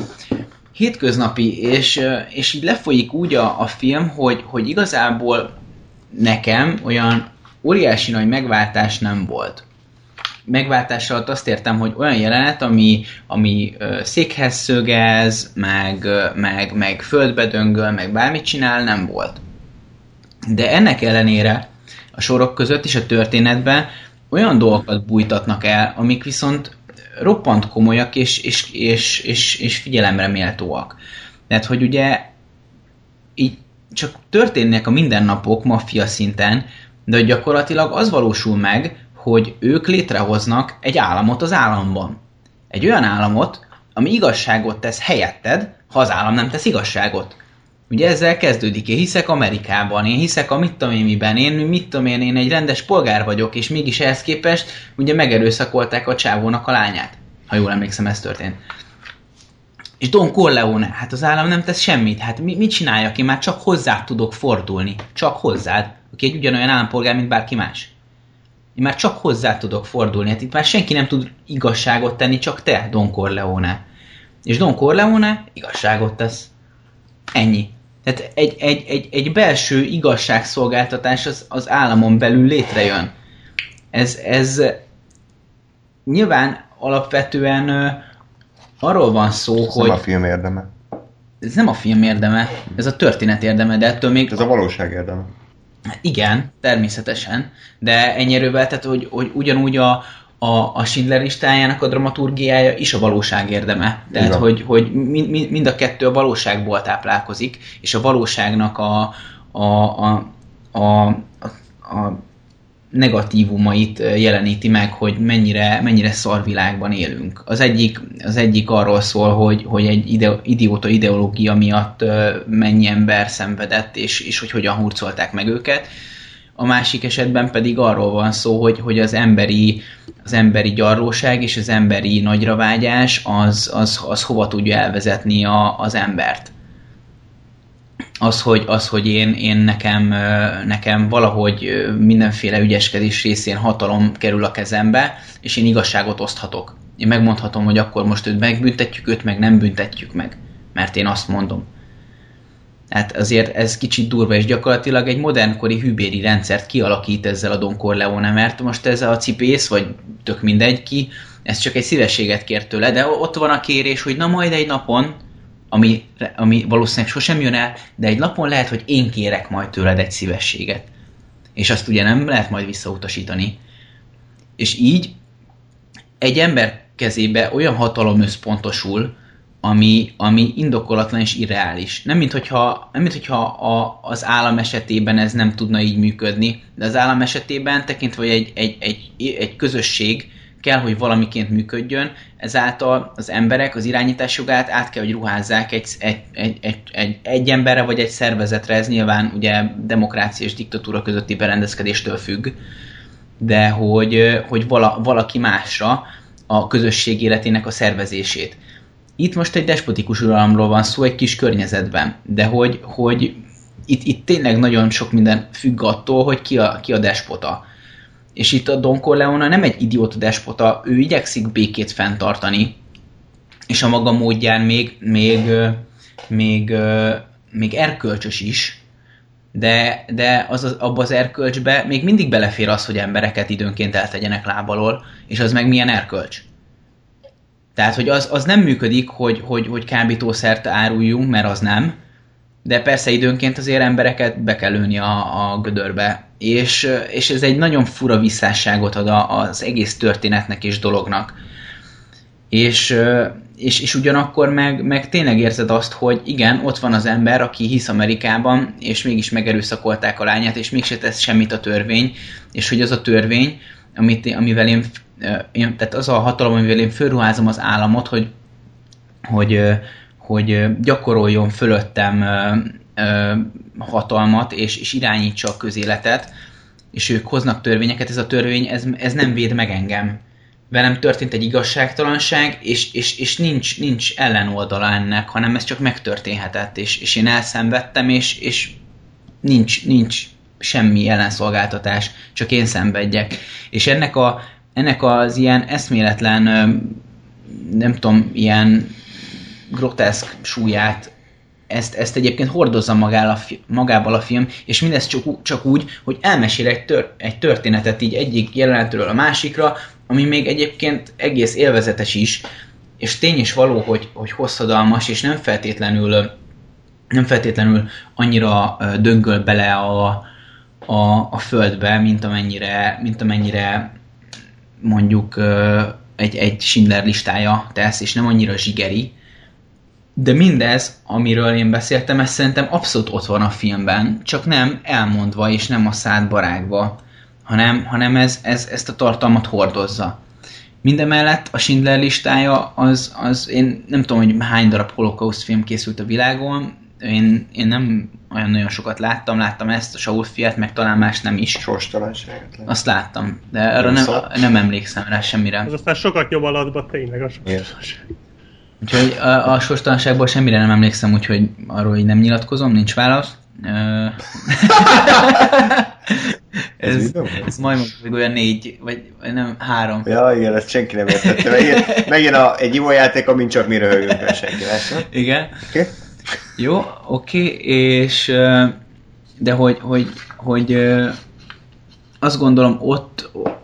Hétköznapi, és, és így lefolyik úgy a, a film, hogy, hogy igazából nekem olyan óriási nagy megváltás nem volt. Megváltás alatt azt értem, hogy olyan jelenet, ami, ami uh, székhez szögez, meg, uh, meg, meg földbe döngöl, meg bármit csinál, nem volt. De ennek ellenére a sorok között és a történetben olyan dolgokat bújtatnak el, amik viszont roppant komolyak és, és, és, és, és figyelemre méltóak. Tehát, hogy ugye így csak történnek a mindennapok maffia szinten, de gyakorlatilag az valósul meg, hogy ők létrehoznak egy államot az államban. Egy olyan államot, ami igazságot tesz helyetted, ha az állam nem tesz igazságot. Ugye ezzel kezdődik, én hiszek Amerikában, én hiszek a mit tudom én miben, én mit tudom én, én egy rendes polgár vagyok, és mégis ehhez képest ugye megerőszakolták a csávónak a lányát. Ha jól emlékszem, ez történt. És Don Corleone, hát az állam nem tesz semmit, hát mi, mit csinálja ki? Már csak hozzád tudok fordulni. Csak hozzád, aki egy ugyanolyan állampolgár, mint bárki más. Én már csak hozzá tudok fordulni. Hát itt már senki nem tud igazságot tenni, csak te, Don Corleone. És Don Corleone igazságot tesz. Ennyi. Tehát egy, egy, egy, egy belső igazságszolgáltatás az, az államon belül létrejön. ez, ez nyilván alapvetően arról van szó, ez hogy... nem a film érdeme. Ez nem a film érdeme, ez a történet érdeme, de ettől még... Ez a valóság érdeme. Igen, természetesen, de ennyi erővel, tehát hogy, hogy ugyanúgy a, a, a Schindler listájának a dramaturgiája is a valóság érdeme. Tehát, hogy, hogy mind, mind a kettő a valóságból táplálkozik, és a valóságnak a, a, a, a, a, a negatívumait jeleníti meg, hogy mennyire, mennyire szar világban élünk. Az egyik, az egyik arról szól, hogy, hogy egy ide, idióta ideológia miatt mennyi ember szenvedett, és, és hogy hogyan hurcolták meg őket. A másik esetben pedig arról van szó, hogy, hogy az emberi, az emberi gyarlóság és az emberi nagyravágyás az, az, az hova tudja elvezetni a, az embert. Az, hogy, az, hogy én, én nekem, nekem valahogy mindenféle ügyeskedés részén hatalom kerül a kezembe, és én igazságot oszthatok. Én megmondhatom, hogy akkor most őt megbüntetjük, őt meg nem büntetjük meg, mert én azt mondom. Hát azért ez kicsit durva, és gyakorlatilag egy modernkori hűbéri rendszert kialakít ezzel a Don Corleone, mert most ez a cipész, vagy tök mindegy ki, ez csak egy szívességet kér tőle, de ott van a kérés, hogy na majd egy napon, Ami, ami valószínűleg sosem jön el, de egy napon lehet, hogy én kérek majd tőled egy szívességet. És azt ugye nem lehet majd visszautasítani. És így egy ember kezébe olyan hatalom összpontosul, ami, ami indokolatlan és irreális. Nem minthogyha, nem minthogyha a, az állam esetében ez nem tudna így működni, de az állam esetében tekintve, hogy egy, egy, egy, egy közösség kell, hogy valamiként működjön, ezáltal az emberek az irányítás jogát át kell, hogy ruházzák egy, egy, egy, egy, egy, egy emberre vagy egy szervezetre, ez nyilván ugye demokrácia és diktatúra közötti berendezkedéstől függ, de hogy, hogy vala, valaki másra a közösség életének a szervezését. Itt most egy despotikus uralomról van szó egy kis környezetben, de hogy, hogy itt, itt tényleg nagyon sok minden függ attól, hogy ki a, ki a despota. És itt a Don Corleone nem egy idióta despota, ő igyekszik békét fenntartani, és a maga módján még, még, még, még erkölcsös is, de, de az, az, abba az erkölcsbe még mindig belefér az, hogy embereket időnként eltegyenek lábalól, és az meg milyen erkölcs. Tehát, hogy az, az nem működik, hogy, hogy, hogy kábítószert áruljunk, mert az nem, de persze időnként azért embereket be kell lőni a, a gödörbe. És, és ez egy nagyon fura visszásságot ad az egész történetnek és dolognak. És, és, és ugyanakkor meg, meg tényleg érzed azt, hogy igen, ott van az ember, aki hisz Amerikában, és mégis megerőszakolták a lányát, és mégse tesz semmit a törvény, és hogy az a törvény, amit, amivel én, én, tehát az a hatalom, amivel én fölruházom az államot, hogy, hogy, hogy gyakoroljon fölöttem hatalmat, és, és irányítsa a közéletet, és ők hoznak törvényeket, ez a törvény, ez, ez nem véd meg engem. Velem történt egy igazságtalanság, és, és, és nincs, nincs ellenoldala ennek, hanem ez csak megtörténhetett, és, és én elszenvedtem, és, és nincs, nincs semmi ellenszolgáltatás, csak én szenvedjek. És ennek, a, ennek az ilyen eszméletlen, nem tudom, ilyen groteszk súlyát, Ezt, ezt egyébként hordozza magával a, magával a film, és mindez csak, csak úgy, hogy elmesél egy, tör, egy történetet így egyik jelenetről a másikra, ami még egyébként egész élvezetes is, és tény is való, hogy, hogy hosszadalmas, és nem feltétlenül, nem feltétlenül annyira döngöl bele a, a, a földbe, mint amennyire, mint amennyire mondjuk egy, egy Schindler listája tesz, és nem annyira zsigeri. De mindez, amiről én beszéltem, ez szerintem abszolút ott van a filmben, csak nem elmondva és nem a szádba rágva, hanem, hanem ez, ez, ezt a tartalmat hordozza. Mindemellett a Schindler listája, az, az én nem tudom, hogy hány darab holokauszt film készült a világon, én, én nem olyan nagyon sokat láttam, láttam ezt, a Saul fiát, meg talán más nem is. Sorstalanságot. Azt láttam, de arra nem, nem emlékszem rá semmire. Az aztán sokat nyom alatba tényleg a sorstalanság. Úgyhogy a, a sorstalanságból semmire nem emlékszem, úgyhogy arról így nem nyilatkozom, nincs válasz. ez, ez majd még olyan négy, vagy nem, három. Ja, igen, ezt senki nem értette. Megint, megint a, egy jó játék, amin csak mi röhögünk, mert senki lássa. Igen. Okay. Jó, oké, okay, és de hogy, hogy, hogy azt gondolom ott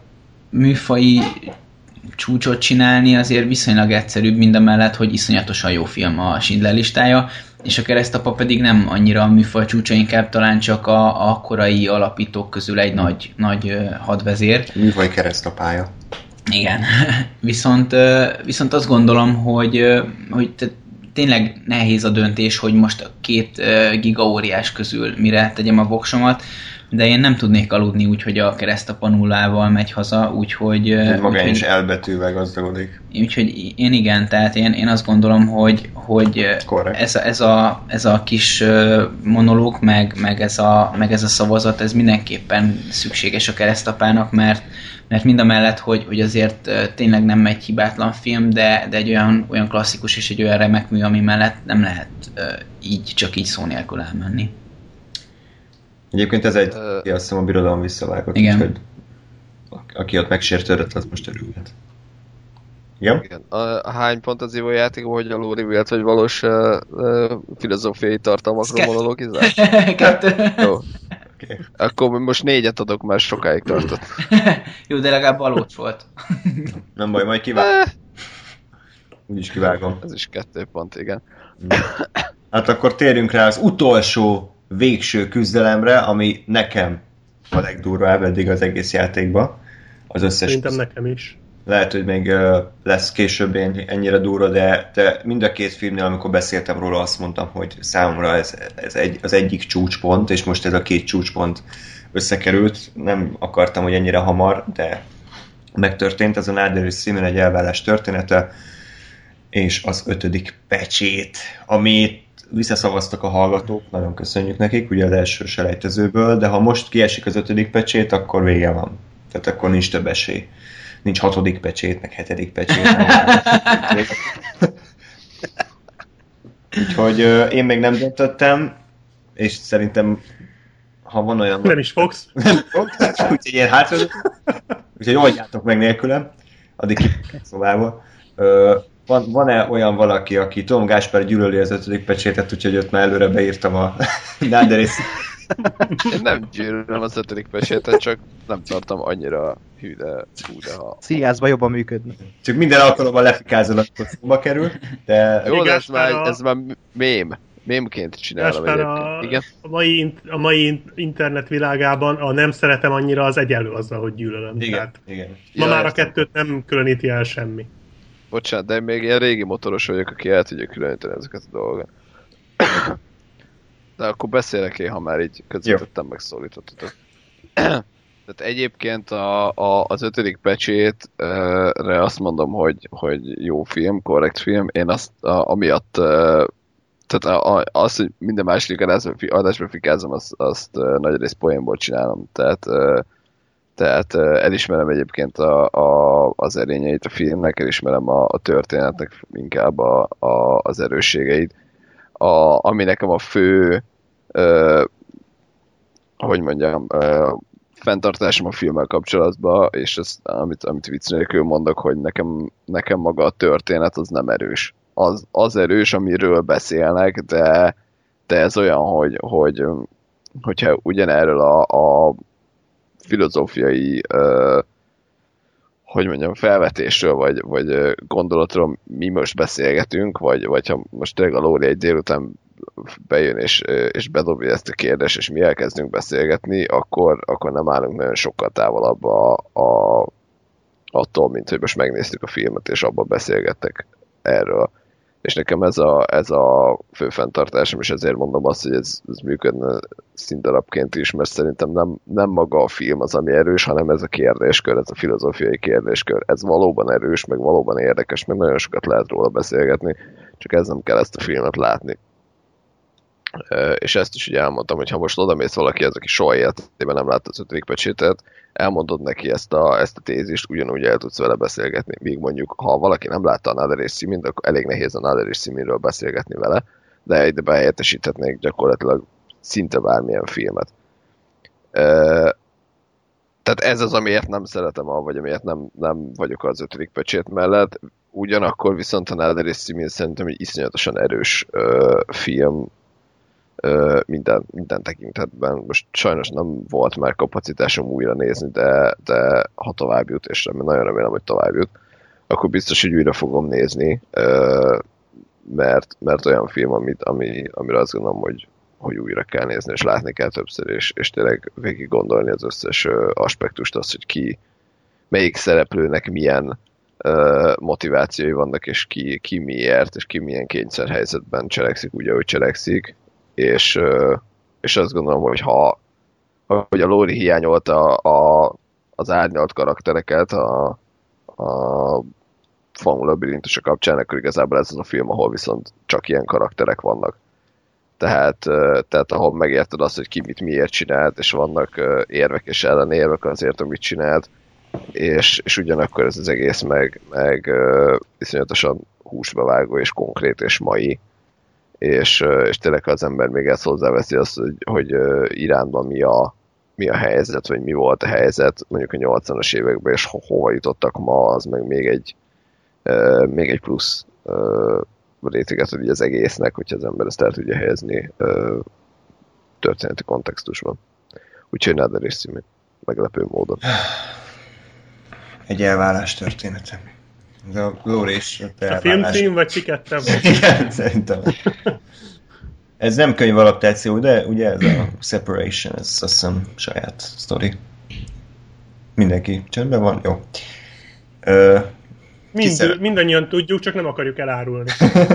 műfai csúcsot csinálni azért viszonylag egyszerűbb, mindamellett, hogy iszonyatosan jó film a Schindler listája, és a Keresztapa pedig nem annyira a műfaj csúcsa, inkább talán csak a, a korai alapítók közül egy nagy, nagy hadvezér. Műfaj keresztapája. Igen, viszont, viszont azt gondolom, hogy, hogy tényleg nehéz a döntés, hogy most a két gigaóriás közül mire tegyem a voksomat, de én nem tudnék aludni úgy, hogy a Keresztapa nullával megy haza, úgyhogy... Egy magány is elbetűvel gazdagodik. Úgyhogy én igen, tehát én, én azt gondolom, hogy, hogy ez, a, ez, a, ez a kis monológ, meg, meg, ez a, meg ez a szavazat, ez mindenképpen szükséges a Keresztapának, mert, mert mindamellett, hogy, hogy azért tényleg nem egy hibátlan film, de, de egy olyan, olyan klasszikus és egy olyan remek mű, ami mellett nem lehet így, csak így szó nélkül elmenni. Egyébként ez egy, uh, ki azt hiszem a birodalom visszavágott, úgyhogy aki ott megsértődött, az most örülhet. Igen? Igen. A, a hány pont az ívó játékban, hogy a Lóri vélt, vagy valós uh, uh, filozófiai tartalmakról monologizál? Kettő. Jó. Okay. Akkor most négyet adok, már sokáig tartott. Jó, de legalább valós volt. Nem baj, majd kivágom. Úgyis kivágom. Ez is kettő pont, igen. Hát akkor térjünk rá az utolsó végső küzdelemre, ami nekem a legdurvább eddig az egész játékban. Az összes... Szerintem nekem is. Lehet, hogy még uh, lesz később ennyire durva, de, de mind a két filmnél, amikor beszéltem róla, azt mondtam, hogy számomra ez, ez egy, az egyik csúcspont, és most ez a két csúcspont összekerült. Nem akartam, hogy ennyire hamar, de megtörtént. Ez a Nader és Simin egy elvállás története, és az ötödik pecsét, amit visszaszavaztak a hallgatók, nagyon köszönjük nekik, ugye az első selejtezőből, de ha most kiesik az ötödik pecsét, akkor vége van. Tehát akkor nincs több esély. Nincs hatodik pecsét, meg hetedik pecsét. Úgyhogy uh, én még nem döntöttem, és szerintem ha van olyan... Nem is fogsz. Nem fogsz, úgyhogy én hátra. Úgyhogy oldjátok meg nélkülem, addig ki szobába. Uh, Van, van-e olyan valaki, aki Tom Gáspár gyűlöli az ötödik pecsétet, úgyhogy ott már előre beírtam a Náderész. Én nem gyűlölöm az ötödik pecsétet, csak nem tartom annyira hű, de hú, de ha... Szíjászban jobban működne. Csak minden alkalommal lefekázol, akkor szóba kerül, de... Jó, de ez már, ez már mém. Mémként csinálom egyébként. A, Igen? A mai, a mai internet világában a nem szeretem annyira az egyenlő azzal, hogy gyűlölöm. Igen, Tehát igen. Ma Ja, már a értem. kettőt nem különíti el semmi. Bocsánat, de még ilyen régi motoros vagyok, aki el tudja különíteni ezeket a dolgokat. De akkor beszélek én, ha már így közvetettem, megszólítottatok. Tehát egyébként a, a, az ötödik pecsétre azt mondom, hogy, hogy jó film, korrekt film. Én azt a, amiatt, tehát a, a, azt, hogy minden második adásban fikázom, azt, azt nagy rész poénból csinálom. Tehát Tehát elismerem egyébként a, a, az erényeit a filmnek, elismerem a, a történetnek inkább a, a, az erősségeit. A, ami nekem a fő, ö, hogy mondjam, ö, fenntartásom a filmmel kapcsolatban, és ezt, amit, amit vicc nélkül mondok, hogy nekem, nekem maga a történet az nem erős. Az, az erős, amiről beszélnek, de, de ez olyan, hogy, hogy hogyha ugyanerről a, a filozófiai, uh, hogy mondjam, felvetésről, vagy, vagy gondolatról mi most beszélgetünk, vagy, vagy ha most tényleg a Lóri egy délután bejön és, és bedobja ezt a kérdést, és mi elkezdünk beszélgetni, akkor, akkor nem állunk nagyon sokkal távolabb a, a, attól, mint hogy most megnéztük a filmet, és abban beszélgettek erről. És nekem ez a, ez a fő fenntartásom, és ezért mondom azt, hogy ez, ez működne színdarabként is, mert szerintem nem, nem maga a film az, ami erős, hanem ez a kérdéskör, ez a filozófiai kérdéskör. Ez valóban erős, meg valóban érdekes, meg nagyon sokat lehet róla beszélgetni, csak ez nem kell ezt a filmet látni. És ezt is ugye elmondtam, hogy ha most odamész valaki, az, aki soha életében nem látta az ötödik pecsétet, elmondod neki ezt a, ezt a tézist, ugyanúgy el tudsz vele beszélgetni. Míg mondjuk, ha valaki nem látta a Nader és Simint, akkor elég nehéz a Nader és Siminről beszélgetni vele, de ide behelyettesíthetnék gyakorlatilag szinte bármilyen filmet. E, tehát ez az, amiért nem szeretem, vagy amiért nem, nem vagyok az ötödik pecsét mellett. Ugyanakkor viszont a Nader és Simin szerintem egy iszonyatosan erős ö, film, minden, minden tekintetben. Most sajnos nem volt már kapacitásom újra nézni, de, de ha tovább jut, és remélem, nagyon remélem, hogy tovább jut, akkor biztos, hogy újra fogom nézni, mert, mert olyan film, amit, ami, amire azt gondolom, hogy, hogy újra kell nézni, és látni kell többször, és, és tényleg végig gondolni az összes aspektust, azt, hogy ki, melyik szereplőnek milyen motivációi vannak, és ki, ki miért, és ki milyen kényszerhelyzetben cselekszik úgy, ahogy cselekszik, és, és azt gondolom, hogy ha hogy a Laurie hiányolta a, az árnyalt karaktereket a, a Faun labirintusa kapcsán, akkor igazából ez az a film, ahol viszont csak ilyen karakterek vannak. Tehát, tehát ahol megérted azt, hogy ki mit miért csinált, és vannak érvek és ellenérvek azért, amit csinált, és, és ugyanakkor ez az egész meg, meg iszonyatosan húsba vágó, és konkrét, és mai, és, és tényleg az ember még ezt hozzáveszi azt, hogy, hogy Iránban mi a, mi a helyzet, vagy mi volt a helyzet mondjuk a nyolcvanas években, és ho- hova jutottak ma, az meg még egy, uh, még egy plusz uh, réteget, hogy az egésznek, hogyha az ember ezt el tudja helyezni uh, történeti kontextusban. Úgyhogy Nether és Simi meglepő módon. Egy elvállás története. De a Laurie is... A filmcím, vagy cikettem? Igen, szerintem. Ez nem könyvalaptáció, de ugye ez a Separation, ez azt hiszem saját sztori. Mindenki csendben van? Jó. Ö, Mind, mindannyian tudjuk, csak nem akarjuk elárulni.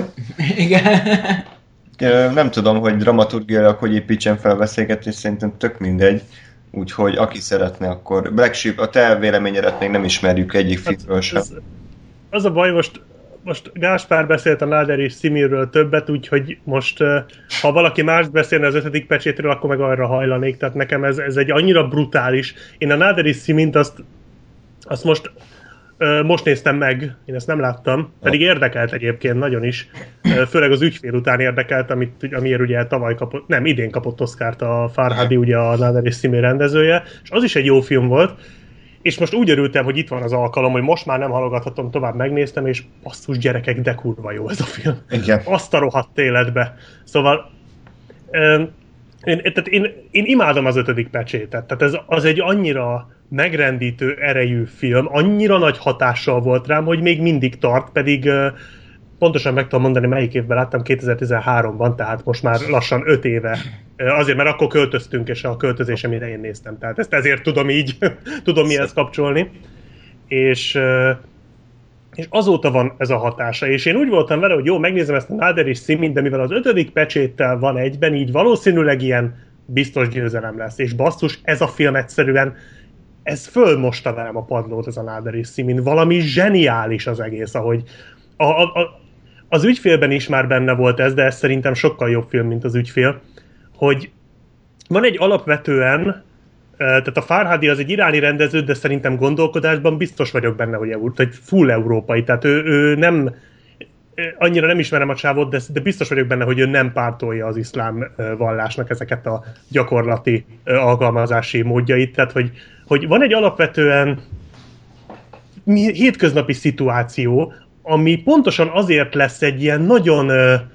Igen. Nem tudom, hogy dramaturgiailag hogy építsen fel a beszélgetést, szerintem tök mindegy. Úgyhogy aki szeretne, akkor Black Sheep, a te véleményedet még nem ismerjük egyik filmről sem. Az, az a baj, most, most Gáspár beszélt a Nader és Simirről többet, úgyhogy most ha valaki más beszélne az ötödik pecsétről, akkor meg arra hajlanék. Tehát nekem ez, ez egy annyira brutális. Én a Nader és Simint azt, azt most most néztem meg, én ezt nem láttam, pedig érdekelt egyébként nagyon is, főleg az Ügyfél után érdekelt, amit, amiért ugye tavaly kapott, nem, idén kapott Oscart a Farhadi, ugye a Nader és Simi rendezője, és az is egy jó film volt, és most úgy örültem, hogy itt van az alkalom, hogy most már nem halogathatom tovább, megnéztem, és basszus gyerekek, de kurva jó ez a film. Igen. Azt a rohadt életbe. Szóval én, tehát én, én imádom az ötödik pecsétet, tehát ez az egy annyira megrendítő erejű film, annyira nagy hatással volt rám, hogy még mindig tart, pedig uh, pontosan meg tudom mondani, melyik évben láttam, kétezer-tizenháromban, tehát most már lassan öt éve. Uh, azért, mert akkor költöztünk, és a költözésem idején néztem, tehát ezt ezért tudom így, tudom mihez kapcsolni. És, uh, és azóta van ez a hatása, és én úgy voltam vele, hogy jó, megnézem ezt a Nader és Simin, de mivel az ötödik pecséttel van egyben, így valószínűleg ilyen biztos győzelem lesz, és basszus, ez a film egyszerűen ez fölmosta velem a padlót, ez a Nader és Simin. Valami zseniális az egész, ahogy a, a, a, az Ügyfélben is már benne volt ez, de ez szerintem sokkal jobb film, mint az Ügyfél, hogy van egy alapvetően, tehát a Farhadi az egy iráni rendező, de szerintem gondolkodásban biztos vagyok benne, hogy, hogy full európai, tehát ő, ő nem, annyira nem ismerem a csávot, de, de biztos vagyok benne, hogy ő nem pártolja az iszlám vallásnak ezeket a gyakorlati alkalmazási módjait, tehát hogy hogy van egy alapvetően hétköznapi szituáció, ami pontosan azért lesz egy ilyen nagyon,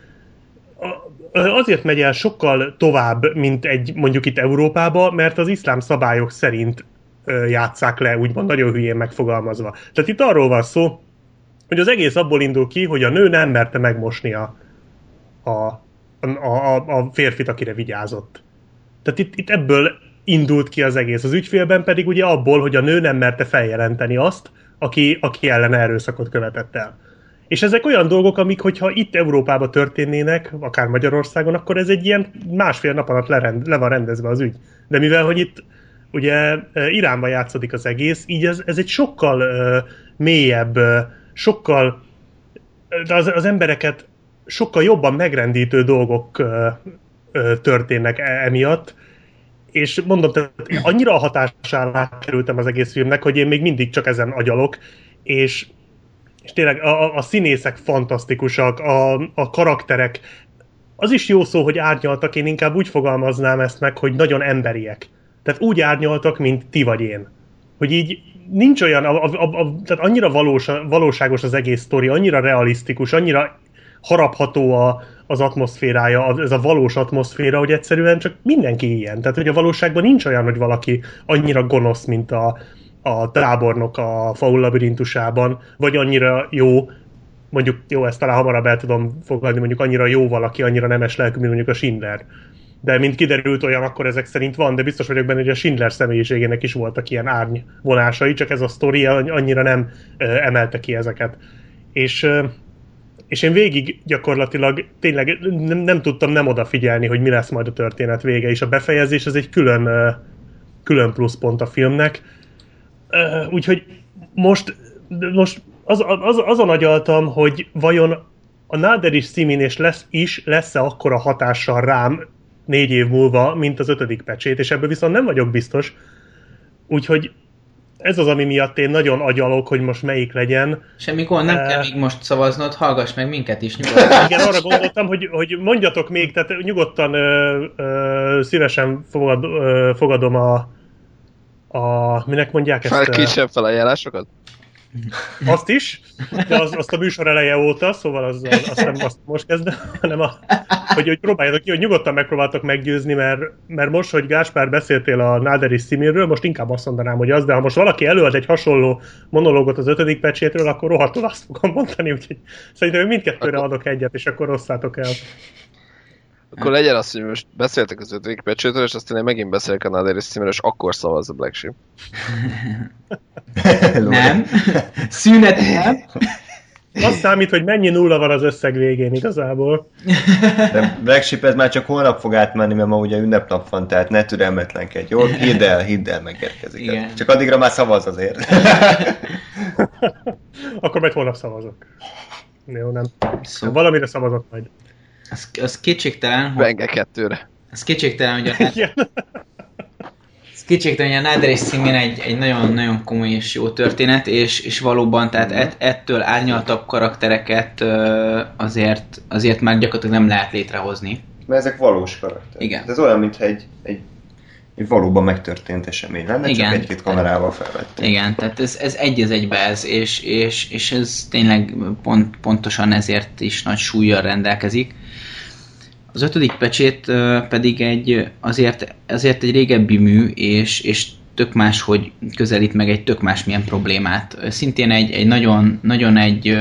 azért megy el sokkal tovább, mint egy mondjuk itt Európába, mert az iszlám szabályok szerint játsszák le, úgymond nagyon hülyén megfogalmazva. Tehát itt arról van szó, hogy az egész abból indul ki, hogy a nő nem merte megmosni a, a, a, a férfit, akire vigyázott. Tehát itt, itt ebből indult ki az egész. Az Ügyfélben pedig ugye abból, hogy a nő nem merte feljelenteni azt, aki, aki ellen erőszakot követett el. És ezek olyan dolgok, amik, hogyha itt Európában történnének, akár Magyarországon, akkor ez egy ilyen másfél nap alatt lerend, le van rendezve az ügy. De mivel, hogy itt ugye Iránban játszódik az egész, így ez, ez egy sokkal uh, mélyebb, uh, sokkal de az, az embereket sokkal jobban megrendítő dolgok uh, uh, történnek emiatt, és mondom, tehát annyira a hatásán átkerültem az egész filmnek, hogy én még mindig csak ezen agyalok, és, és tényleg a, a színészek fantasztikusak, a, a karakterek, az is jó szó, hogy árnyaltak, én inkább úgy fogalmaznám ezt meg, hogy nagyon emberiek. Tehát úgy árnyaltak, mint ti vagy én. Hogy így nincs olyan, a, a, a, tehát annyira valós, valóságos az egész sztori, annyira realisztikus, annyira, harapható a, az atmoszférája, ez a valós atmoszféra, hogy egyszerűen csak mindenki ilyen. Tehát, hogy a valóságban nincs olyan, hogy valaki annyira gonosz, mint a, a tábornok a faul labirintusában, vagy annyira jó, mondjuk, jó, ezt talán hamarabb el tudom fogadni, mondjuk annyira jó valaki, annyira nemes lelkű, mint mondjuk a Schindler. De mint kiderült, olyan akkor ezek szerint van, de biztos vagyok benne, hogy a Schindler személyiségének is voltak ilyen árnyvonásai, csak ez a sztori annyira nem emelte ki ezeket. És, és én végig gyakorlatilag tényleg nem, nem tudtam nem odafigyelni, hogy mi lesz majd a történet vége, és a befejezés az egy külön, külön pluszpont a filmnek. Úgyhogy most, most az, az, azon agyaltam, hogy vajon a Nader és Simin és lesz, is lesz-e akkora hatással rám négy év múlva, mint az ötödik pecsét, és ebből viszont nem vagyok biztos. Úgyhogy ez az, ami miatt én nagyon agyalok, hogy most melyik legyen. Semmi gond, nem uh, kell még most szavaznod, hallgass meg minket is. Nyugodtan. Igen, arra gondoltam, hogy, hogy mondjatok még, tehát nyugodtan ö, ö, szívesen fogad, ö, fogadom a, a... minek mondják ezt? Már kisebb felajánlásokat? Azt is, de az, azt a műsor eleje óta, szóval az, azt nem azt most kezdem, hanem a, hogy, hogy próbáljátok ki, hogy nyugodtan megpróbáltok meggyőzni, mert, mert most, hogy Gáspár beszéltél a Nader és Siminről, most inkább azt mondanám, hogy az, de ha most valaki előad egy hasonló monológot az ötödik pecsétről, akkor rohadtul azt fogom mondani, úgyhogy szerintem hogy mindkettőre adok egyet, és akkor osszátok el. Akkor legyen az, hogy most beszéltek az ötödik pecsétről, és aztán én megint beszélek a Nader és Siminről, és akkor szavazz a Black Sheep. Nem. Szünet nem. Azt számít, hogy mennyi nulla van az összeg végén igazából. De Black Sheep ez már csak holnap fog átmenni, mert ma ugye ünnepnap van, tehát ne türelmetlenkedj. Jól, hidd el, hidd el, megérkezik. Igen. Csak addigra már szavaz azért. Akkor majd holnap szavazok. Jó, nem. Szóval. Valamire szavazok majd. Az, az kétségtelen, hogy... Benge kettőre. Az kétségtelen, hogy a... Ez kétségtelen, hogy a Nader és Simin egy, egy nagyon-nagyon komoly és jó történet, és, és valóban tehát ett, ettől árnyaltabb karaktereket azért, azért már gyakorlatilag nem lehet létrehozni. Mert ezek valós karakterek. Igen. Ez olyan, mintha egy, egy, egy valóban megtörtént esemény lenne, igen, csak egy-két kamerával felvették. Igen, tehát ez, ez egy az egybe ez, és, és, és ez tényleg pont, pontosan ezért is nagy súllyal rendelkezik. Az ötödik pecsét pedig egy, azért, azért egy régebbi mű, és, és tök más, hogy közelít meg egy tök másmilyen problémát. Szintén egy, egy nagyon, nagyon egy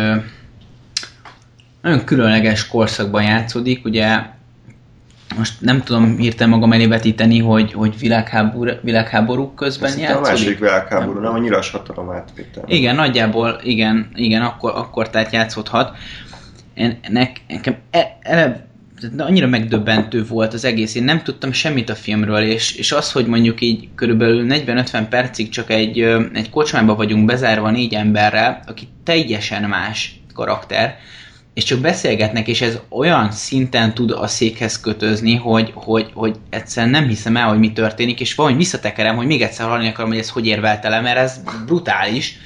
nagyon különleges korszakban játszódik, ugye most nem tudom hirtelen magam elé vetíteni, hogy, hogy világháború, világháborúk közben ez játszódik. A második világháború, nem a nyilas hatalom átvétel. Igen, nagyjából, igen, igen akkor, akkor tehát játszódhat. Ennek, nekem eleve de annyira megdöbbentő volt az egész, én nem tudtam semmit a filmről, és, és az, hogy mondjuk így körülbelül negyven-ötven percig csak egy, egy kocsmába vagyunk bezárva négy emberrel, aki teljesen más karakter, és csak beszélgetnek, és ez olyan szinten tud a székhez kötözni, hogy, hogy, hogy egyszerűen nem hiszem el, hogy mi történik, és valahogy visszatekerem, hogy még egyszer hallani akarom, hogy ez hogy érvelte le, mert ez brutális.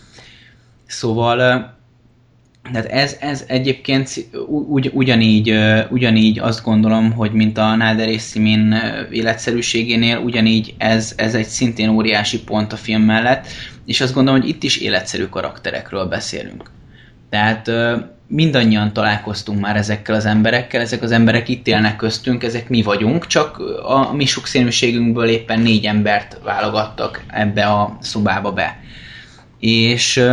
Szóval... Tehát ez, ez egyébként ugy, ugyanígy, ugyanígy azt gondolom, hogy mint a Nader és Simin életszerűségénél, ugyanígy ez, ez egy szintén óriási pont a film mellett, és azt gondolom, hogy itt is életszerű karakterekről beszélünk. Tehát mindannyian találkoztunk már ezekkel az emberekkel, ezek az emberek itt élnek köztünk, ezek mi vagyunk, csak a mi sokszínűségünkből éppen négy embert válogattak ebbe a szobába be. És...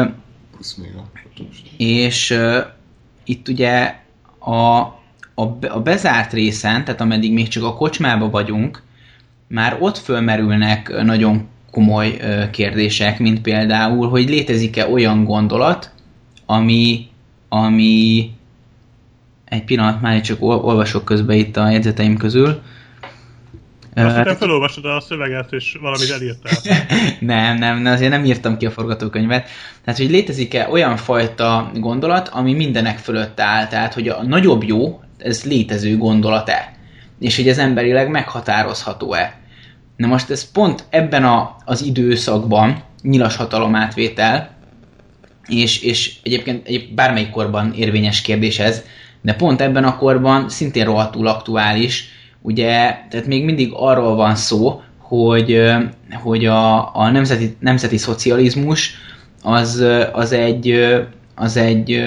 És uh, itt ugye a, a, a bezárt részen, tehát ameddig még csak a kocsmába vagyunk, már ott fölmerülnek nagyon komoly uh, kérdések, mint például, hogy létezik-e olyan gondolat, ami, ami egy pillanat, már csak olvasok közben itt a jegyzeteim közül. Azt hittem felolvasod a szöveget, és valamit elírtál. nem, nem, azért nem írtam ki a forgatókönyvet. Tehát, hogy létezik-e olyan fajta gondolat, ami mindenek fölött áll, tehát, hogy a nagyobb jó, ez létező gondolat-e? És hogy ez emberileg meghatározható-e? Na most ez pont ebben a, az időszakban, nyilas hatalomátvétel, és, és egyébként egyéb bármelyik korban érvényes kérdés ez, de pont ebben a korban szintén rohadtul aktuális. Ugye, tehát még mindig arról van szó, hogy, hogy a, a nemzeti, nemzeti szocializmus az, az, egy, az egy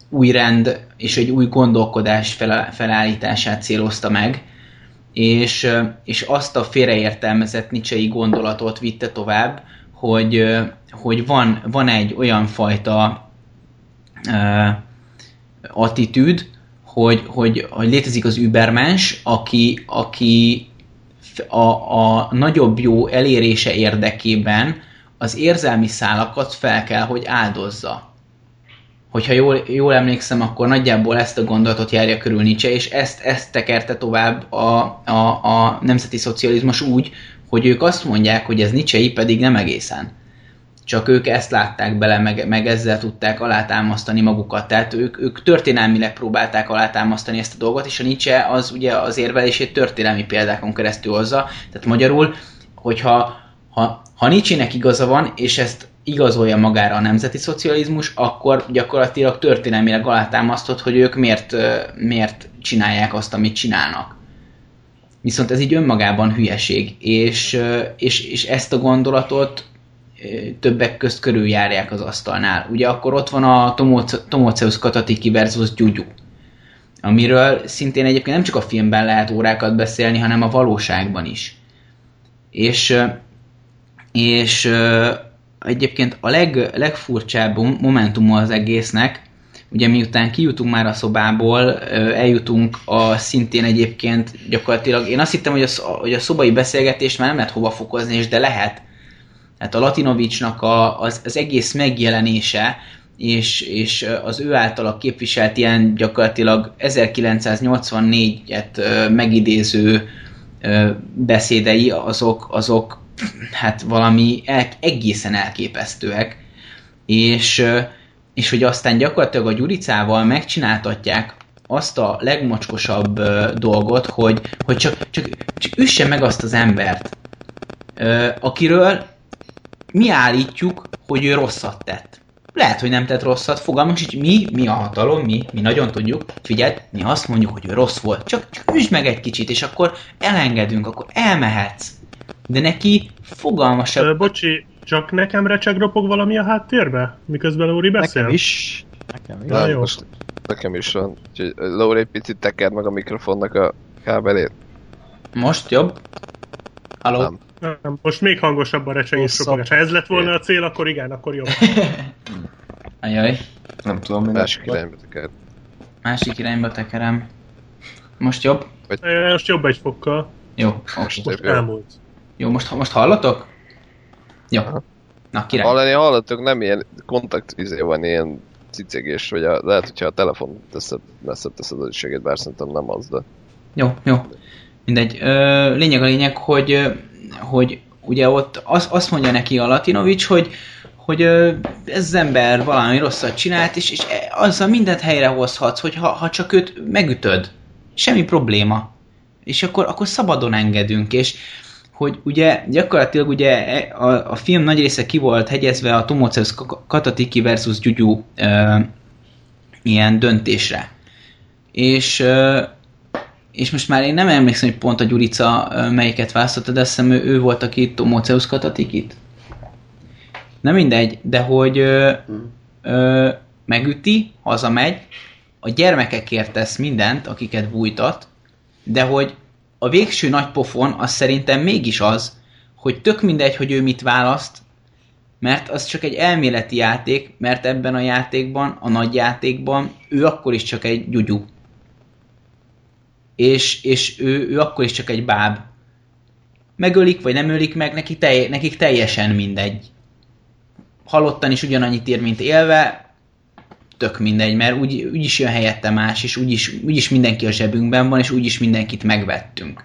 új rend és egy új gondolkodás felállítását célozta meg, és, és azt a félreértelmezett nietzschei gondolatot vitte tovább, hogy, hogy van, van egy olyan fajta uh, attitűd, hogy, hogy, hogy létezik az übermens, aki, aki a, a nagyobb jó elérése érdekében az érzelmi szálakat fel kell, hogy áldozza. Hogyha jól, jól emlékszem, akkor nagyjából ezt a gondolatot járja körül Nietzsche, és ezt, ezt tekerte tovább a, a, a nemzeti szocializmus úgy, hogy ők azt mondják, hogy ez Nietzschei, pedig nem egészen. Csak ők ezt látták bele, meg, meg ezzel tudták alátámasztani magukat. Tehát ők, ők történelmileg próbálták alátámasztani ezt a dolgot, és a Nietzsche az ugye az érvelését történelmi példákon keresztül hozza. Tehát magyarul, hogyha ha, ha Nietzschének igaza van, és ezt igazolja magára a nemzeti szocializmus, akkor gyakorlatilag történelmileg alátámasztott, hogy ők miért, miért csinálják azt, amit csinálnak. Viszont ez így önmagában hülyeség, és, és, és ezt a gondolatot többek közt körüljárják az asztalnál. Ugye akkor ott van a Tomoceus Katatiki versus Gyugyu, amiről szintén egyébként nem csak a filmben lehet órákat beszélni, hanem a valóságban is. És, és egyébként a leg, legfurcsább momentuma az egésznek, ugye miután kijutunk már a szobából, eljutunk a szintén egyébként gyakorlatilag, én azt hittem, hogy a, hogy a szobai beszélgetést már nem lehet hova fokozni, és de lehet. Hát a Latinovicsnak a, az, az egész megjelenése, és, és az ő általa képviselt ilyen gyakorlatilag ezerkilencszáznyolcvannégyet megidéző beszédei, azok, azok hát valami el, egészen elképesztőek, és, és hogy aztán gyakorlatilag a Gyuricával megcsináltatják azt a legmocskosabb dolgot, hogy, hogy csak, csak, csak üsse meg azt az embert, akiről mi állítjuk, hogy ő rosszat tett. Lehet, hogy nem tett rosszat, fogalmunk sincs, mi, mi a hatalom, mi, mi nagyon tudjuk, figyelj, mi azt mondjuk, hogy ő rossz volt, csak, csak üsd meg egy kicsit, és akkor elengedünk, akkor elmehetsz. De neki fogalmasabb... Ö, bocsi, csak nekem recseg ropog valami a háttérbe, miközben Lóri beszél? Nekem is. Nekem is. Na, most nekem is van. Úgyhogy Lóri egy picit tekerd meg a mikrofonnak a kábelét. Most jobb? Halló? Nem. Nem, most még hangosabb a recsegés ropogás. Ha ez lett volna a cél, akkor igen, akkor jobb. Ajaj. Nem tudom, mi Másik irányba tekerd. Másik irányba tekerem. Most jobb? Vagy... Most jobb egy fokkal. Jó, most, most elmúlt. Jó, most, most hallatok? Jó. Aha. Na, király. Hallani hallatok, nem ilyen kontakt izé van, ilyen cicegés, vagy a, lehet, hogyha a telefon teszed, messzebb teszed az ügységet, bár szerintem nem az, de... Jó, jó. Mindegy. Ö, lényeg a lényeg, hogy, hogy ugye ott az, azt mondja neki a Latinovics, hogy, hogy ö, ez az ember valami rosszat csinált, és, és azzal mindent helyre hozhatsz, hogy ha, ha csak őt megütöd, semmi probléma. És akkor, akkor szabadon engedünk, és hogy ugye gyakorlatilag ugye a, a film nagy része ki volt hegyezve a Tomoceus Katatiki versus Gyugyu ö, ilyen döntésre. És, ö, és most már én nem emlékszem, hogy pont a Gyurica ö, melyiket választotta, de azt hiszem ő, ő volt, aki Tomoceus Katatikit. Nem mindegy, de hogy ö, ö, megüti, hazamegy, a gyermekekért tesz mindent, akiket bújtat, de hogy a végső nagy pofon az szerintem mégis az, hogy tök mindegy, hogy ő mit választ, mert az csak egy elméleti játék, mert ebben a játékban, a nagy játékban ő akkor is csak egy gyugyu. És, és ő, ő akkor is csak egy báb. Megölik, vagy nem ölik meg, nekik, telj, nekik teljesen mindegy. Halottan is ugyanannyit ér, mint élve, tök mindegy, mert úgy, úgyis jön helyette más, és úgyis, úgyis mindenki a zsebünkben van, és úgyis mindenkit megvettünk.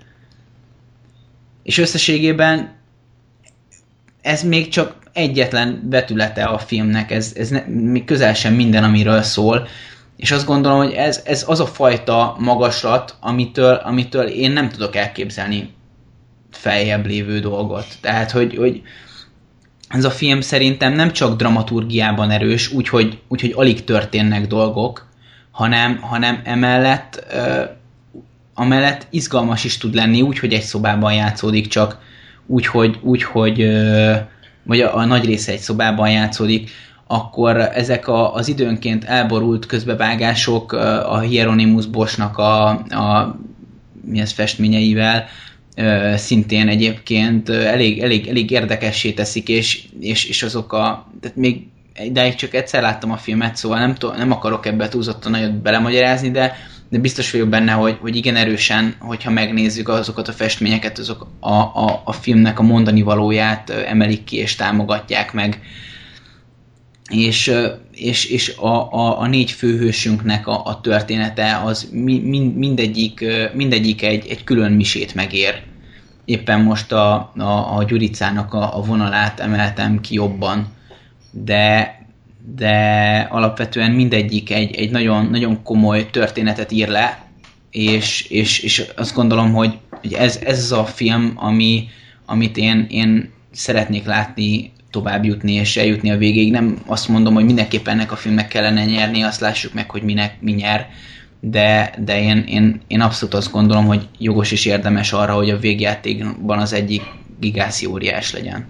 És összességében ez még csak egyetlen vetülete a filmnek, ez, ez ne, közel sem minden, amiről szól, és azt gondolom, hogy ez, ez az a fajta magaslat, amitől, amitől én nem tudok elképzelni feljebb lévő dolgot. Tehát, hogy, hogy ez a film szerintem nem csak dramaturgiában erős, úgyhogy, úgyhogy alig történnek dolgok, hanem, hanem emellett, uh, amellett izgalmas is tud lenni, úgyhogy egy szobában játszódik csak, úgyhogy, úgyhogy uh, vagy a, a nagy része egy szobában játszódik. A, akkor ezek a, az időnként elborult közbevágások a Hieronymus Boschnak a, a mi ez, festményeivel szintén egyébként elég, elég, elég érdekessé teszik, és, és, és azok a... Tehát még idáig csak egyszer láttam a filmet, szóval nem, nem akarok ebbe túlzottan nagyot belemagyarázni, de, de biztos vagyok benne, hogy, hogy igen erősen, hogyha megnézzük azokat a festményeket, azok a, a, a filmnek a mondani valóját emelik ki és támogatják meg. És, és, és a, a, a négy főhősünknek a, a története az mi, mind, mindegyik, mindegyik egy, egy külön misét megér. Éppen most a, a, a Gyuricának a, a vonalát emeltem ki jobban, de, de alapvetően mindegyik egy, egy nagyon, nagyon komoly történetet ír le, és, és, és azt gondolom, hogy, hogy ez, ez a film, ami, amit én, én szeretnék látni tovább jutni és eljutni a végéig. Nem azt mondom, hogy mindenképpen ennek a filmnek kellene nyerni, azt lássuk meg, hogy minek mi nyer, de, de én, én, én abszolút azt gondolom, hogy jogos és érdemes arra, hogy a végjátékban az egyik gigászi óriás legyen.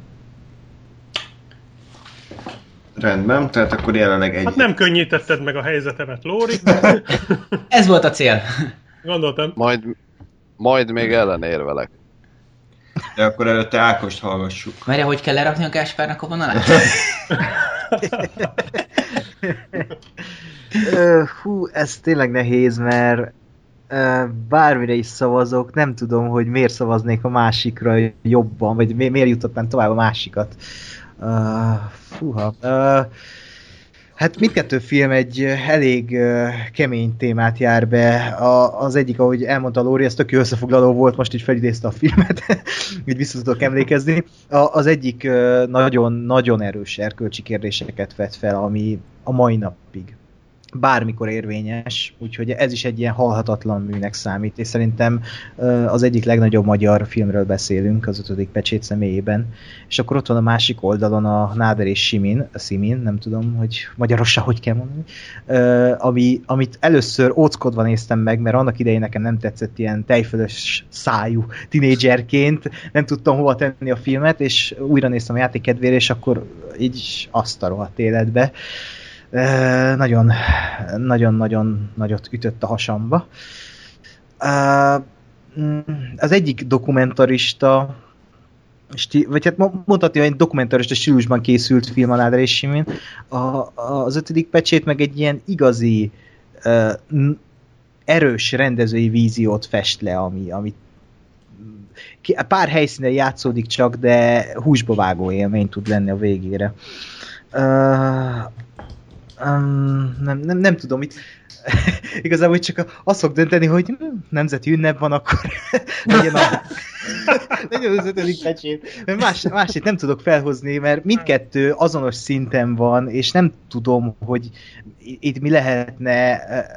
Rendben, tehát akkor jelenleg egy... Hát nem könnyítetted meg a helyzetemet, Lóri. Ez volt a cél. Gondoltam. Majd, majd még ellenérvelek. De akkor előtte Ákost hallgassuk. Várja, hogy kell lerakni a Gáspárnak a vonalát? Hú, ez tényleg nehéz, mert bármire is szavazok, nem tudom, hogy miért szavaznék a másikra jobban, vagy miért jutottam tovább a másikat. Fúha. Hát mindkettő film egy elég uh, kemény témát jár be. A, az egyik, ahogy elmondta Lóri, ez tök jó összefoglaló volt, most így felidézte a filmet, így vissza tudok emlékezni. A, az egyik nagyon-nagyon uh, erős erkölcsi kérdéseket vet fel, ami a mai napig bármikor érvényes, úgyhogy ez is egy ilyen halhatatlan műnek számít, és szerintem az egyik legnagyobb magyar filmről beszélünk, az ötödik pecsét személyében. És akkor ott van a másik oldalon a Náder és Simin, a Simin, nem tudom, hogy magyarosan hogy kell mondani, ami, amit először óckodva néztem meg, mert annak idején nekem nem tetszett ilyen tejfölös szájú tinédzserként, nem tudtam hova tenni a filmet, és újra néztem a játék kedvére, és akkor így azt a rohadt életbe. Uh, nagyon, nagyon, nagyon nagyot ütött a hasamba. Uh, az egyik dokumentarista, vagy hát mondhatni, hogy egy dokumentarista stílusban készült film a Náder és Simin, a, az ötödik pecsét meg egy ilyen igazi uh, erős rendezői víziót fest le, ami, ami pár helyszínen játszódik csak, de húsba vágó élmény tud lenni a végére. Uh, Um, nem, nem, nem tudom, itt igazából csak azt fog dönteni, hogy nemzeti ünnep van, akkor legyen, a, legyen az ötödik pecsét. Mert más, másét nem tudok felhozni, mert mindkettő azonos szinten van, és nem tudom, hogy itt mi lehetne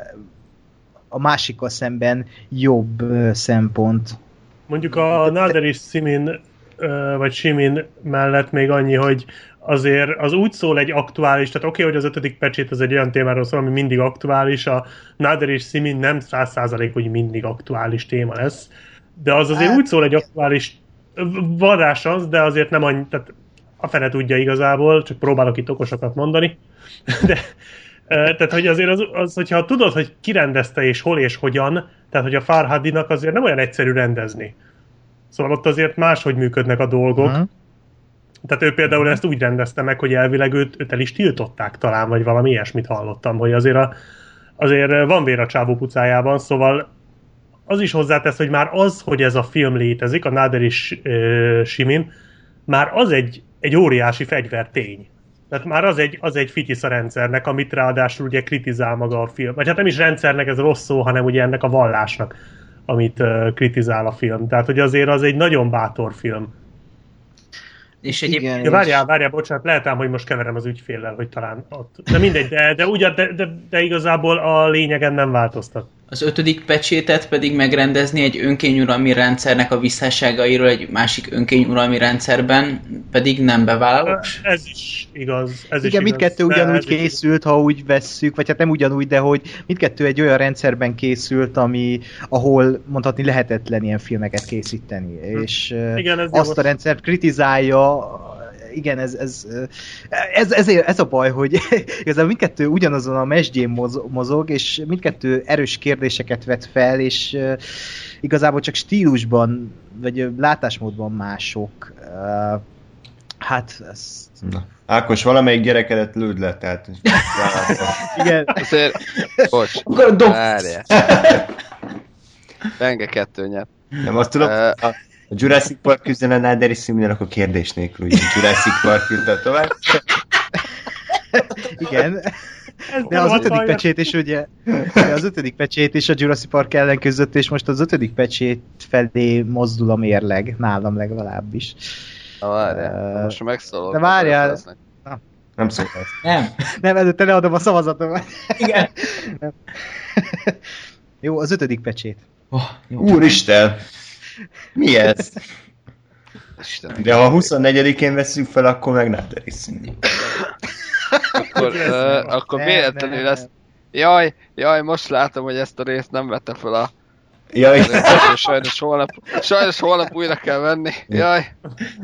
a másikkal szemben jobb szempont. Mondjuk a Náder és Simin, vagy Simin mellett még annyi, hogy azért az úgy szól egy aktuális, tehát oké, okay, hogy az ötödik pecsét az egy olyan témáról szól, ami mindig aktuális, a Náder és Simin nem száz százalék, hogy mindig aktuális téma lesz, de az azért hát... úgy szól egy aktuális varrás az, de azért nem annyi, tehát a fene tudja igazából, csak próbálok itt okosakat mondani, de tehát, hogy azért az, az, hogyha tudod, hogy ki rendezte és hol és hogyan, tehát, hogy a Farhadinak azért nem olyan egyszerű rendezni. Szóval ott azért máshogy működnek a dolgok. Uh-huh. Tehát ő például ezt úgy rendezte meg, hogy elvileg őt, őt el is tiltották talán, vagy valami ilyesmit hallottam, hogy azért, a, azért van vér a csávó pucájában, szóval az is hozzátesz, hogy már az, hogy ez a film létezik, a Náder és e, Simin, már az egy, egy óriási fegyvertény. Tehát már az egy, az egy fityisza rendszernek, amit ráadásul ugye kritizál maga a film. Vagy hát nem is rendszernek, ez rossz szó, hanem ugye ennek a vallásnak, amit uh, kritizál a film. Tehát, hogy azért az egy nagyon bátor film. És egyébként... Ja, várjál, várjál, bocsánat, lehet ám, hogy most keverem az ügyféllel, hogy talán ott... De mindegy, de, de, ugyan, de, de, de igazából a lényegen nem változtat. Az ötödik pecsétet pedig megrendezni egy önkényuralmi rendszernek a visszásságairól egy másik önkényuralmi rendszerben pedig nem bevállalós? Ez is igaz. Ez Igen, is mindkettő igaz. ugyanúgy készült, ha úgy vesszük, vagy hát nem ugyanúgy, de hogy mindkettő egy olyan rendszerben készült, ami, ahol mondhatni lehetetlen ilyen filmeket készíteni. És Igen, azt a rendszert kritizálja igen, ez, ez, ez, ez, ez a baj, hogy igazából mindkettő ugyanazon a mesdjén mozog, és mindkettő erős kérdéseket vet fel, és igazából csak stílusban, vagy látásmódban mások. Hát, ez... Na. Ákos, valamelyik gyerekedet lőd le, tehát... Igen. Azért... Bocs. Akkor a dob... Várjál. Penge kettő nyert. Nem, azt tudom, uh, a Jurassic Park küzdene Nader Simon, akkor kérdés nélkül, hogy Jurassic Park küzdene tovább. Igen. De az ötödik pecsét is ugye, de az ötödik pecsét is a Jurassic Park ellen küzdött, és most az ötödik pecsét felé mozdul a mérleg, nálam legalábbis. Na várjál, uh, most megszólok. De várjál. Na. Nem szólsz. Nem. Nem, előtte leadom a szavazatomat. Igen. Jó, az ötödik pecsét. Oh, Úristen! Mi ez? Istenem. De ha a huszonnegyedikén veszünk fel, akkor meg nem teriszünk. Akkor, uh, akkor nem, véletlenül nem, lesz. nem. Jaj, jaj, most látom, hogy ezt a részt nem vette fel a... Jaj. Sajnos holnap, sajnos holnap újra kell venni. Jaj.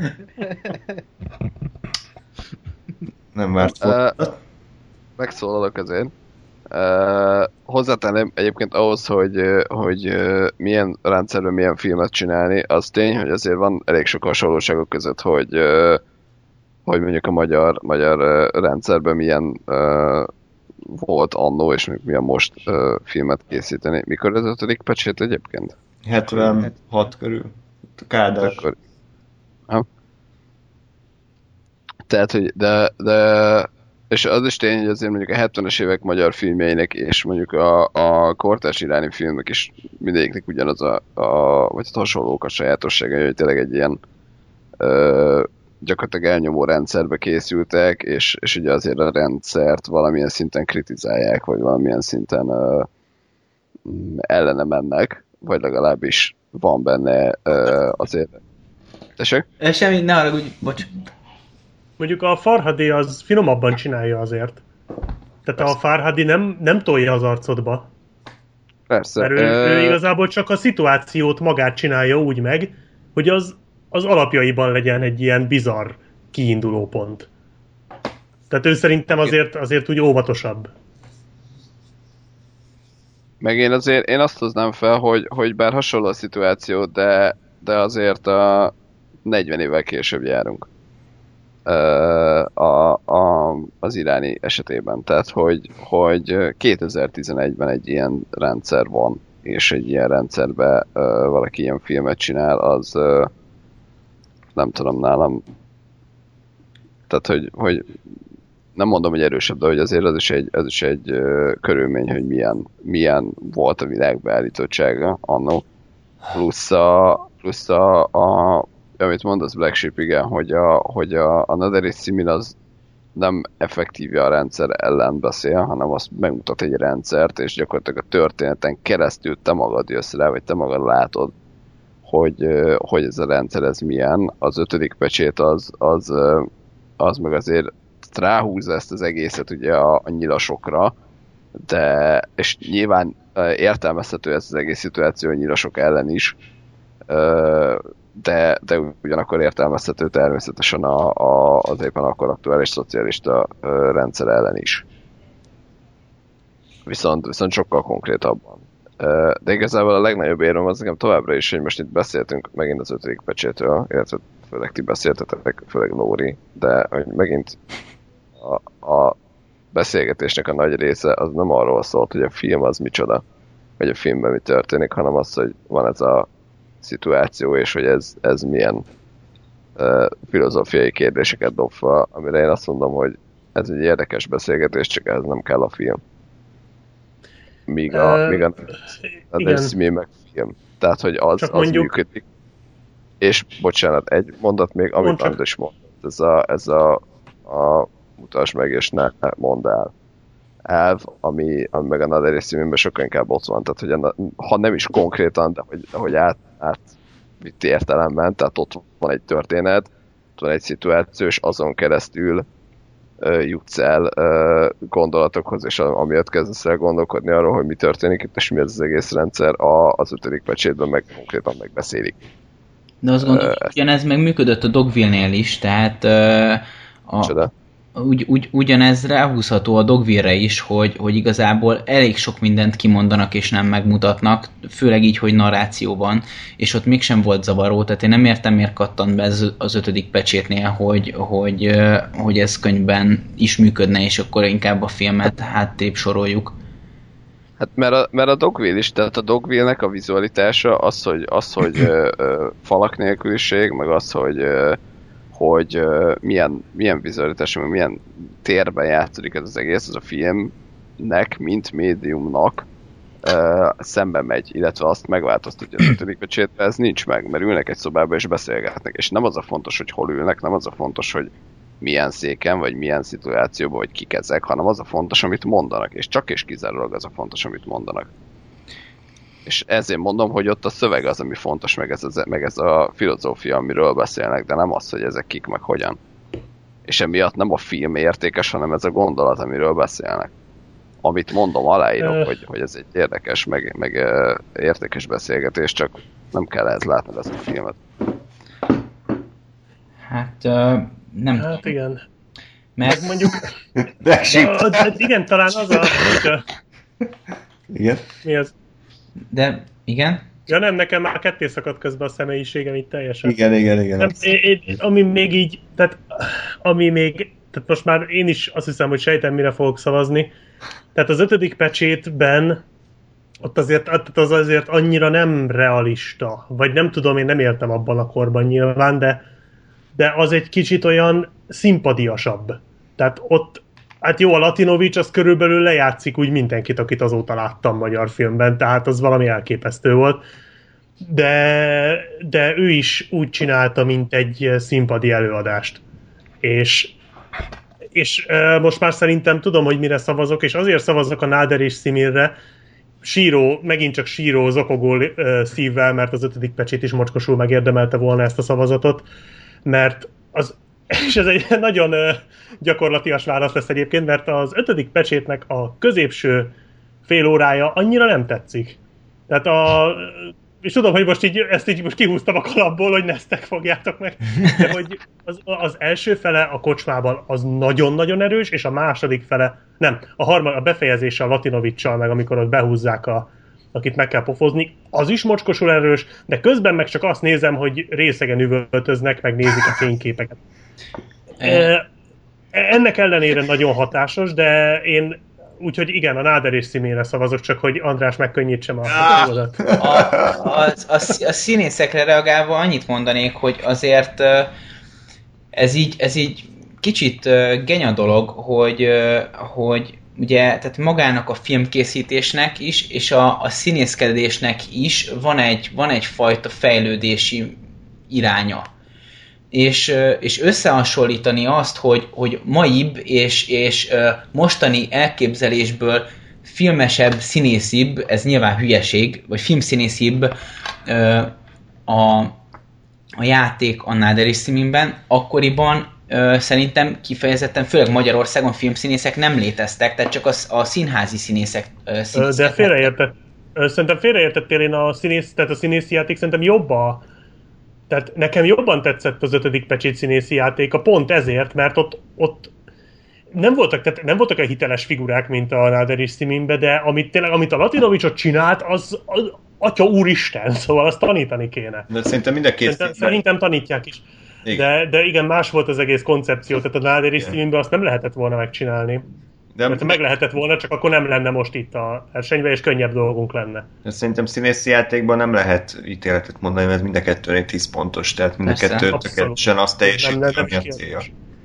Nem várt fel. Uh, megszólalok azért. Uh, hozzátenném egyébként ahhoz, hogy, hogy uh, milyen rendszerben milyen filmet csinálni, az tény, hogy azért van elég sok hasonlóságok között, hogy, uh, hogy mondjuk a magyar, magyar uh, rendszerben milyen uh, volt annó, és milyen most uh, filmet készíteni. Mikor az ötödik pecsét egyébként? hetvenhat körül. Kádás. Akkor... Ha? Tehát, hogy de, de és az is tény, hogy azért mondjuk a hetvenes évek magyar filmjeinek és mondjuk a, a kortárs iráni filmek is mindegyiknek ugyanaz a, a vagy hasonlók a sajátossága, hogy tényleg egy ilyen ö, gyakorlatilag elnyomó rendszerbe készültek, és, és ugye azért a rendszert valamilyen szinten kritizálják, vagy valamilyen szinten ö, ellene mennek, vagy legalábbis van benne ö, azért. Tessék? Semmi, ne arra úgy, bocs. Mondjuk a Farhadi az finomabban csinálja azért. Tehát Persze. a Farhadi nem, nem tolja az arcodba. Persze. Mert ő, e... ő igazából csak a szituációt magát csinálja úgy meg, hogy az, az alapjaiban legyen egy ilyen bizarr kiinduló pont. Tehát ő szerintem azért, azért úgy óvatosabb. Meg én azért, én azt hoznám fel, hogy, hogy bár hasonló a szituáció, de, de azért a negyven évvel később járunk. A, a, az iráni esetében. Tehát, hogy, hogy kétezer-tizenegyben egy ilyen rendszer van, és egy ilyen rendszerben uh, valaki ilyen filmet csinál, az uh, nem tudom nálam. Tehát, hogy, hogy nem mondom, hogy erősebb, de hogy azért az is egy, az is egy uh, körülmény, hogy milyen, milyen volt a világ beállítottsága annó. Plusz a, plusz a, a amit mondasz Black Sheep, igen, hogy a, hogy a, a Nader Simin az nem effektíve a rendszer ellen beszél, hanem azt megmutat egy rendszert, és gyakorlatilag a történeten keresztül te magad jössz rá, vagy te magad látod, hogy, hogy ez a rendszer ez milyen. Az ötödik pecsét az, az, az meg azért ráhúzza ezt az egészet ugye a, a nyilasokra, de, és nyilván értelmezhető ez az egész szituáció a nyilasok ellen is, de, de ugyanakkor értelmezhető természetesen a, a, az éppen akkor aktuális szocialista ö, rendszer ellen is. Viszont, viszont sokkal konkrétabban. Ö, de igazából a legnagyobb érvem az nekem továbbra is, hogy most itt beszéltünk megint az ötödik pecsétről, illetve főleg ti beszéltetek, főleg Lóri, de hogy megint a, a beszélgetésnek a nagy része az nem arról szólt, hogy a film az micsoda, vagy a filmben mi történik, hanem az, hogy van ez a szituáció, és hogy ez, ez milyen uh, filozófiai kérdéseket dob fel, amire én azt mondom, hogy ez egy érdekes beszélgetés, csak ez nem kell a film. Míg a, uh, míg a ez meg film. Tehát, hogy az, az működik. És bocsánat, egy mondat még, amit András is mondott. Ez a, ez a, a mutasd meg, és ne mondd el elv, ami, ami meg a Nader Siminben sokkal inkább ott van. Tehát, hogy a, ha nem is konkrétan, de hogy, hogy át, át vitt értelemben, tehát ott van egy történet, ott van egy szituáció, és azon keresztül uh, jutsz el uh, gondolatokhoz, és amiatt kezdesz el gondolkodni arról, hogy mi történik itt, és mi ez az egész rendszer, a, az ötödik pecsétben meg konkrétan megbeszélik. De azt gondolom, hogy ugyanez meg működött a Dogville-nél is, tehát uh, a, ugy, ugy, ugyanez ráhúzható a Dogville-re is, hogy, hogy igazából elég sok mindent kimondanak és nem megmutatnak, főleg így, hogy narrációban, és ott mégsem volt zavaró, tehát én nem értem, miért kattant be ez az ötödik pecsétnél, hogy, hogy, hogy ez könyvben is működne, és akkor inkább a filmet hátrébb soroljuk. Hát mert a, mert a Dogville is, tehát a Dogville-nek a vizualitása az, hogy, az, hogy ö, ö, falak nélküliség, meg az, hogy, ö, hogy ö, milyen, milyen vizualitása, meg milyen térben játszódik ez az egész, az a filmnek, mint médiumnak ö, szembe megy, illetve azt megváltoztatja az ötödik pecsétre, ez nincs meg, mert ülnek egy szobába és beszélgetnek, és nem az a fontos, hogy hol ülnek, nem az a fontos, hogy milyen széken, vagy milyen szituációban, vagy kik ezek, hanem az a fontos, amit mondanak, és csak és kizárólag az a fontos, amit mondanak. És ezért mondom, hogy ott a szöveg az, ami fontos, meg ez, az, meg ez a filozófia, amiről beszélnek, de nem az, hogy ezek kik, meg hogyan. És emiatt nem a film értékes, hanem ez a gondolat, amiről beszélnek. Amit mondom, aláírok, hogy, hogy ez egy érdekes, meg, meg értékes beszélgetés, csak nem kell ehhez látnod ezt a filmet. Hát... Uh... Nem. Hát igen. Mert meg mondjuk... De, de igen, talán az a... a... Igen? Mi az? De igen? Ja nem, nekem már ketté szakadt közben a személyiségem itt teljesen. Igen, igen, igen. Nem, én, én, ami még így, tehát ami még, tehát most már én is azt hiszem, hogy sejtem, mire fogok szavazni. Tehát az ötödik pecsétben ott azért, az azért annyira nem realista, vagy nem tudom, én nem éltem abban a korban nyilván, de de az egy kicsit olyan szimpadiasabb. Tehát ott, hát jó, a Latinovics az körülbelül lejátszik úgy mindenkit, akit azóta láttam magyar filmben, tehát az valami elképesztő volt. De, de ő is úgy csinálta, mint egy színpadi előadást. És, és e, most már szerintem tudom, hogy mire szavazok, és azért szavazok a Náder és Szimirre, síró, megint csak síró, zokogó e, szívvel, mert az ötödik pecsét is mocskosul megérdemelte volna ezt a szavazatot, mert az, és ez egy nagyon uh, gyakorlatias válasz lesz egyébként, mert az ötödik pecsétnek a középső fél órája annyira nem tetszik. Tehát a, és tudom, hogy most így, ezt így most kihúztam a kalapból, hogy neztek fogjátok meg, de hogy az, az első fele a kocsmában az nagyon-nagyon erős, és a második fele, nem, a, harmad, a befejezése a Latinovics-sal meg, amikor ott behúzzák a akit meg kell pofozni, az is mocskosul erős, de közben meg csak azt nézem, hogy részegen üvöltöznek, meg nézik a fényképeket. Ennek ellenére nagyon hatásos, de én úgyhogy igen, a Náder és Szimére szavazok, csak hogy András megkönnyítsem a dolgodat. A, a, a, a színészekre reagálva annyit mondanék, hogy azért ez így, ez így kicsit genya dolog, hogy, hogy ugye, tehát magának a filmkészítésnek is, és a, a színészkedésnek is van egy, van egyfajta fejlődési iránya. És, és összehasonlítani azt, hogy, hogy maibb és, és mostani elképzelésből filmesebb, színészibb, ez nyilván hülyeség, vagy filmszínészibb a, a játék a Náder és Sziminben, akkoriban Ö, szerintem kifejezetten, főleg Magyarországon filmszínészek nem léteztek, tehát csak a, a színházi színészek, ö, színészek de félreértett. Szerintem félreértettél, én a színész, tehát a színészi játék szerintem jobb a... Tehát nekem jobban tetszett az ötödik pecsét színészi játéka, pont ezért, mert ott, ott nem voltak, tehát nem voltak a hiteles figurák, mint a Náder és Sziminbe, de amit, tényleg, amit a Latinovicsot csinált, az, az atya úristen, szóval azt tanítani kéne. De szerintem mind a két... Szerintem, szerintem tanítják is. De, de igen, más volt az egész koncepció, tehát a Náder és Sziminbe azt nem lehetett volna megcsinálni. De mert ha meg lehetett volna, csak akkor nem lenne most itt a versenyben, és könnyebb dolgunk lenne. De szerintem színészi játékban nem lehet ítéletet mondani, mert mind a kettőnél tíz pontos, tehát mind a kettő tökéletesen azt teljesíti, ami a célja.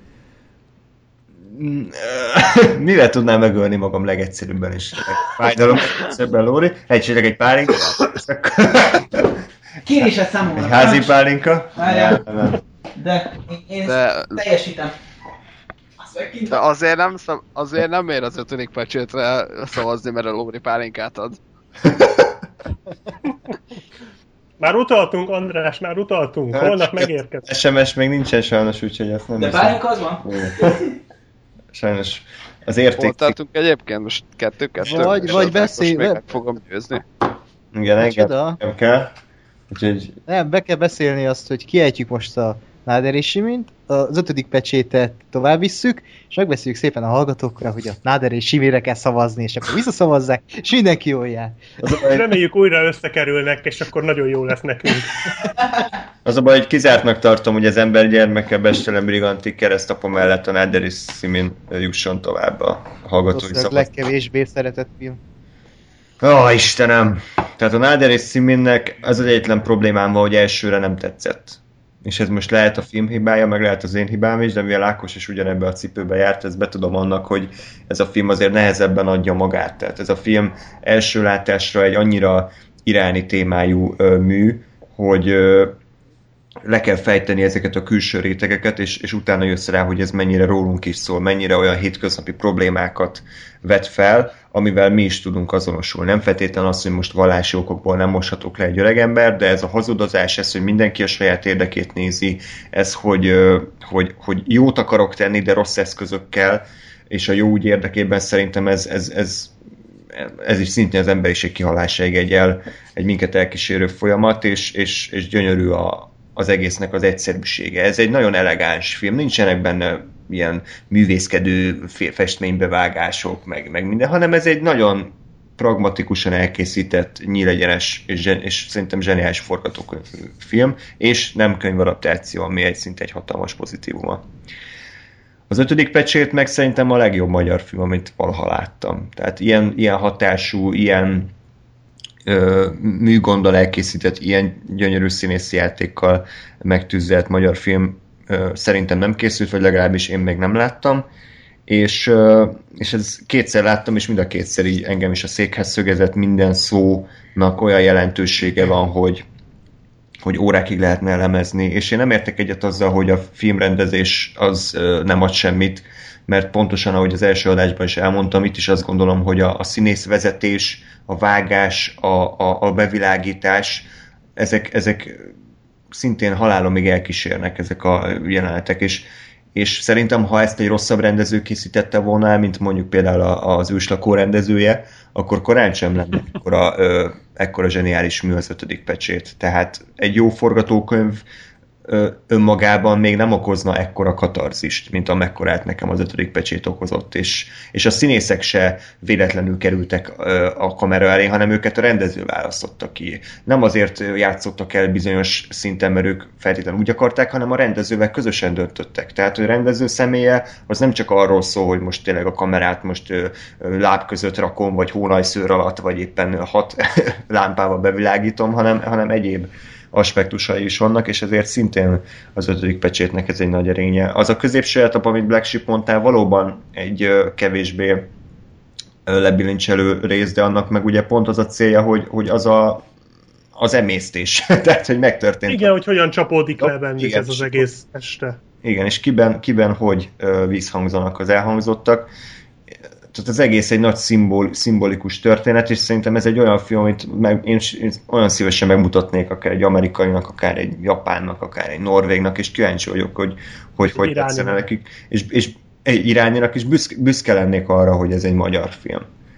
Mivel tudnám megölni magam legegyszerűbben is? Fájdalom, szebben Lóri, egységleg egy pálinka. Kérés a számomra. Egy házi pálinka. De én de... teljesítem. De azért nem, szav... azért nem ér az ötödik pecsétre szavazni, mert a Lóri pálinkát ad. Már utaltunk, András, már utaltunk. Hát, holnap megérkezik. es em es még nincsen sajnos, úgyhogy ezt nem de pálinka az van? Sajnos az érték... Hol tartunk egyébként? Most kettő-kettő? Vagy, vagy beszélj... Most még meg fogom győzni. Igen, engem kell. Úgyhogy... Nem, be kell beszélni azt, hogy kiejtjük most a Nader és Simint, az ötödik pecsétet tovább visszük, és megbeszéljük szépen a hallgatókra, hogy a Nader és Simire kell szavazni, és akkor visszaszavazzák, és mindenki jól jár. Reméljük újra összekerülnek, és akkor nagyon jó lesz nekünk. Az a baj, hogy kizártnak tartom, hogy az ember gyermeke Bestelen Briganti keresztapa mellett a Nader és Simin jusson tovább a hallgatói szavazat. A legkevésbé szeretett film. Ó, oh, Istenem! Tehát a Nader és Siminnek az az egyetlen problémám van, hogy elsőre nem tetszett. És ez most lehet a film hibája, meg lehet az én hibám is, de mivel Ákos is ugyanebben a cipőben járt, ezt betudom annak, hogy ez a film azért nehezebben adja magát. Tehát ez a film első látásra egy annyira iráni témájú ö, mű, hogy ö, le kell fejteni ezeket a külső rétegeket, és, és utána jössz rá, hogy ez mennyire rólunk is szól, mennyire olyan hétköznapi problémákat vet fel, amivel mi is tudunk azonosulni. Nem feltétlenül az, hogy most vallási okokból nem moshatok le egy öregember, de ez a hazudozás, ez, hogy mindenki a saját érdekét nézi, ez, hogy, hogy, hogy jót akarok tenni, de rossz eszközökkel, és a jó úgy érdekében szerintem ez, ez, ez, ez is szintén az emberiség kihalásáig egy, el, egy minket elkísérő folyamat, és, és, és gyönyörű a az egésznek az egyszerűsége. Ez egy nagyon elegáns film, nincsenek benne ilyen művészkedő festménybevágások, meg, meg minden, hanem ez egy nagyon pragmatikusan elkészített, nyílegyenes és, és szerintem zseniális forgatókönyvfilm, és nem könyvadaptáció, ami egy szinte egy hatalmas pozitívuma. Az ötödik pecsét meg szerintem a legjobb magyar film, amit valaha láttam. Tehát ilyen, ilyen hatású, ilyen műgonddal elkészített, ilyen gyönyörű színészi játékkal megtűzelt magyar film szerintem nem készült, vagy legalábbis én még nem láttam, és, és ez kétszer láttam, és mind a kétszer így engem is a székhez szögezett, minden szónak olyan jelentősége van, hogy, hogy órákig lehetne elemezni, és én nem értek egyet azzal, hogy a filmrendezés az nem ad semmit, mert pontosan, ahogy az első adásban is elmondtam, itt is azt gondolom, hogy a, a színészvezetés, a vágás, a, a, a bevilágítás, ezek, ezek szintén halálomig elkísérnek ezek a jelenetek, és, és szerintem, ha ezt egy rosszabb rendező készítette volna el, mint mondjuk például az Őslakó rendezője, akkor korán sem lenne ekkora, ö, ekkora zseniális mű az ötödik pecsét. Tehát egy jó forgatókönyv önmagában még nem okozna ekkora katarzist, mint amekkorát nekem az ötödik pecsét okozott, és, és a színészek se véletlenül kerültek a kamera elé, hanem őket a rendező választotta ki. Nem azért játszottak el bizonyos szinten, mert ők feltétlenül úgy akarták, hanem a rendezővel közösen döntöttek. Tehát a rendező személye az nem csak arról szól, hogy most tényleg a kamerát most láb között rakom, vagy hónajszőr alatt, vagy éppen hat lámpával bevilágítom, hanem, hanem egyéb aspektusai is vannak, és ezért szintén az ötödik pecsétnek ez egy nagy erénye. Az a középső etap, amit Black Sheep mondtál, valóban egy kevésbé lebilincselő rész, de annak meg ugye pont az a célja, hogy, hogy az a, az emésztés. Tehát, hogy megtörtént. Igen, a... hogy hogyan csapódik le bennük ez az egész este. Igen, és kiben, kiben hogy vízhangzanak az elhangzottak. Tehát az egész egy nagy szimbol, szimbolikus történet, és szerintem ez egy olyan film, amit meg, én, én olyan szívesen megmutatnék akár egy amerikainak, akár egy japánnak, akár egy norvégnak, és kíváncsi vagyok, hogy hogy, hogy tetszene nekik, és, és egy irányinak is büszke, büszke lennék arra, hogy ez egy magyar film.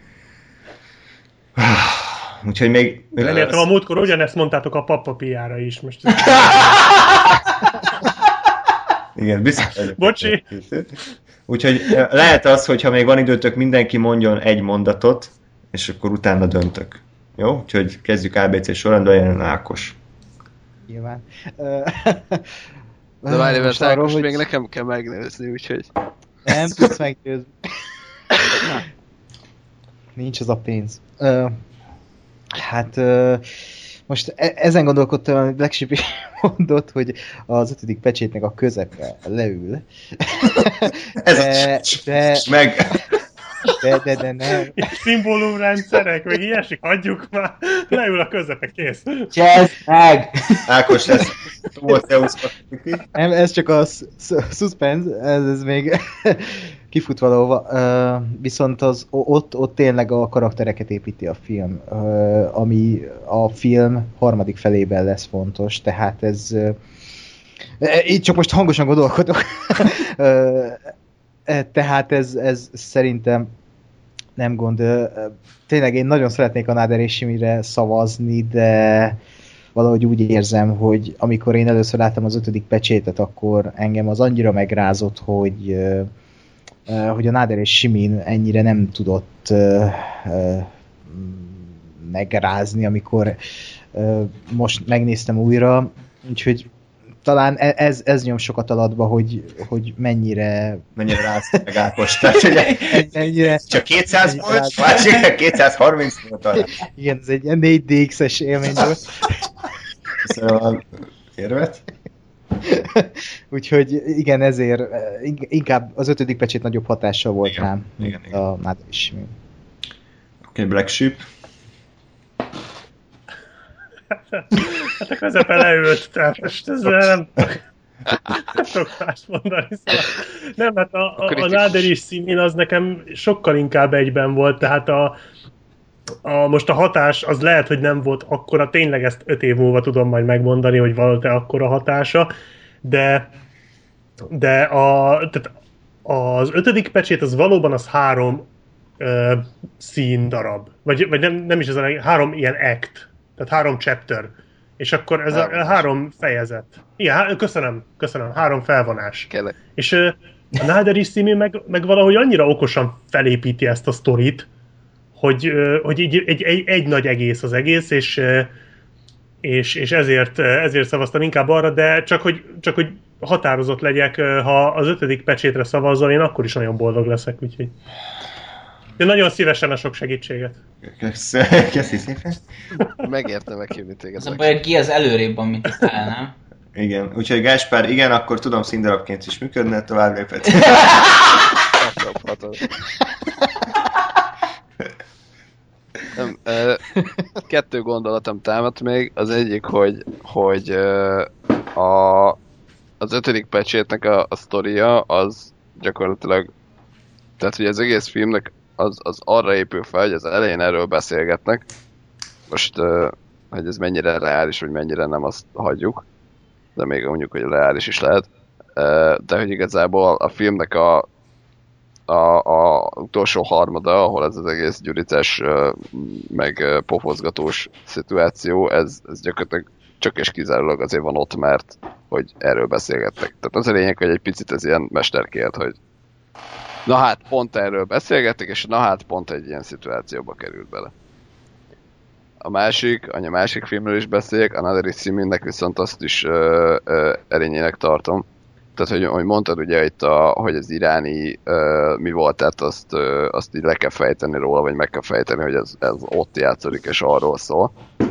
Úgyhogy még... Reméltem, a múltkor ugyanezt mondtátok a Pappapiára is. Most... Igen, büszke. Bocsi! Úgyhogy lehet az, hogyha még van időtök, mindenki mondjon egy mondatot, és akkor utána döntök. Jó? Úgyhogy kezdjük á bé cé sorrendben, jelen Ákos. Nyilván. De várj, mert Ákos hogy... még nekem kell megnézni, úgyhogy... Nem tudsz meggyőzni. Nincs az a pénz. Uh, hát... Uh... Most e- ezen gondolkodtam, amit Black Sheep mondott, hogy az ötödik pecsétnek a közepe leül. Ez de, de, meg! De, de, de nem. Szimbólumrendszerek, meg ilyesik, hagyjuk már. Leül a közepe, kész. Csezd meg! Ákos, ez volt Nem, ez csak a suspense, ez, ez még kifut valahova. Uh, viszont az, ott, ott tényleg a karaktereket építi a film, uh, ami a film harmadik felében lesz fontos, tehát ez uh, itt csak most hangosan gondolkodok. uh, tehát ez, ez szerintem nem gond. Uh, tényleg én nagyon szeretnék a Nader és Simire szavazni, de valahogy úgy érzem, hogy amikor én először láttam az ötödik pecsétet, akkor engem az annyira megrázott, hogy, hogy a Nader és Simin ennyire nem tudott megrázni, amikor most megnéztem újra, úgyhogy talán ez, ez nyom sokat alatba, hogy, hogy mennyire... Mennyire rázta meg Ákos. Tehát, ugye, mennyire, csak kétszáz volt, másik kétszázharminc volt talán. Igen, ez egy négy dé iksz-es élmény volt. Köszönöm a érvet. Úgyhogy igen, ezért inkább az ötödik pecsét nagyobb hatással volt igen, rám, igen, igen. a Nader és Simin. Oké, okay, Black Sheep. Hát a közepe leült, tehát most ez nem tudok más mondani. Szóval. Nem, hát a, a, a Nader és Simin az nekem sokkal inkább egyben volt, tehát a, a, most a hatás az lehet, hogy nem volt akkora, tényleg ezt öt év múlva tudom majd megmondani, hogy volt-e akkora hatása, de, de a, tehát az ötödik pecsét az valóban az három uh, szín darab, vagy, vagy nem, nem is ez a három ilyen act, tehát három chapter, és akkor ez három, a három fejezet. Igen, köszönöm, köszönöm, három felvonás. Kérlek. És uh, a Nader és Simin meg, meg valahogy annyira okosan felépíti ezt a sztorit, hogy, uh, hogy egy, egy, egy, egy nagy egész az egész, és, uh, és, és ezért, ezért szavaztam inkább arra, de csak hogy, csak hogy határozott legyek, ha az ötödik pecsétre szavazzal, én akkor is nagyon boldog leszek, úgyhogy... Én nagyon szívesen a sok segítséget. Köszi szépen. Megérte meghívni téged. Az a baj, Gi az előrébb, amit fel, nem? Igen, úgyhogy Gáspár, igen, akkor tudom színdarabként is működne, tovább lépett. Nem, kettő gondolatom támadt még. Az egyik, hogy, hogy a, az ötödik pecsétnek a, a sztoria az gyakorlatilag, tehát hogy az egész filmnek az, az arra épül fel, hogy az elején erről beszélgetnek. Most, hogy ez mennyire reális, vagy mennyire nem, azt hagyjuk. De még mondjuk, hogy reális is lehet. De hogy igazából a filmnek a A, a utolsó harmada, ahol ez az egész gyurices, meg pofozgatós szituáció, ez, ez gyakorlatilag csak és kizárólag azért van ott, mert hogy erről beszélgettek. Tehát az a lényeg, hogy egy picit ez ilyen mesterkélt, hogy na hát pont erről beszélgettek, és na hát pont egy ilyen szituációba került bele. A másik, anya másik filmről is beszéljek, a Nader és Siminnek viszont azt is ö, ö, erényének tartom. Tehát, hogy, hogy mondtad ugye itt, a, hogy az iráni uh, mi volt, tehát azt, uh, azt így le kell fejteni róla, vagy meg kell fejteni, hogy ez, ez ott játszódik, és arról szól.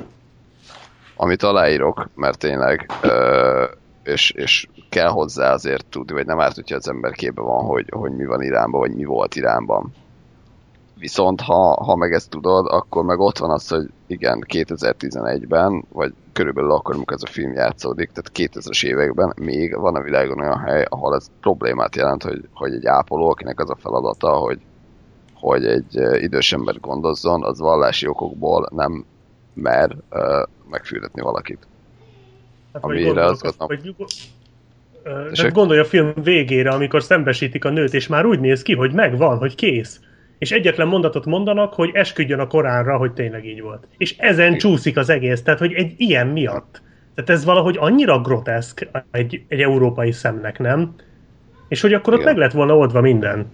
Amit aláírok, mert tényleg, uh, és, és kell hozzá azért tudni, vagy nem árt, hogyha az ember képben van, hogy, hogy mi van Iránban, vagy mi volt Iránban. Viszont ha, ha meg ezt tudod, akkor meg ott van az, hogy igen, kétezer-tizenegyben, vagy körülbelül akkor, amikor ez a film játszódik, tehát kétezres években még van a világon olyan hely, ahol ez problémát jelent, hogy, hogy egy ápoló, akinek az a feladata, hogy, hogy egy idős embert gondozzon, az vallási okokból nem mer uh, megfürdetni valakit. Hát amire azt gondolom... Hát gondolj a film végére, amikor szembesítik a nőt, és már úgy néz ki, hogy megvan, hogy kész. És egyetlen mondatot mondanak, hogy esküdjön a Koránra, hogy tényleg így volt. És ezen csúszik az egész, tehát hogy egy ilyen miatt. Tehát ez valahogy annyira groteszk egy, egy európai szemnek, nem? És hogy akkor ott igen, meg lett volna oldva minden.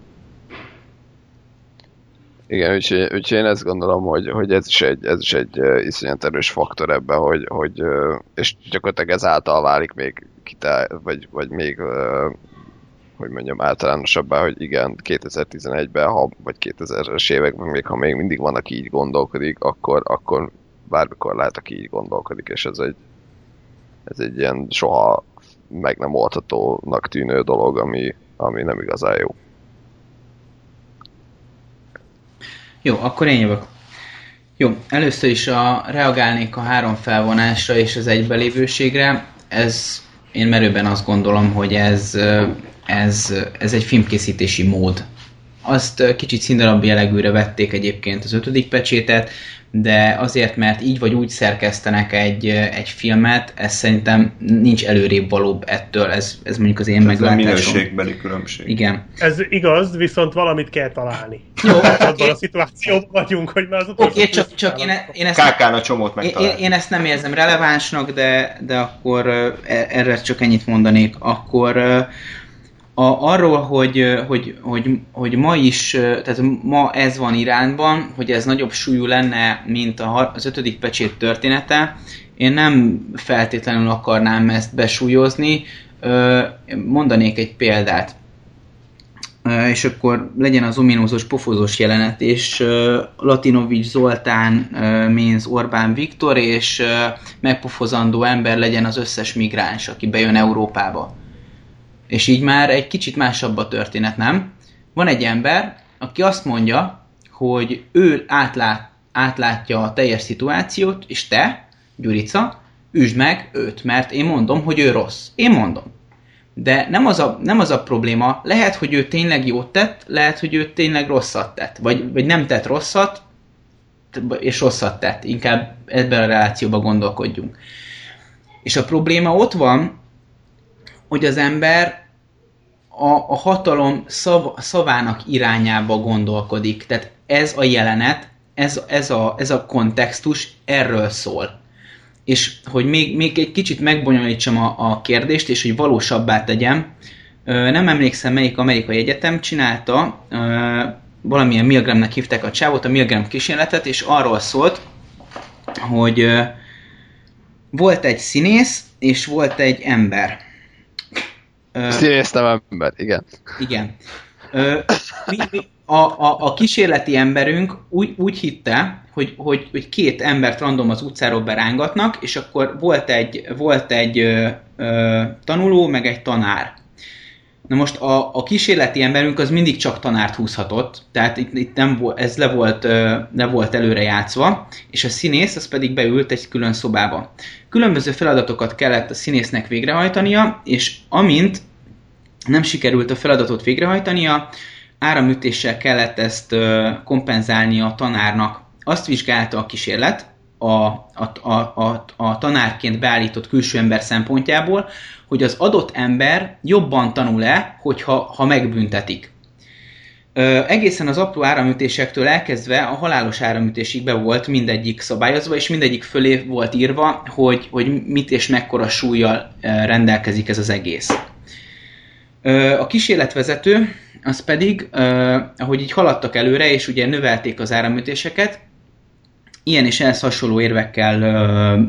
Igen, úgyhogy, úgyhogy én ezt gondolom, hogy, hogy ez is egy, ez is egy uh, iszonyat erős faktor ebben, hogy, hogy uh, és gyakorlatilag ezáltal válik még kitá, vagy, vagy még uh, hogy mondjam, általánosabbá, hogy igen, kétezer-tizenegyben, ha, vagy kétezres években, még ha még mindig van, aki így gondolkodik, akkor, akkor bármikor lehet, aki így gondolkodik, és ez egy, ez egy ilyen soha meg nem oldhatónak tűnő dolog, ami, ami nem igazán jó. Jó, akkor én jövök. Jó, először is a, reagálnék a három felvonásra és az egybelévőségre. Ez, én merőben azt gondolom, hogy ez... Ez, ez egy filmkészítési mód. azt kicsit színdarab jellegűre vették egyébként az ötödik pecsétet, de azért, mert így vagy úgy szerkesztenek egy, egy filmet, ez szerintem nincs előrébb valóbb ettől, ez, ez mondjuk az én meglátásom. Ez a minőségbeli különbség. Igen. Ez igaz, viszont valamit kell találni. Jó. Abban a szituációban vagyunk, hogy már az utolsó... Oké, csak, csak én, én ezt... Kákán a csomót megtalálni. Én, én ezt nem érzem relevánsnak, de, de akkor erre csak ennyit mondanék. Akkor a, arról, hogy, hogy, hogy, hogy ma is, tehát ma ez van Iránban, hogy ez nagyobb súlyú lenne, mint az ötödik pecsét története, én nem feltétlenül akarnám ezt besúlyozni. Mondanék egy példát. És akkor legyen az ominózus, pofozós jelenet, és Latinovics Zoltán, Ménz Orbán Viktor, és megpofozandó ember legyen az összes migráns, aki bejön Európába. És így már egy kicsit másabb a történet, nem? Van egy ember, aki azt mondja, hogy ő átlát, átlátja a teljes szituációt, és te, Gyurica, üsd meg őt, mert én mondom, hogy ő rossz. Én mondom. De nem az, a, nem az a probléma, lehet, hogy ő tényleg jót tett, lehet, hogy ő tényleg rosszat tett, vagy, vagy nem tett rosszat, és rosszat tett. Inkább ebben a relációban gondolkodjunk. És a probléma ott van, hogy az ember a, a hatalom szav, szavának irányába gondolkodik. Tehát ez a jelenet, ez, ez, a, ez a kontextus erről szól. És hogy még, még egy kicsit megbonyolítsam a, a kérdést, és hogy valósabbá tegyem, nem emlékszem, melyik amerikai egyetem csinálta, valamilyen Milgramnek hívták a csávot, a Milgram kísérletet, és arról szólt, hogy volt egy színész, és volt egy ember. Színész nem ember, igen. Igen. Mi, mi, a, a, a kísérleti emberünk úgy, úgy hitte, hogy, hogy, hogy két embert random az utcáról berángatnak, és akkor volt egy, volt egy ö, ö, tanuló, meg egy tanár. Na most a, a kísérleti emberünk az mindig csak tanárt húzhatott, tehát itt, itt nem, ez le volt, ö, le volt előre játszva, és a színész az pedig beült egy külön szobába. Különböző feladatokat kellett a színésznek végrehajtania, és amint nem sikerült a feladatot végrehajtania, áramütéssel kellett ezt kompenzálni a tanárnak. Azt vizsgálta a kísérlet a, a, a, a, a tanárként beállított külső ember szempontjából, hogy az adott ember jobban tanul-e, hogyha ha megbüntetik. Ö, egészen az apró áramütésektől elkezdve a halálos áramütésig be volt mindegyik szabályozva, és mindegyik fölé volt írva, hogy, hogy mit és mekkora súllyal rendelkezik ez az egész. Ö, a kísérletvezető az pedig, uh, ahogy így haladtak előre, és ugye növelték az áramütéseket, ilyen és ehhez hasonló érvekkel uh,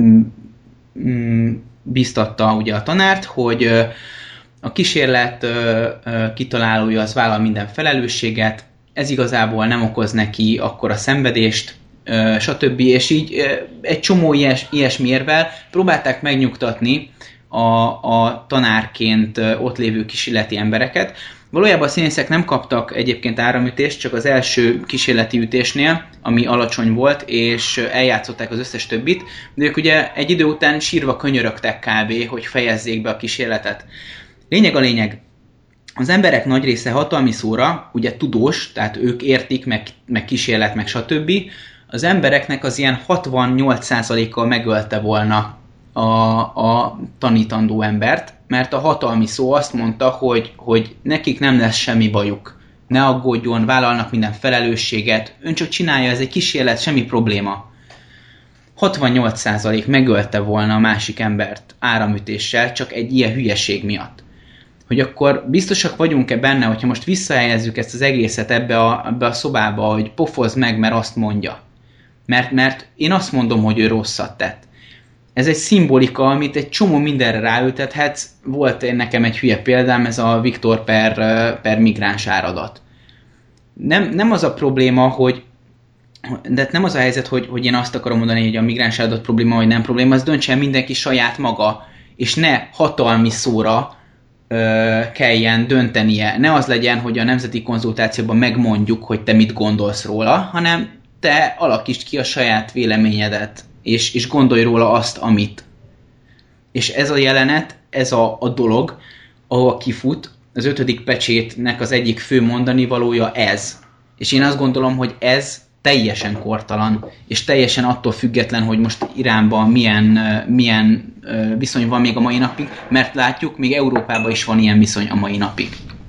mm, bíztatta ugye a tanárt, hogy uh, a kísérlet uh, uh, kitalálója az vállal minden felelősséget, ez igazából nem okoz neki akkora szenvedést, uh, stb. És így uh, egy csomó ilyes, ilyesmi érvel próbálták megnyugtatni a, a tanárként uh, ott lévő kísérleti embereket. Valójában a színészek nem kaptak egyébként áramütést, csak az első kísérleti ütésnél, ami alacsony volt, és eljátszották az összes többit, de ők ugye egy idő után sírva könyörögtek kb., hogy fejezzék be a kísérletet. Lényeg a lényeg, az emberek nagy része hatalmi szóra, ugye tudós, tehát ők értik, meg, meg kísérlet, meg stb. Az embereknek az ilyen hatvannyolc százalékkal megölte volna a, a tanítandó embert, mert a hatalmi szó azt mondta, hogy, hogy nekik nem lesz semmi bajuk. Ne aggódjon, vállalnak minden felelősséget, ön csak csinálja, ez egy kísérlet, semmi probléma. hatvannyolc százalék megölte volna a másik embert áramütéssel, csak egy ilyen hülyeség miatt. Hogy akkor biztosak vagyunk-e benne, hogyha most visszahelyezzük ezt az egészet ebbe a, ebbe a szobába, hogy pofozd meg, mert azt mondja. Mert, mert én azt mondom, hogy ő rosszat tett. Ez egy szimbolika, amit egy csomó mindenre ráültethetsz. Volt nekem egy hülye példám, ez a Viktor per, per migráns áradat. Nem, nem az a probléma, hogy de nem az a helyzet, hogy, hogy én azt akarom mondani, hogy a migráns áradat probléma, vagy nem probléma, az döntsen mindenki saját maga, és ne hatalmi szóra ö, kelljen döntenie. Ne az legyen, hogy a nemzeti konzultációban megmondjuk, hogy te mit gondolsz róla, hanem te alakítsd ki a saját véleményedet, és, és gondolj róla azt, amit. És ez a jelenet, ez a, a dolog, ahol kifut, az ötödik pecsétnek az egyik fő mondani valója ez. És én azt gondolom, hogy ez teljesen kortalan, és teljesen attól független, hogy most Iránban milyen, milyen viszony van még a mai napig, mert látjuk, még Európában is van ilyen viszony a mai napig.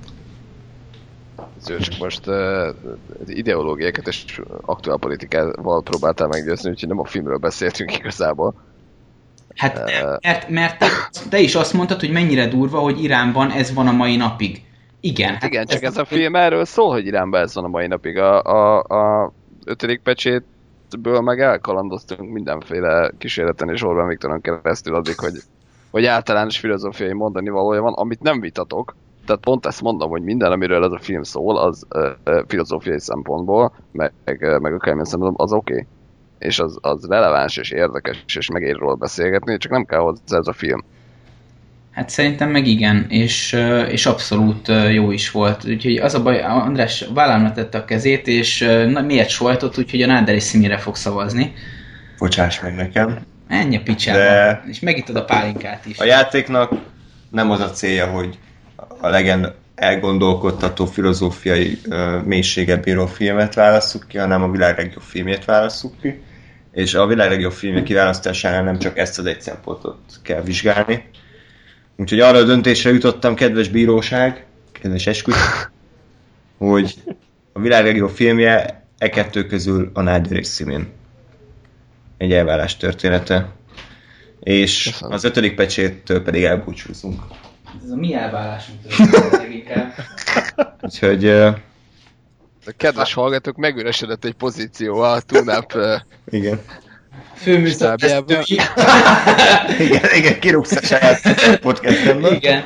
Csak most uh, ideológiákat és aktuál politikával próbáltál meggyőzni, úgyhogy nem a filmről beszéltünk igazából. Hát uh, mert, mert te, te is azt mondtad, hogy mennyire durva, hogy Iránban ez van a mai napig. Igen. Hát igen, csak ez, ez a film erről szól, hogy Iránban ez van a mai napig. A, a, a ötödik pecsétből meg elkalandoztunk mindenféle kísérleten és Orbán Viktoron keresztül addig, hogy, hogy általános filozófiai mondani valója van, amit nem vitatok. Tehát pont ezt mondom, hogy minden, amiről ez a film szól, az uh, uh, filozófiai szempontból, meg, uh, meg a kemény szempontból, az oké. Okay. És az, az releváns és érdekes, és megér róla beszélgetni, csak nem kell hozzá ez a film. Hát szerintem meg igen, és, és abszolút jó is volt. Úgyhogy az a baj, András vállamra tette a kezét, és na, miért sohajtott, úgyhogy a Náder és Szimire fog szavazni. Bocsáss meg nekem. Ennyi a picsába. De... És megittad a pálinkát is. A játéknak nem az a célja, hogy a legyen elgondolkodtató filozófiai uh, mélységet bíró filmet válasszuk ki, hanem a világ legjobb filmjét válasszuk ki. És a világ legjobb filmje kiválasztásánál nem csak ezt az egy szempontot kell vizsgálni. Úgyhogy arra a döntésre jutottam, kedves bíróság, kedves esküt, hogy a világ legjobb filmje e kettő közül a Náder és Szimin. Egy elválás története. És köszönöm. Az ötödik pecséttől pedig elbúcsúzunk. Ez a mi elválásunk történet inkább. Úgyhogy... Uh, a kedves hallgatók, megüresedett egy pozíció a Tunap igen. Főműszerkesztői. igen, igen, kirúgsz a saját podcastemből. Igen.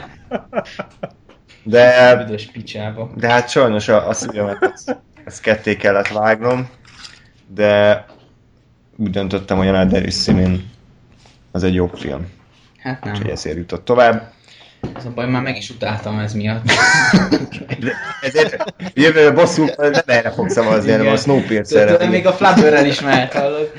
De, Büdös picsába. de hát sajnos a, a szívemet ezt, ezt ketté kellett vágnom, de úgy döntöttem, hogy a Náder és Szimin az egy jobb film. Hát nem. Úgyhogy ezért jutott tovább. Az a baj, már meg is utáltam ez miatt. Ezért jövőre bosszú, nem erre fog szavazni, hanem a Snowpiercer-re. De még a Flubberrel is mehet, hallod?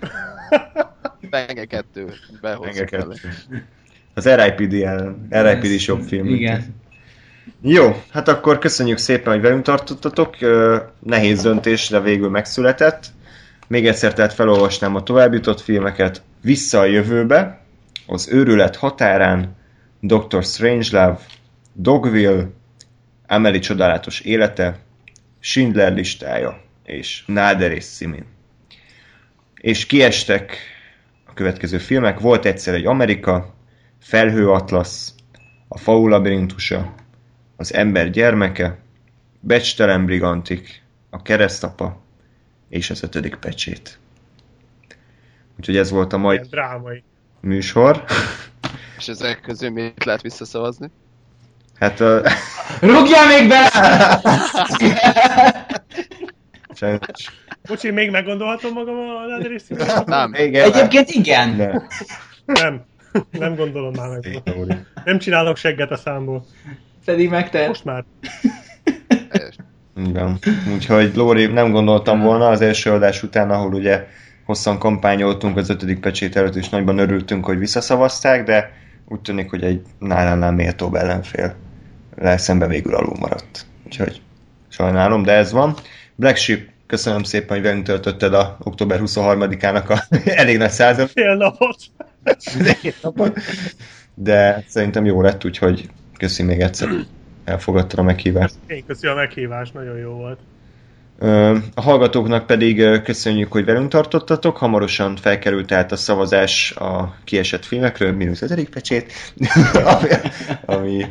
Penge kettő. Penge kettő. Az er i pé dé ellen. er i pé dé jobb film. Igen. Jó, hát akkor köszönjük szépen, hogy velünk tartottatok. Nehéz döntés, de végül megszületett. Még egyszer tehát felolvasnám a továbbjutott filmeket. Vissza a jövőbe, Az őrület határán, doktor Strangelove, Dogville, Amelie csodálatos élete, Schindler listája és Náder és Szimin. És kiestek a következő filmek. Volt egyszer egy Amerika, Felhőatlasz, A Faul labirintusa, Az ember gyermeke, Becstelen brigantik, A keresztapa és Az ötödik pecsét. Úgyhogy ez volt a mai drámai műsor. És ezek közül mit lehet visszaszavazni? Hát a... Rúgjál még bele! Bocsi, még meggondolhatom magam a Náder és Szimin? Nem. Igen, Egyébként igen. Nem. Nem. Nem gondolom már meg. Nem csinálok segget a számból. Pedig megtehet. Most már. Igen. Úgyhogy Lóri, nem gondoltam volna az első adás után, ahol ugye hosszan kampányoltunk az ötödik pecsét előtt, és nagyban örültünk, hogy visszaszavazták, de úgy tűnik, hogy egy nálánál méltóbb ellenfél szembe végül alul maradt. Úgyhogy sajnálom, de ez van. Black Sheep, köszönöm szépen, hogy velünk töltötted a október huszonharmadikának a elég nagy század. Fél napot. De szerintem jó lett, úgyhogy köszi még egyszer. Elfogadtad a meghívást. Én köszi a meghívást, nagyon jó volt. A hallgatókk pedig köszönjük, hogy velünk tartottatok. Hamarosan felkerült tehát a szavazás a kiesett filmekről, mínusz ötödik pecsét, ami... ami...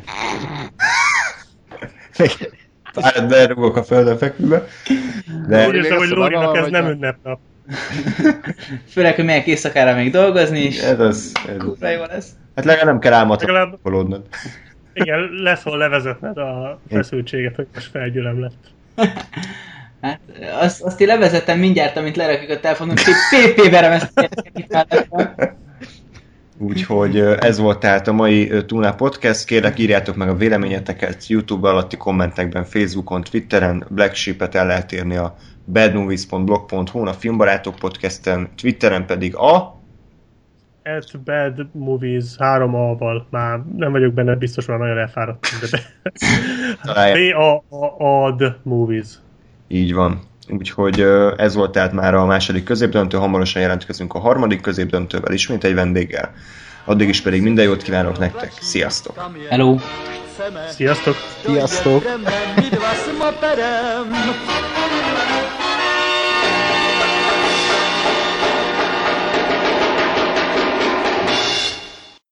Párat berúgok a földön fekvőbe. De úgy érzem, hogy Lórinak ez nem ünnepnap. Főleg, hogy megyek éjszakára még dolgozni, és ez az, ez kurva jó lesz. Hát legalább nem kell álmatolódnod. Igen, lesz hol levezetned a feszültséget, hogy most felgyülem lett. Hát, azt, azt én levezetem mindjárt, amint lerakjuk a telefonon, hogy pé pé-verem ezt a kérdeket. Úgyhogy ez volt tehát a mai Tuna Podcast. Kérlek, írjátok meg a véleményeteket YouTube alatti kommentekben, Facebookon, Twitteren. Black Sheep-et el lehet érni a badmovies pont blog pont hu, a Filmbarátok podcasten, Twitteren pedig a... At Bad Movies három A-val, már nem vagyok benne biztos, már nagyon elfáradtam, de B-A-A-D Movies. Így van. Úgyhogy ez volt tehát már a második középdöntő, hamarosan jelentkezünk a harmadik középdöntővel ismét egy vendéggel. Addig is pedig minden jót kívánok nektek, sziasztok! Hello! Sziasztok! Sziasztok!